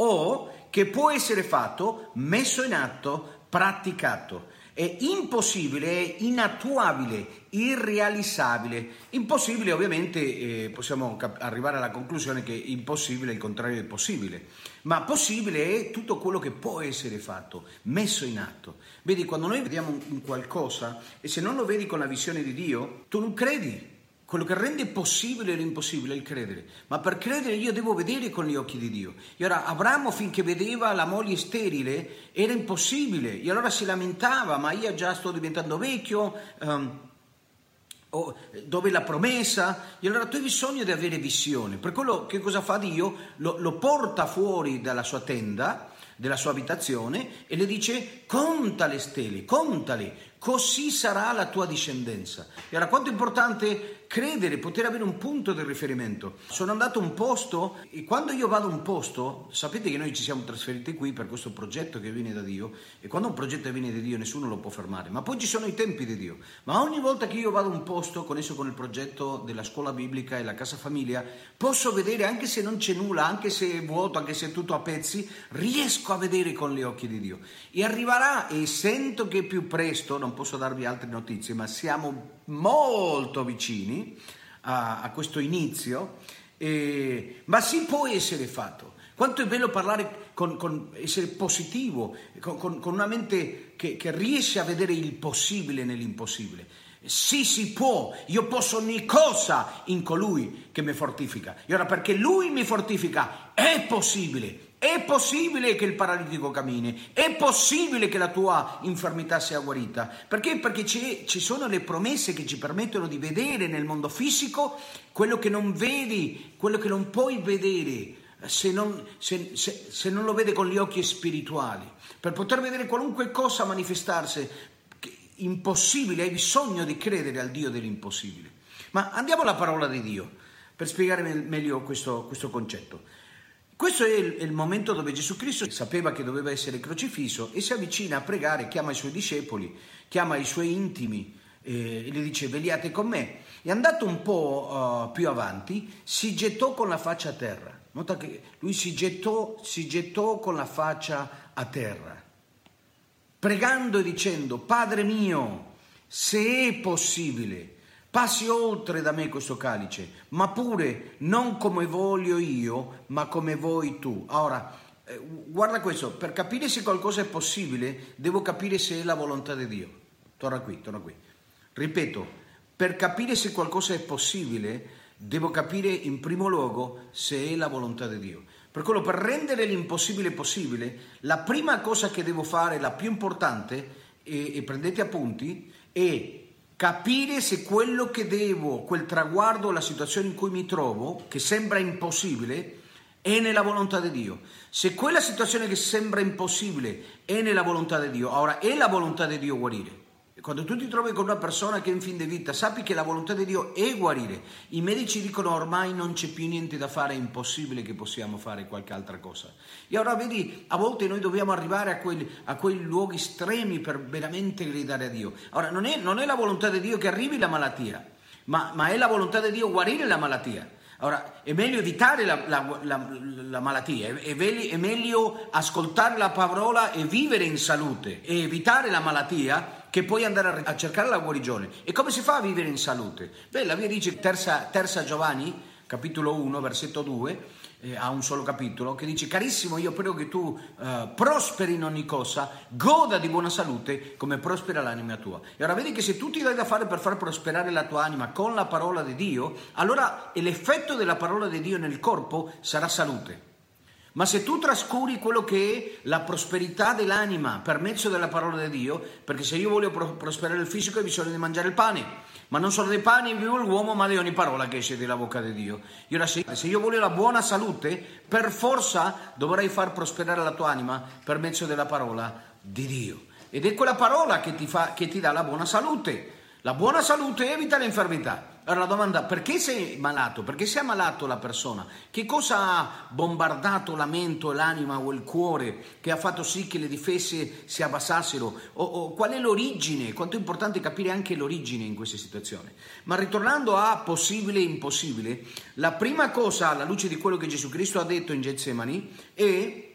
o che può essere fatto, messo in atto, praticato. È impossibile, è inattuabile, irrealizzabile. Impossibile, ovviamente, eh, possiamo cap- arrivare alla conclusione che impossibile è il contrario del possibile, ma possibile è tutto quello che può essere fatto, messo in atto. Vedi, quando noi vediamo un, un qualcosa e se non lo vedi con la visione di Dio, tu non credi. Quello che rende possibile l'impossibile è il credere, ma per credere io devo vedere con gli occhi di Dio. E ora Abramo, finché vedeva la moglie sterile, era impossibile, e allora si lamentava: ma io già sto diventando vecchio, um, oh, dove è la promessa? E allora tu hai bisogno di avere visione. Per quello che cosa fa Dio? Lo, lo porta fuori dalla sua tenda, della sua abitazione, e le dice: conta le stelle, contale, così sarà la tua discendenza. E allora quanto è importante credere, poter avere un punto di riferimento. Sono andato a un posto, e quando io vado a un posto, sapete che noi ci siamo trasferiti qui per questo progetto che viene da Dio, e quando un progetto viene da Dio nessuno lo può fermare, ma poi ci sono i tempi di Dio. Ma ogni volta che io vado a un posto, connesso con il progetto della scuola biblica e la casa famiglia, posso vedere, anche se non c'è nulla, anche se è vuoto, anche se è tutto a pezzi, riesco a vedere con gli occhi di Dio. E arriverà, e sento che più presto, non posso darvi altre notizie, ma siamo molto vicini a, a questo inizio, eh, ma si può essere fatto. Quanto è bello parlare con, con essere positivo, con, con, con una mente che, che riesce a vedere il possibile nell'impossibile. Sì, si può, io posso ogni cosa in colui che mi fortifica. E ora, perché lui mi fortifica, è possibile. È possibile che il paralitico cammini, è possibile che la tua infermità sia guarita. Perché? Perché ci sono le promesse che ci permettono di vedere nel mondo fisico quello che non vedi, quello che non puoi vedere se non, se, se, se non lo vedi con gli occhi spirituali. Per poter vedere qualunque cosa manifestarsi impossibile, hai bisogno di credere al Dio dell'impossibile. Ma andiamo alla parola di Dio per spiegare meglio questo, questo concetto. Questo è il, il momento dove Gesù Cristo sapeva che doveva essere crocifisso e si avvicina a pregare, chiama i suoi discepoli, chiama i suoi intimi eh, e gli dice: vegliate con me. E andato un po' uh, più avanti, si gettò con la faccia a terra. Nota che lui si gettò, si gettò con la faccia a terra, pregando e dicendo: Padre mio, se è possibile, passi oltre da me questo calice, ma pure non come voglio io, ma come vuoi tu. Ora, eh, guarda questo, per capire se qualcosa è possibile, devo capire se è la volontà di Dio. Torna qui, torna qui. Ripeto, per capire se qualcosa è possibile, devo capire in primo luogo se è la volontà di Dio. Per quello, per rendere l'impossibile possibile, la prima cosa che devo fare, la più importante, e, e prendete appunti, è capire se quello che devo, quel traguardo, la situazione in cui mi trovo, che sembra impossibile, è nella volontà di Dio. Se quella situazione che sembra impossibile è nella volontà di Dio, ora è la volontà di Dio guarire. Quando tu ti trovi con una persona che è in fin di vita, sappi che la volontà di Dio è guarire. I medici dicono: ormai non c'è più niente da fare, è impossibile che possiamo fare qualche altra cosa. E ora vedi, a volte noi dobbiamo arrivare a, quel, a quei luoghi estremi per veramente gridare a Dio. Ora, non è, non è la volontà di Dio che arrivi la malattia, ma, ma è la volontà di Dio guarire la malattia. Ora, è meglio evitare la, la, la, la malattia, è, è, è meglio ascoltare la parola e vivere in salute, e evitare la malattia, che puoi andare a cercare la guarigione. E come si fa a vivere in salute? Beh, la Bibbia dice, terza, terza Giovanni, capitolo uno, versetto due, eh, ha un solo capitolo, che dice: carissimo, io prego che tu eh, prosperi in ogni cosa, goda di buona salute come prospera l'anima tua. E ora vedi che se tu ti dai da fare per far prosperare la tua anima con la parola di Dio, allora l'effetto della parola di Dio nel corpo sarà salute. Ma se tu trascuri quello che è la prosperità dell'anima per mezzo della parola di Dio, perché se io voglio prosperare il fisico, ho bisogno di mangiare il pane, ma non solo dei pani vive l'uomo, ma di ogni parola che esce dalla bocca di Dio. E ora se, se io voglio la buona salute, per forza dovrai far prosperare la tua anima per mezzo della parola di Dio. Ed è quella parola che ti, fa, che ti dà la buona salute. La buona salute evita l'infermità. Allora la domanda, perché sei malato? Perché si è ammalato la persona? Che cosa ha bombardato la mente, l'anima o il cuore che ha fatto sì che le difese si abbassassero? O, o qual è l'origine? Quanto è importante capire anche l'origine in queste situazioni. Ma ritornando a possibile e impossibile, la prima cosa alla luce di quello che Gesù Cristo ha detto in Getsemani è: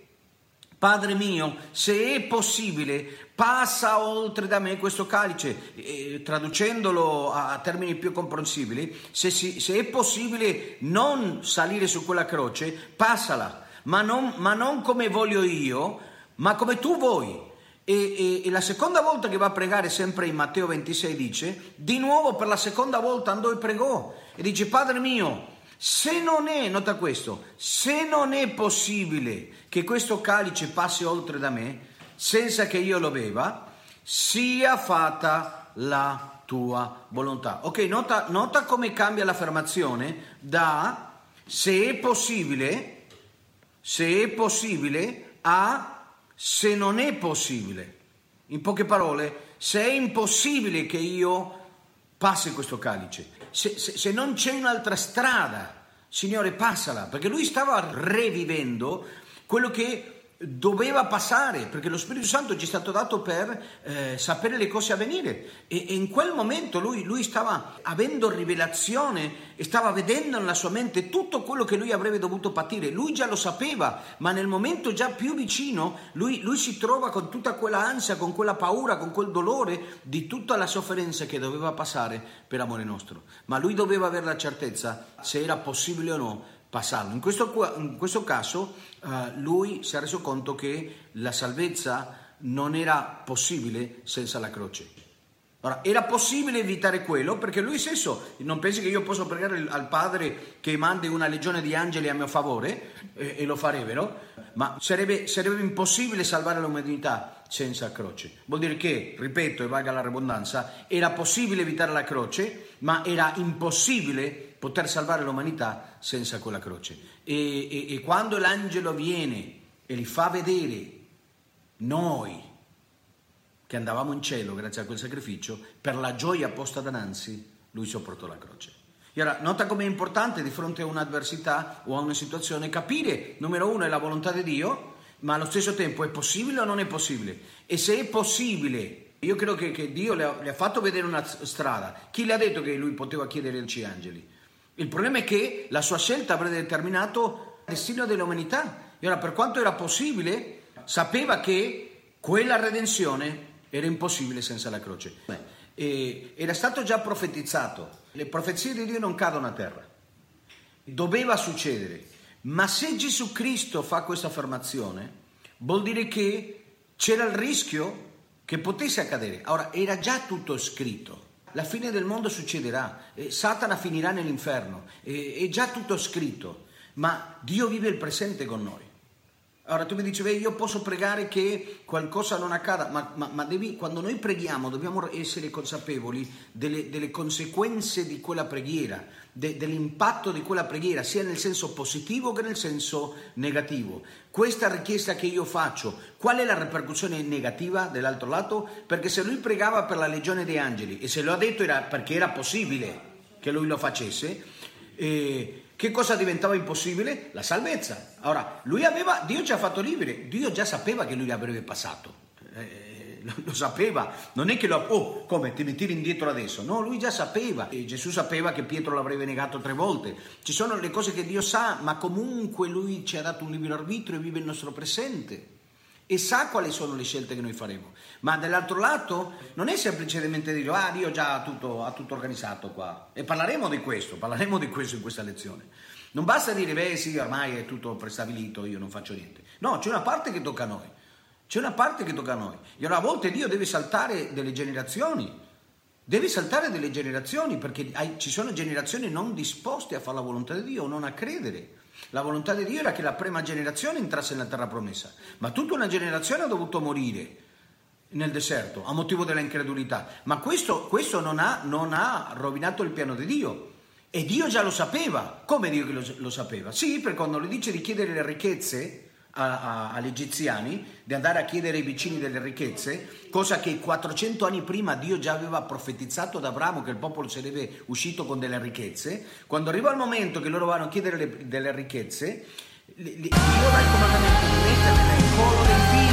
Padre mio, se è possibile, passa oltre da me questo calice. E, traducendolo a, a termini più comprensibili, se, si, se è possibile non salire su quella croce, passala, ma non, ma non come voglio io, ma come tu vuoi. E, e, e la seconda volta che va a pregare, sempre in Matteo ventisei, dice, di nuovo per la seconda volta andò e pregò e dice: Padre mio, se non è, nota questo, se non è possibile che questo calice passi oltre da me senza che io lo beva, sia fatta la tua volontà. Ok, nota, nota come cambia l'affermazione da se è possibile, se è possibile, a se non è possibile. In poche parole, se è impossibile che io passi questo calice, se, se, se non c'è un'altra strada, Signore, passala, perché lui stava revivendo quello che doveva passare, perché lo Spirito Santo ci è stato dato per eh, sapere le cose a venire, e, e in quel momento lui, lui stava avendo rivelazione e stava vedendo nella sua mente tutto quello che lui avrebbe dovuto patire. Lui già lo sapeva, ma nel momento già più vicino lui, lui si trova con tutta quella ansia, con quella paura, con quel dolore di tutta la sofferenza che doveva passare per amore nostro, ma lui doveva avere la certezza se era possibile o no passarlo. In questo, in questo caso uh, lui si è reso conto che la salvezza non era possibile senza la croce. Ora, era possibile evitare quello, perché lui stesso, non pensi che io posso pregare al Padre che mandi una legione di angeli a mio favore, e, e lo farebbero, ma sarebbe, sarebbe impossibile salvare l'umanità senza croce. Vuol dire che, ripeto e valga la ridondanza, era possibile evitare la croce, ma era impossibile poter salvare l'umanità senza quella croce. E, e, e quando l'angelo viene e li fa vedere noi che andavamo in cielo grazie a quel sacrificio, per la gioia posta dinanzi, lui sopportò la croce. E ora, nota com'è importante di fronte a un'avversità o a una situazione capire, numero uno, è la volontà di Dio, ma allo stesso tempo è possibile o non è possibile? E se è possibile, io credo che, che Dio le ha, le ha fatto vedere una strada. Chi le ha detto che lui poteva chiedere ai angeli? Il problema è che la sua scelta avrebbe determinato il destino dell'umanità. E ora, per quanto era possibile, sapeva che quella redenzione era impossibile senza la croce. Beh, e, era stato già profetizzato. Le profezie di Dio non cadono a terra. Doveva succedere. Ma se Gesù Cristo fa questa affermazione, vuol dire che c'era il rischio che potesse accadere. Ora, era già tutto scritto. La fine del mondo succederà, eh, Satana finirà nell'inferno, eh, è già tutto scritto, ma Dio vive il presente con noi. Ora tu mi dici, beh, io posso pregare che qualcosa non accada, ma, ma, ma devi, quando noi preghiamo dobbiamo essere consapevoli delle, delle conseguenze di quella preghiera, de, dell'impatto di quella preghiera, sia nel senso positivo che nel senso negativo. Questa richiesta che io faccio, qual è la ripercussione negativa dell'altro lato? Perché se lui pregava per la legione dei angeli, e se lo ha detto era perché era possibile che lui lo facesse, eh, che cosa diventava impossibile? La salvezza. Ora, lui aveva, Dio ci ha fatto liberi, Dio già sapeva che lui l'avrebbe passato, eh, lo, lo sapeva, non è che lo, oh, come, ti tiri indietro adesso, no, lui già sapeva, e Gesù sapeva che Pietro l'avrebbe negato tre volte, ci sono le cose che Dio sa, ma comunque lui ci ha dato un libero arbitrio e vive il nostro presente, e sa quali sono le scelte che noi faremo. Ma dall'altro lato non è semplicemente dire ah Dio già ha tutto, ha tutto organizzato qua, e parleremo di questo, parleremo di questo in questa lezione. Non basta dire beh sì ormai è tutto prestabilito, io non faccio niente. No, c'è una parte che tocca a noi, c'è una parte che tocca a noi, e allora a volte Dio deve saltare delle generazioni, deve saltare delle generazioni perché hai, ci sono generazioni non disposte a fare la volontà di Dio, non a credere. La volontà di Dio era che la prima generazione entrasse nella terra promessa, ma tutta una generazione ha dovuto morire nel deserto a motivo della incredulità. Ma questo, questo non, ha, non ha rovinato il piano di Dio, e Dio già lo sapeva. Come Dio lo, lo sapeva? Sì, perché quando le dice di chiedere le ricchezze a, a, agli egiziani di andare a chiedere ai vicini delle ricchezze, cosa che quattrocento anni prima Dio già aveva profetizzato ad Abramo, che il popolo sarebbe uscito con delle ricchezze. Quando arriva il momento che loro vanno a chiedere le, delle ricchezze, Dio dà il comandamento di metterle nel collo dei figli.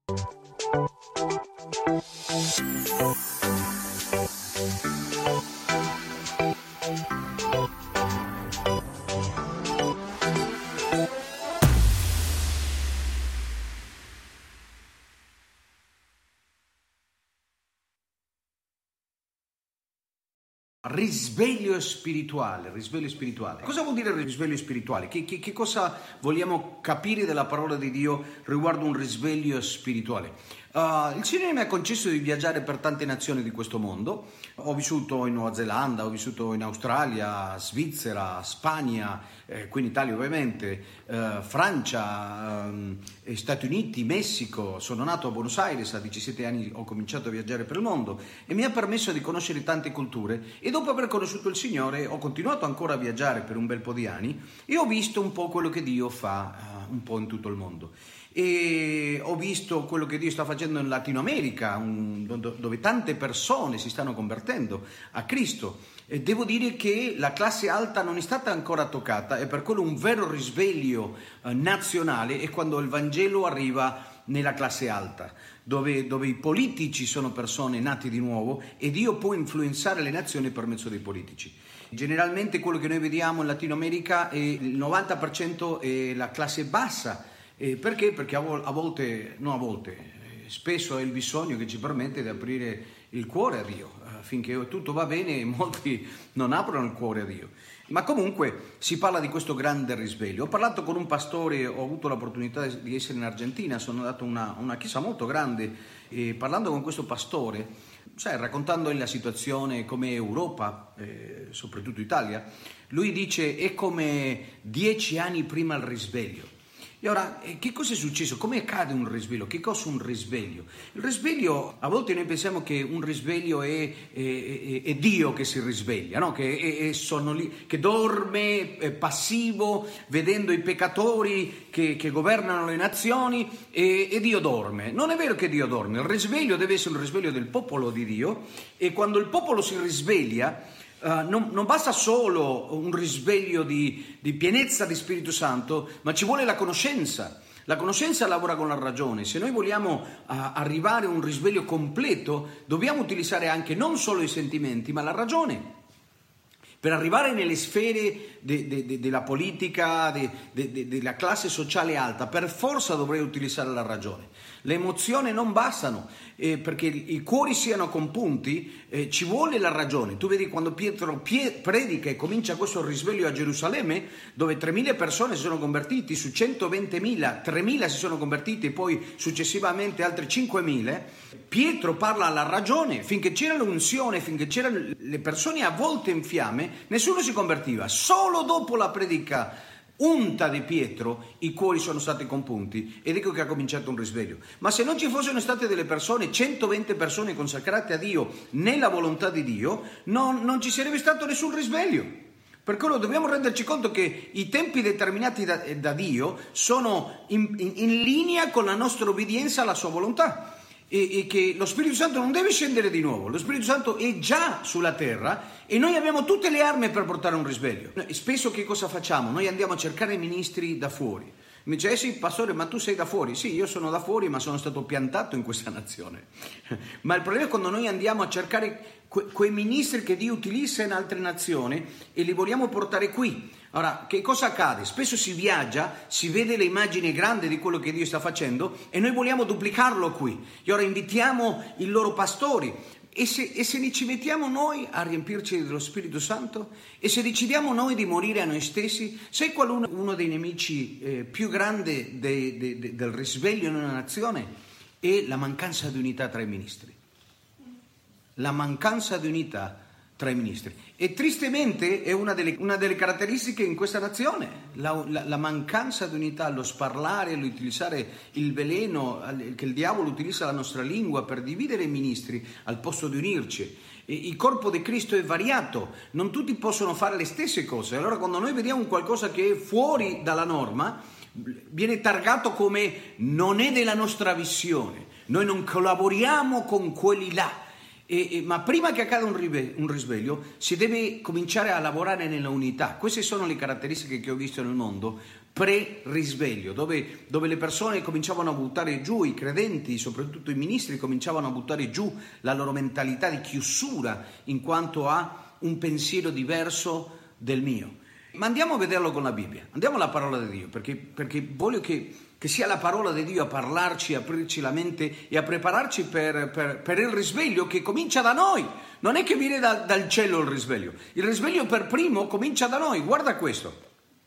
Risveglio spirituale, risveglio spirituale. Cosa vuol dire risveglio spirituale? Che, che, che cosa vogliamo capire dalla parola di Dio riguardo un risveglio spirituale? Uh, il Signore mi ha concesso di viaggiare per tante nazioni di questo mondo. Ho vissuto in Nuova Zelanda, ho vissuto in Australia, Svizzera, Spagna, eh, qui in Italia ovviamente, eh, Francia, eh, Stati Uniti, Messico. Sono nato a Buenos Aires, a diciassette anni ho cominciato a viaggiare per il mondo e mi ha permesso di conoscere tante culture, e dopo aver conosciuto il Signore ho continuato ancora a viaggiare per un bel po' di anni e ho visto un po' quello che Dio fa uh, un po' in tutto il mondo. E ho visto quello che Dio sta facendo in Latino America, un, dove tante persone si stanno convertendo a Cristo. E devo dire che la classe alta non è stata ancora toccata, e per quello un vero risveglio eh, nazionale è quando il Vangelo arriva nella classe alta, dove, dove i politici sono persone nate di nuovo e Dio può influenzare le nazioni per mezzo dei politici. Generalmente quello che noi vediamo in Latino America è il novanta per cento è la classe bassa. Eh, perché? Perché a, vol- a volte, no a volte, eh, spesso è il bisogno che ci permette di aprire il cuore a Dio. Eh, finché tutto va bene molti non aprono il cuore a Dio. Ma comunque si parla di questo grande risveglio. Ho parlato con un pastore, ho avuto l'opportunità di essere in Argentina, sono andato a una, una chiesa molto grande, e parlando con questo pastore, sai, raccontandogli la situazione come Europa, eh, soprattutto Italia, lui dice è come dieci anni prima del risveglio. E ora, che cosa è successo? Come accade un risveglio? Che cosa è un risveglio? Il risveglio, a volte noi pensiamo che un risveglio è, è, è, è Dio che si risveglia, no? Che, è, è sonnoli- che dorme, è passivo, vedendo i peccatori che, che governano le nazioni, e, e Dio dorme. Non è vero che Dio dorme, il risveglio deve essere un risveglio del popolo di Dio, e quando il popolo si risveglia, Uh, non, non basta solo un risveglio di, di pienezza di Spirito Santo, ma ci vuole la conoscenza. La conoscenza lavora con la ragione. Se noi vogliamo uh, arrivare a un risveglio completo, dobbiamo utilizzare anche non solo i sentimenti, ma la ragione. Per arrivare nelle sfere de, de, de, della politica, de, de, de, della classe sociale alta, per forza dovrei utilizzare la ragione. Le emozioni non bastano, eh, perché i cuori siano compunti, eh, ci vuole la ragione. Tu vedi quando Pietro pie- predica e comincia questo risveglio a Gerusalemme, dove tremila persone si sono convertiti, su centoventimila, tremila si sono convertiti e poi successivamente altri cinquemila, Pietro parla alla ragione. Finché c'era l'unzione, finché c'erano le persone avvolte in fiamme, nessuno si convertiva. Solo dopo la predica unta di Pietro i cuori sono stati compunti, ed ecco che ha cominciato un risveglio. Ma se non ci fossero state delle persone, centoventi persone consacrate a Dio nella volontà di Dio, non, non ci sarebbe stato nessun risveglio. Per quello dobbiamo renderci conto che i tempi determinati da, da Dio sono in, in, in linea con la nostra obbedienza alla sua volontà, e, e che lo Spirito Santo non deve scendere di nuovo. Lo Spirito Santo è già sulla terra e noi abbiamo tutte le armi per portare un risveglio. Spesso che cosa facciamo? Noi andiamo a cercare ministri da fuori. Mi dice, eh sì, pastore, ma tu sei da fuori. Sì, io sono da fuori, ma sono stato piantato in questa nazione. Ma il problema è quando noi andiamo a cercare que- quei ministri che Dio utilizza in altre nazioni e li vogliamo portare qui. Ora, che cosa accade? Spesso si viaggia, si vede le immagini grandi di quello che Dio sta facendo e noi vogliamo duplicarlo qui. E ora invitiamo i loro pastori. E se, e se ci mettiamo noi a riempirci dello Spirito Santo, e se decidiamo noi di morire a noi stessi, sai qual è uno dei nemici eh, più grandi de, de, de, del risveglio in una nazione? È la mancanza di unità tra i ministri. La mancanza di unità tra i ministri. E tristemente è una delle, una delle caratteristiche in questa nazione, la, la, la mancanza di unità, lo sparlare, l'utilizzare il veleno che il diavolo utilizza la nostra lingua per dividere i ministri al posto di unirci. E il corpo di Cristo è variato, non tutti possono fare le stesse cose. Allora quando noi vediamo qualcosa che è fuori dalla norma, viene targato come non è della nostra visione, noi non collaboriamo con quelli là. E, e, ma prima che accada un, rive- un risveglio si deve cominciare a lavorare nella unità. Queste sono le caratteristiche che ho visto nel mondo pre-risveglio, dove, dove le persone cominciavano a buttare giù, i credenti, soprattutto i ministri, cominciavano a buttare giù la loro mentalità di chiusura in quanto a un pensiero diverso del mio. Ma andiamo a vederlo con la Bibbia, andiamo alla parola di Dio, perché, perché voglio che, che sia la parola di Dio a parlarci, a aprirci la mente e a prepararci per, per, per il risveglio che comincia da noi. Non è che viene da, dal cielo il risveglio, il risveglio per primo comincia da noi. Guarda questo.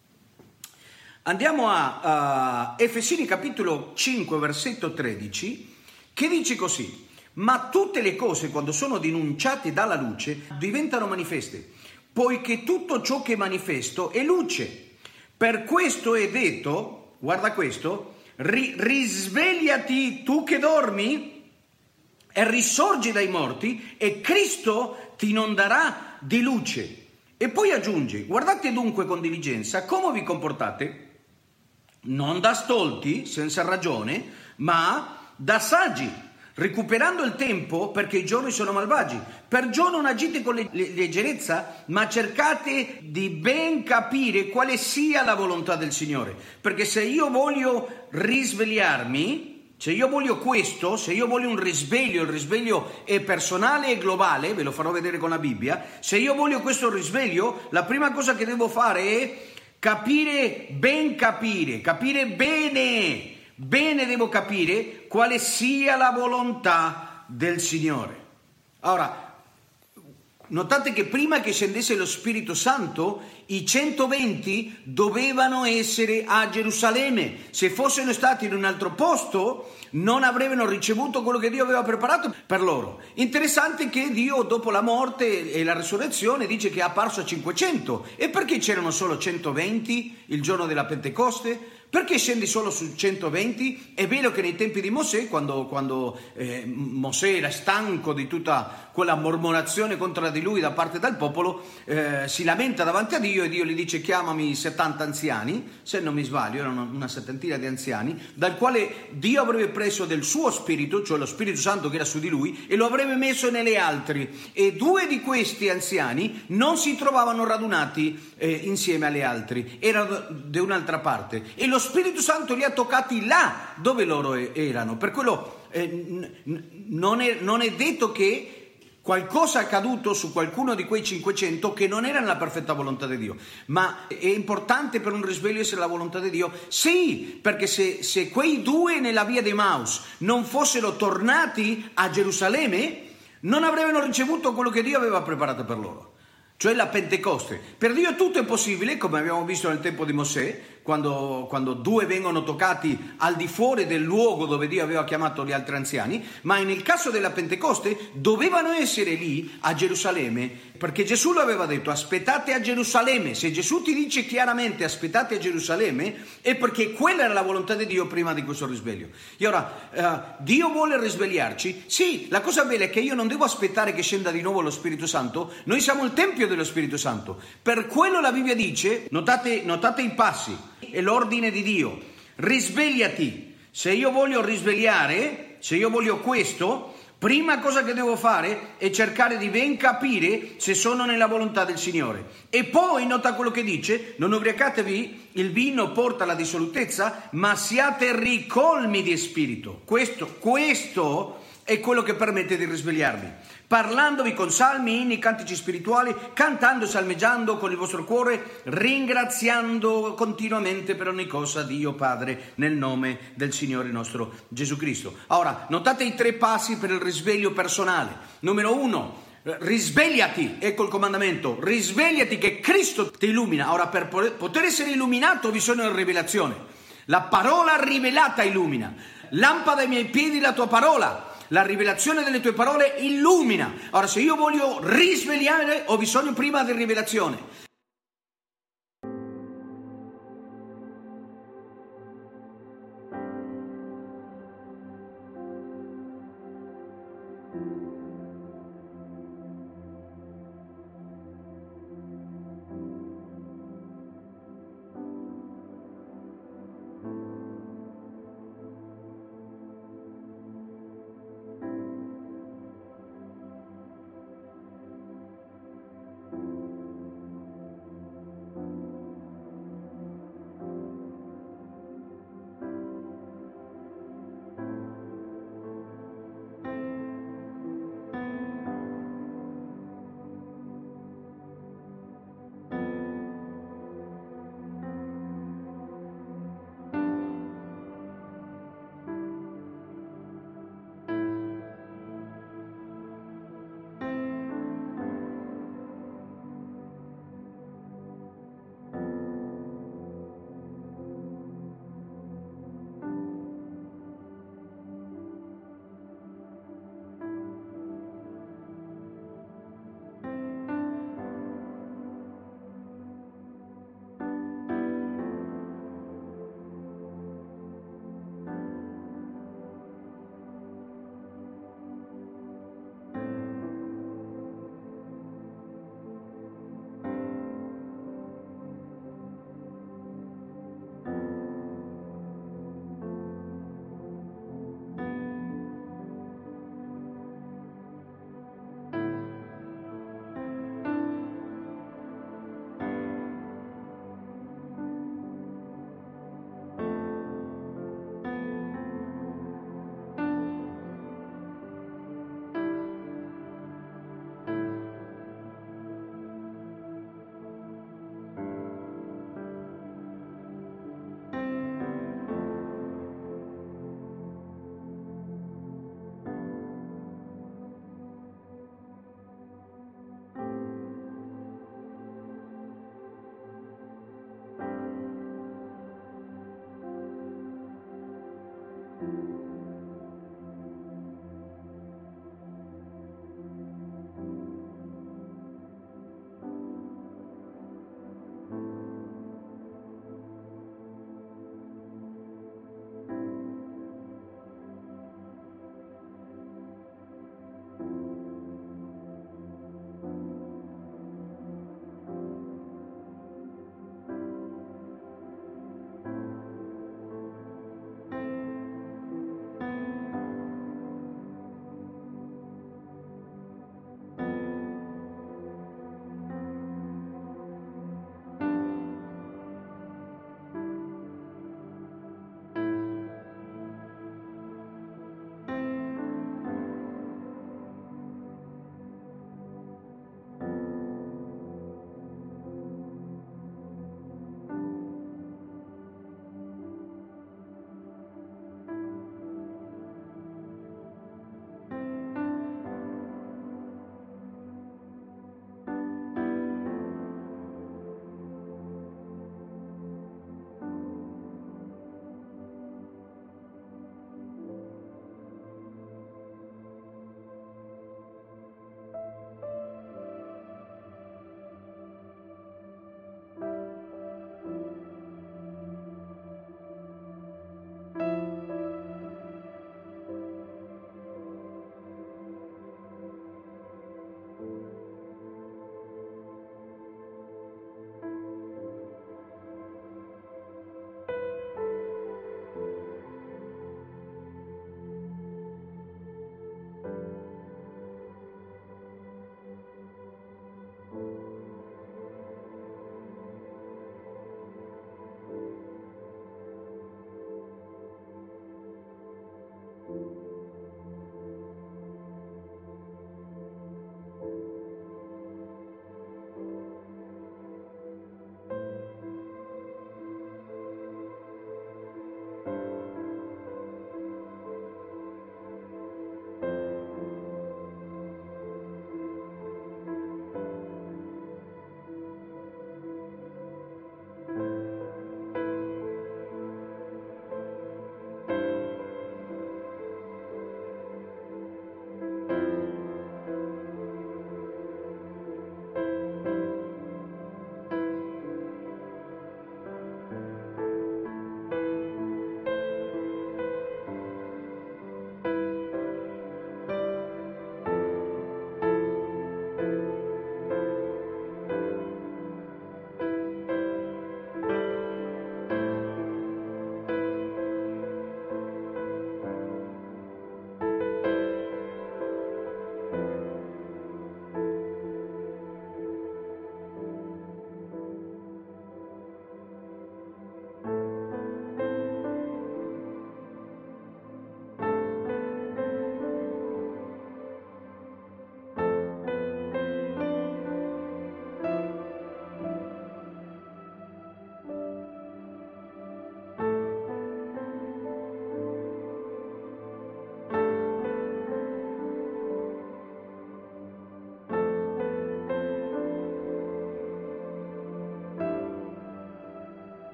Andiamo a, a Efesini capitolo cinque versetto tredici, che dice così: ma tutte le cose, quando sono denunciate dalla luce, diventano manifeste, poiché tutto ciò che è manifesto è luce. Per questo è detto, guarda questo, ri- risvegliati tu che dormi e risorgi dai morti e Cristo ti inonderà di luce. E poi aggiunge: guardate dunque con diligenza come vi comportate, non da stolti, senza ragione, ma da saggi, recuperando il tempo perché i giorni sono malvagi. Perciò non agite con le- le- leggerezza, ma cercate di ben capire quale sia la volontà del Signore. Perché se io voglio risvegliarmi, se io voglio questo, se io voglio un risveglio, il risveglio è personale e globale, ve lo farò vedere con la Bibbia, se io voglio questo risveglio, la prima cosa che devo fare è capire, ben capire, capire bene, bene devo capire quale sia la volontà del Signore. Ora, notate che prima che scendesse lo Spirito Santo, i centoventi dovevano essere a Gerusalemme. Se fossero stati in un altro posto, non avrebbero ricevuto quello che Dio aveva preparato per loro. Interessante che Dio, dopo la morte e la resurrezione, dice che è apparso a cinquecento. E perché c'erano solo centoventi il giorno della Pentecoste? Perché scendi solo su centoventi? È vero che nei tempi di Mosè, quando, quando eh, Mosè era stanco di tutta quella mormorazione contro di lui da parte del popolo, eh, si lamenta davanti a Dio e Dio gli dice: chiamami settanta anziani, se non mi sbaglio erano una settantina di anziani, dal quale Dio avrebbe preso del suo spirito, cioè lo Spirito Santo che era su di lui, e lo avrebbe messo nelle altri. E due di questi anziani non si trovavano radunati eh, insieme alle altri, erano da un'altra parte. E lo Lo Spirito Santo li ha toccati là dove loro erano. Per quello eh, n- non, è, non è detto che qualcosa è accaduto su qualcuno di quei cinquecento che non era nella perfetta volontà di Dio. Ma è importante per un risveglio essere la volontà di Dio? Sì, perché se, se quei due nella via di Emmaus non fossero tornati a Gerusalemme, non avrebbero ricevuto quello che Dio aveva preparato per loro, cioè la Pentecoste. Per Dio tutto è possibile, come abbiamo visto nel tempo di Mosè, quando, quando due vengono toccati al di fuori del luogo dove Dio aveva chiamato gli altri anziani, ma nel caso della Pentecoste dovevano essere lì a Gerusalemme, perché Gesù lo aveva detto: aspettate a Gerusalemme. Se Gesù ti dice chiaramente aspettate a Gerusalemme, è perché quella era la volontà di Dio prima di questo risveglio. E ora, uh, Dio vuole risvegliarci? Sì, la cosa bella è che io non devo aspettare che scenda di nuovo lo Spirito Santo, noi siamo il Tempio dello Spirito Santo. Per quello la Bibbia dice, notate, notate i passi, è l'ordine di Dio: risvegliati. Se io voglio risvegliare, se io voglio questo, prima cosa che devo fare è cercare di ben capire se sono nella volontà del Signore. E poi nota quello che dice: non ubriacatevi, il vino porta alla dissolutezza, ma siate ricolmi di spirito. Questo, questo è quello che permette di risvegliarvi, parlandovi con salmi, inni, cantici spirituali, cantando, salmeggiando con il vostro cuore, ringraziando continuamente per ogni cosa Dio Padre nel nome del Signore nostro Gesù Cristo. Ora, notate i tre passi per il risveglio personale. Numero uno, risvegliati, ecco il comandamento: risvegliati che Cristo ti illumina. Ora, per poter essere illuminato bisogna di rivelazione. La parola rivelata illumina. Lampada ai miei piedi la tua parola. La rivelazione delle tue parole illumina. Ora, se io voglio risvegliare, ho bisogno prima di rivelazione.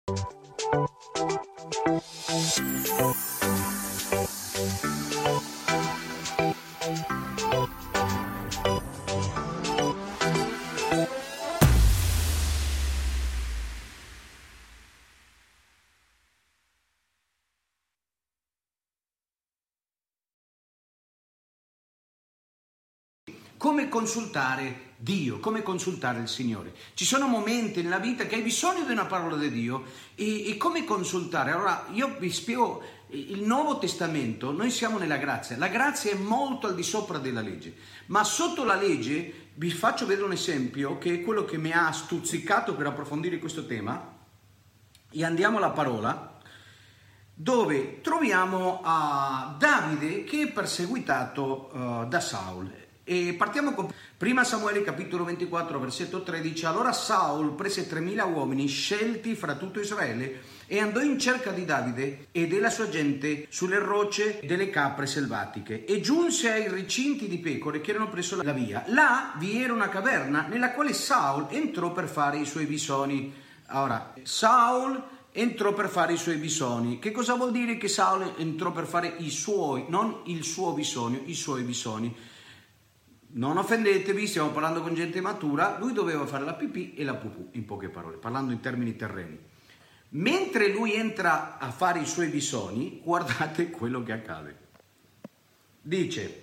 Come consultare Dio, come consultare il Signore. Ci sono momenti nella vita che hai bisogno di una parola di Dio e, e come consultare. Allora io vi spiego il Nuovo Testamento, noi siamo nella grazia, la grazia è molto al di sopra della legge, ma sotto la legge vi faccio vedere un esempio che è quello che mi ha stuzzicato per approfondire questo tema, e andiamo alla parola, dove troviamo a Davide che è perseguitato uh, da Saul. E partiamo con prima Samuele capitolo ventiquattro versetto tredici. Allora Saul prese tremila uomini scelti fra tutto Israele e andò in cerca di Davide e della sua gente sulle rocce delle capre selvatiche e giunse ai recinti di pecore che erano presso la via. Là vi era una caverna nella quale Saul entrò per fare i suoi bisogni. Ora Saul entrò per fare i suoi bisogni. Che cosa vuol dire che Saul entrò per fare i suoi, non il suo bisogno, i suoi bisogni? Non offendetevi, stiamo parlando con gente matura, lui doveva fare la pipì e la pupù, in poche parole, parlando in termini terreni. Mentre lui entra a fare i suoi bisogni, guardate quello che accade. Dice,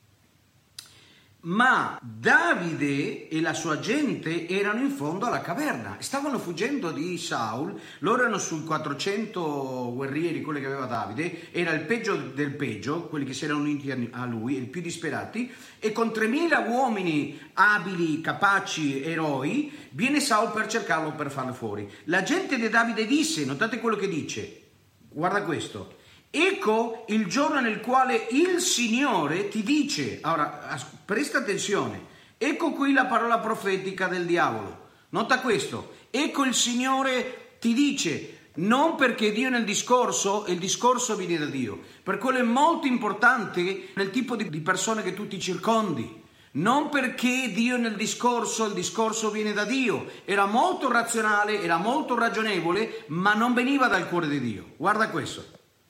ma Davide e la sua gente erano in fondo alla caverna, stavano fuggendo di Saul, loro erano sui quattrocento guerrieri, quelli che aveva Davide, era il peggio del peggio, quelli che si erano uniti a lui, i più disperati, e con tremila uomini abili, capaci, eroi, viene Saul per cercarlo, per farlo fuori. La gente di Davide disse, notate quello che dice, guarda questo, ecco il giorno nel quale il Signore ti dice, ora presta attenzione, ecco qui la parola profetica del diavolo, nota questo, ecco il Signore ti dice, non perché Dio nel discorso, il discorso viene da Dio, per quello è molto importante nel tipo di persone che tu ti circondi, non perché Dio nel discorso, il discorso viene da Dio, era molto razionale, era molto ragionevole, ma non veniva dal cuore di Dio, guarda questo.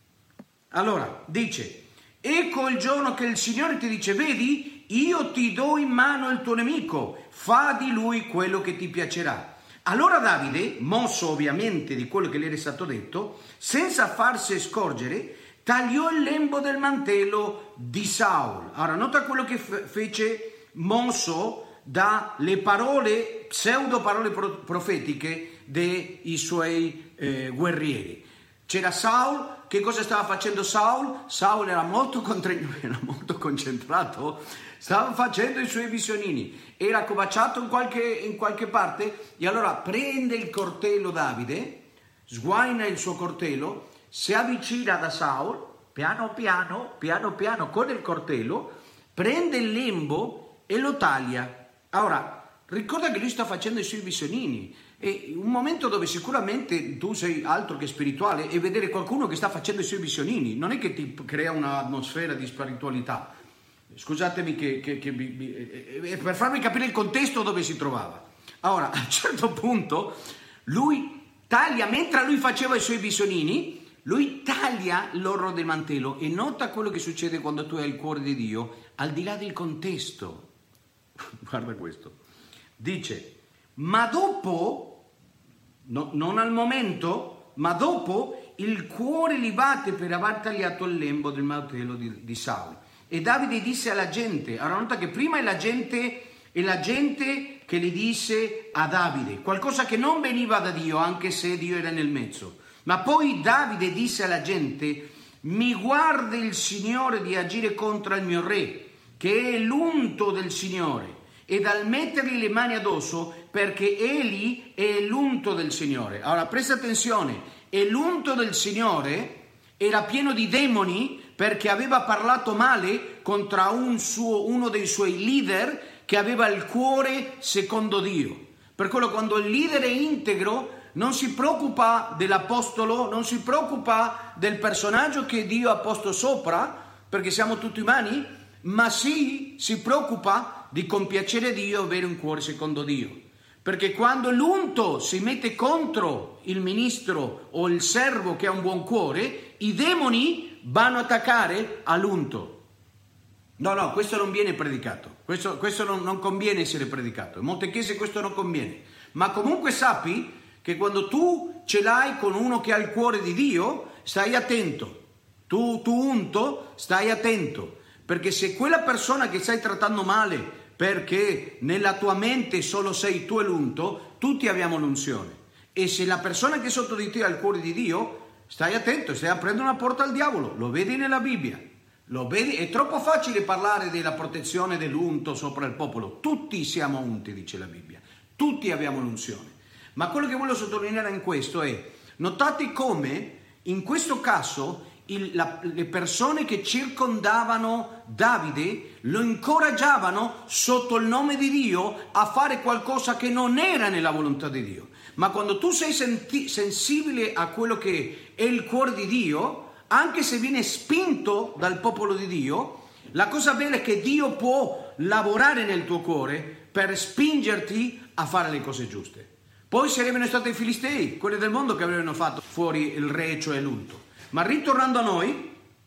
Allora, dice, ecco il giorno che il Signore ti dice, vedi, io ti do in mano il tuo nemico, fa di lui quello che ti piacerà. Allora Davide, mosso ovviamente di quello che gli era stato detto, senza farsi scorgere, tagliò il lembo del mantello di Saul. Ora, nota quello che f- fece mosso dalle parole, pseudo parole pro- profetiche dei suoi eh, guerrieri. C'era Saul. Che cosa stava facendo Saul? Saul era molto, contra- era molto concentrato, stava facendo i suoi visionini, era accovacciato in qualche, in qualche parte, e allora prende il coltello Davide, sguaina il suo coltello, si avvicina da Saul, piano piano, piano piano, con il coltello, prende il lembo e lo taglia. Ora, ricorda che lui sta facendo i suoi visionini, e un momento dove sicuramente tu sei altro che spirituale e vedere qualcuno che sta facendo i suoi visionini non è che ti crea un'atmosfera di spiritualità. Scusatemi che, che, che eh, per farvi capire il contesto dove si trovava. Ora, a un certo punto lui taglia, mentre lui faceva i suoi visionini, lui taglia l'orlo del mantello, e nota quello che succede quando tu hai il cuore di Dio, al di là del contesto. Guarda questo. Dice, ma dopo, no, non al momento, ma dopo il cuore gli batte per aver tagliato il lembo del mantello di, di Saul. E Davide disse alla gente, allora nota che prima è la gente, è la gente che gli disse a Davide, qualcosa che non veniva da Dio, anche se Dio era nel mezzo. Ma poi Davide disse alla gente, mi guardi il Signore di agire contro il mio re, che è l'unto del Signore, e dal mettergli le mani addosso, perché egli è l'unto del Signore. Allora presta attenzione, e l'unto del Signore era pieno di demoni perché aveva parlato male contro un suo, uno dei suoi leader che aveva il cuore secondo Dio. Per quello quando il leader è integro non si preoccupa dell'apostolo, non si preoccupa del personaggio che Dio ha posto sopra, perché siamo tutti umani, ma sì, si preoccupa di compiacere Dio e avere un cuore secondo Dio. Perché quando l'unto si mette contro il ministro o il servo che ha un buon cuore, i demoni vanno a attaccare all'unto. No, no, questo non viene predicato, questo, questo non, non conviene essere predicato, in molte chiese questo non conviene, ma comunque sappi che quando tu ce l'hai con uno che ha il cuore di Dio, stai attento, tu, tu unto, stai attento, perché se quella persona che stai trattando male, perché nella tua mente solo sei tu e l'unto, tutti abbiamo l'unzione, e se la persona che è sotto di te ha il cuore di Dio, stai attento, stai aprendo una porta al diavolo, lo vedi nella Bibbia. Lo vedi? È troppo facile parlare della protezione dell'unto sopra il popolo. Tutti siamo unti, dice la Bibbia. Tutti abbiamo l'unzione. Ma quello che voglio sottolineare in questo è, notate come in questo caso il, la, le persone che circondavano Davide lo incoraggiavano sotto il nome di Dio a fare qualcosa che non era nella volontà di Dio. Ma quando tu sei senti, sensibile a quello che è il cuore di Dio, anche se viene spinto dal popolo di Dio, la cosa bella è che Dio può lavorare nel tuo cuore per spingerti a fare le cose giuste. Poi sarebbero stati i Filistei, quelli del mondo, che avrebbero fatto fuori il re, cioè l'unto. Ma ritornando a noi,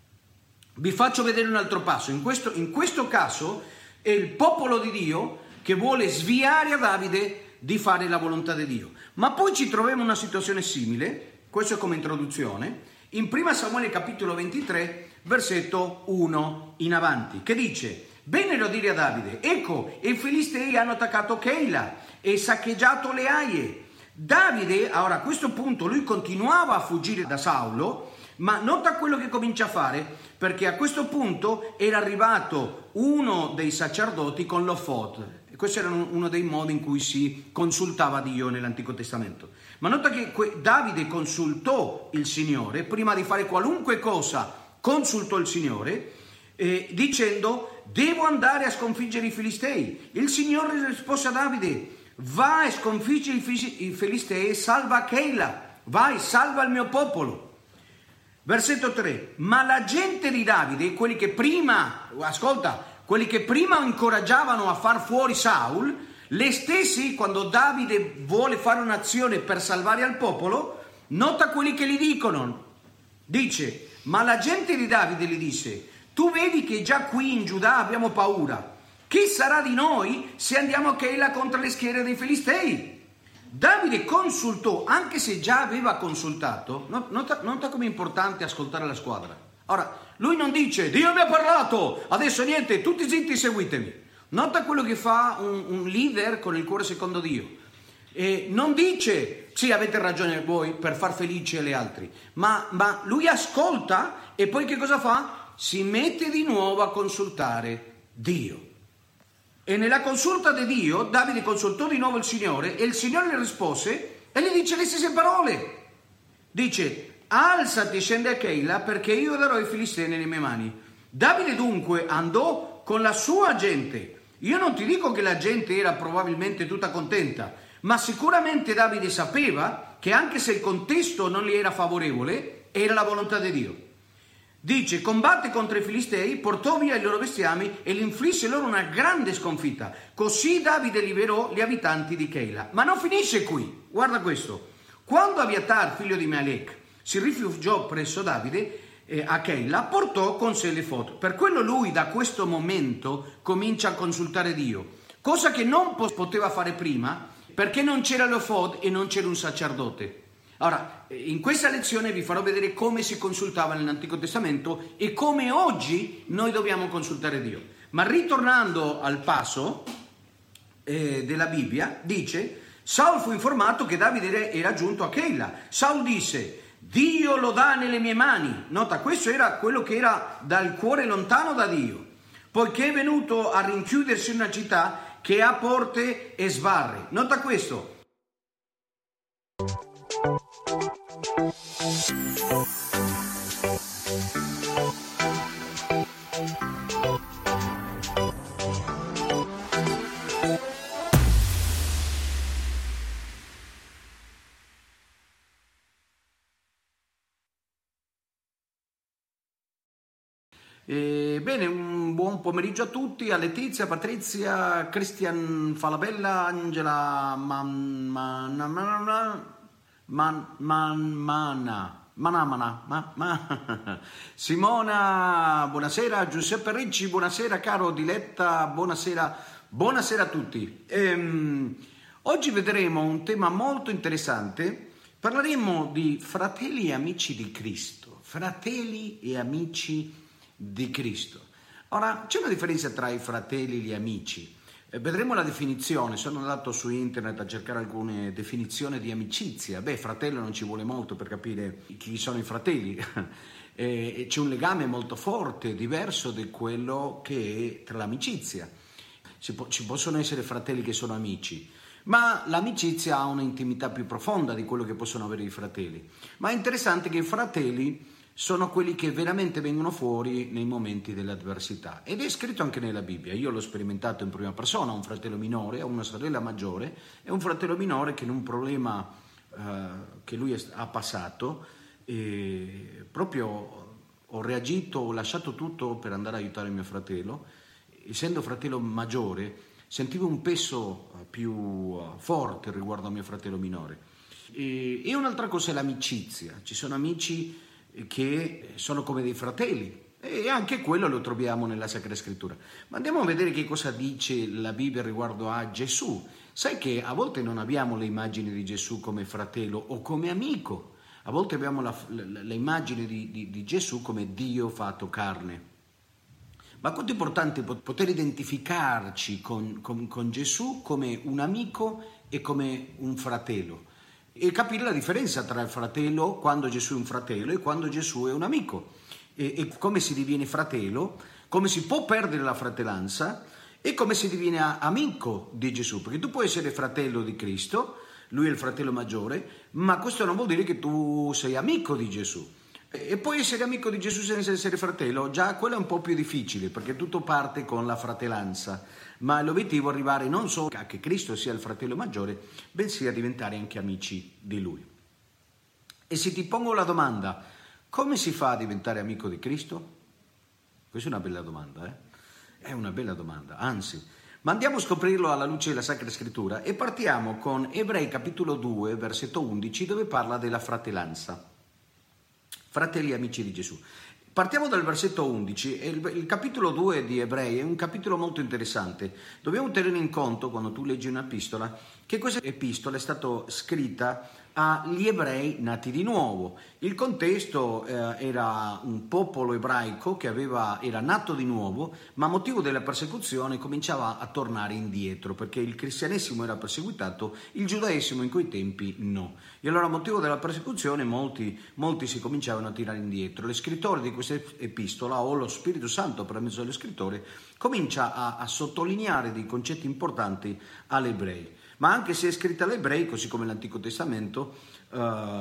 vi faccio vedere un altro passo. In questo, in questo caso è il popolo di Dio che vuole sviare a Davide di fare la volontà di Dio. Ma poi ci troviamo in una situazione simile, questo è come introduzione, in primo Samuele capitolo ventitré, versetto uno in avanti, che dice: vennero a dire a Davide, ecco, i Filistei hanno attaccato Keila e saccheggiato le Aie. Davide, ora a questo punto, lui continuava a fuggire da Saulo, ma nota quello che comincia a fare, perché a questo punto era arrivato uno dei sacerdoti con l'Ofod. Questo era uno dei modi in cui si consultava Dio nell'Antico Testamento. Ma nota che Davide consultò il Signore, prima di fare qualunque cosa consultò il Signore, eh, dicendo: devo andare a sconfiggere i Filistei. Il Signore rispose a Davide: vai, sconfiggi i Filistei e salva Keila, vai, salva il mio popolo. Versetto tre: ma la gente di Davide, quelli che prima, ascolta, quelli che prima incoraggiavano a far fuori Saul, le stessi, quando Davide vuole fare un'azione per salvare al popolo, nota quelli che gli dicono. Dice: ma la gente di Davide gli disse: tu vedi che già qui in Giuda abbiamo paura, che sarà di noi se andiamo a Keila contro le schiere dei Filistei? Davide consultò, anche se già aveva consultato, nota, nota come è importante ascoltare la squadra. Ora, lui non dice: Dio mi ha parlato, adesso niente, tutti zitti, seguitemi. Nota quello che fa un, un leader con il cuore secondo Dio. E non dice: sì, avete ragione voi, per far felice le altre, ma, ma lui ascolta e poi che cosa fa? Si mette di nuovo a consultare Dio. E nella consulta di Dio, Davide consultò di nuovo il Signore e il Signore le rispose e gli dice le stesse parole. Dice: alzati e scendi a Keila, perché io darò i Filistei nelle mie mani. Davide dunque andò con la sua gente. Io non ti dico che la gente era probabilmente tutta contenta, ma sicuramente Davide sapeva che anche se il contesto non gli era favorevole, era la volontà di Dio. Dice: combatte contro i Filistei, portò via i loro bestiami e li inflisse loro una grande sconfitta. Così Davide liberò gli abitanti di Keila. Ma non finisce qui, guarda questo. Quando Abiatar, figlio di Melech, si rifugiò presso Davide eh, a Keila, portò con sé l'efod. Per quello lui da questo momento comincia a consultare Dio, cosa che non poteva fare prima, perché non c'era l'efod e non c'era un sacerdote. Ora, in questa lezione vi farò vedere come si consultava nell'Antico Testamento e come oggi noi dobbiamo consultare Dio. Ma ritornando al passo eh, della Bibbia, dice: Saul fu informato che Davide era giunto a Keila. Saul disse: Dio lo dà nelle mie mani. Nota, questo era quello che era dal cuore lontano da Dio, poiché è venuto a rinchiudersi in una città che ha porte e sbarre. Nota questo. Eh, bene, un buon pomeriggio a tutti, a Letizia, Patrizia, Cristian Falabella, Angela Man, man, man, man, man, man, Manamana, ma, ma. Simona, buonasera, Giuseppe Ricci, buonasera, caro Diletta, buonasera, buonasera a tutti. Ehm, oggi vedremo un tema molto interessante, parleremo di fratelli e amici di Cristo, fratelli e amici di Cristo. Ora, c'è una differenza tra i fratelli e gli amici. Eh, vedremo la definizione. Sono andato su internet a cercare alcune definizioni di amicizia. Beh, fratello non ci vuole molto per capire chi sono i fratelli. eh, c'è un legame molto forte, diverso di quello che è tra l'amicizia. Ci, po- ci possono essere fratelli che sono amici, ma l'amicizia ha un'intimità più profonda di quello che possono avere i fratelli. Ma è interessante che i fratelli sono quelli che veramente vengono fuori nei momenti dell'avversità, ed è scritto anche nella Bibbia. Io l'ho sperimentato in prima persona, un fratello minore, una sorella maggiore e un fratello minore che in un problema eh, che lui ha passato, eh, proprio ho reagito, ho lasciato tutto per andare a aiutare mio fratello. Essendo fratello maggiore, sentivo un peso più forte riguardo a mio fratello minore. E, e un'altra cosa è l'amicizia. Ci sono amici che sono come dei fratelli, e anche quello lo troviamo nella Sacra Scrittura. Ma andiamo a vedere che cosa dice la Bibbia riguardo a Gesù. Sai che a volte non abbiamo le immagini di Gesù come fratello o come amico, a volte abbiamo la, la, la immagine di, di, di Gesù come Dio fatto carne. Ma quanto è importante poter identificarci con, con, con Gesù come un amico e come un fratello, e capire la differenza tra il fratello, quando Gesù è un fratello, e quando Gesù è un amico, e, e come si diviene fratello, come si può perdere la fratellanza e come si diviene amico di Gesù, perché tu puoi essere fratello di Cristo, lui è il fratello maggiore, ma questo non vuol dire che tu sei amico di Gesù. E puoi essere amico di Gesù senza essere fratello, già quello è un po' più difficile, perché tutto parte con la fratellanza, ma l'obiettivo è arrivare non solo a che Cristo sia il fratello maggiore, bensì a diventare anche amici di Lui. E se ti pongo la domanda, come si fa a diventare amico di Cristo? Questa è una bella domanda, eh? È una bella domanda, anzi, ma andiamo a scoprirlo alla luce della Sacra Scrittura e partiamo con Ebrei capitolo due, versetto undici, dove parla della fratellanza. Fratelli e amici di Gesù. Partiamo dal versetto undici, e il, il capitolo due di Ebrei è un capitolo molto interessante. Dobbiamo tenere in conto, quando tu leggi un'epistola, che questa epistola è stata scritta agli ebrei nati di nuovo. Il contesto eh, era un popolo ebraico che aveva, era nato di nuovo, ma a motivo della persecuzione cominciava a tornare indietro, perché il cristianesimo era perseguitato, il giudaesimo in quei tempi no. E allora a motivo della persecuzione molti, molti si cominciavano a tirare indietro. Lo scrittore di questa epistola, o lo Spirito Santo per mezzo dello scrittore, comincia a, a sottolineare dei concetti importanti agli ebrei. Ma anche se è scritta agli ebrei, così come l'Antico Testamento, uh,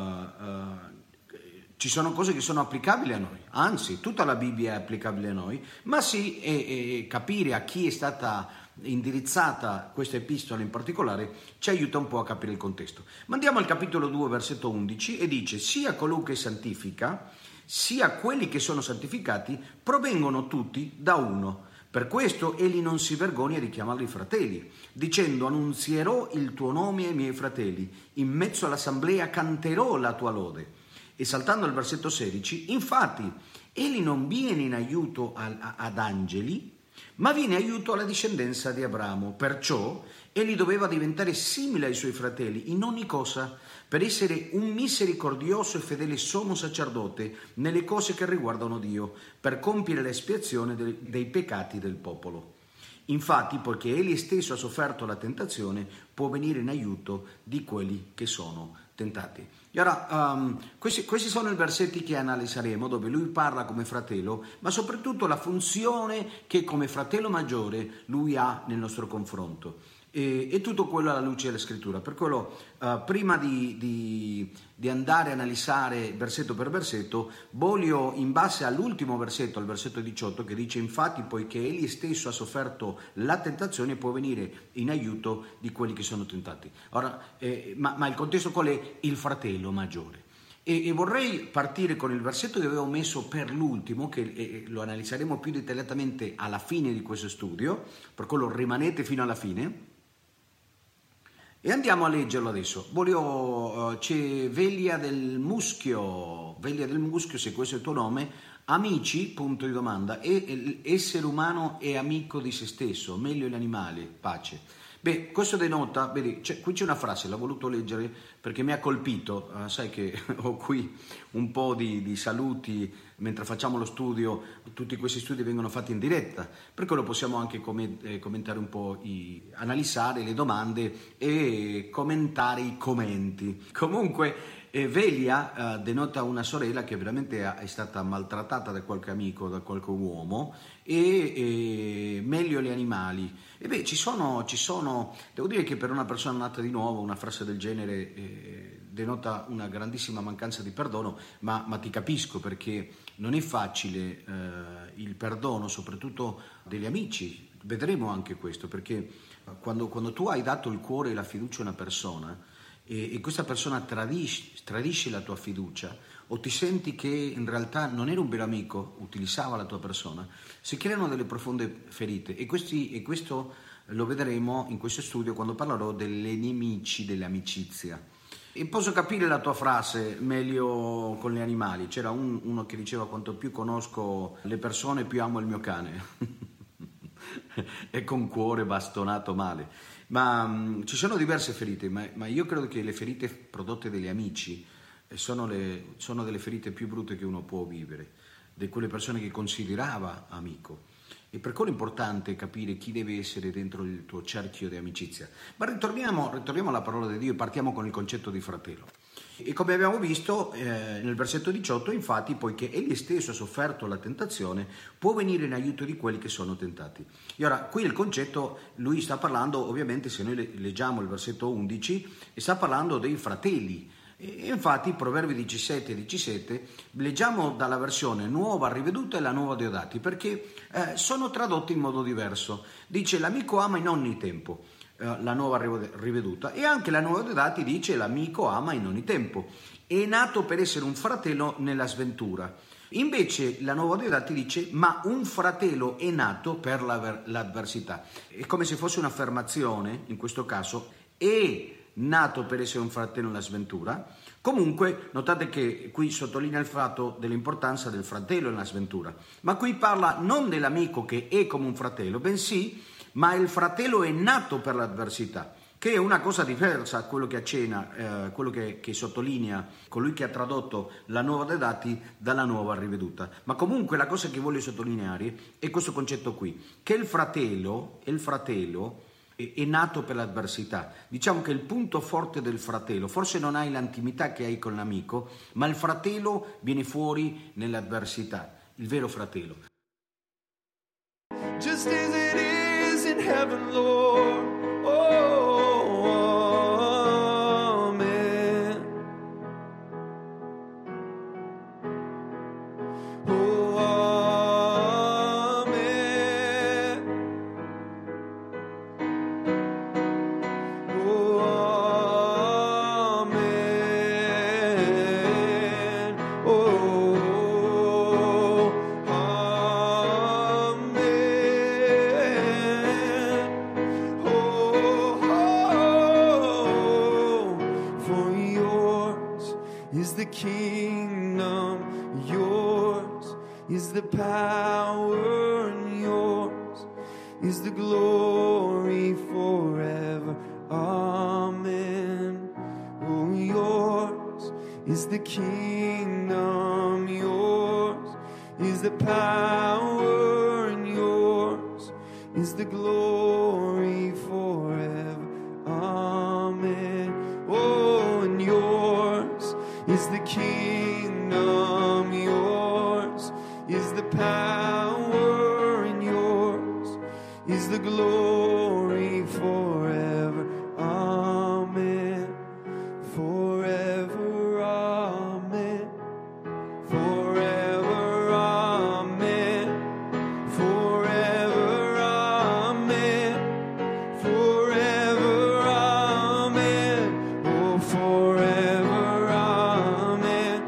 uh, ci sono cose che sono applicabili a noi, anzi tutta la Bibbia è applicabile a noi, ma sì, e, e capire a chi è stata indirizzata questa epistola in particolare ci aiuta un po' a capire il contesto. Ma andiamo al capitolo due, versetto undici, e dice: sia colui che santifica, sia quelli che sono santificati provengono tutti da uno. Per questo egli non si vergogna di chiamarli fratelli, dicendo: annunzierò il tuo nome ai miei fratelli, in mezzo all'assemblea canterò la tua lode. E saltando al versetto sedici, infatti egli non viene in aiuto al, a, ad angeli, ma viene in aiuto alla discendenza di Abramo. Perciò egli doveva diventare simile ai suoi fratelli in ogni cosa, per essere un misericordioso e fedele sommo sacerdote nelle cose che riguardano Dio, per compiere l'espiazione dei, dei peccati del popolo. Infatti, poiché egli stesso ha sofferto la tentazione, può venire in aiuto di quelli che sono tentati. E ora, um, questi, questi sono i versetti che analizzeremo, dove lui parla come fratello, ma soprattutto la funzione che come fratello maggiore lui ha nel nostro confronto. E, e tutto quello alla luce della scrittura. Per quello, uh, prima di, di, di andare a analizzare versetto per versetto, voglio, in base all'ultimo versetto, al versetto diciotto, che dice: infatti, poiché egli stesso ha sofferto la tentazione, può venire in aiuto di quelli che sono tentati. Ora, eh, ma, ma il contesto qual è? Il fratello maggiore. E, e vorrei partire con il versetto che avevo messo per l'ultimo, che eh, lo analizzeremo più dettagliatamente alla fine di questo studio, per quello rimanete fino alla fine. E andiamo a leggerlo adesso. Voglio, uh, c'è Veglia del Muschio, Veglia del Muschio, se questo è il tuo nome, amici, punto di domanda, e essere umano è amico di se stesso, meglio gli animali, pace. Beh, questo denota, vedi, c'è, qui c'è una frase, l'ho voluto leggere perché mi ha colpito, uh, sai che ho qui un po' di, di saluti mentre facciamo lo studio, tutti questi studi vengono fatti in diretta, per quello possiamo anche com- eh, commentare un po', i, analizzare le domande e commentare i commenti. Comunque, eh, Velia eh, denota una sorella che veramente è stata maltrattata da qualche amico, da qualche uomo, e, e meglio gli animali. E beh, ci sono, ci sono, devo dire che per una persona nata di nuovo una frase del genere eh, denota una grandissima mancanza di perdono, ma, ma ti capisco, perché non è facile eh, il perdono, soprattutto degli amici. Vedremo anche questo, perché quando, quando tu hai dato il cuore e la fiducia a una persona e, e questa persona tradisce, tradisce la tua fiducia, o ti senti che in realtà non era un vero amico, utilizzava la tua persona, si creano delle profonde ferite, e, questi, e questo lo vedremo in questo studio quando parlerò delle nemici dell'amicizia. E posso capire la tua frase, meglio con gli animali. C'era un, uno che diceva: quanto più conosco le persone più amo il mio cane. E con cuore bastonato male. Ma mh, ci sono diverse ferite, ma, ma io credo che le ferite prodotte dagli amici sono, le, sono delle ferite più brutte che uno può vivere, di quelle persone che considerava amico. E per quello è importante capire chi deve essere dentro il tuo cerchio di amicizia. Ma ritorniamo, ritorniamo alla parola di Dio e partiamo con il concetto di fratello. E come abbiamo visto eh, nel versetto diciotto, infatti, poiché egli stesso ha sofferto la tentazione, può venire in aiuto di quelli che sono tentati. E ora, qui il concetto, lui sta parlando, ovviamente, se noi leggiamo il versetto undici, sta parlando dei fratelli. E infatti Proverbi diciassette e diciassette leggiamo dalla versione nuova riveduta e la nuova Deodati, perché eh, sono tradotti in modo diverso. Dice: l'amico ama in ogni tempo, eh, la nuova riveduta, e anche la nuova Deodati dice: l'amico ama in ogni tempo, è nato per essere un fratello nella sventura. Invece la nuova Deodati dice: ma un fratello è nato per l'avversità. È come se fosse un'affermazione, in questo caso, è nato per essere un fratello nella sventura. Comunque notate che qui sottolinea il fatto dell'importanza del fratello nella sventura, ma qui parla non dell'amico che è come un fratello, bensì ma il fratello è nato per l'avversità, che è una cosa diversa a quello che accenna, eh, quello che, che sottolinea colui che ha tradotto la nuova Deodati dalla nuova riveduta. Ma comunque la cosa che voglio sottolineare è questo concetto qui, che il fratello, il fratello è nato per l'avversità. Diciamo che il punto forte del fratello, forse non hai l'intimità che hai con l'amico, ma il fratello viene fuori nell'avversità, il vero fratello. Just as it is in heaven, Lord. Oh, amen. Oh, amen. Oh, amen. Oh, the kingdom, yours is the power, and yours is the glory forever. Amen. Oh, yours is the kingdom, yours is the power, and yours is the glory forever. Amen. Oh, and yours is the kingdom, yours is the power, and yours is the glory forever. Amen. Forever, amen. Forever, amen. Forever, amen. Forever, amen. Oh, forever, amen.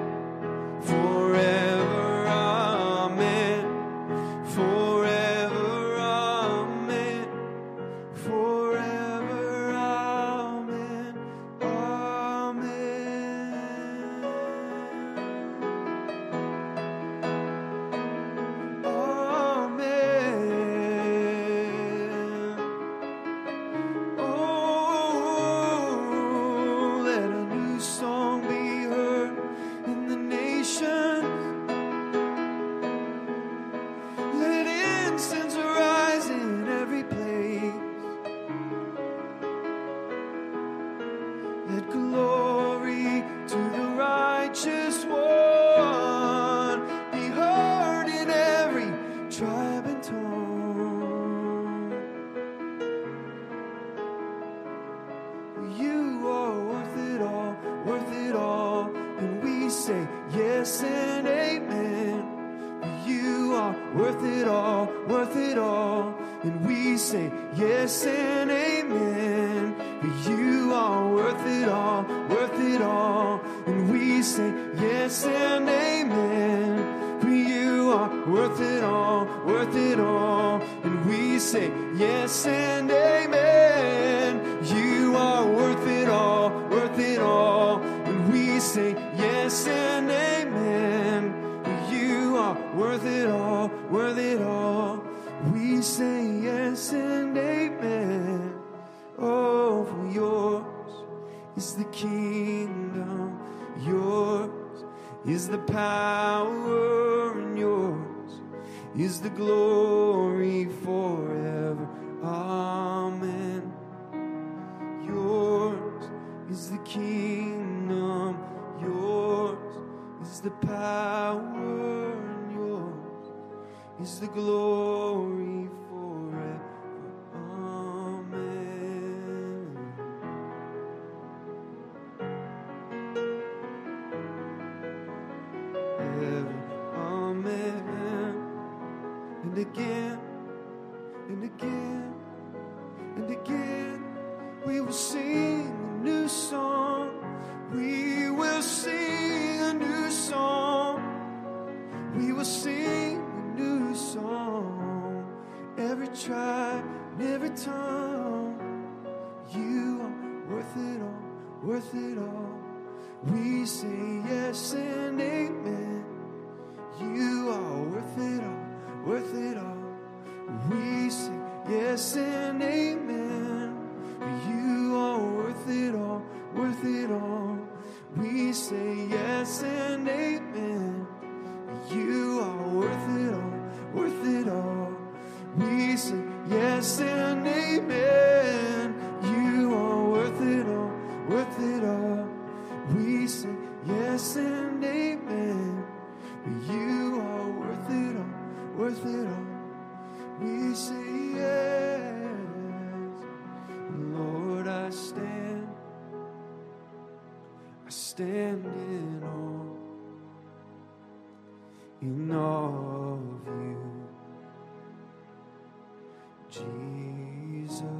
yes and amen. You are worth it all, worth it all. And we say yes and amen. You are worth it all, worth it all. And we say yes and amen. You are worth it all, worth it all. And we say yes and amen. You are worth it all, worth it all. And we say yes and amen. You are worth it all, worth it all. We say yes and amen. Oh, for yours is the kingdom, yours is the power, and yours is the glory forever. Amen. Yours is the kingdom, yours is the power, and yours is the glory forever. Amen. Ever. Amen. And again, and again, and again, we will sing a new song. We will sing a new song. We will sing a new song. Every tribe, and every tongue. You are worth it all, worth it all. We say yes and amen. You are worth it all, worth it all. We say yes and amen. You are worth it all, worth it all. We say yes and amen. You are worth it all, worth it all. We say yes and amen. You are worth it all, worth it all. We say yes and amen. You are worth it all, worth it all. We say yes. Lord, I stand, I stand in awe, in awe of you, Jesus.